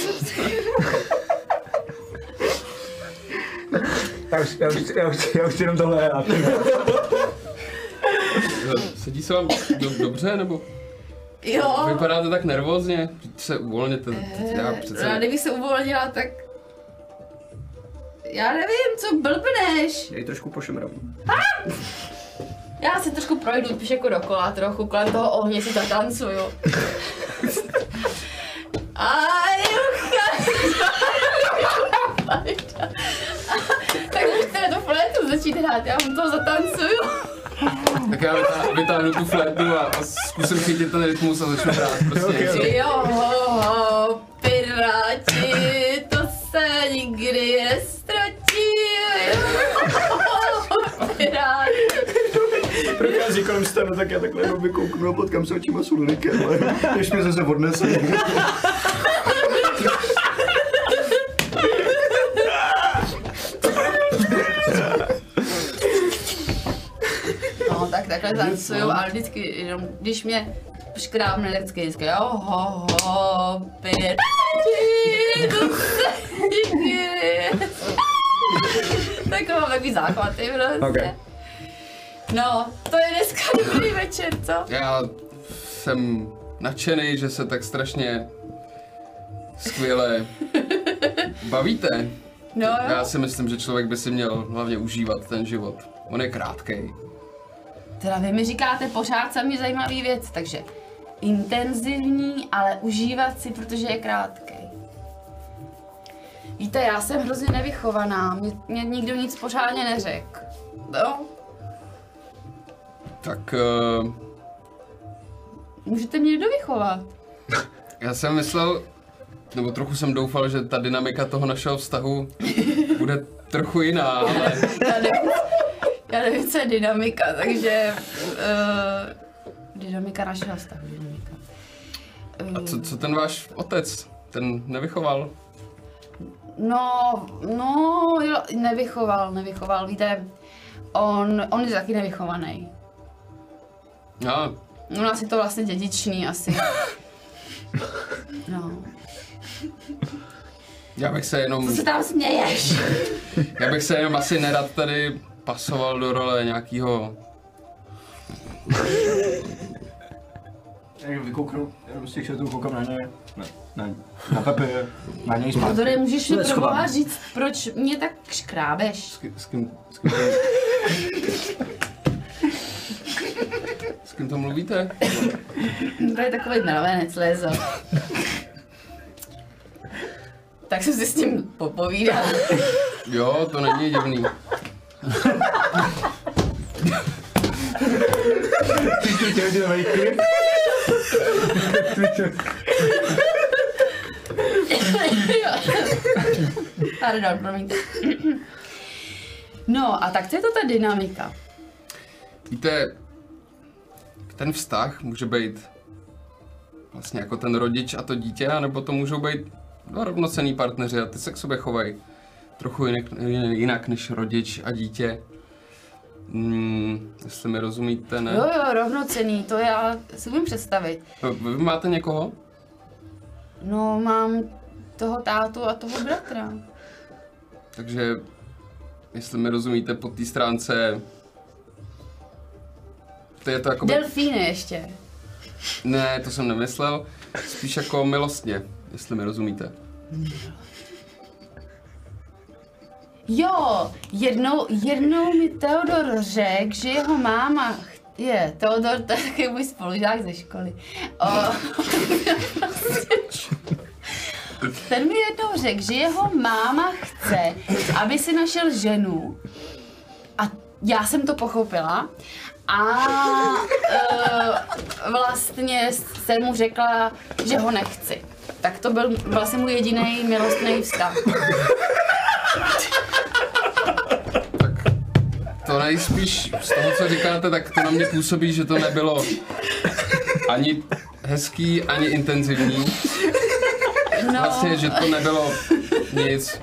Speaker 1: Já už jenom tohle rád.
Speaker 6: Sedí se vám dobře, nebo?
Speaker 2: Jo.
Speaker 6: Vypadáte tak nervózně, se uvolněte. Já přece...
Speaker 2: Kdybych se uvolnila, tak... Já nevím, co blbneš.
Speaker 4: Já ji trošku pošemrám.
Speaker 2: Já se trošku projdu spíš jako dokola trochu, kolem toho ohně si zatancuju. Tak už chcete tu flétu začít hrát, já vám to zatancuju.
Speaker 6: Tak já vytáhnu tu flétu a zkusím chytit ten rytmus a začnu hrát prostě.
Speaker 2: Jo, piráti, to se nikdy nestratí. Piráti.
Speaker 4: Prochází kolem stanu, tak já takhle jenom vykouknu a potkám se očima s Ulrikem, než mě zase odnese.
Speaker 2: No tak takhle tancuju, ale vždycky, jenom když mě škrábne, tak vždycky jo, piráti, to se nikdy. Tak mám takový záchvaty prostě. Okay. No, to je dneska dobrý večer, co?
Speaker 6: Já jsem nadšený, že se tak strašně skvěle bavíte.
Speaker 2: No, jo.
Speaker 6: Já si myslím, že člověk by si měl hlavně užívat ten život. On je krátkej.
Speaker 2: Teda vy mi říkáte pořád samý zajímavý věc, takže intenzivní, ale užívat si, protože je krátkej. Víte, já jsem hrozně nevychovaná, mě nikdo nic pořádně neřekl. No?
Speaker 6: Tak...
Speaker 2: Můžete mě dovychovat.
Speaker 6: Já jsem myslel, nebo trochu jsem doufal, že ta dynamika toho našeho vztahu bude trochu jiná, ale...
Speaker 2: Já nevím, co je dynamika, takže... dynamika našeho vztahu, dynamika.
Speaker 6: A co ten váš otec? Ten nevychoval?
Speaker 2: No, jo, nevychoval, víte, on je taky nevychovaný.
Speaker 6: No.
Speaker 2: On asi to vlastně dědičný, asi. No.
Speaker 6: Já bych se jenom...
Speaker 2: Co se tam směješ?
Speaker 6: Já bych se jenom asi nerad tady pasoval do role nějakýho...
Speaker 4: Vykouknu, jenom z těch šatů koukám na ně. Na Pepi, na něj zpátky.
Speaker 2: Todore, můžeš mi proboha říct, proč mě tak škrábeš?
Speaker 6: S kým to mluvíte?
Speaker 2: To je takový mravenec, Lézo. Tak jsem si s tím popovídal.
Speaker 6: Jo, to není divný.
Speaker 2: Pardon, promiňte. No a tak co je to ta dynamika?
Speaker 6: Víte, ten vztah může být vlastně jako ten rodič a to dítě, anebo to můžou být dva rovnocenní partneři a ty se k sobě chovají trochu jinak než rodič a dítě. Jestli mi rozumíte, ne?
Speaker 2: Jo, rovnocenný, to já si umím představit.
Speaker 6: Vy máte někoho?
Speaker 2: No, mám toho tátu a toho bratra.
Speaker 6: Takže, jestli mi rozumíte po té stránce, to je to jako...
Speaker 2: Delfíny ještě.
Speaker 6: Ne, to jsem nemyslel, spíš jako milostně, jestli mi rozumíte.
Speaker 2: Jo, jednou mi Teodor řekl, že jeho máma Teodor, to je taky můj spolužák ze školy. Ten mi jednou řekl, že jeho máma chce, aby si našel ženu. A já jsem to pochopila. A vlastně jsem mu řekla, že ho nechci. Tak to byl vlastně můj jediný milostný vztah.
Speaker 6: To nejspíš z toho, co říkáte, tak to na mě působí, že to nebylo ani hezký, ani intenzivní.
Speaker 2: No.
Speaker 6: Vlastně, že to nebylo nic.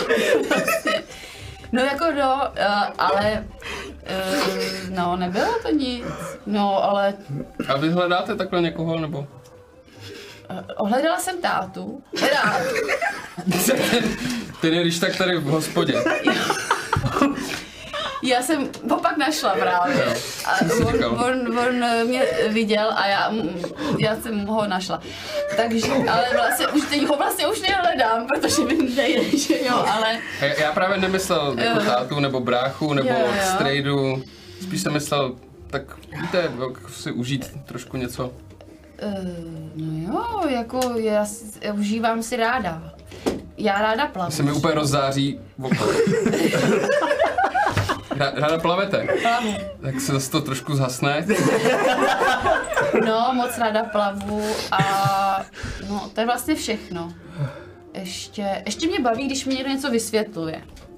Speaker 2: No jako ale no nebylo to nic. No ale...
Speaker 6: A vy hledáte takhle někoho, nebo?
Speaker 2: Hledala jsem tátu.
Speaker 6: Ten je když tak tady v hospodě.
Speaker 2: Já jsem ho pak našla právě. A on mě viděl a já jsem ho našla. Takže, ale vlastně už teď ho vlastně už nehledám, protože mi nejde, že jo, ale...
Speaker 6: Já právě nemyslel jako tátu, nebo bráchu, nebo strejdu. Spíš jsem myslel, tak víte, jak si užít trošku něco.
Speaker 2: No jo, jako já užívám si ráda. Já ráda plavu.
Speaker 6: Se mi úplně rozzáří oko. Ráda plavete?
Speaker 2: Plavu.
Speaker 6: Tak se zase to trošku zhasne.
Speaker 2: No, moc ráda plavu a no, to je vlastně všechno. Ještě mě baví, když mi někdo něco vysvětluje.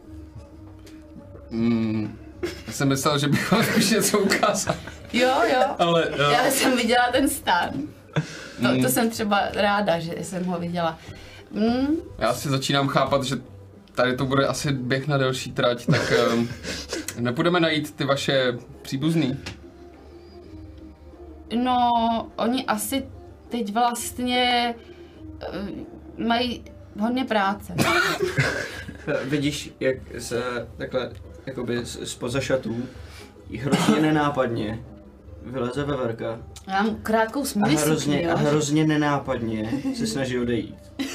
Speaker 6: Já jsem myslel, že bych vám spíš něco ukázal.
Speaker 2: Jo.
Speaker 6: Ale jo.
Speaker 2: Já jsem viděla ten stan. To jsem třeba ráda, že jsem ho viděla.
Speaker 6: Já si začínám chápat, že tady to bude asi běh na delší trať, tak nepůjdeme najít ty vaše příbuzný.
Speaker 2: No, oni asi teď vlastně mají hodně práce.
Speaker 4: Vidíš, jak se takhle jakoby zpoza šatů hrozně nenápadně vyleze veverka.
Speaker 2: Já mám krátkou smůli
Speaker 4: a hrozně nenápadně se snaží odejít.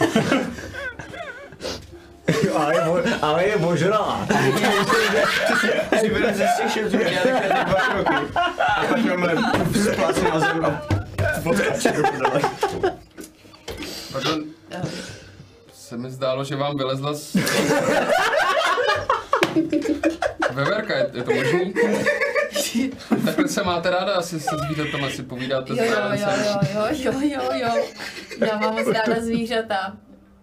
Speaker 7: Ale je božrá.
Speaker 4: Si vyleze z těch šatů nějaké 2 kroky a pak normálně splácne na zem a odkáče do prdele.
Speaker 6: Pardon, se mi zdálo, že vám vylezla z... Veverka, je to možný? Takhle se máte ráda, asi se zvířatem asi povídáte.
Speaker 2: Jo. Já mám moc ráda zvířata.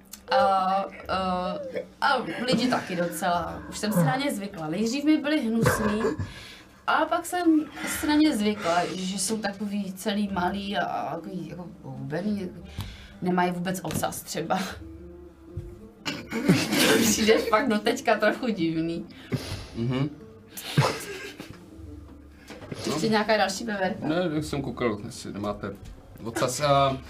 Speaker 2: A lidi taky docela. Už jsem si na ně zvykla. Nejdřív mi byli hnusný, ale pak jsem si na ně zvykla, že jsou takový celý malý a takový jako hubený. Nemají vůbec ocas třeba. Přijde fakt do teďka trochu divný. Ještě nějaká další veverka?
Speaker 6: Ne, jsem koukal, jestli nemáte ocas.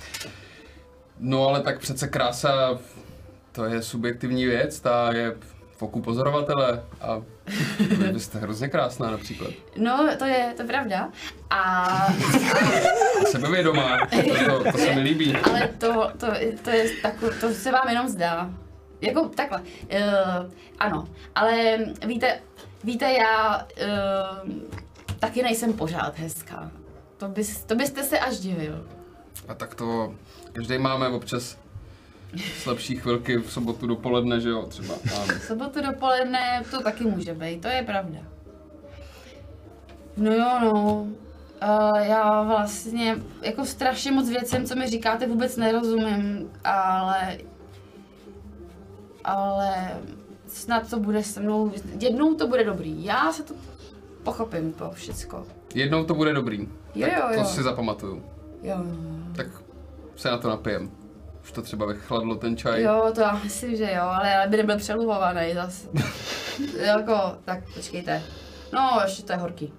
Speaker 6: No ale tak přece krása, to je subjektivní věc, ta je v oku pozorovatele a vy jste hrozně krásná například.
Speaker 2: No, to je pravda. A
Speaker 6: sebevědomá, to se mi líbí.
Speaker 2: Ale to je to se vám jenom zdá. Jako takhle. Ano, ale víte, já taky nejsem pořád hezká. To byste se až divil.
Speaker 6: A tak to každý máme občas slabší chvilky v sobotu dopoledne, že jo, třeba.
Speaker 2: V sobotu dopoledne to taky může být, to je pravda. No jo, no. Já vlastně jako strašně moc věcem, co mi říkáte, vůbec nerozumím, ale snad to bude se mnou, jednou to bude dobrý, já se to pochopím, to všecko.
Speaker 6: Jednou to bude dobrý,
Speaker 2: jo.
Speaker 6: To si zapamatuju.
Speaker 2: Jo.
Speaker 6: Tak se na to napijem. Už to třeba vychladlo ten čaj.
Speaker 2: Jo, to já myslím, že jo, ale by nebyl přeluhovaný zase. Jako, tak počkejte. No, ještě to je horký.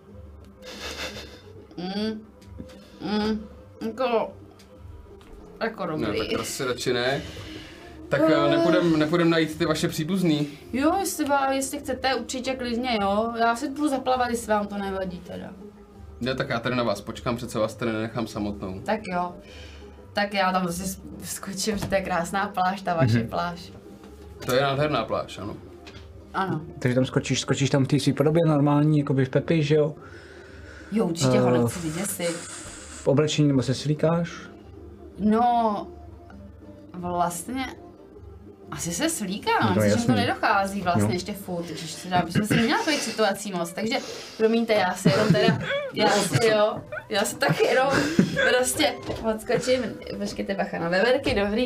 Speaker 2: Jako dobrý.
Speaker 6: Ne, tak asi radši ne. Tak nepůjdem najít ty vaše příbuzný.
Speaker 2: Jo, jestli chcete, určitě klidně, jo. Já si půjdu zaplavat, jestli vám to nevadí teda.
Speaker 6: Ne, tak já tady na vás počkám, přece vás tady nenechám samotnou.
Speaker 2: Tak jo. Tak já tam zase skočím, že to je krásná pláž, ta vaše pláž.
Speaker 6: To je nádherná pláž, ano.
Speaker 2: Ano.
Speaker 1: Takže tam skočíš tam v té své podobě normální, jako by v Pepi, že jo?
Speaker 2: Jo, určitě ho nechci vyděsit.
Speaker 1: V oblečení nebo se slíkáš?
Speaker 2: No, vlastně, asi se slíkám,
Speaker 1: No,
Speaker 2: že
Speaker 1: jasný.
Speaker 2: to nedochází vlastně
Speaker 1: No.
Speaker 2: ještě furt, že jsem si neměla takových situací moc, takže promiňte, já si jenom teda, já si taky jenom prostě odskočím, počkejte bacha na veverky, dobrý.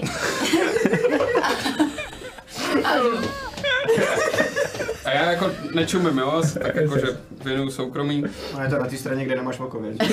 Speaker 6: A já jako nečumím, jo, tak jako, že věnuju soukromí.
Speaker 4: No je to na té straně, kde nemáš oko, věc.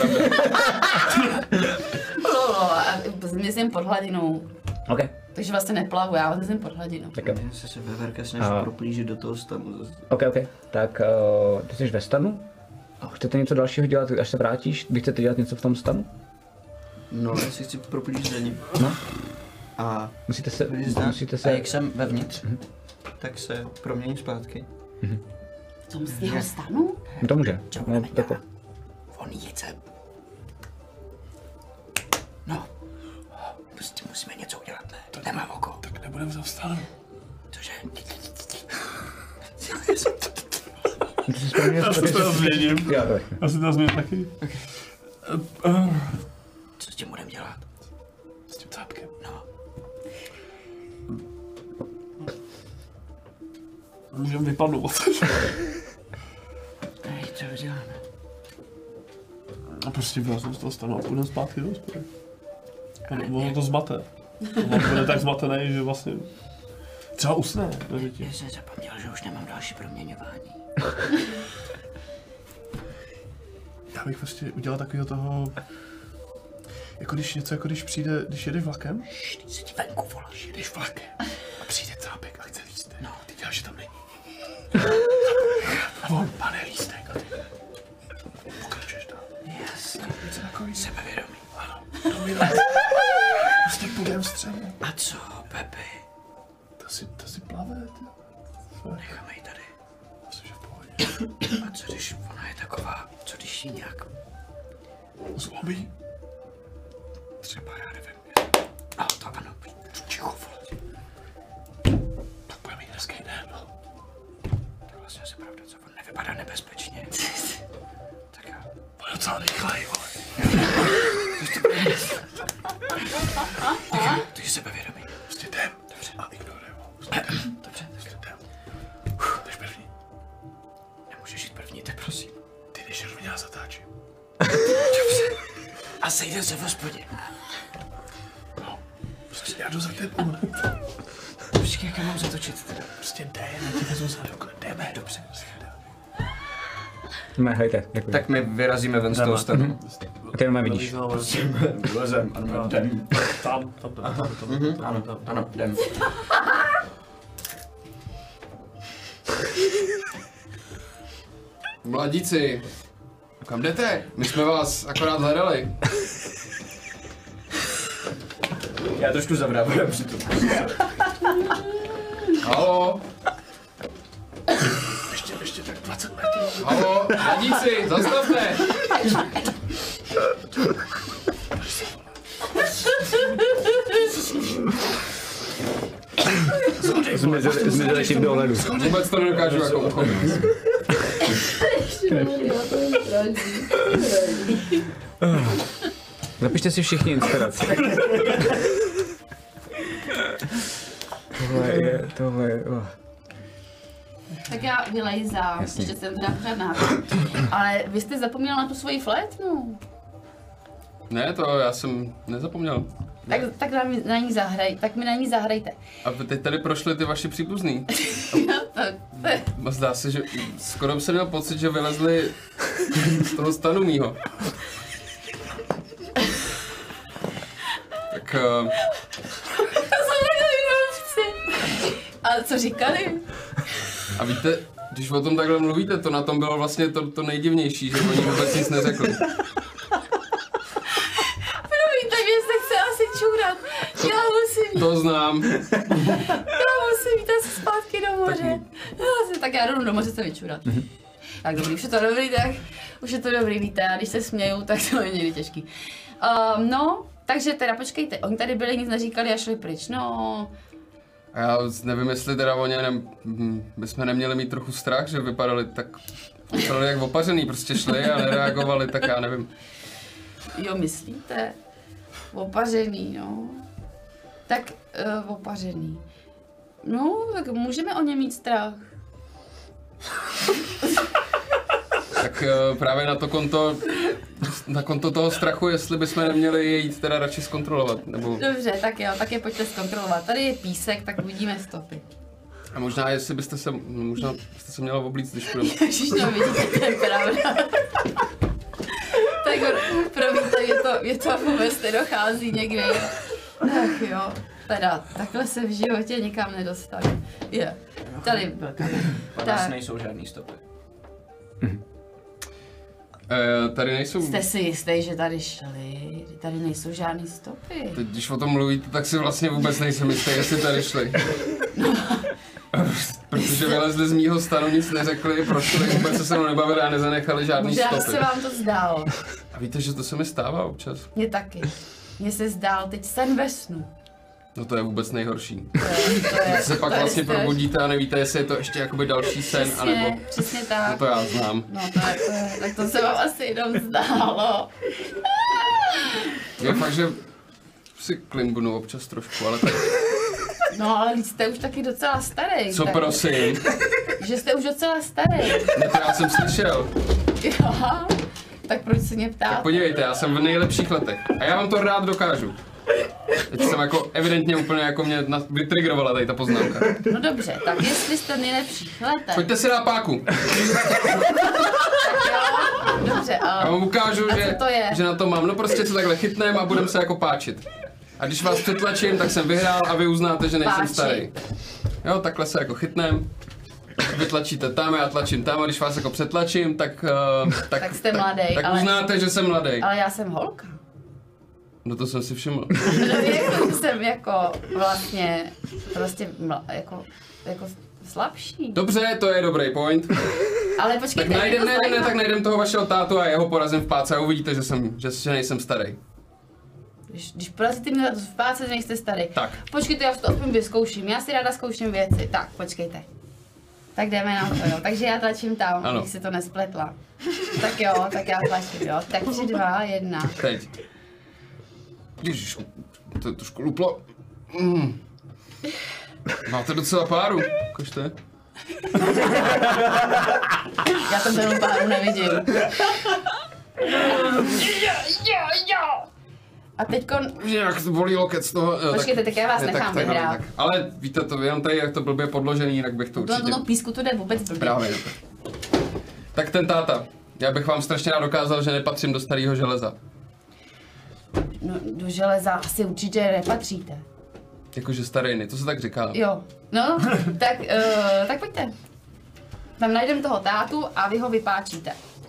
Speaker 2: Myslím pod hladinou.
Speaker 1: OK.
Speaker 2: Takže vlastně neplavu, já myslím pod hladinou.
Speaker 1: Tak jo.
Speaker 4: Já se veverka snaží proplížit do toho stanu zase.
Speaker 1: OK. Tak ty jsi ve stanu? A chcete něco dalšího dělat, až se vrátíš? Vy chcete dělat něco v tom stanu?
Speaker 4: No, já si chci proplížit za ním.
Speaker 1: No.
Speaker 4: A
Speaker 1: Musíte se...
Speaker 4: a jak jsem vevnitř, tak se proměním zpátky.
Speaker 2: V tom z jeho stanu?
Speaker 1: To může. Ne, Pepo.
Speaker 4: On jít sem. No, prostě musíme něco udělat, ne? To nemám oko.
Speaker 5: Tak nebudem za vstanem.
Speaker 4: Cože?
Speaker 1: Ty jsi správně...
Speaker 5: Já se teda změním.
Speaker 1: Já
Speaker 5: se teda změním taky.
Speaker 4: Co s tím budeme dělat?
Speaker 5: S tím cápkem.
Speaker 4: No.
Speaker 5: Můžeme vypadnout.
Speaker 4: Co uděláme?
Speaker 5: A prostě vylezem z toho stanu a půjdeme zpátky do hospody. Ono to zmate. On bude tak zmatený, že vlastně třeba usne.
Speaker 4: Já jsem zapomněl, že už nemám další proměňování.
Speaker 5: Já bych prostě udělal takového toho... Jako když něco, jako když přijde, když jedeš vlakem.
Speaker 4: Ty si venku voláš.
Speaker 5: Jedeš vlakem a přijde cápek a chce lístek. No. Ty děláš, že tam není. A on, pane lístek. A ty pokračuješ dál.
Speaker 4: Jasně.
Speaker 5: Více takový
Speaker 4: Sebevědomí.
Speaker 5: Ano, to milé. Prostě půjdem střemu.
Speaker 4: A co, Pepi?
Speaker 5: To si plave, ty.
Speaker 4: Necháme ji tady.
Speaker 5: Myslím, že v pohodě.
Speaker 4: A co když ona je taková, co když ji nějak...
Speaker 5: Zlomí?
Speaker 4: Třeba, já nevím. No, to ano. Ticho, vole.
Speaker 5: Tak budeme mít hezký den, no.
Speaker 4: To je vlastně asi pravda, co on nevypadá nebezpečně. Tak jo.
Speaker 5: On je docela rychlej, vole.
Speaker 4: Ty jsi sebevědomý.
Speaker 5: Prostě jdem. Dobře. A ignorujeme ho.
Speaker 4: Dobře.
Speaker 5: Prostě jdem. Jdeš první.
Speaker 4: Nemůžeš jít první, tak prosím.
Speaker 5: Ty jdeš rovně, já zatáčím.
Speaker 4: Dobře. A sejdem se v hospodě.
Speaker 5: No. Prostě já jdu za tebou, ne?
Speaker 4: Počkej, jak já mám zatočit teda?
Speaker 5: Prostě jdeme, ti vezmu za ruku. Jdeme.
Speaker 4: Dobře.
Speaker 1: Hejte, děkuji.
Speaker 4: Tak my vyrazíme ven z toho stanu.
Speaker 1: A ty jenom vidíš.
Speaker 4: Vylezem, ano, jdem.
Speaker 5: Tam.
Speaker 4: Ano, jdem.
Speaker 6: Mladíci, kam jdete? My jsme vás akorát hledali.
Speaker 4: Já trošku zavrávujem přitom.
Speaker 6: Haló?
Speaker 5: Ještě tak 20 metrů.
Speaker 6: Halo, radíci, zastavte!
Speaker 1: Zmizeli tím dohledu.
Speaker 6: Vůbec to nedokážu jako uchopit.
Speaker 1: Zapište si všichni inspiraci. Tohle je...
Speaker 2: Tak já vylejzám, že jsem teda pořád náhodou. Ale vy jste zapomněl na tu svoji flétnu.
Speaker 6: Ne, to já jsem nezapomněl.
Speaker 2: Tak na ní zahraj, tak mi na ní zahrajte.
Speaker 6: A teď tady prošli ty vaši příbuzný. Zdá se, že skoro jsem měl pocit, že vylezli z toho stanu mýho. Tak...
Speaker 2: A co říkali?
Speaker 6: A víte, když o tom takhle mluvíte, to na tom bylo vlastně to nejdivnější, že oni vůbec nic neřekli.
Speaker 2: Promiňte, mě se chce asi čůrat. Já musím...
Speaker 6: To znám.
Speaker 2: Já musím jít asi zpátky do moře. Tak já jdu do moře se vyčurat. Tak dobrý, už je to dobrý, tak už je to dobrý, víte, a když se směju, tak to je někdy těžký. No, takže teda počkejte, oni tady byli, nic neříkali a šli pryč, no.
Speaker 6: A já nevím, jestli teda oni bychom neměli mít trochu strach, že vypadali jak opařený, prostě šli a nereagovali, tak já nevím.
Speaker 2: Jo, myslíte? Opařený, no. Tak, opařený. No, tak můžeme o ně mít strach.
Speaker 6: Tak právě na konto toho strachu, jestli bychom neměli je jít teda radši zkontrolovat, nebo...
Speaker 2: Dobře, tak jo, tak je pojďte zkontrolovat. Tady je písek, tak uvidíme stopy.
Speaker 6: A možná, jestli byste se měla oblíct, když půjdeme.
Speaker 2: Ježiš, no vidíte, to je pravda. Tak promiňte, je to vůbec nedochází někde. Tak jo, teda, takhle se v životě nikam nedostali. Je, tady byl
Speaker 3: Tady nejsou žádný stopy.
Speaker 6: Tady nejsou...
Speaker 2: Jste si jistý, že tady šli? Tady nejsou žádný stopy.
Speaker 6: Teď, když o tom mluvíte, tak si vlastně vůbec nejsem jistý, jestli tady šli. Protože vylezli z mýho stanu, nic neřekli, prošli, vůbec se mnou nebavili a nezanechali žádný stopy.
Speaker 2: Možná se vám to zdálo.
Speaker 6: A víte, že to se mi stává občas?
Speaker 2: Mně taky. Mně se zdál teď sen ve snu.
Speaker 6: No to je vůbec nejhorší.
Speaker 2: To je,
Speaker 6: se pak vlastně probudíte a nevíte, jestli je to ještě jakoby další sen,
Speaker 2: přesně,
Speaker 6: anebo...
Speaker 2: Přesně tak.
Speaker 6: No to já znám.
Speaker 2: No tak to se vám asi jenom zdálo.
Speaker 6: Je fakt, že si klimbunu občas trošku, ale tak...
Speaker 2: No ale jste už taky docela starý.
Speaker 6: Co
Speaker 2: tak,
Speaker 6: prosím?
Speaker 2: Že jste už docela starý.
Speaker 6: No to já jsem slyšel.
Speaker 2: Jo, tak proč se mě ptáte?
Speaker 6: Tak podívejte, já jsem v nejlepších letech a já vám to rád dokážu. Teď jsem jako evidentně úplně jako mě vytrigrovala tady ta poznámka.
Speaker 2: No dobře, tak jestli jste v nejlepších letech.
Speaker 6: Pojďte si dát páku.
Speaker 2: Tak jo, dobře,
Speaker 6: Já vám ukážu,
Speaker 2: a
Speaker 6: že na to mám. No prostě se takhle chytneme a budeme se jako páčit. A když vás přetlačím, tak jsem vyhrál a vy uznáte, že nejsem starý. Jo, takhle se jako chytnem. Vytlačíte tam, já tlačím tam a když vás jako přetlačím, tak
Speaker 2: jste mladý.
Speaker 6: Tak uznáte, že jsem mladý.
Speaker 2: Ale já jsem holka.
Speaker 6: No to jsem si všiml.
Speaker 2: No, jsem jako vlastně jako slabší.
Speaker 6: Dobře, to je dobrý point.
Speaker 2: Ale počkejte,
Speaker 6: Tak najdem toho vašeho tátu a jeho porazím v páce a uvidíte, že nejsem starý.
Speaker 2: Když porazíte mě v páce, že nejste starý.
Speaker 6: Tak.
Speaker 2: Počkejte, já to aspoň vyzkouším. Já si ráda zkouším věci. Tak, počkejte. Tak jdeme na to, jo. Takže já tlačím tam, abych si to nespletla. Tak jo, tak já tlačím, jo. Tak 3, 2, 1.
Speaker 6: Teď. Ježiš, to je trošku luplo. Máte docela páru, košte.
Speaker 2: Já tam ten páru nevidím. A teďko...
Speaker 6: Jak bolí loket z toho.
Speaker 2: Počkejte, tak já vás nechám vyhrát.
Speaker 6: Ale víte to, jenom tady jak to blbě podložený, jinak bych to určitě...
Speaker 2: Do písku to jde vůbec blbě.
Speaker 6: Právě. Tak ten táta. Já bych vám strašně rád dokázal, že nepatřím do starého železa.
Speaker 2: No, do železa asi určitě nepatříte.
Speaker 6: Jakože starejny, to se tak říká.
Speaker 2: Jo, no, tak pojďte. Tam najdeme toho tátu a vy ho vypáčíte.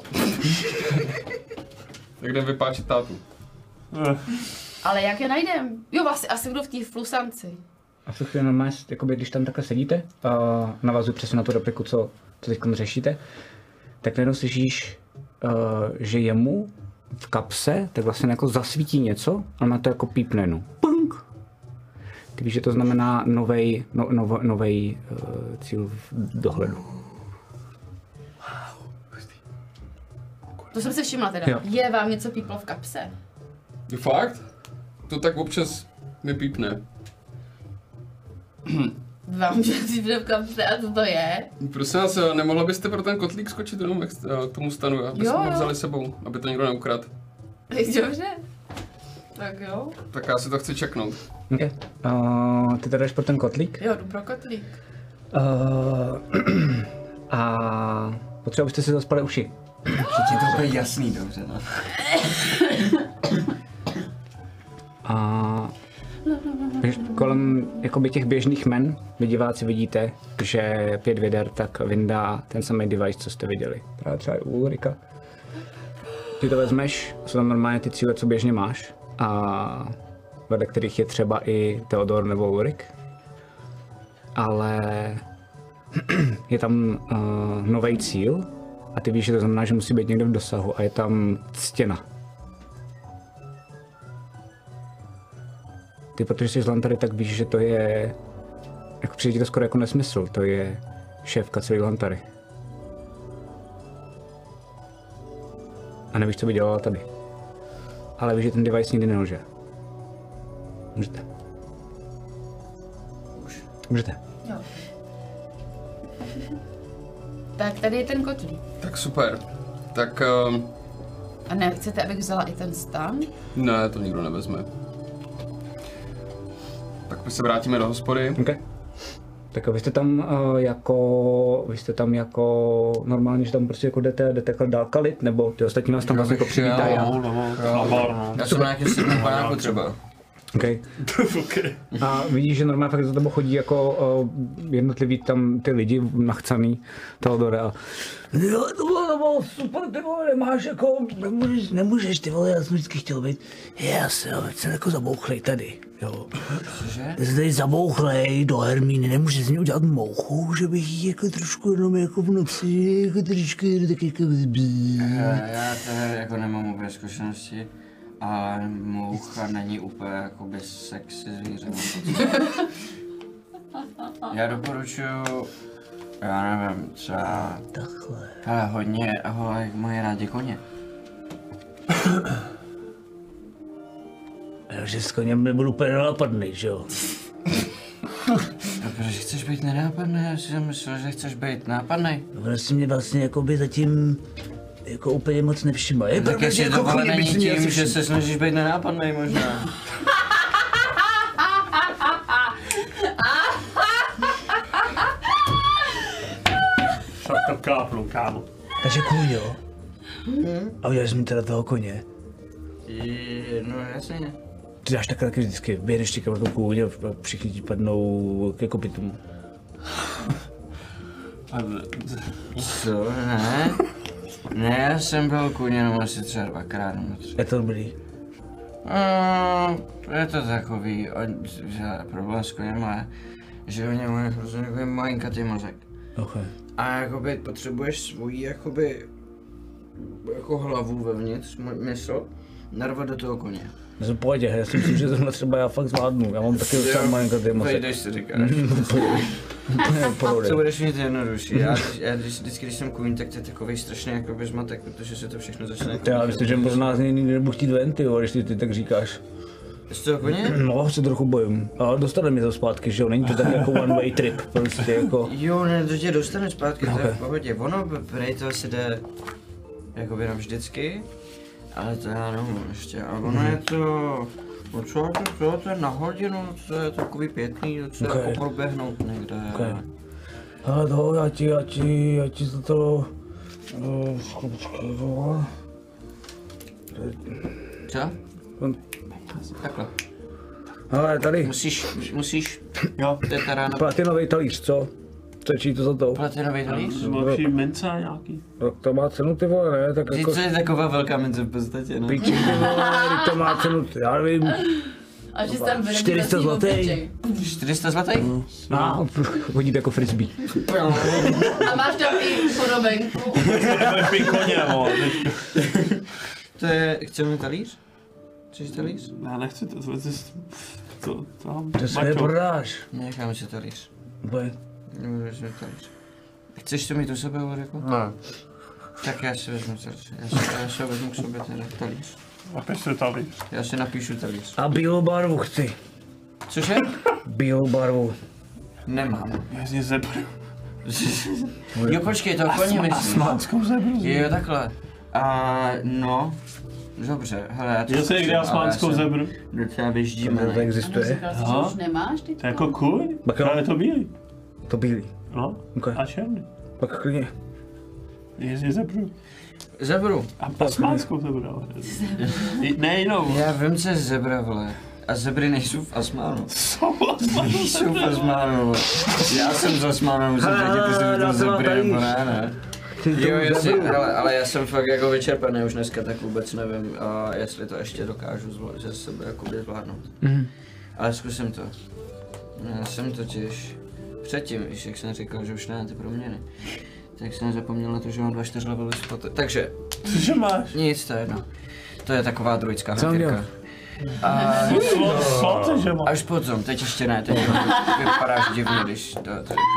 Speaker 6: Jak jdem vypáčit tátu?
Speaker 2: Ale jak je najdem? Jo, asi budu v té flusanci.
Speaker 1: A v tu chvíli normálně, jakoby, když tam takhle sedíte, navazuji přesně na tu repliku, co teď řešíte, tak najednou slyšíš, že jemu v kapse tak vlastně jako zasvítí něco, ale má to jako pípne, no. Punk! Ty víš, že to znamená novej cíl v dohledu.
Speaker 2: To jsem se všimla teda.
Speaker 1: Jo.
Speaker 2: Je vám něco píplo v kapse?
Speaker 6: Je fakt? To tak občas mi pípne.
Speaker 2: Vám pípne v kapse a co to je?
Speaker 6: Prosím vás, nemohla byste pro ten kotlík skočit jenom k tomu stanu, aby jsme ho vzali sebou, aby to nikdo neukradl.
Speaker 2: Dobře. Tak jo.
Speaker 6: Tak já si to chci čeknout.
Speaker 1: Okay. Ty tady jdeš pro ten kotlík?
Speaker 2: Jo, jdu pro kotlík.
Speaker 1: A potřeba, abyste si zaspali uši.
Speaker 4: Je to úplně jasný, dobře, no.
Speaker 1: A kolem jakoby těch běžných men vy diváci vidíte, že 5 věder tak vyndá ten samý device, co jste viděli. Právě třeba i u Ulrika. Ty to vezmeš, jsou tam normálně ty cíle, co běžně máš, a vedle kterých je třeba i Theodor nebo Ulrik. Ale je tam nový cíl a ty víš, že to znamená, že musí být někde v dosahu a je tam stěna. Ty, protože jsi z Lantary, tak víš, že to je, jako přijde ti to skoro jako nesmysl, to je šéfka celé Lantary. A nevíš, co by dělala tady. Ale víš, že ten device nikdy nelže. Můžete. Můžete.
Speaker 2: Jo. Tak tady je ten kotlík.
Speaker 6: Tak super. Tak...
Speaker 2: A nechcete, abych vzala i ten stan?
Speaker 6: Ne, to nikdo nevezme. Tak my se vrátíme do hospody.
Speaker 1: Okay. Tak vy jste tam jako normálně, že tam prostě jako jdete takhle dál kalit, nebo ty ostatní vás tam vlastně jako přivítají.
Speaker 4: Já jsem na nějakém sedmém panáku třeba.
Speaker 1: Okay. A vidíš, že normálně fakt za tebou chodí jako jednotliví tam ty lidi nachcaný Theodore a jo, to bylo super, ty vole, nemáš jako, nemůžeš ty vole, já jsem vždycky chtěl být, já jsem jako zabouchlej tady, jo.
Speaker 4: Cože?
Speaker 1: Já jsem tady zabouchlej do Hermíny, nemůžeš z ní udělat mouchu, že bych jí jako trošku jenom jako v noci, jako trošku tak jako
Speaker 4: Já to jako nemám úplně zkušenosti. A moucha není úplně jakoby sexy zvíře. Já doporučuju, já nevím, třeba...
Speaker 1: takhle.
Speaker 4: Ale hodně, ahoj, moje rádi koně.
Speaker 7: že s koněm nebudu úplně nenápadný, že jo?
Speaker 4: A proč chceš být nenápadný? Já jsem myslel, že chceš být nápadný.
Speaker 7: Prostě mě vlastně jakoby zatím jako úplně moc nevšiml.
Speaker 4: Tak jestli to vole není tím, že se snažíš být nenápadný možná.
Speaker 5: Však to kápnu, kámo.
Speaker 7: Takže kůň, jo? A uděláš mi teda toho koně.
Speaker 4: No jasně.
Speaker 7: Ty dáš takhle taky vždycky, běhneš ty jako kůň a všichni ti padnou ke kopytům.
Speaker 4: Co? Ne? Ne, já jsem byl kůň jenom asi třeba 2krát nebo 3.
Speaker 7: Je to dobrý.
Speaker 4: Je to takový, že problém s koněm je, že oni mají hrozně takový malinkatý mozek.
Speaker 7: Okay.
Speaker 4: A jakoby potřebuješ svoji jakoby jako hlavu vevnitř, mysl, narvat do toho koně.
Speaker 7: Já jsem v pohodě, já si myslím, že zrovna třeba já fakt zvládnu, já mám taky docela malinkatý mozek.
Speaker 4: Vejdeš si říkáš. To budeš mít jednodušší. Já vždycky, když jsem kůň, tak to je takový strašný jakoby zmatek, protože se to všechno začne...
Speaker 7: Já myslím, že možná z něj nikdy nebudu chtít ven, ty, když ty tak říkáš.
Speaker 4: Z toho koně?
Speaker 7: No, se trochu bojím, ale dostane mě to zpátky, že jo, není to tak jako one way trip, prostě jako...
Speaker 4: Jo, ne, to tě dostane zpátky, to je v pohodě. Ono, prej to asi jde jakoby jenom vždycky, ale to já nevím ještě, ale ono je to... No co to je na hodinu, to je takový pěkný, to je jako proběhnout někde.
Speaker 7: Okay. Ale to, já ti za to...
Speaker 4: Co? Takhle.
Speaker 7: Ale tady.
Speaker 4: Musíš, jo, to je ta rána.
Speaker 7: Platinový talíř, co? Stačí to za to?
Speaker 4: Platinový talíř?
Speaker 5: Lepší mince nějaký?
Speaker 7: No, to má cenu, ty vole, ne? Tak jako...
Speaker 4: To je taková velká mince v podstatě, no.
Speaker 7: Píči, ty vole, to má cenu, já nevím.
Speaker 2: A že se tam vyrobí
Speaker 7: 400 zlatý.
Speaker 3: 400 zlatých?
Speaker 1: No, hodíte jako frisbee.
Speaker 2: A máš tam i podobenku.
Speaker 5: Koně,
Speaker 3: To je, chceme talíř? Chceš talíř?
Speaker 5: Já nechci to
Speaker 7: To se neprodáš.
Speaker 3: Necháme si talíř.
Speaker 7: Bude.
Speaker 3: Nebudeš mít talíř. Chceš to mít u sebe, Ulriku?
Speaker 5: Ne.
Speaker 3: Tak já si vezmu talíř. Já si ho vezmu k sobě ten talíř.
Speaker 5: Napiš si talíř.
Speaker 3: Já si napíšu talíř.
Speaker 7: A bílou barvu chci.
Speaker 3: Cože?
Speaker 7: Bílou barvu.
Speaker 3: Nemám.
Speaker 5: Já z ní zebru.
Speaker 3: Jo, počkej, to koně myslíš.
Speaker 5: Asmánskou zebru.
Speaker 3: Jo, takhle. A no. Dobře, hele, já to
Speaker 5: Jel jsi někdy asmánskou zebru?
Speaker 3: Docela vyždíme,
Speaker 7: To
Speaker 3: ne?
Speaker 2: A
Speaker 7: existuje.
Speaker 2: říkal jsi, že už nemáš teď?
Speaker 5: To je jako kůň?
Speaker 7: Tak jo.
Speaker 5: Ale je to bílý.
Speaker 7: To bílý.
Speaker 5: No.
Speaker 7: Okay.
Speaker 5: A černý.
Speaker 7: Pak klidně.
Speaker 5: Je z ní zebru.
Speaker 3: Zebru.
Speaker 5: A asmánskou zebru, ale. Ne jinou.
Speaker 3: Já vím, co je zebra, vole. A zebry nejsou v Asmánu. Nejsou v Asmánu, vole. Já jsem z Asmánu, musím vědět, jestli to zebry nebo ne. Jo, jasně, ale já jsem fakt jako vyčerpaný už dneska, tak vůbec nevím, jestli to ještě dokážu ze sebe jakoby zvládnout. Ale zkusím to. Já jsem totiž předtím, když jak jsem říkal, že už ne ty proměny, tak jsem zapomněl na to, že mám 2-4 levely spoty. Takže,
Speaker 5: Cože máš?
Speaker 3: nic, to je jedno. To je taková druidská hantýrka.
Speaker 5: Slot, že máš?
Speaker 3: Až potom, teď ještě ne, teď vypadáš divně, když to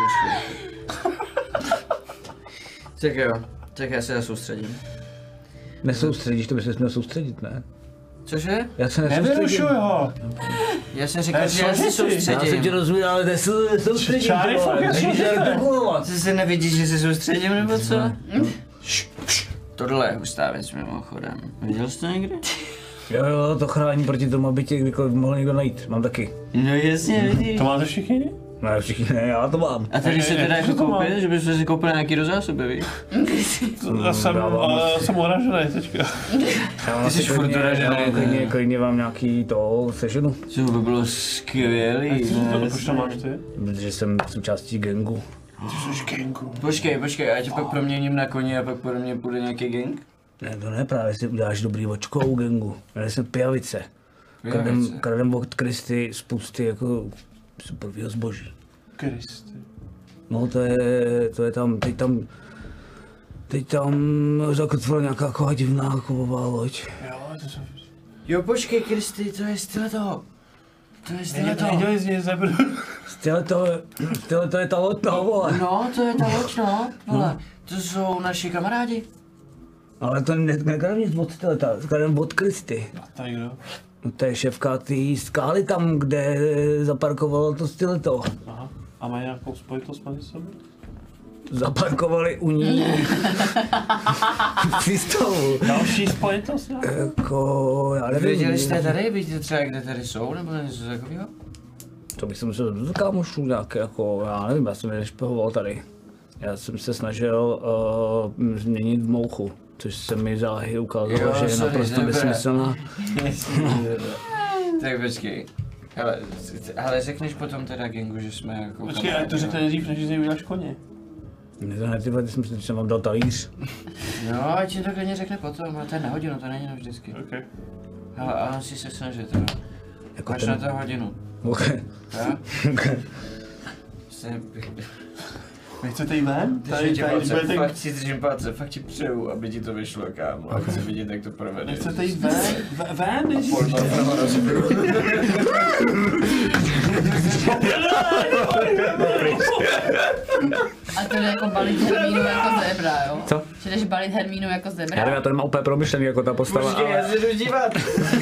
Speaker 3: Tak jo, tak já se soustředím.
Speaker 7: Nesoustředíš, to by se měl soustředit, ne?
Speaker 3: Cože?
Speaker 7: Já se nesoustředím.
Speaker 5: Nevyrušuj ho!
Speaker 3: Já jsem říkal, že já se
Speaker 7: Já jsem tě
Speaker 3: soustředím.
Speaker 7: rozuměl, ale nesoustředím.
Speaker 5: Čáry fakt
Speaker 3: Ty se nevidíš, že se soustředím, nebo co? Tohle je hustá věc mimochodem. Viděl jsi to někdy?
Speaker 7: Jo, to chrání proti tomu, aby tě kdykoliv mohl někdo najít. Mám taky.
Speaker 3: No jasně, vidíš.
Speaker 5: To máte všichni?
Speaker 7: Ne, všichni ne, já to mám.
Speaker 3: A tady se teda jako
Speaker 5: to mám.
Speaker 3: koupil, že bychom si koupili nějaký do zásoby, víš?
Speaker 5: Já jsem uražený teďka.
Speaker 3: Ty jsi furt uražený, ne?
Speaker 7: Klidně vám nějaký to sešenu.
Speaker 3: To by bylo skvělý,
Speaker 5: Proč to máš ty?
Speaker 7: Protože jsem součástí gangu.
Speaker 5: Ty jsi gengu.
Speaker 3: Počkej, a já tě pak proměním na koně a pak po mně půjde nějaký gang?
Speaker 7: Ne, to ne, právě si uděláš dobrý očko u gangu. Já jsem pijavice.
Speaker 3: Pijavice.
Speaker 7: Kradem od Kristy spousty jako supervýho zboží.
Speaker 5: Kristy.
Speaker 7: No to je tam, teď tam zakotvila nějaká taková divná kovová loď.
Speaker 3: Jo, počkej, Kristy, to je styl toho. To je styl toho.
Speaker 5: Nedělej z něj zebru.
Speaker 7: To je ta loď toho, vole.
Speaker 3: No, to je ta loď, no, vole. To jsou naši kamarádi.
Speaker 7: Ale to nekradem nic od styleta, kradem od Kristy.
Speaker 5: Tak kdo?
Speaker 7: No to je šéfka té skály tam, kde zaparkovalo to styleto.
Speaker 5: Aha. A mají nějakou spojitost mezi sebou?
Speaker 7: Zaparkovali u ní přístavu.
Speaker 5: Další spojitost? Ne?
Speaker 7: Jako, já nevím.
Speaker 3: Věděli jste tady? Víte třeba, kde tady jsou, nebo něco takového?
Speaker 7: To bych se musel zeptat kámošů nějaké, jako, já nevím, já jsem je nešpehoval tady. Já jsem se snažil změnit mouchu, což se mi záhy ukázalo, že je naprosto nesmyslná.
Speaker 3: Tak počkej. Hele, řekneš potom teda gangu, že jsme jako
Speaker 5: Počkej, ale to řekne nejdřív, než z něj uděláš koně.
Speaker 7: Ne, to ne, ty jsem si vám dal talíř.
Speaker 3: No, ať ti to klidně řekne potom, ale to je na hodinu, to není na vždycky.
Speaker 5: Okay.
Speaker 3: Hele, ale musíš se snažit, jo.
Speaker 7: Jako
Speaker 3: Máš na to hodinu.
Speaker 7: Ok.
Speaker 3: Jo?
Speaker 7: Ok.
Speaker 5: Nechcete jít ven?
Speaker 3: Držím ti palce, fakt si držím palce, fakt ti přeju, aby ti to vyšlo, kámo. A chci vidět, jak to provedeš.
Speaker 5: Nechcete jít ven? Ven? Než
Speaker 2: A to jde jako balit Hermínu jako zebra, jo?
Speaker 1: Co?
Speaker 2: Že jdeš balit Hermínu jako
Speaker 1: Já nevím,
Speaker 2: zebra?
Speaker 1: já to nemám úplně promyšlený jako ta postava,
Speaker 3: Počkej, já
Speaker 1: ale
Speaker 3: se jdu dívat.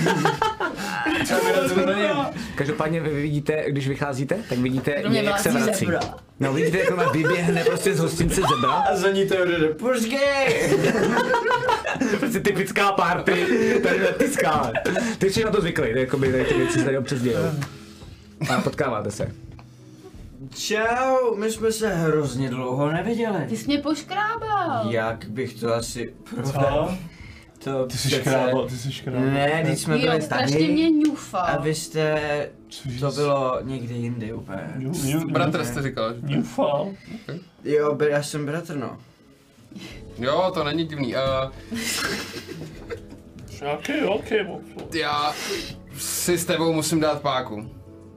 Speaker 1: každopádně vy vidíte, když vycházíte, tak vidíte,
Speaker 2: To mě
Speaker 1: jak se
Speaker 2: vlastní
Speaker 1: vrací.
Speaker 2: zebra.
Speaker 1: No vidíte, jak ona vyběhne prostě z hostince zebra.
Speaker 3: A za ní to jde, počkej!
Speaker 1: Prostě typická party tady na ty skále. Ty jsi na to zvyklý, jakoby tady ty věci se tady občas dějou. A potkáváte se.
Speaker 3: Čau, my jsme se hrozně dlouho neviděli.
Speaker 2: Ty jsi mě poškrábal.
Speaker 3: Jak bych to asi
Speaker 5: Co?
Speaker 3: To
Speaker 5: Ty jsi škrábal,
Speaker 3: Ne, když jsme
Speaker 2: Jo,
Speaker 3: byli
Speaker 2: strašně
Speaker 3: tady.
Speaker 2: mě ňufal.
Speaker 3: A vy jste, to bylo někde jindy úplně.
Speaker 6: Bratr jste říkal. že?
Speaker 5: Newfall.
Speaker 3: Jo, já jsem bratr, no.
Speaker 6: Jo, to není divný.
Speaker 5: Okay.
Speaker 6: Já Si s tebou musím dát páku.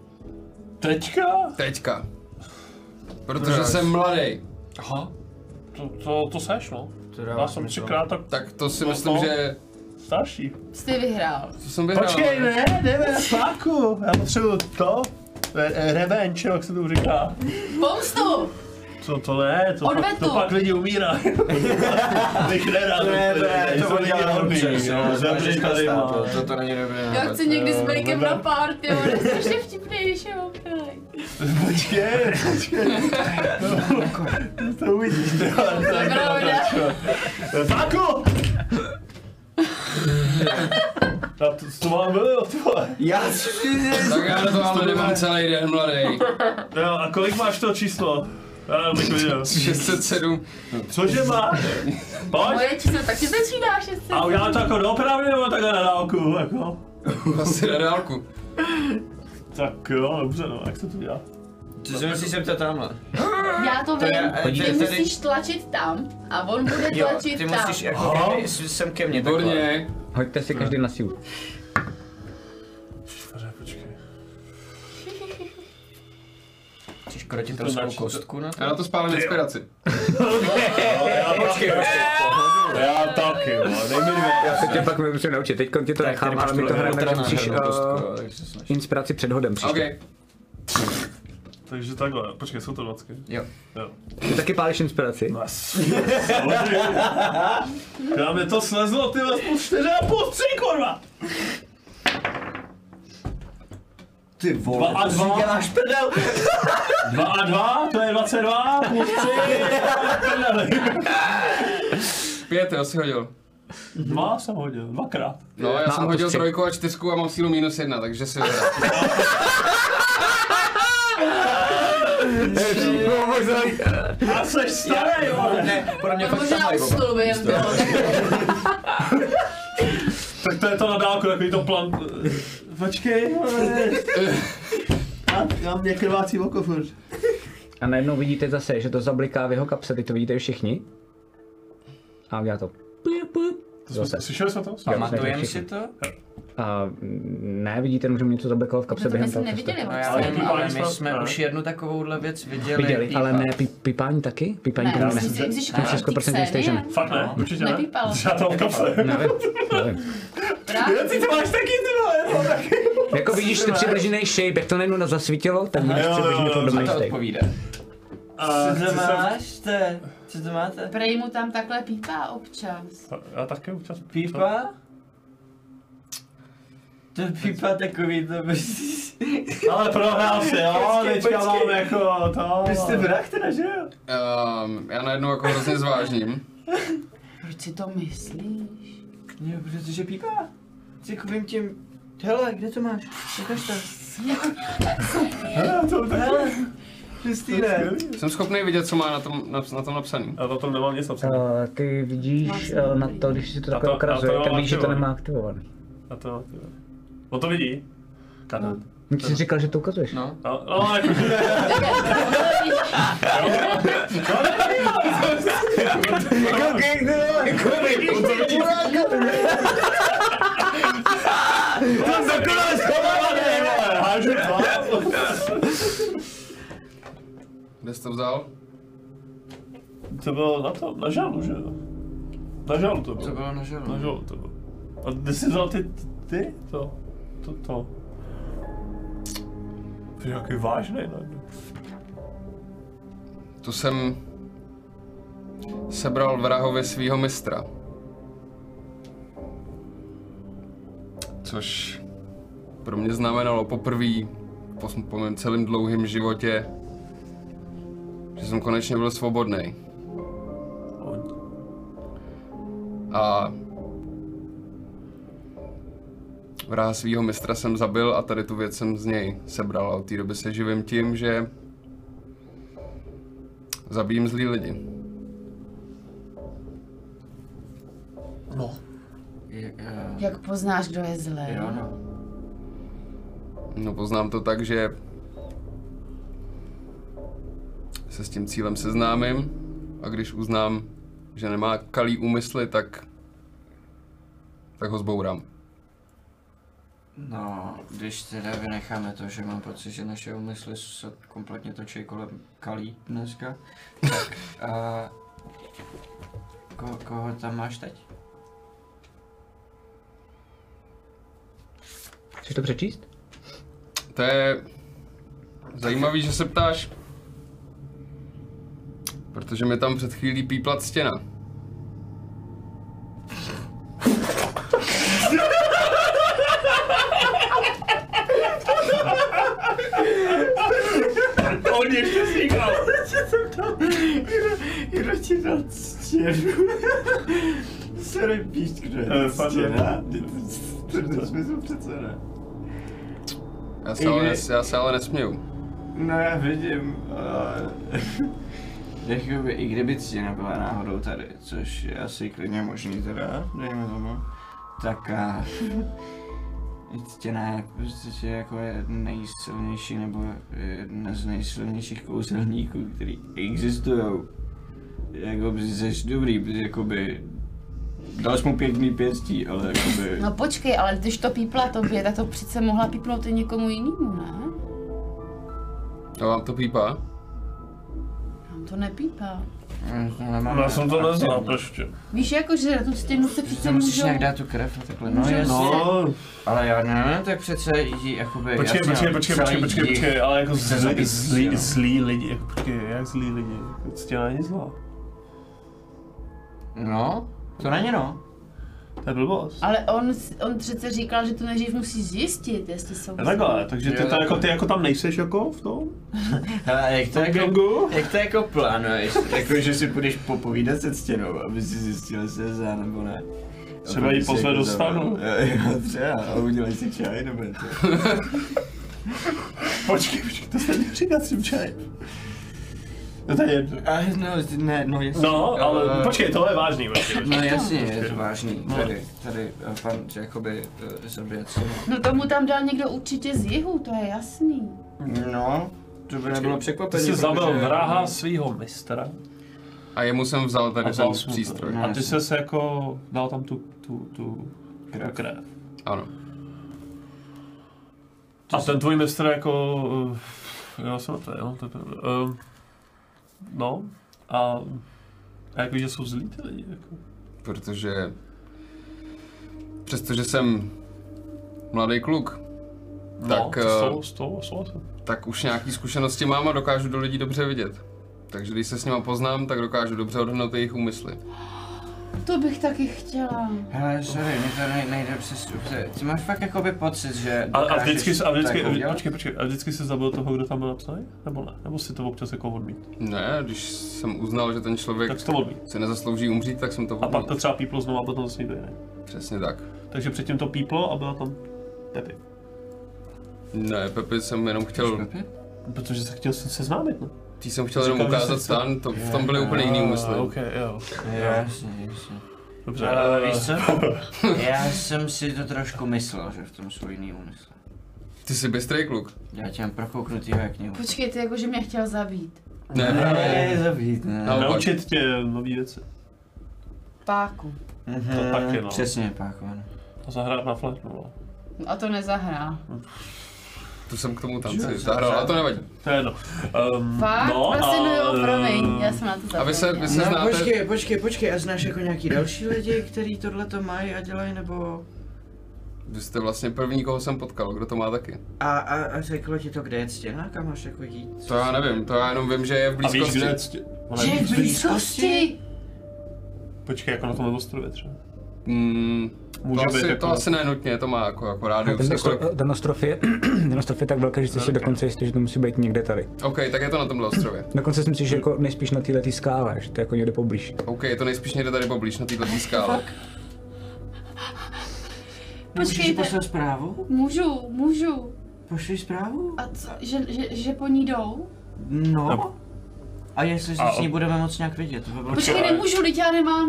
Speaker 6: Teďka. Protože jsem mladý.
Speaker 5: Aha. To seš, no. Já jsem 3krát
Speaker 6: tak to si myslím, že...
Speaker 5: Starší.
Speaker 2: Jsi vyhrál.
Speaker 6: To jsem vyhrál.
Speaker 5: Počkej, ne, jdeme na páku. Já potřebuju to. Revenge, jak se to říká.
Speaker 2: Pomstu!
Speaker 5: To ne, to pak lidi umírá. Bych nerad.
Speaker 4: To udělá dobře,
Speaker 5: Zavřeš tady má.
Speaker 4: To není dobré.
Speaker 2: Já chci někdy s Bejkem na party, on je strašně vtipný, když je opilej.
Speaker 5: Počkej. To uvidíš. Páku! To mám bylo, ty vole.
Speaker 6: Tak já na to ale nemám celý den, mladý.
Speaker 5: Jo, a kolik máš to číslo? Já bych viděl.
Speaker 6: 607.
Speaker 5: Cože máš? Pojď.
Speaker 2: Moje číslo taky začíná 600.
Speaker 5: A udělám to jako doopravdy nebo takhle na dálku, jako?
Speaker 6: Asi na dálku.
Speaker 5: Tak jo, dobře no, jak se to dělá?
Speaker 4: Ty si myslíš, že jsem to tamhle?
Speaker 2: Já to vím, ty musíš tlačit tam a on bude tlačit
Speaker 4: ty
Speaker 2: tam.
Speaker 4: musíš jako sem ke mně takhle.
Speaker 6: Výborně.
Speaker 1: Hoďte si každý na sílu.
Speaker 5: Počkej.
Speaker 4: Chceš krotit ruskou kostku na to?
Speaker 6: Já na to spálím inspiraci.
Speaker 5: Počkej. Já taky, dej mi dvě.
Speaker 1: Já se tě pak musím naučit, teď ti to nechám, ale my to hrajeme, že musíš inspiraci před hodem příště.
Speaker 6: Okay.
Speaker 5: Takže takhle, počkej, jsou to 20.
Speaker 4: Jo.
Speaker 1: Ty taky pálíš inspiraci?
Speaker 5: Já mě to slezlo, ty vás plus 4 a plus 3, kurva!
Speaker 4: Ty vole,
Speaker 5: 2 a 2.
Speaker 4: to si děláš prdel.
Speaker 5: 2 a 2, to je 22, plus 3,
Speaker 6: 5, jo, si hodil.
Speaker 5: 2 jsem hodil, 2krát.
Speaker 6: No, já jsem hodil 3 a 4 a mám sílu -1, takže si vyhrál.
Speaker 5: A seš starý, jo?
Speaker 4: Ne, podle mě fakt
Speaker 2: Možná
Speaker 4: tam mají
Speaker 2: usnul během toho.
Speaker 5: Tak to je to na dálku, takový to plan... Počkej, já mě krvácí oko furt.
Speaker 1: A najednou vidíte zase, že to zabliká v jeho kapse, teď to vidíte všichni. A udělá to. Zase.
Speaker 5: Slyšeli jsme to?
Speaker 4: Pamatujeme si to?
Speaker 1: Ne, vidíte, že mu něco zablikalo v kapse
Speaker 2: No to my
Speaker 1: během
Speaker 2: jsme
Speaker 1: toho.
Speaker 2: neviděli.
Speaker 4: Ale my jsme už jednu takovouhle věc viděli.
Speaker 1: Viděli, ale ne pípání taky? Pípání tomu ne.
Speaker 2: Jsi
Speaker 1: Jsem si
Speaker 2: říkal,
Speaker 1: 100% jistý, že ne.
Speaker 5: Fakt ne, určitě ne.
Speaker 2: Nepípal.
Speaker 5: Já to mám v kapse.
Speaker 1: Nevím.
Speaker 5: Já si to máš taky, ty vole, taky.
Speaker 1: Jako vidíš ty přibližený shape, jak to najednou zasvítilo, tak vidíš přibližený podobný
Speaker 4: To
Speaker 1: shape.
Speaker 4: odpovídá.
Speaker 5: Co to máš?
Speaker 4: Co to máte?
Speaker 2: Prej mu tam takhle pípá občas.
Speaker 5: Já taky občas.
Speaker 4: Pípa? To pípa takový, to bys...
Speaker 5: Ale prohrál si, jo, teďka mám jako to...
Speaker 4: Vy jste vrah teda, že jo?
Speaker 6: Já najednou jako hrozně zvážním.
Speaker 2: Proč si to myslíš?
Speaker 4: Jo, protože pípa. Si kupím tím... Hele, kde to máš? Ukaž to. Hele, Kristýne.
Speaker 6: Jsem schopný vidět, co má na tom napsaný.
Speaker 5: Já na tom nemám nic napsané.
Speaker 1: Ty vidíš na to, když si to takhle ukazuje, tak vidíš, že to nemá aktivovaný.
Speaker 5: A to on to vidí? Kanál.
Speaker 1: Ty jsi říkal, že to ukazuješ.
Speaker 4: No.
Speaker 5: No, jakože...
Speaker 1: Koukej, ty vole, koukej,
Speaker 5: On to vidí. To je dokonale schované, vole. Hážu dva.
Speaker 6: Kde jsi to vzal?
Speaker 5: To bylo na to, na žalu, že jo? Na žalu to bylo.
Speaker 4: To bylo na žalu.
Speaker 5: Na žalu to bylo. A kde jsi vzal ty? To. To je jaký vážnej, ne?
Speaker 6: To jsem sebral vrahovi svýho mistra. Což pro mě znamenalo poprvé po mém celém dlouhém životě, že jsem konečně byl svobodný. A vraha svýho mistra jsem zabil a tady tu věc jsem z něj sebral a od té doby se živím tím, že zabijím zlý lidi.
Speaker 5: No.
Speaker 2: Jak poznáš, kdo je zlý?
Speaker 4: Jo, no.
Speaker 6: No poznám to tak, že se s tím cílem seznámím a když uznám, že nemá kalý úmysly, tak ho zbourám.
Speaker 3: No, když teda vynecháme to, že mám pocit, že naše úmysly se kompletně točí kolem Kalí dneska, tak koho tam máš teď?
Speaker 1: Chceš to přečíst?
Speaker 6: To je zajímavý, že se ptáš, protože mi tam před chvílí pípla stěna.
Speaker 5: On ještě říkal.
Speaker 3: Kdo ti dal stěnu? Sorry, víš, kdo je ta stěna? To smysl přece ne.
Speaker 6: Já se ale nesměju.
Speaker 3: No já vidím. Jakoby, i kdyby stěna byla náhodou tady, což je asi klidně možný teda, dejme tomu, tak stěna je prostě jako nejsilnější nebo jedna z nejsilnějších kouzelníků, který existujou. Jakoby jsi dobrý, jakoby dal jsi mu pěkný pěstí, ale jakoby...
Speaker 2: No počkej, ale když to pípla tobě, tak to přece mohla pípnout i někomu jinému, ne?
Speaker 6: A vám to pípá?
Speaker 2: Nám to nepípá.
Speaker 5: Já jsem to neznal, prostě.
Speaker 2: Víš, jako, že na tu stěnu se přece
Speaker 3: musíš
Speaker 2: můžou...
Speaker 3: nějak dát tu krev a takhle, no jasně.
Speaker 5: No,
Speaker 3: Ale já nevím, tak přece jí jakoby...
Speaker 5: Počkej, ale jako zlí lidi, jako počkej, jak zlí lidi, jako stěna není zlá.
Speaker 3: No, to není no.
Speaker 5: To je blbost.
Speaker 2: Ale on přece říkal, že to nejdřív musí zjistit, jestli jsou...
Speaker 5: Takhle, takže ty jako tam nejseš jako v tom?
Speaker 3: Hele, jak to jako plánuješ? Jako, že si půjdeš popovídat se stěnou, aby si zjistil, jestli je za nebo ne.
Speaker 5: Třeba jí pozve do stanu.
Speaker 3: Jo, třeba, a udělej si čaj, nebo to.
Speaker 5: Počkej, to jste neříkat s tím čajem. No to je jedno.
Speaker 3: No jasně.
Speaker 5: No, ale počkej, tohle je vážný.
Speaker 3: No jasně, je to vážný. Tady pan jakoby zabijec.
Speaker 2: No tomu tam dal někdo určitě z jihu, to je jasný.
Speaker 3: No, to by nebylo překvapení.
Speaker 5: Ty jsi zabil vraha svýho mistra.
Speaker 6: A jemu jsem vzal tady ten přístroj.
Speaker 5: A ty jsi jako dal tam tu krev.
Speaker 6: Ano.
Speaker 5: A ten tvůj mistr jako... Já jsem na to, jo. No, a jak víš, že jsou zlí ty lidi, jako?
Speaker 6: Protože... Přestože jsem mladý kluk,
Speaker 5: No,
Speaker 6: tak už nějaký zkušenosti mám a dokážu do lidí dobře vidět. Takže když se s nima poznám, tak dokážu dobře odhadnout jejich úmysly.
Speaker 2: To bych taky chtěla.
Speaker 3: Hele, sorry, mě to nejde přes... Ty máš fakt jakoby pocit, že
Speaker 5: A vždycky jsi zabil toho, kdo tam byl napsaný? Nebo ne? Nebo si to občas jako odmít?
Speaker 6: Ne, když jsem uznal, že ten člověk se nezaslouží umřít, tak jsem to odmít.
Speaker 5: A pak to třeba píplo znovu a potom zase někdo jiný.
Speaker 6: Přesně tak.
Speaker 5: Takže předtím to píplo a byla tam Pepi.
Speaker 6: Ne, Pepi jsem jenom chtěl...
Speaker 5: Pepi? Protože se chtěl seznámit, no.
Speaker 6: Ty jsem chtěl jenom ukázat stan, to v tom byly úplně jiný úmysly.
Speaker 3: Jasně.
Speaker 5: Dobře,
Speaker 3: ale víš co? Já jsem si to trošku myslel, že v tom jsou jiný úmysly.
Speaker 6: Ty jsi bystrý kluk.
Speaker 3: Já tě mám prokouknutýho jak knihu.
Speaker 2: Počkej, ty jako, že mě chtěl zabít.
Speaker 3: Ne, zabít, ne.
Speaker 5: Naučit tě nový věci.
Speaker 2: Páku.
Speaker 5: To taky, no.
Speaker 3: Přesně, páku, ano.
Speaker 5: A zahrát na flétnu, no.
Speaker 2: A to nezahrál.
Speaker 6: Tu jsem k tomu tanci zahrál, ale to nevadí.
Speaker 5: To je jedno.
Speaker 2: Fakt?
Speaker 5: No,
Speaker 2: Prosím, jo, promiň, já jsem na to zapomněla.
Speaker 6: A vy se
Speaker 3: No,
Speaker 6: znáte...
Speaker 3: Počkej, a znáš jako nějaký další lidi, kteří tohleto mají a dělají, nebo...
Speaker 6: Vy jste vlastně první, koho jsem potkal, kdo to má taky.
Speaker 3: A řeklo ti to, kde je stěna, kam máš jako jít?
Speaker 6: To já nevím, to já jenom vím, že je v blízkosti.
Speaker 5: A víš, kde je stěna?
Speaker 2: Že je v blízkosti?
Speaker 5: Počkej, jako na tom ostrově třeba.
Speaker 6: To asi nenutně, to má jako rádius.
Speaker 1: Ten ostrov je tak velký, že jsi si dokonce jistý, že to musí být někde tady.
Speaker 6: OK, tak je to na tomhle ostrově.
Speaker 1: Dokonce si myslíš, že jako nejspíš na této skále, že to je jako někde poblíž.
Speaker 6: OK, je to nejspíš někde tady poblíž, na této skále.
Speaker 3: Můžeš poslat zprávu?
Speaker 2: Můžu.
Speaker 3: Pošli zprávu?
Speaker 2: A co, že po ní jdou?
Speaker 3: No. A jestli s ní budeme moc nějak vidět, to by bylo...
Speaker 2: Počkej, nemůžu, teď já nemám.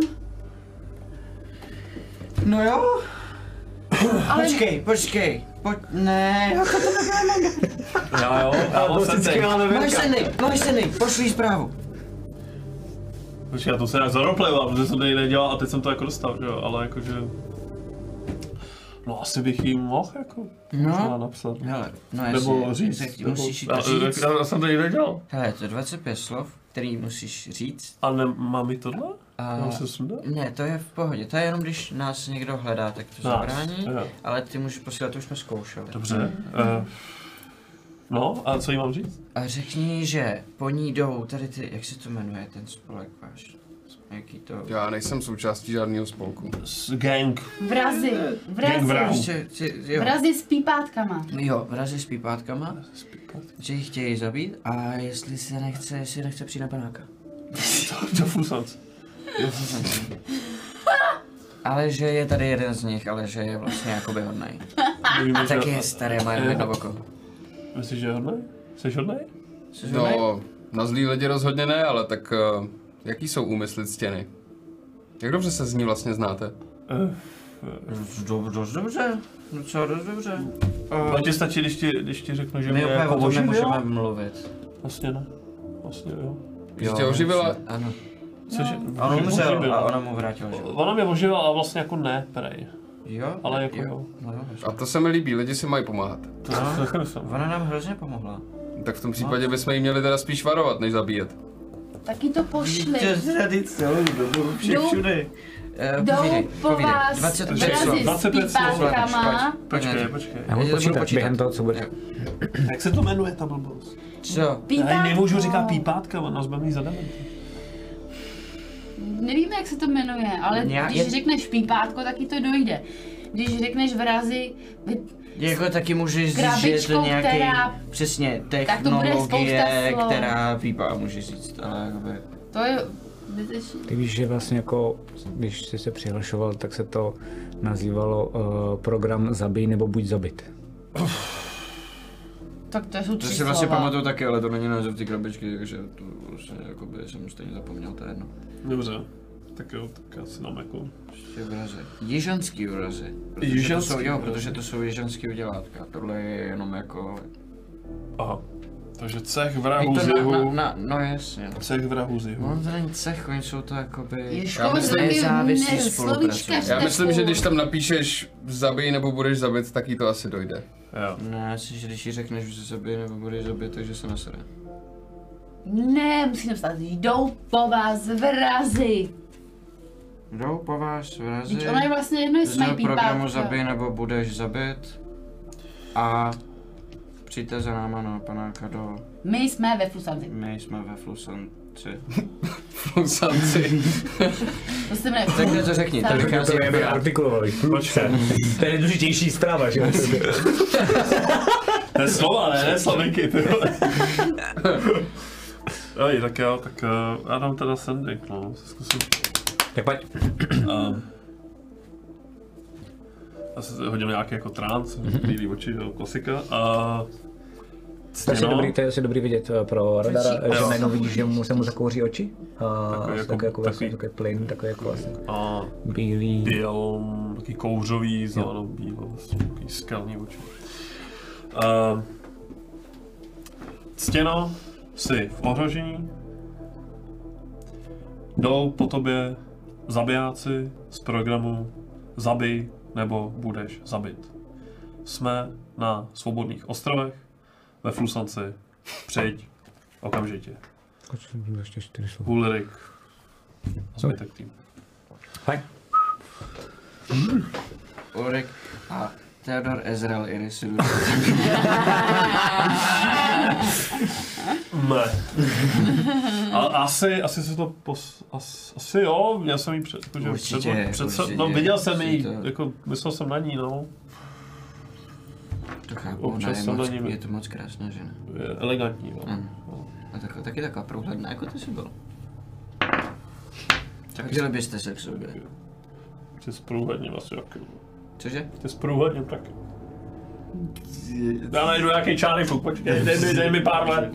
Speaker 3: No jo.
Speaker 2: Ale...
Speaker 3: Počkej. Ne, jako to nebylo.
Speaker 5: Jo,
Speaker 3: Máš se nej, pošli zprávu.
Speaker 5: Počkej, já to se nějak zaroplejval, protože jsem tady nedělal a teď jsem to jako dostal, že jo, ale jakože... No asi bych jim mohl jako možná napsat.
Speaker 3: Hele, no
Speaker 5: Nebo
Speaker 3: jestli
Speaker 5: říct.
Speaker 3: musíš jí to
Speaker 5: Já
Speaker 3: říct.
Speaker 5: jsem to jinak dělal.
Speaker 3: Hele, to je 25 slov, který musíš říct.
Speaker 5: A mám i tohle?
Speaker 3: A
Speaker 5: Mám se sundat?
Speaker 3: ne, to je v pohodě, to je jenom když nás někdo hledá, tak to zabrání, ale ty můžeš posílat, to už jsme zkoušeli.
Speaker 5: Dobře. No, a co jí mám říct?
Speaker 3: A řekni, že po ní jdou tady ty, jak se to jmenuje, ten spolek váš? Jaký to?
Speaker 6: Já nejsem součástí žádného spolku.
Speaker 5: Gang.
Speaker 2: Vrazy.
Speaker 5: Gang vrahů.
Speaker 2: Vrazy s pípátkama.
Speaker 3: Jo, vrazy s pípátkama, že ji chtějí zabít a jestli nechce přijít na panáka.
Speaker 5: To fusant.
Speaker 3: Ale že je tady jeden z nich, ale že je vlastně jakoby hodnej. A taky je starý, má jenom jedno oko.
Speaker 5: Myslíš, že je hodnej? Jsi hodnej?
Speaker 6: No, na zlý lidi rozhodně ne, ale tak jaký jsou úmysly Ctěny? Jak dobře se z ní vlastně znáte?
Speaker 3: Dost dobře, docela dost dobře.
Speaker 5: A ti stačí, když ti řeknu, že
Speaker 3: my
Speaker 5: mě
Speaker 3: úplně
Speaker 5: jako
Speaker 3: o tom nemůžeme
Speaker 5: oživila?
Speaker 3: mluvit.
Speaker 5: Vlastně ne. Vlastně jo.
Speaker 6: Když tě oživila?
Speaker 3: Ano.
Speaker 5: Cože?
Speaker 3: On umřel a ona mu vrátila život.
Speaker 5: Ona mě oživila, ale vlastně jako ne, prej.
Speaker 3: Jo?
Speaker 5: Ale jako jo.
Speaker 3: No,
Speaker 6: A to se mi líbí, lidi si mají pomáhat.
Speaker 5: To jsem.
Speaker 3: ona nám hrozně pomohla.
Speaker 6: Tak v tom případě bychom jí měli teda spíš varovat, než zabíjet.
Speaker 2: Taky to pošli.
Speaker 3: Tady celou dobu, všude.
Speaker 2: Jdou po vás
Speaker 3: 25
Speaker 2: vrazy s
Speaker 5: 25 slov.
Speaker 2: pípátkama.
Speaker 5: Počkej.
Speaker 1: Já budu počítat během toho, co bude.
Speaker 5: Jak se to jmenuje ta blbost?
Speaker 3: Co?
Speaker 5: Já nemůžu říkat pípátka, on nás bude mít za dementy.
Speaker 2: Nevíme, jak se to jmenuje, ale když řekneš pípátko, taky to dojde. Když řekneš vrazy,
Speaker 3: Jako taky můžeš říct, že je to nějaký, přesně, technologie, která pípá, můžeš říct, ale jakoby...
Speaker 2: To je zbytečný.
Speaker 1: Ty víš, že vlastně jako, když jsi se přihlašoval, tak se to nazývalo program Zabij nebo buď zabit.
Speaker 2: Tak to jsou 3
Speaker 3: To si
Speaker 2: slova.
Speaker 3: vlastně pamatuju taky, ale to není název ty krabičky, takže to vlastně jakoby jsem stejně zapomněl, to je jedno.
Speaker 5: Dobře. Tak jo, tak já si dám jako...
Speaker 3: Ještě vrazy. Jižanský vrazy. Protože to jsou jižanský udělátka. Tohle je jenom jako...
Speaker 5: Aha. Takže cech vrahů z jihu.
Speaker 3: No jasně.
Speaker 5: Cech vrahů z jihu.
Speaker 3: On to není cech, oni jsou to jakoby...
Speaker 2: nezávislí
Speaker 3: spolupracují.
Speaker 6: Já myslím, že když tam napíšeš zabij nebo budeš zabit, tak jí to asi dojde.
Speaker 5: Jo.
Speaker 3: Ne, myslím, že když jí řekneš, že zabij nebo budeš zabit, takže se nasede.
Speaker 2: Ne, musím napsat, jdou po vás vrazy.
Speaker 3: Jdou po vás vrazy.
Speaker 2: Teď ona je vlastně jedno, jestli mají
Speaker 3: Z programu
Speaker 2: pípátka.
Speaker 3: zabij nebo budeš zabit. A přijďte za náma na panáka do...
Speaker 2: My jsme ve Flusanci.
Speaker 3: My jsme ve Flusanci.
Speaker 6: Flusanci.
Speaker 2: To se jmenuje
Speaker 3: Tak to řekni, to vychází
Speaker 1: To je artikulovali. To je nejdůležitější zpráva, že?
Speaker 5: To je slova, ne slovenky, ty vole. Oj, tak jo, tak já dám teda sending, no, zkusím.
Speaker 1: Tak pojď.
Speaker 5: Já se hodím nějaký jako trans, bílý oči, jo, klasika.
Speaker 1: To je asi dobrý vidět pro radara, že najednou vidíš, že se mu zakouří oči. Takový jako plyn, takový jako vlastně bílý.
Speaker 5: Taký kouřový, zelenou bílou, takový skalní oči. Ctěno, jsi v ohrožení. Jdou po tobě zabijáci z programu Zabij nebo budeš zabit. Jsme na svobodných ostrovech ve Flusanci. Přijď okamžitě. Ulrik a zbytek tým.
Speaker 1: Fajn.
Speaker 3: Ulrik a Theodor Ezreal Irisu.
Speaker 5: Ne. Asi se to asi jo, měl jsem jí
Speaker 3: Určitě.
Speaker 5: no viděl jsem jí, jako myslel jsem na ní, no.
Speaker 3: To chápu,
Speaker 5: Občas
Speaker 3: je to moc krásná žena.
Speaker 5: Je elegantní, no.
Speaker 3: A taky taková průhledná, jako ty jsi byl. Chtěli byste se k sobě.
Speaker 5: Ty zprůhledním asi taky.
Speaker 3: Cože?
Speaker 5: Ty zprůhledním taky. Já najdu nějaký čárný fuk, počkej, dej mi pár let.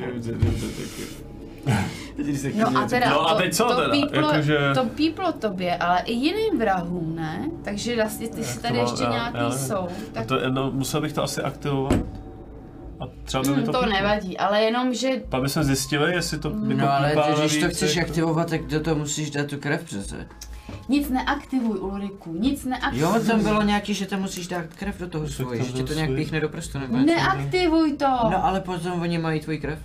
Speaker 2: No a teda,
Speaker 5: no a teď co teda?
Speaker 2: To píplo tobě, ale i jiným vrahům, ne? Takže vlastně ty si tady ještě nějaký jsou. Tak...
Speaker 5: Musel bych to asi aktivovat. A třeba by mi
Speaker 2: to nevadí, ale jenom, že...
Speaker 5: Pak bychom zjistili, jestli to
Speaker 3: No ale když to chceš aktivovat, tak do toho musíš dát tu krev přece.
Speaker 2: Nic neaktivuj, Ulriku, nic neaktivuj.
Speaker 3: Jo, tam bylo nějaký, že tam musíš dát krev do toho svoje, že ti to nějak píchne do prstu nebo něco.
Speaker 2: Neaktivuj to!
Speaker 3: No ale potom oni mají tvůj krev.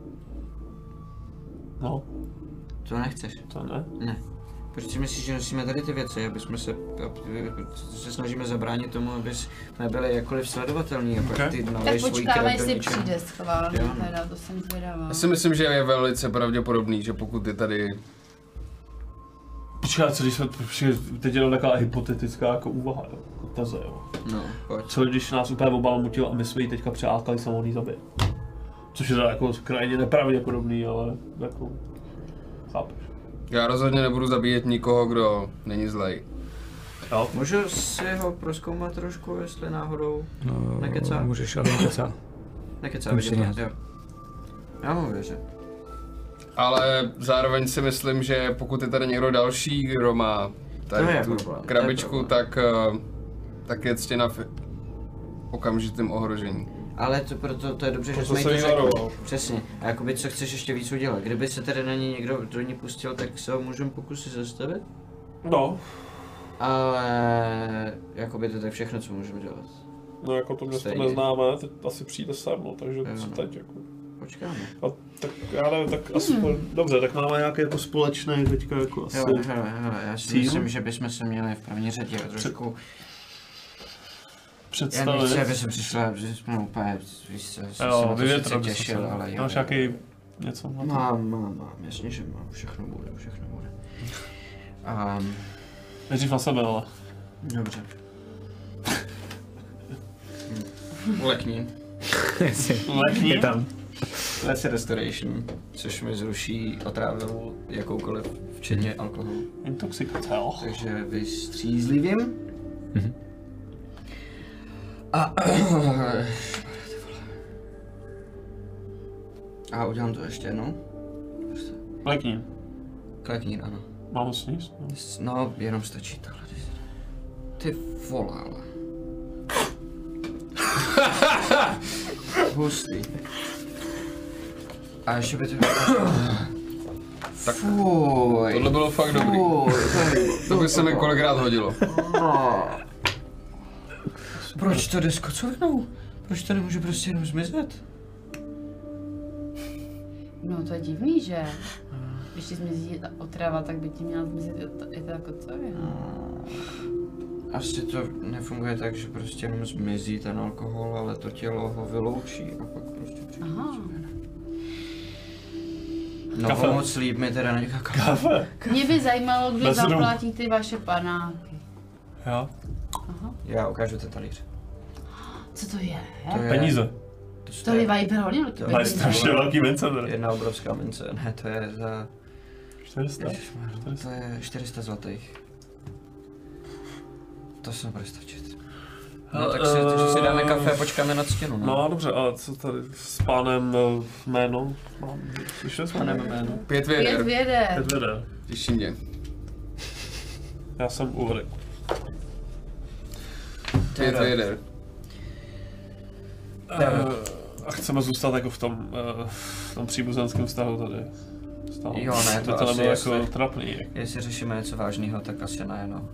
Speaker 5: No,
Speaker 3: To nechceš.
Speaker 5: to ne.
Speaker 3: Ne. Proč si myslíš, že nosíme tady ty věci, aby jsme se snažíme zabránit tomu, aby jsme byli jakkoliv sledovatelní a pak ty
Speaker 2: Tak
Speaker 3: naleješ svůj
Speaker 2: počkáme,
Speaker 3: krev do
Speaker 2: jestli
Speaker 3: něčeho.
Speaker 2: přijde schválně,
Speaker 3: Jo.
Speaker 2: teda, to jsem zvědavá.
Speaker 6: Já si myslím, že je velice pravděpodobný, že pokud je tady...
Speaker 5: Počkej, co když jsme, teď je to taková hypotetická jako úvaha, jo, jako teze, jo.
Speaker 3: No, pojď.
Speaker 5: Co když nás úplně obalmutil a my jsme ji teďka přeátkali samotný zabit? Což je teda jako krajně nepravděpodobný, ale jako, chápeš.
Speaker 6: Já rozhodně nebudu zabíjet nikoho, kdo není zlej.
Speaker 5: Jo?
Speaker 3: Můžu si ho prozkoumat trošku, jestli náhodou nekecá?
Speaker 1: Můžeš, ale nekecá.
Speaker 3: Nekecá,
Speaker 1: Musí
Speaker 3: vidím
Speaker 1: nějak.
Speaker 3: to, jo. Já mu věřím.
Speaker 6: Ale zároveň si myslím, že pokud je tady někdo další, kdo má tady
Speaker 3: To je
Speaker 6: tu
Speaker 3: problém, to je
Speaker 6: krabičku,
Speaker 3: problém.
Speaker 6: tak je ctěna v okamžitém ohrožení.
Speaker 3: Ale to proto to je dobře, že
Speaker 5: Proto
Speaker 3: jsme jí
Speaker 5: jsem
Speaker 3: to
Speaker 5: jí
Speaker 3: řekli.
Speaker 5: varoval.
Speaker 3: Přesně. A jakoby co chceš ještě víc udělat? Kdyby se tady na ní někdo do ní pustil, tak se ho můžeme pokusit zastavit?
Speaker 5: No,
Speaker 3: Ale jakoby to je všechno, co můžeme dělat.
Speaker 5: no jako to město
Speaker 3: Stejně.
Speaker 5: neznáme, teď asi přijde sem, no, takže
Speaker 3: Jo,
Speaker 5: co
Speaker 3: no.
Speaker 5: teď jako.
Speaker 3: Počkáme.
Speaker 5: A tak já nevím, tak asi, dobře, tak máme nějaký jako společný teďka jako asi.
Speaker 3: Jo, hele, já si
Speaker 5: cíl?
Speaker 3: myslím, že bychom se měli v první řadě trošku... Já
Speaker 5: Představit.
Speaker 3: nechci, aby jsem přišla, že jsme úplně, víš co, jsem se na
Speaker 5: Jo,
Speaker 3: to
Speaker 5: vyvětrat
Speaker 3: sice
Speaker 5: by se
Speaker 3: těšil,
Speaker 5: to.
Speaker 3: ale jo.
Speaker 5: Máš nějaký něco na to?
Speaker 3: Mám, jasně, že mám, všechno bude.
Speaker 5: Nejdřív na sebe, ale.
Speaker 3: Dobře. Lekni.
Speaker 5: Lekni.
Speaker 1: Je tam.
Speaker 3: Let's Restoration, což mi zruší otrávou jakoukoliv, včetně alkoholu.
Speaker 5: Intoxikace, jo.
Speaker 3: Takže vystřízlivím.
Speaker 1: Mhm.
Speaker 3: A udělám to ještě jednou.
Speaker 5: Lekni.
Speaker 3: Kleknín, ano.
Speaker 5: Mám sníst? No.
Speaker 3: No, jenom stačí takhle. Ty vole, ale. Hustý. A ještě by to...
Speaker 6: Tak
Speaker 3: Fuj.
Speaker 6: tohle bylo fakt dobrý. To by se mi kolikrát hodilo.
Speaker 3: Proč to jde s kocovnou? Proč to nemůže prostě jenom zmizet?
Speaker 2: No to je divný, že? Když ti zmizí ta otrava, tak by ti měla zmizet i ta kocovina.
Speaker 3: Asi to nefunguje tak, že prostě jenom zmizí ten alkohol, ale to tělo ho vyloučí a pak prostě přijde
Speaker 2: Aha.
Speaker 3: kocovina. No
Speaker 5: Kafe.
Speaker 3: moc líp mi teda nechat kafe.
Speaker 5: Kafe.
Speaker 2: Mě by zajímalo, kdo
Speaker 5: Bez rum.
Speaker 2: zaplatí ty vaše panáky.
Speaker 5: Jo.
Speaker 2: Aha.
Speaker 3: Já ukážu ten talíř.
Speaker 2: Co to je?
Speaker 3: To je...
Speaker 5: Peníze.
Speaker 2: To je hodně velký
Speaker 5: Mají strašně velký mince tady.
Speaker 3: Jedna obrovská mince, ne, to je za...
Speaker 5: 400.
Speaker 3: To je 400 zlatých. To se bude stačit. No tak si dáme kafe a počkáme na ctěnu, no.
Speaker 5: No dobře, a co tady s pánem jméno? Slyšeli jsme
Speaker 3: Pánem
Speaker 5: jméno?
Speaker 3: jméno.
Speaker 6: 5
Speaker 2: Pět
Speaker 6: věder,
Speaker 2: věde.
Speaker 5: Edvede.
Speaker 6: těší mě.
Speaker 5: Já jsem Ulrik.
Speaker 6: 5 věder.
Speaker 5: A chceme zůstat jako v tom příbuzenském vztahu tady.
Speaker 3: Jo, ne, to
Speaker 5: by to
Speaker 3: asi
Speaker 5: nebylo
Speaker 3: jestli-
Speaker 5: jako trapný.
Speaker 3: Jestli řešíme něco vážného, tak asi ne, no.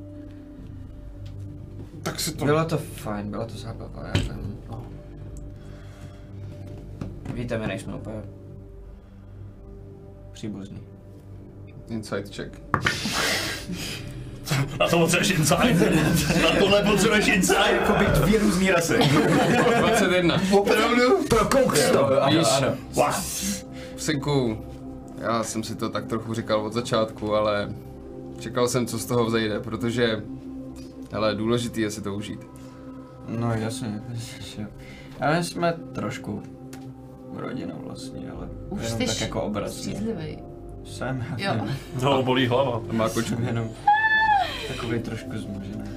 Speaker 5: Tak si to...
Speaker 3: Bylo to fajn, byla to zábava, já vím.
Speaker 5: No.
Speaker 3: Víte, my nejsme úplně příbuzní.
Speaker 6: Inside check.
Speaker 5: Na to potřebuješ insight. Na tohle potřebuješ insight.
Speaker 3: Jako být 2 různý rasy.
Speaker 6: 21.
Speaker 3: Opravdu?
Speaker 1: Prokouš to!
Speaker 6: Víš,
Speaker 5: Wow.
Speaker 6: synku, já jsem si to tak trochu říkal od začátku, ale čekal jsem, co z toho vzejde, protože, hele, důležitý je si to užít.
Speaker 3: No jasně, jo. Ale jsme trošku rodina vlastně, ale
Speaker 2: Už
Speaker 3: jenom
Speaker 2: jsi
Speaker 3: tak jako obrazně.
Speaker 2: střízlivý.
Speaker 3: Jsem,
Speaker 2: Jo.
Speaker 5: No, bolí hlava.
Speaker 6: Má kočku.
Speaker 3: jsem jenom takový trošku zmužený.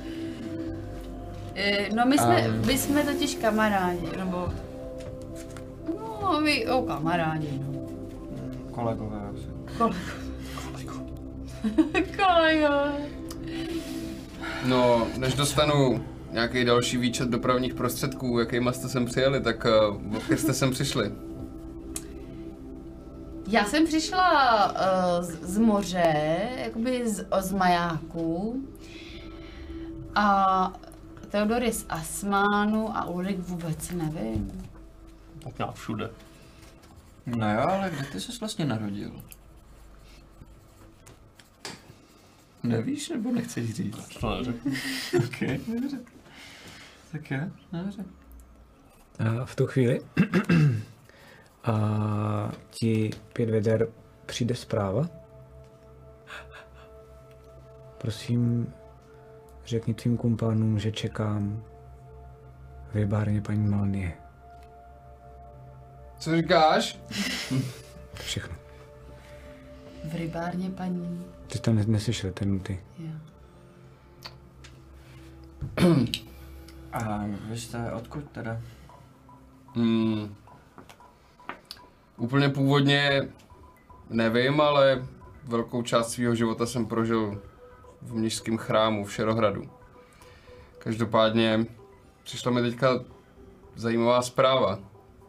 Speaker 2: No my jsme totiž kamarádi, nebo... No, my, kamarádi, no.
Speaker 3: Kolegové asi.
Speaker 2: Kolego.
Speaker 6: No, než dostanu nějaký další výčet dopravních prostředků, jakýma jste sem přijeli, tak o jaké jste sem přišli?
Speaker 2: Já jsem přišla z moře, jakoby z majáku. A Theodory z Asmánu a Ulrik vůbec nevím.
Speaker 5: Tak nějak všude.
Speaker 4: No jo, ale kde ty ses vlastně narodil? Nevíš, nebo nechceš říct?
Speaker 5: To neřeknu.
Speaker 4: Ok, dobře. Tak jo, dobře.
Speaker 1: V tu chvíli ti 5 veder přijde zpráva. Prosím, řekni tvým kumpánům, že čekám v rybárně paní Malnie.
Speaker 6: Co říkáš?
Speaker 1: Všechno.
Speaker 2: V rybárně paní.
Speaker 1: Ty jsi tam neslyšel ten nuty.
Speaker 2: Jo.
Speaker 4: A vy jste odkud teda?
Speaker 6: Úplně původně nevím, ale velkou část svého života jsem prožil v mnišském chrámu v Šerohradu. Každopádně přišla mi teďka zajímavá zpráva.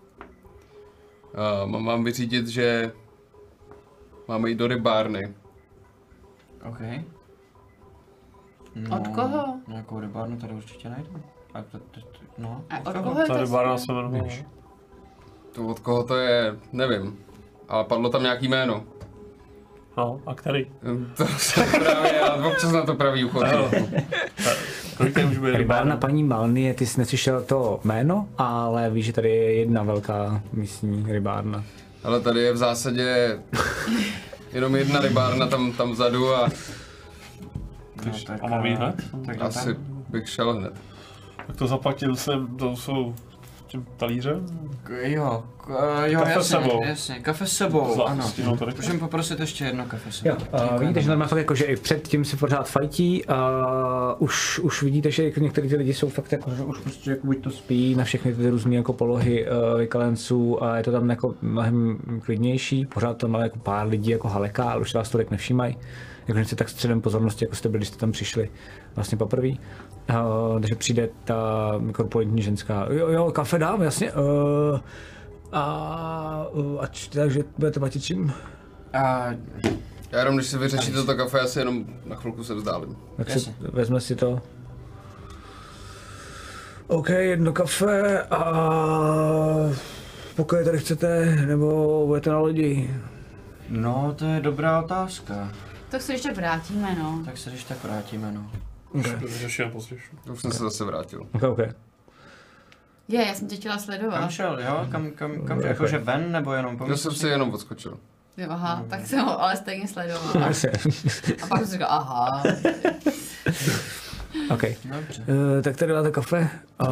Speaker 6: Mám vám vyřídit, že máme jít do rybárny.
Speaker 4: OK.
Speaker 2: Od koho?
Speaker 4: Nějakou rybárnu tady určitě najdu. No.
Speaker 2: A od koho je
Speaker 5: Ta
Speaker 2: to?
Speaker 5: rybárna se jmenuje.
Speaker 6: To od koho to je, nevím. Ale padlo tam nějaký jméno.
Speaker 5: No, a který?
Speaker 6: To se právě, já občas na to pravý ucho.
Speaker 5: Kolik tady může být
Speaker 1: Rybárna paní Malnie, ty jsi neslyšel to jméno, ale víš, že tady je jedna velká místní rybárna.
Speaker 6: Ale tady je v zásadě jenom jedna rybárna tam vzadu a
Speaker 4: No, tak,
Speaker 5: A mám jít hned?
Speaker 4: tak
Speaker 6: asi bych šel hned.
Speaker 5: Tak to zaplatil jsem, to jsou tím talířem?
Speaker 4: Jo,
Speaker 5: Kafe
Speaker 4: jasně,
Speaker 5: s sebou.
Speaker 4: jasně, kafe s sebou, ano.
Speaker 5: Stihnul to rychle?
Speaker 4: Můžeme poprosit ještě jedno kafe s
Speaker 1: Jo,
Speaker 4: sebou.
Speaker 1: vidíte, že normálně fakt jako, že i předtím se pořád fajtí, už vidíte, že jako některý ty lidi jsou fakt jako, že už prostě jako buď to spí na všechny ty různé jako polohy vykalenců a je to tam jako mnohem klidnější, pořád tam ale jako pár lidí jako haleká, ale už vás tolik nevšímají, jakože jste tak středem pozornosti, jako jste byli, když jste tam přišli vlastně poprvé. Takže přijde ta korporantní ženská, jo, kafe dám, jasně, takže budete platit čím?
Speaker 6: Já jenom, když si vyřešíte to kafe, já si jenom na chvilku se vzdálím.
Speaker 1: Tak si vezme si to. OK, jedno kafe a pokud tady chcete, nebo budete na lodi?
Speaker 4: No, to je dobrá otázka.
Speaker 2: Tak se ještě vrátíme, no.
Speaker 4: Tak se když tak vrátíme, no.
Speaker 5: Řeším později.
Speaker 6: Už jsem se zase vrátil.
Speaker 1: OK.
Speaker 2: Já jsem tě chtěla sledovat.
Speaker 4: Kam šel, jo? Kam jakože ven, nebo jenom po
Speaker 6: Já jsem si jenom odskočil.
Speaker 2: Jo, aha, tak jsem ho ale stejně sledovala. A pak jsem říkal, aha.
Speaker 1: OK.
Speaker 4: Dobře.
Speaker 1: Tak tady dáte kafe a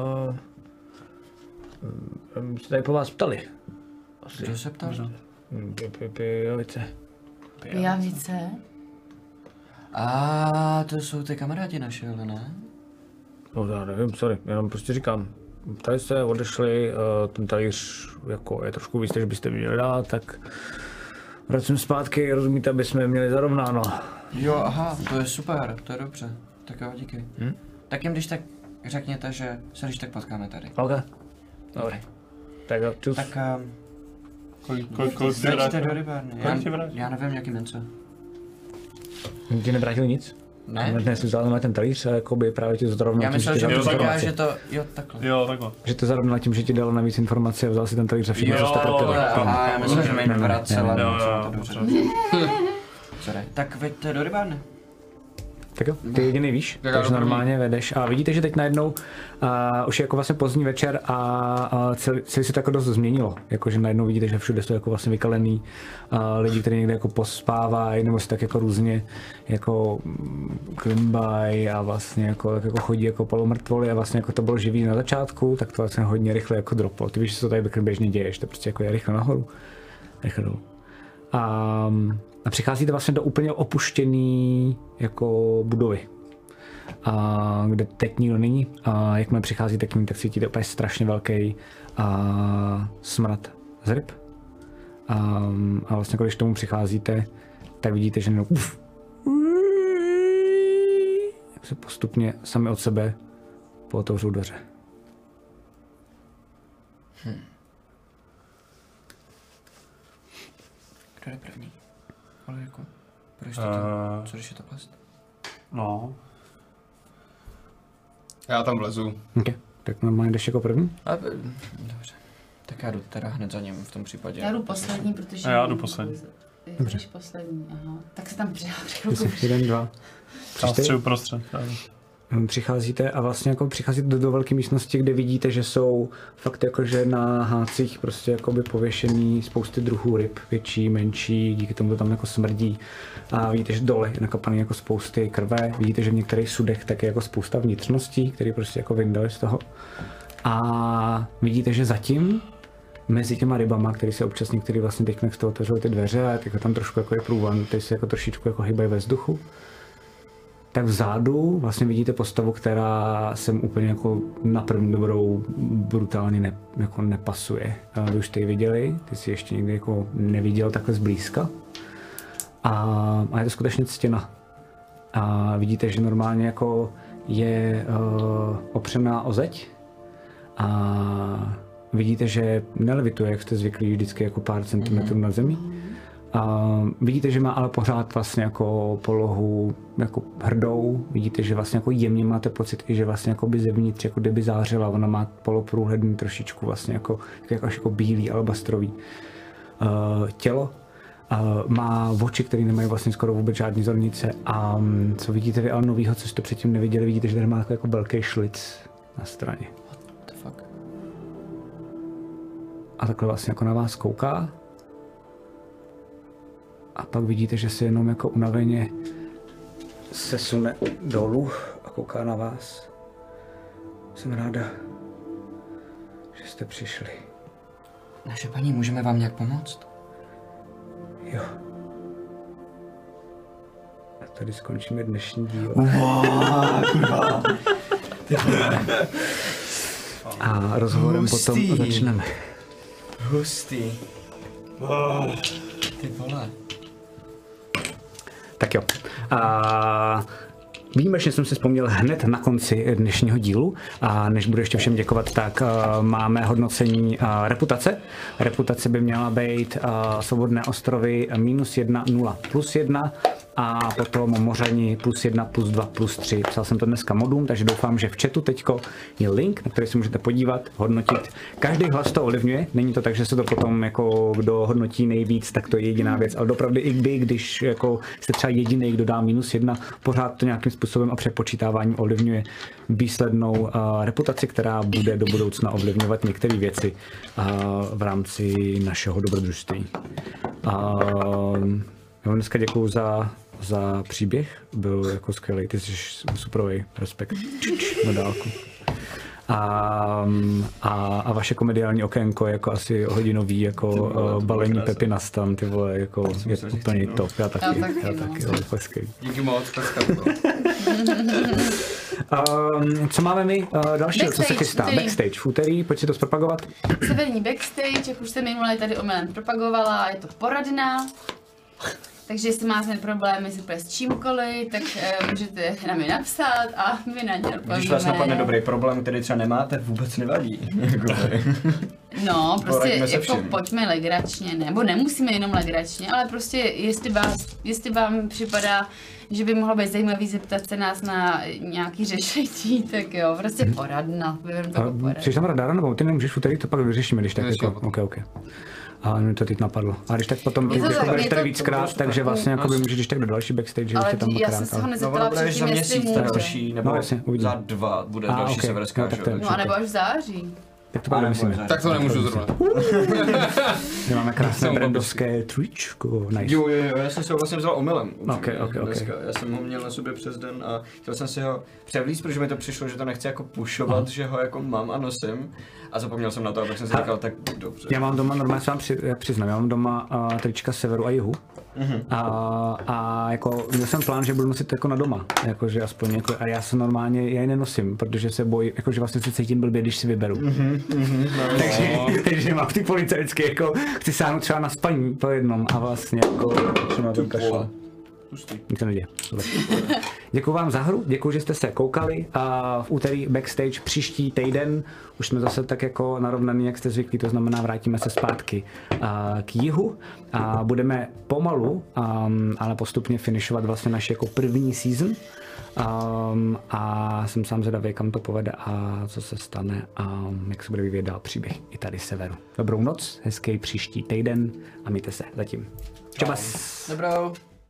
Speaker 1: se tady po vás ptali.
Speaker 4: Kdo se ptal?
Speaker 1: Pijovice.
Speaker 2: Pijavice?
Speaker 4: To jsou ty kamarádi naše, ale ne?
Speaker 1: No já nevím, sorry, jenom prostě říkám. Tady jste odešli, ten talíř jako je trošku víc, než byste měli dát, tak vracím zpátky, rozumíte, aby jsme je měli zarovnáno.
Speaker 4: Jo, aha, to je super, to je dobře. Tak jo, díky. Tak jim když tak řekněte, že se když tak potkáme tady.
Speaker 1: OK. Dobrý. Tak jo, čus.
Speaker 4: Tak
Speaker 5: Kolik ti
Speaker 4: začněte do
Speaker 5: vrátil?
Speaker 4: rybárny.
Speaker 5: Kolik ti vrátil?
Speaker 4: Já nevím, jaký mince.
Speaker 1: Ti nevrátili nic?
Speaker 4: Ne?
Speaker 1: Dnes si vzal na ten talíř a jakoby právě ti to zarovnal
Speaker 4: Já
Speaker 1: tím, že
Speaker 4: myslel,
Speaker 1: ti
Speaker 4: že
Speaker 1: dal
Speaker 5: Jo,
Speaker 4: to
Speaker 5: takhle.
Speaker 4: říká, že to, jo, takhle.
Speaker 5: Jo, takhle.
Speaker 1: že to zarovnal tím, že ti dal navíc informace a vzal si ten talíř za všechno,
Speaker 5: Jo,
Speaker 1: co jste pro tebe.
Speaker 4: Aha, já myslím, že mi
Speaker 1: Ne, ne,
Speaker 4: vracela.
Speaker 1: ne,
Speaker 5: Jo,
Speaker 4: to dobře.
Speaker 5: dobře.
Speaker 4: Sorry. Tak veďte do rybárny.
Speaker 1: Tak jo, ty jediný víš,
Speaker 6: Tak já
Speaker 1: takže
Speaker 6: jdu první.
Speaker 1: normálně vedeš a vidíte, že teď najednou už je jako vlastně pozdní večer a celý se to jako dost změnilo, jakože najednou vidíte, že všude jsou jako vlastně vykalený lidi, kteří někde jako pospávají nebo si tak jako různě jako klimbají a vlastně jako chodí jako polomrtvoli a vlastně jako to bylo živý na začátku, tak to vlastně hodně rychle jako droplo. Ty víš, že to tady běžně děješ, to prostě jako je rychle nahoru, rychle dolů. A přicházíte vlastně do úplně opuštěný jako budovy, kde teď nikdo není. A jakmile přicházíte k ní, tak cítíte úplně strašně velký smrad z ryb. A vlastně když k tomu přicházíte, tak vidíte, že se postupně sami od sebe pootevřou dveře.
Speaker 4: Kdo je první? Olivku. Proč to? Co když je to past?
Speaker 5: No.
Speaker 6: Já tam vlezu.
Speaker 1: Okay. Tak normálně jdeš jako první?
Speaker 4: Dobře. Tak já jdu teda hned za ním v tom případě.
Speaker 2: Já jdu poslední, protože...
Speaker 5: A já jdu poslední.
Speaker 2: Dobře. Jsi poslední, aha. Tak se tam přihlásil.
Speaker 1: 1, 2, 3, 4.
Speaker 5: Střelu prostřed.
Speaker 1: Přicházíte a vlastně jako přicházíte do velké místnosti, kde vidíte, že jsou fakt jakože na hácích prostě jakoby pověšený spousty druhů ryb, větší, menší, díky tomu to tam jako smrdí. A vidíte, že dole je nakapaný jako spousty krve, vidíte, že v některých sudech taky jako spousta vnitřností, které prostě jako vyndaly z toho. A vidíte, že zatím mezi těma rybama, který se občas některý vlastně teď z toho otevřou ty dveře a jako tam trošku jako je průvan, teď se jako trošičku jako hýbají ve vzduchu. Tak vzadu vlastně vidíte postavu, která sem úplně jako na první dobrou brutálně jako nepasuje. Vy už jste ji viděli, ty jsi ještě nikdy jako neviděl takhle zblízka. A je to skutečně ctěna. A vidíte, že normálně jako je opřená o zeď. A vidíte, že nelevituje, jak jste zvyklí, vždycky jako pár centimetrů nad zemí. A vidíte, že má ale pořád vlastně jako polohu jako hrdou. Vidíte, že vlastně jako jemně máte pocit, že vlastně jako by zevnitř jako kdyby zářila. Ona má poloprůhledný trošičku vlastně jako bílý alabastrový tělo. Má oči, které nemají vlastně skoro vůbec žádný zornice. A co vidíte vy ale novýho, co jste předtím neviděli, vidíte, že tady má jako velký šlic na straně.
Speaker 4: What the fuck?
Speaker 1: A takhle vlastně jako na vás kouká. A pak vidíte, že se jenom jako unaveně sesune dolů a kouká na vás. Jsem ráda, že jste přišli.
Speaker 4: Naše paní, můžeme vám nějak pomoct?
Speaker 1: Jo. A tady skončíme dnešní díl. A rozhovorem potom začneme.
Speaker 4: Hustý. Ty vole.
Speaker 1: Tak jo. Výjimečně jsem si vzpomněl hned na konci dnešního dílu a než budu ještě všem děkovat, tak máme hodnocení reputace. Reputace by měla být Svobodné ostrovy -1, 0, +1 a potom Mořani +1, +2, +3. Psal jsem to dneska modům, takže doufám, že v chatu teďko je link, na který si můžete podívat, hodnotit. Každý hlas to ovlivňuje, není to tak, že se to potom jako kdo hodnotí nejvíc, tak to je jediná věc, ale opravdu i když jako jste třeba jediný, kdo dá -1, pořád to nějakým způsobem a přepočítáváním ovlivňuje výslednou reputaci, která bude do budoucna ovlivňovat některé věci v rámci našeho dobrodružství. Já vám dneska děkuju za příběh, byl jako skvělý, ty jsi superový, respekt, na dálku. A vaše komediální okénko jako asi hodinový jako balení Pepi na stan, ty vole, jako je úplně top, já taky, jo, fakt skvělý.
Speaker 6: Díky moc,
Speaker 1: co máme my dalšího, co se chystá? Backstage v úterý, pojď si to zpropagovat.
Speaker 2: Severní backstage, jak už jsem minule tady omylem propagovala, je to poradna. Takže jestli máte problémy s čímkoliv, tak můžete na mě napsat a my na ně odpovíme.
Speaker 4: Když vás napadne dobrý problém, který třeba nemáte, vůbec nevadí.
Speaker 2: No, prostě jako pojďme legračně, nebo nemusíme jenom legračně, ale prostě jestli vám připadá, že by mohlo být zajímavý zeptat se nás na nějaký řešení, tak jo, prostě poradna.
Speaker 1: Jsi tam radara, nebo ty nemůžeš v úterý, to pak vyřešíme, když tak jako, ok. A mě to teď napadlo. A když tak potom budeš tady víckrát, takže vlastně jako by můžeš když tak do další backstage,
Speaker 2: ale
Speaker 1: ještě tam
Speaker 2: já jsem se ho nezeptala předtím, jestli může.
Speaker 4: Nebo za 2 bude další severská show.
Speaker 2: No a nebo až v září.
Speaker 1: Tak to pak nemyslíme.
Speaker 6: Tak to nemůžu zrovna.
Speaker 1: Máme krásné brandovské tričko, nice.
Speaker 4: Jo, já jsem si ho vlastně vzal omylem.
Speaker 1: Okay.
Speaker 4: Já jsem ho měl na sobě přes den a chtěl jsem si ho převlíct, protože mi to přišlo, že to nechci jako pušovat, že ho jako mám a nosím. A zapomněl jsem na to, abych jsem si říkal, tak dobře.
Speaker 1: Já mám doma, normálně se vám přiznám, já mám doma trička severu a jihu. A jako měl jsem plán, že budu nosit jako na doma, jakože aspoň jako, a já se normálně, já ji nenosím, protože se bojím, jakože vlastně se cítím blbě, když si vyberu. Takže mám ty policajské, jako chci sáhnout třeba na spaní po jednom a vlastně jako na to kašle. Nic se neděje. Děkuji vám za hru, děkuji, že jste se koukali. V úterý backstage příští týden už jsme zase tak jako narovnaný, jak jste zvyklí, to znamená vrátíme se zpátky k jihu a budeme pomalu, ale postupně finišovat vlastně naši jako první season. A jsem sám zvědavý, kam to povede a co se stane a jak se bude vyvíjet dál příběh i tady severu. Dobrou noc, hezký příští týden a mějte se zatím. Čabas.
Speaker 3: Dobrou.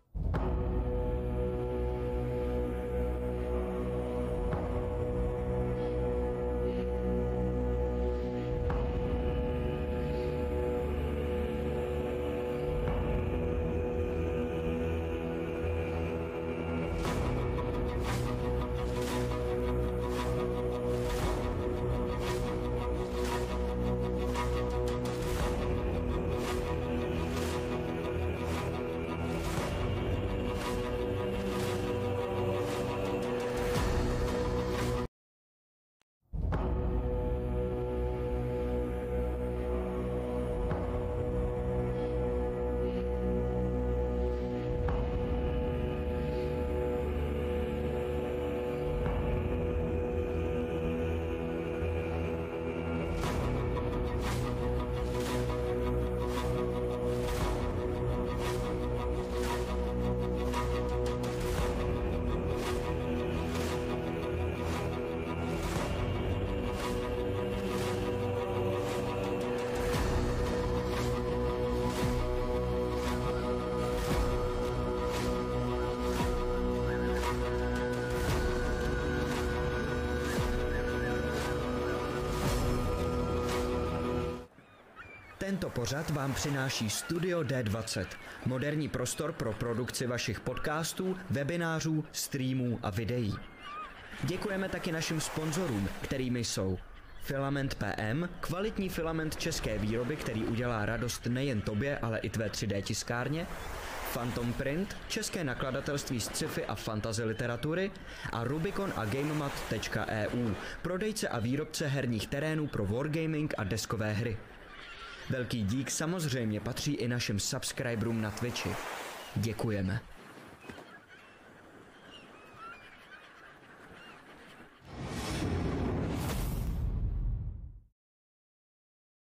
Speaker 8: Tento pořad vám přináší Studio D20, moderní prostor pro produkci vašich podcastů, webinářů, streamů a videí. Děkujeme taky našim sponzorům, kterými jsou Filament PM, kvalitní filament české výroby, který udělá radost nejen tobě, ale i tvé 3D tiskárně, Phantom Print, české nakladatelství sci-fi a fantasy literatury a Rubicon a GameMat.eu, prodejce a výrobce herních terénů pro wargaming a deskové hry. Velký dík samozřejmě patří i našim subscriberům na Twitchi. Děkujeme.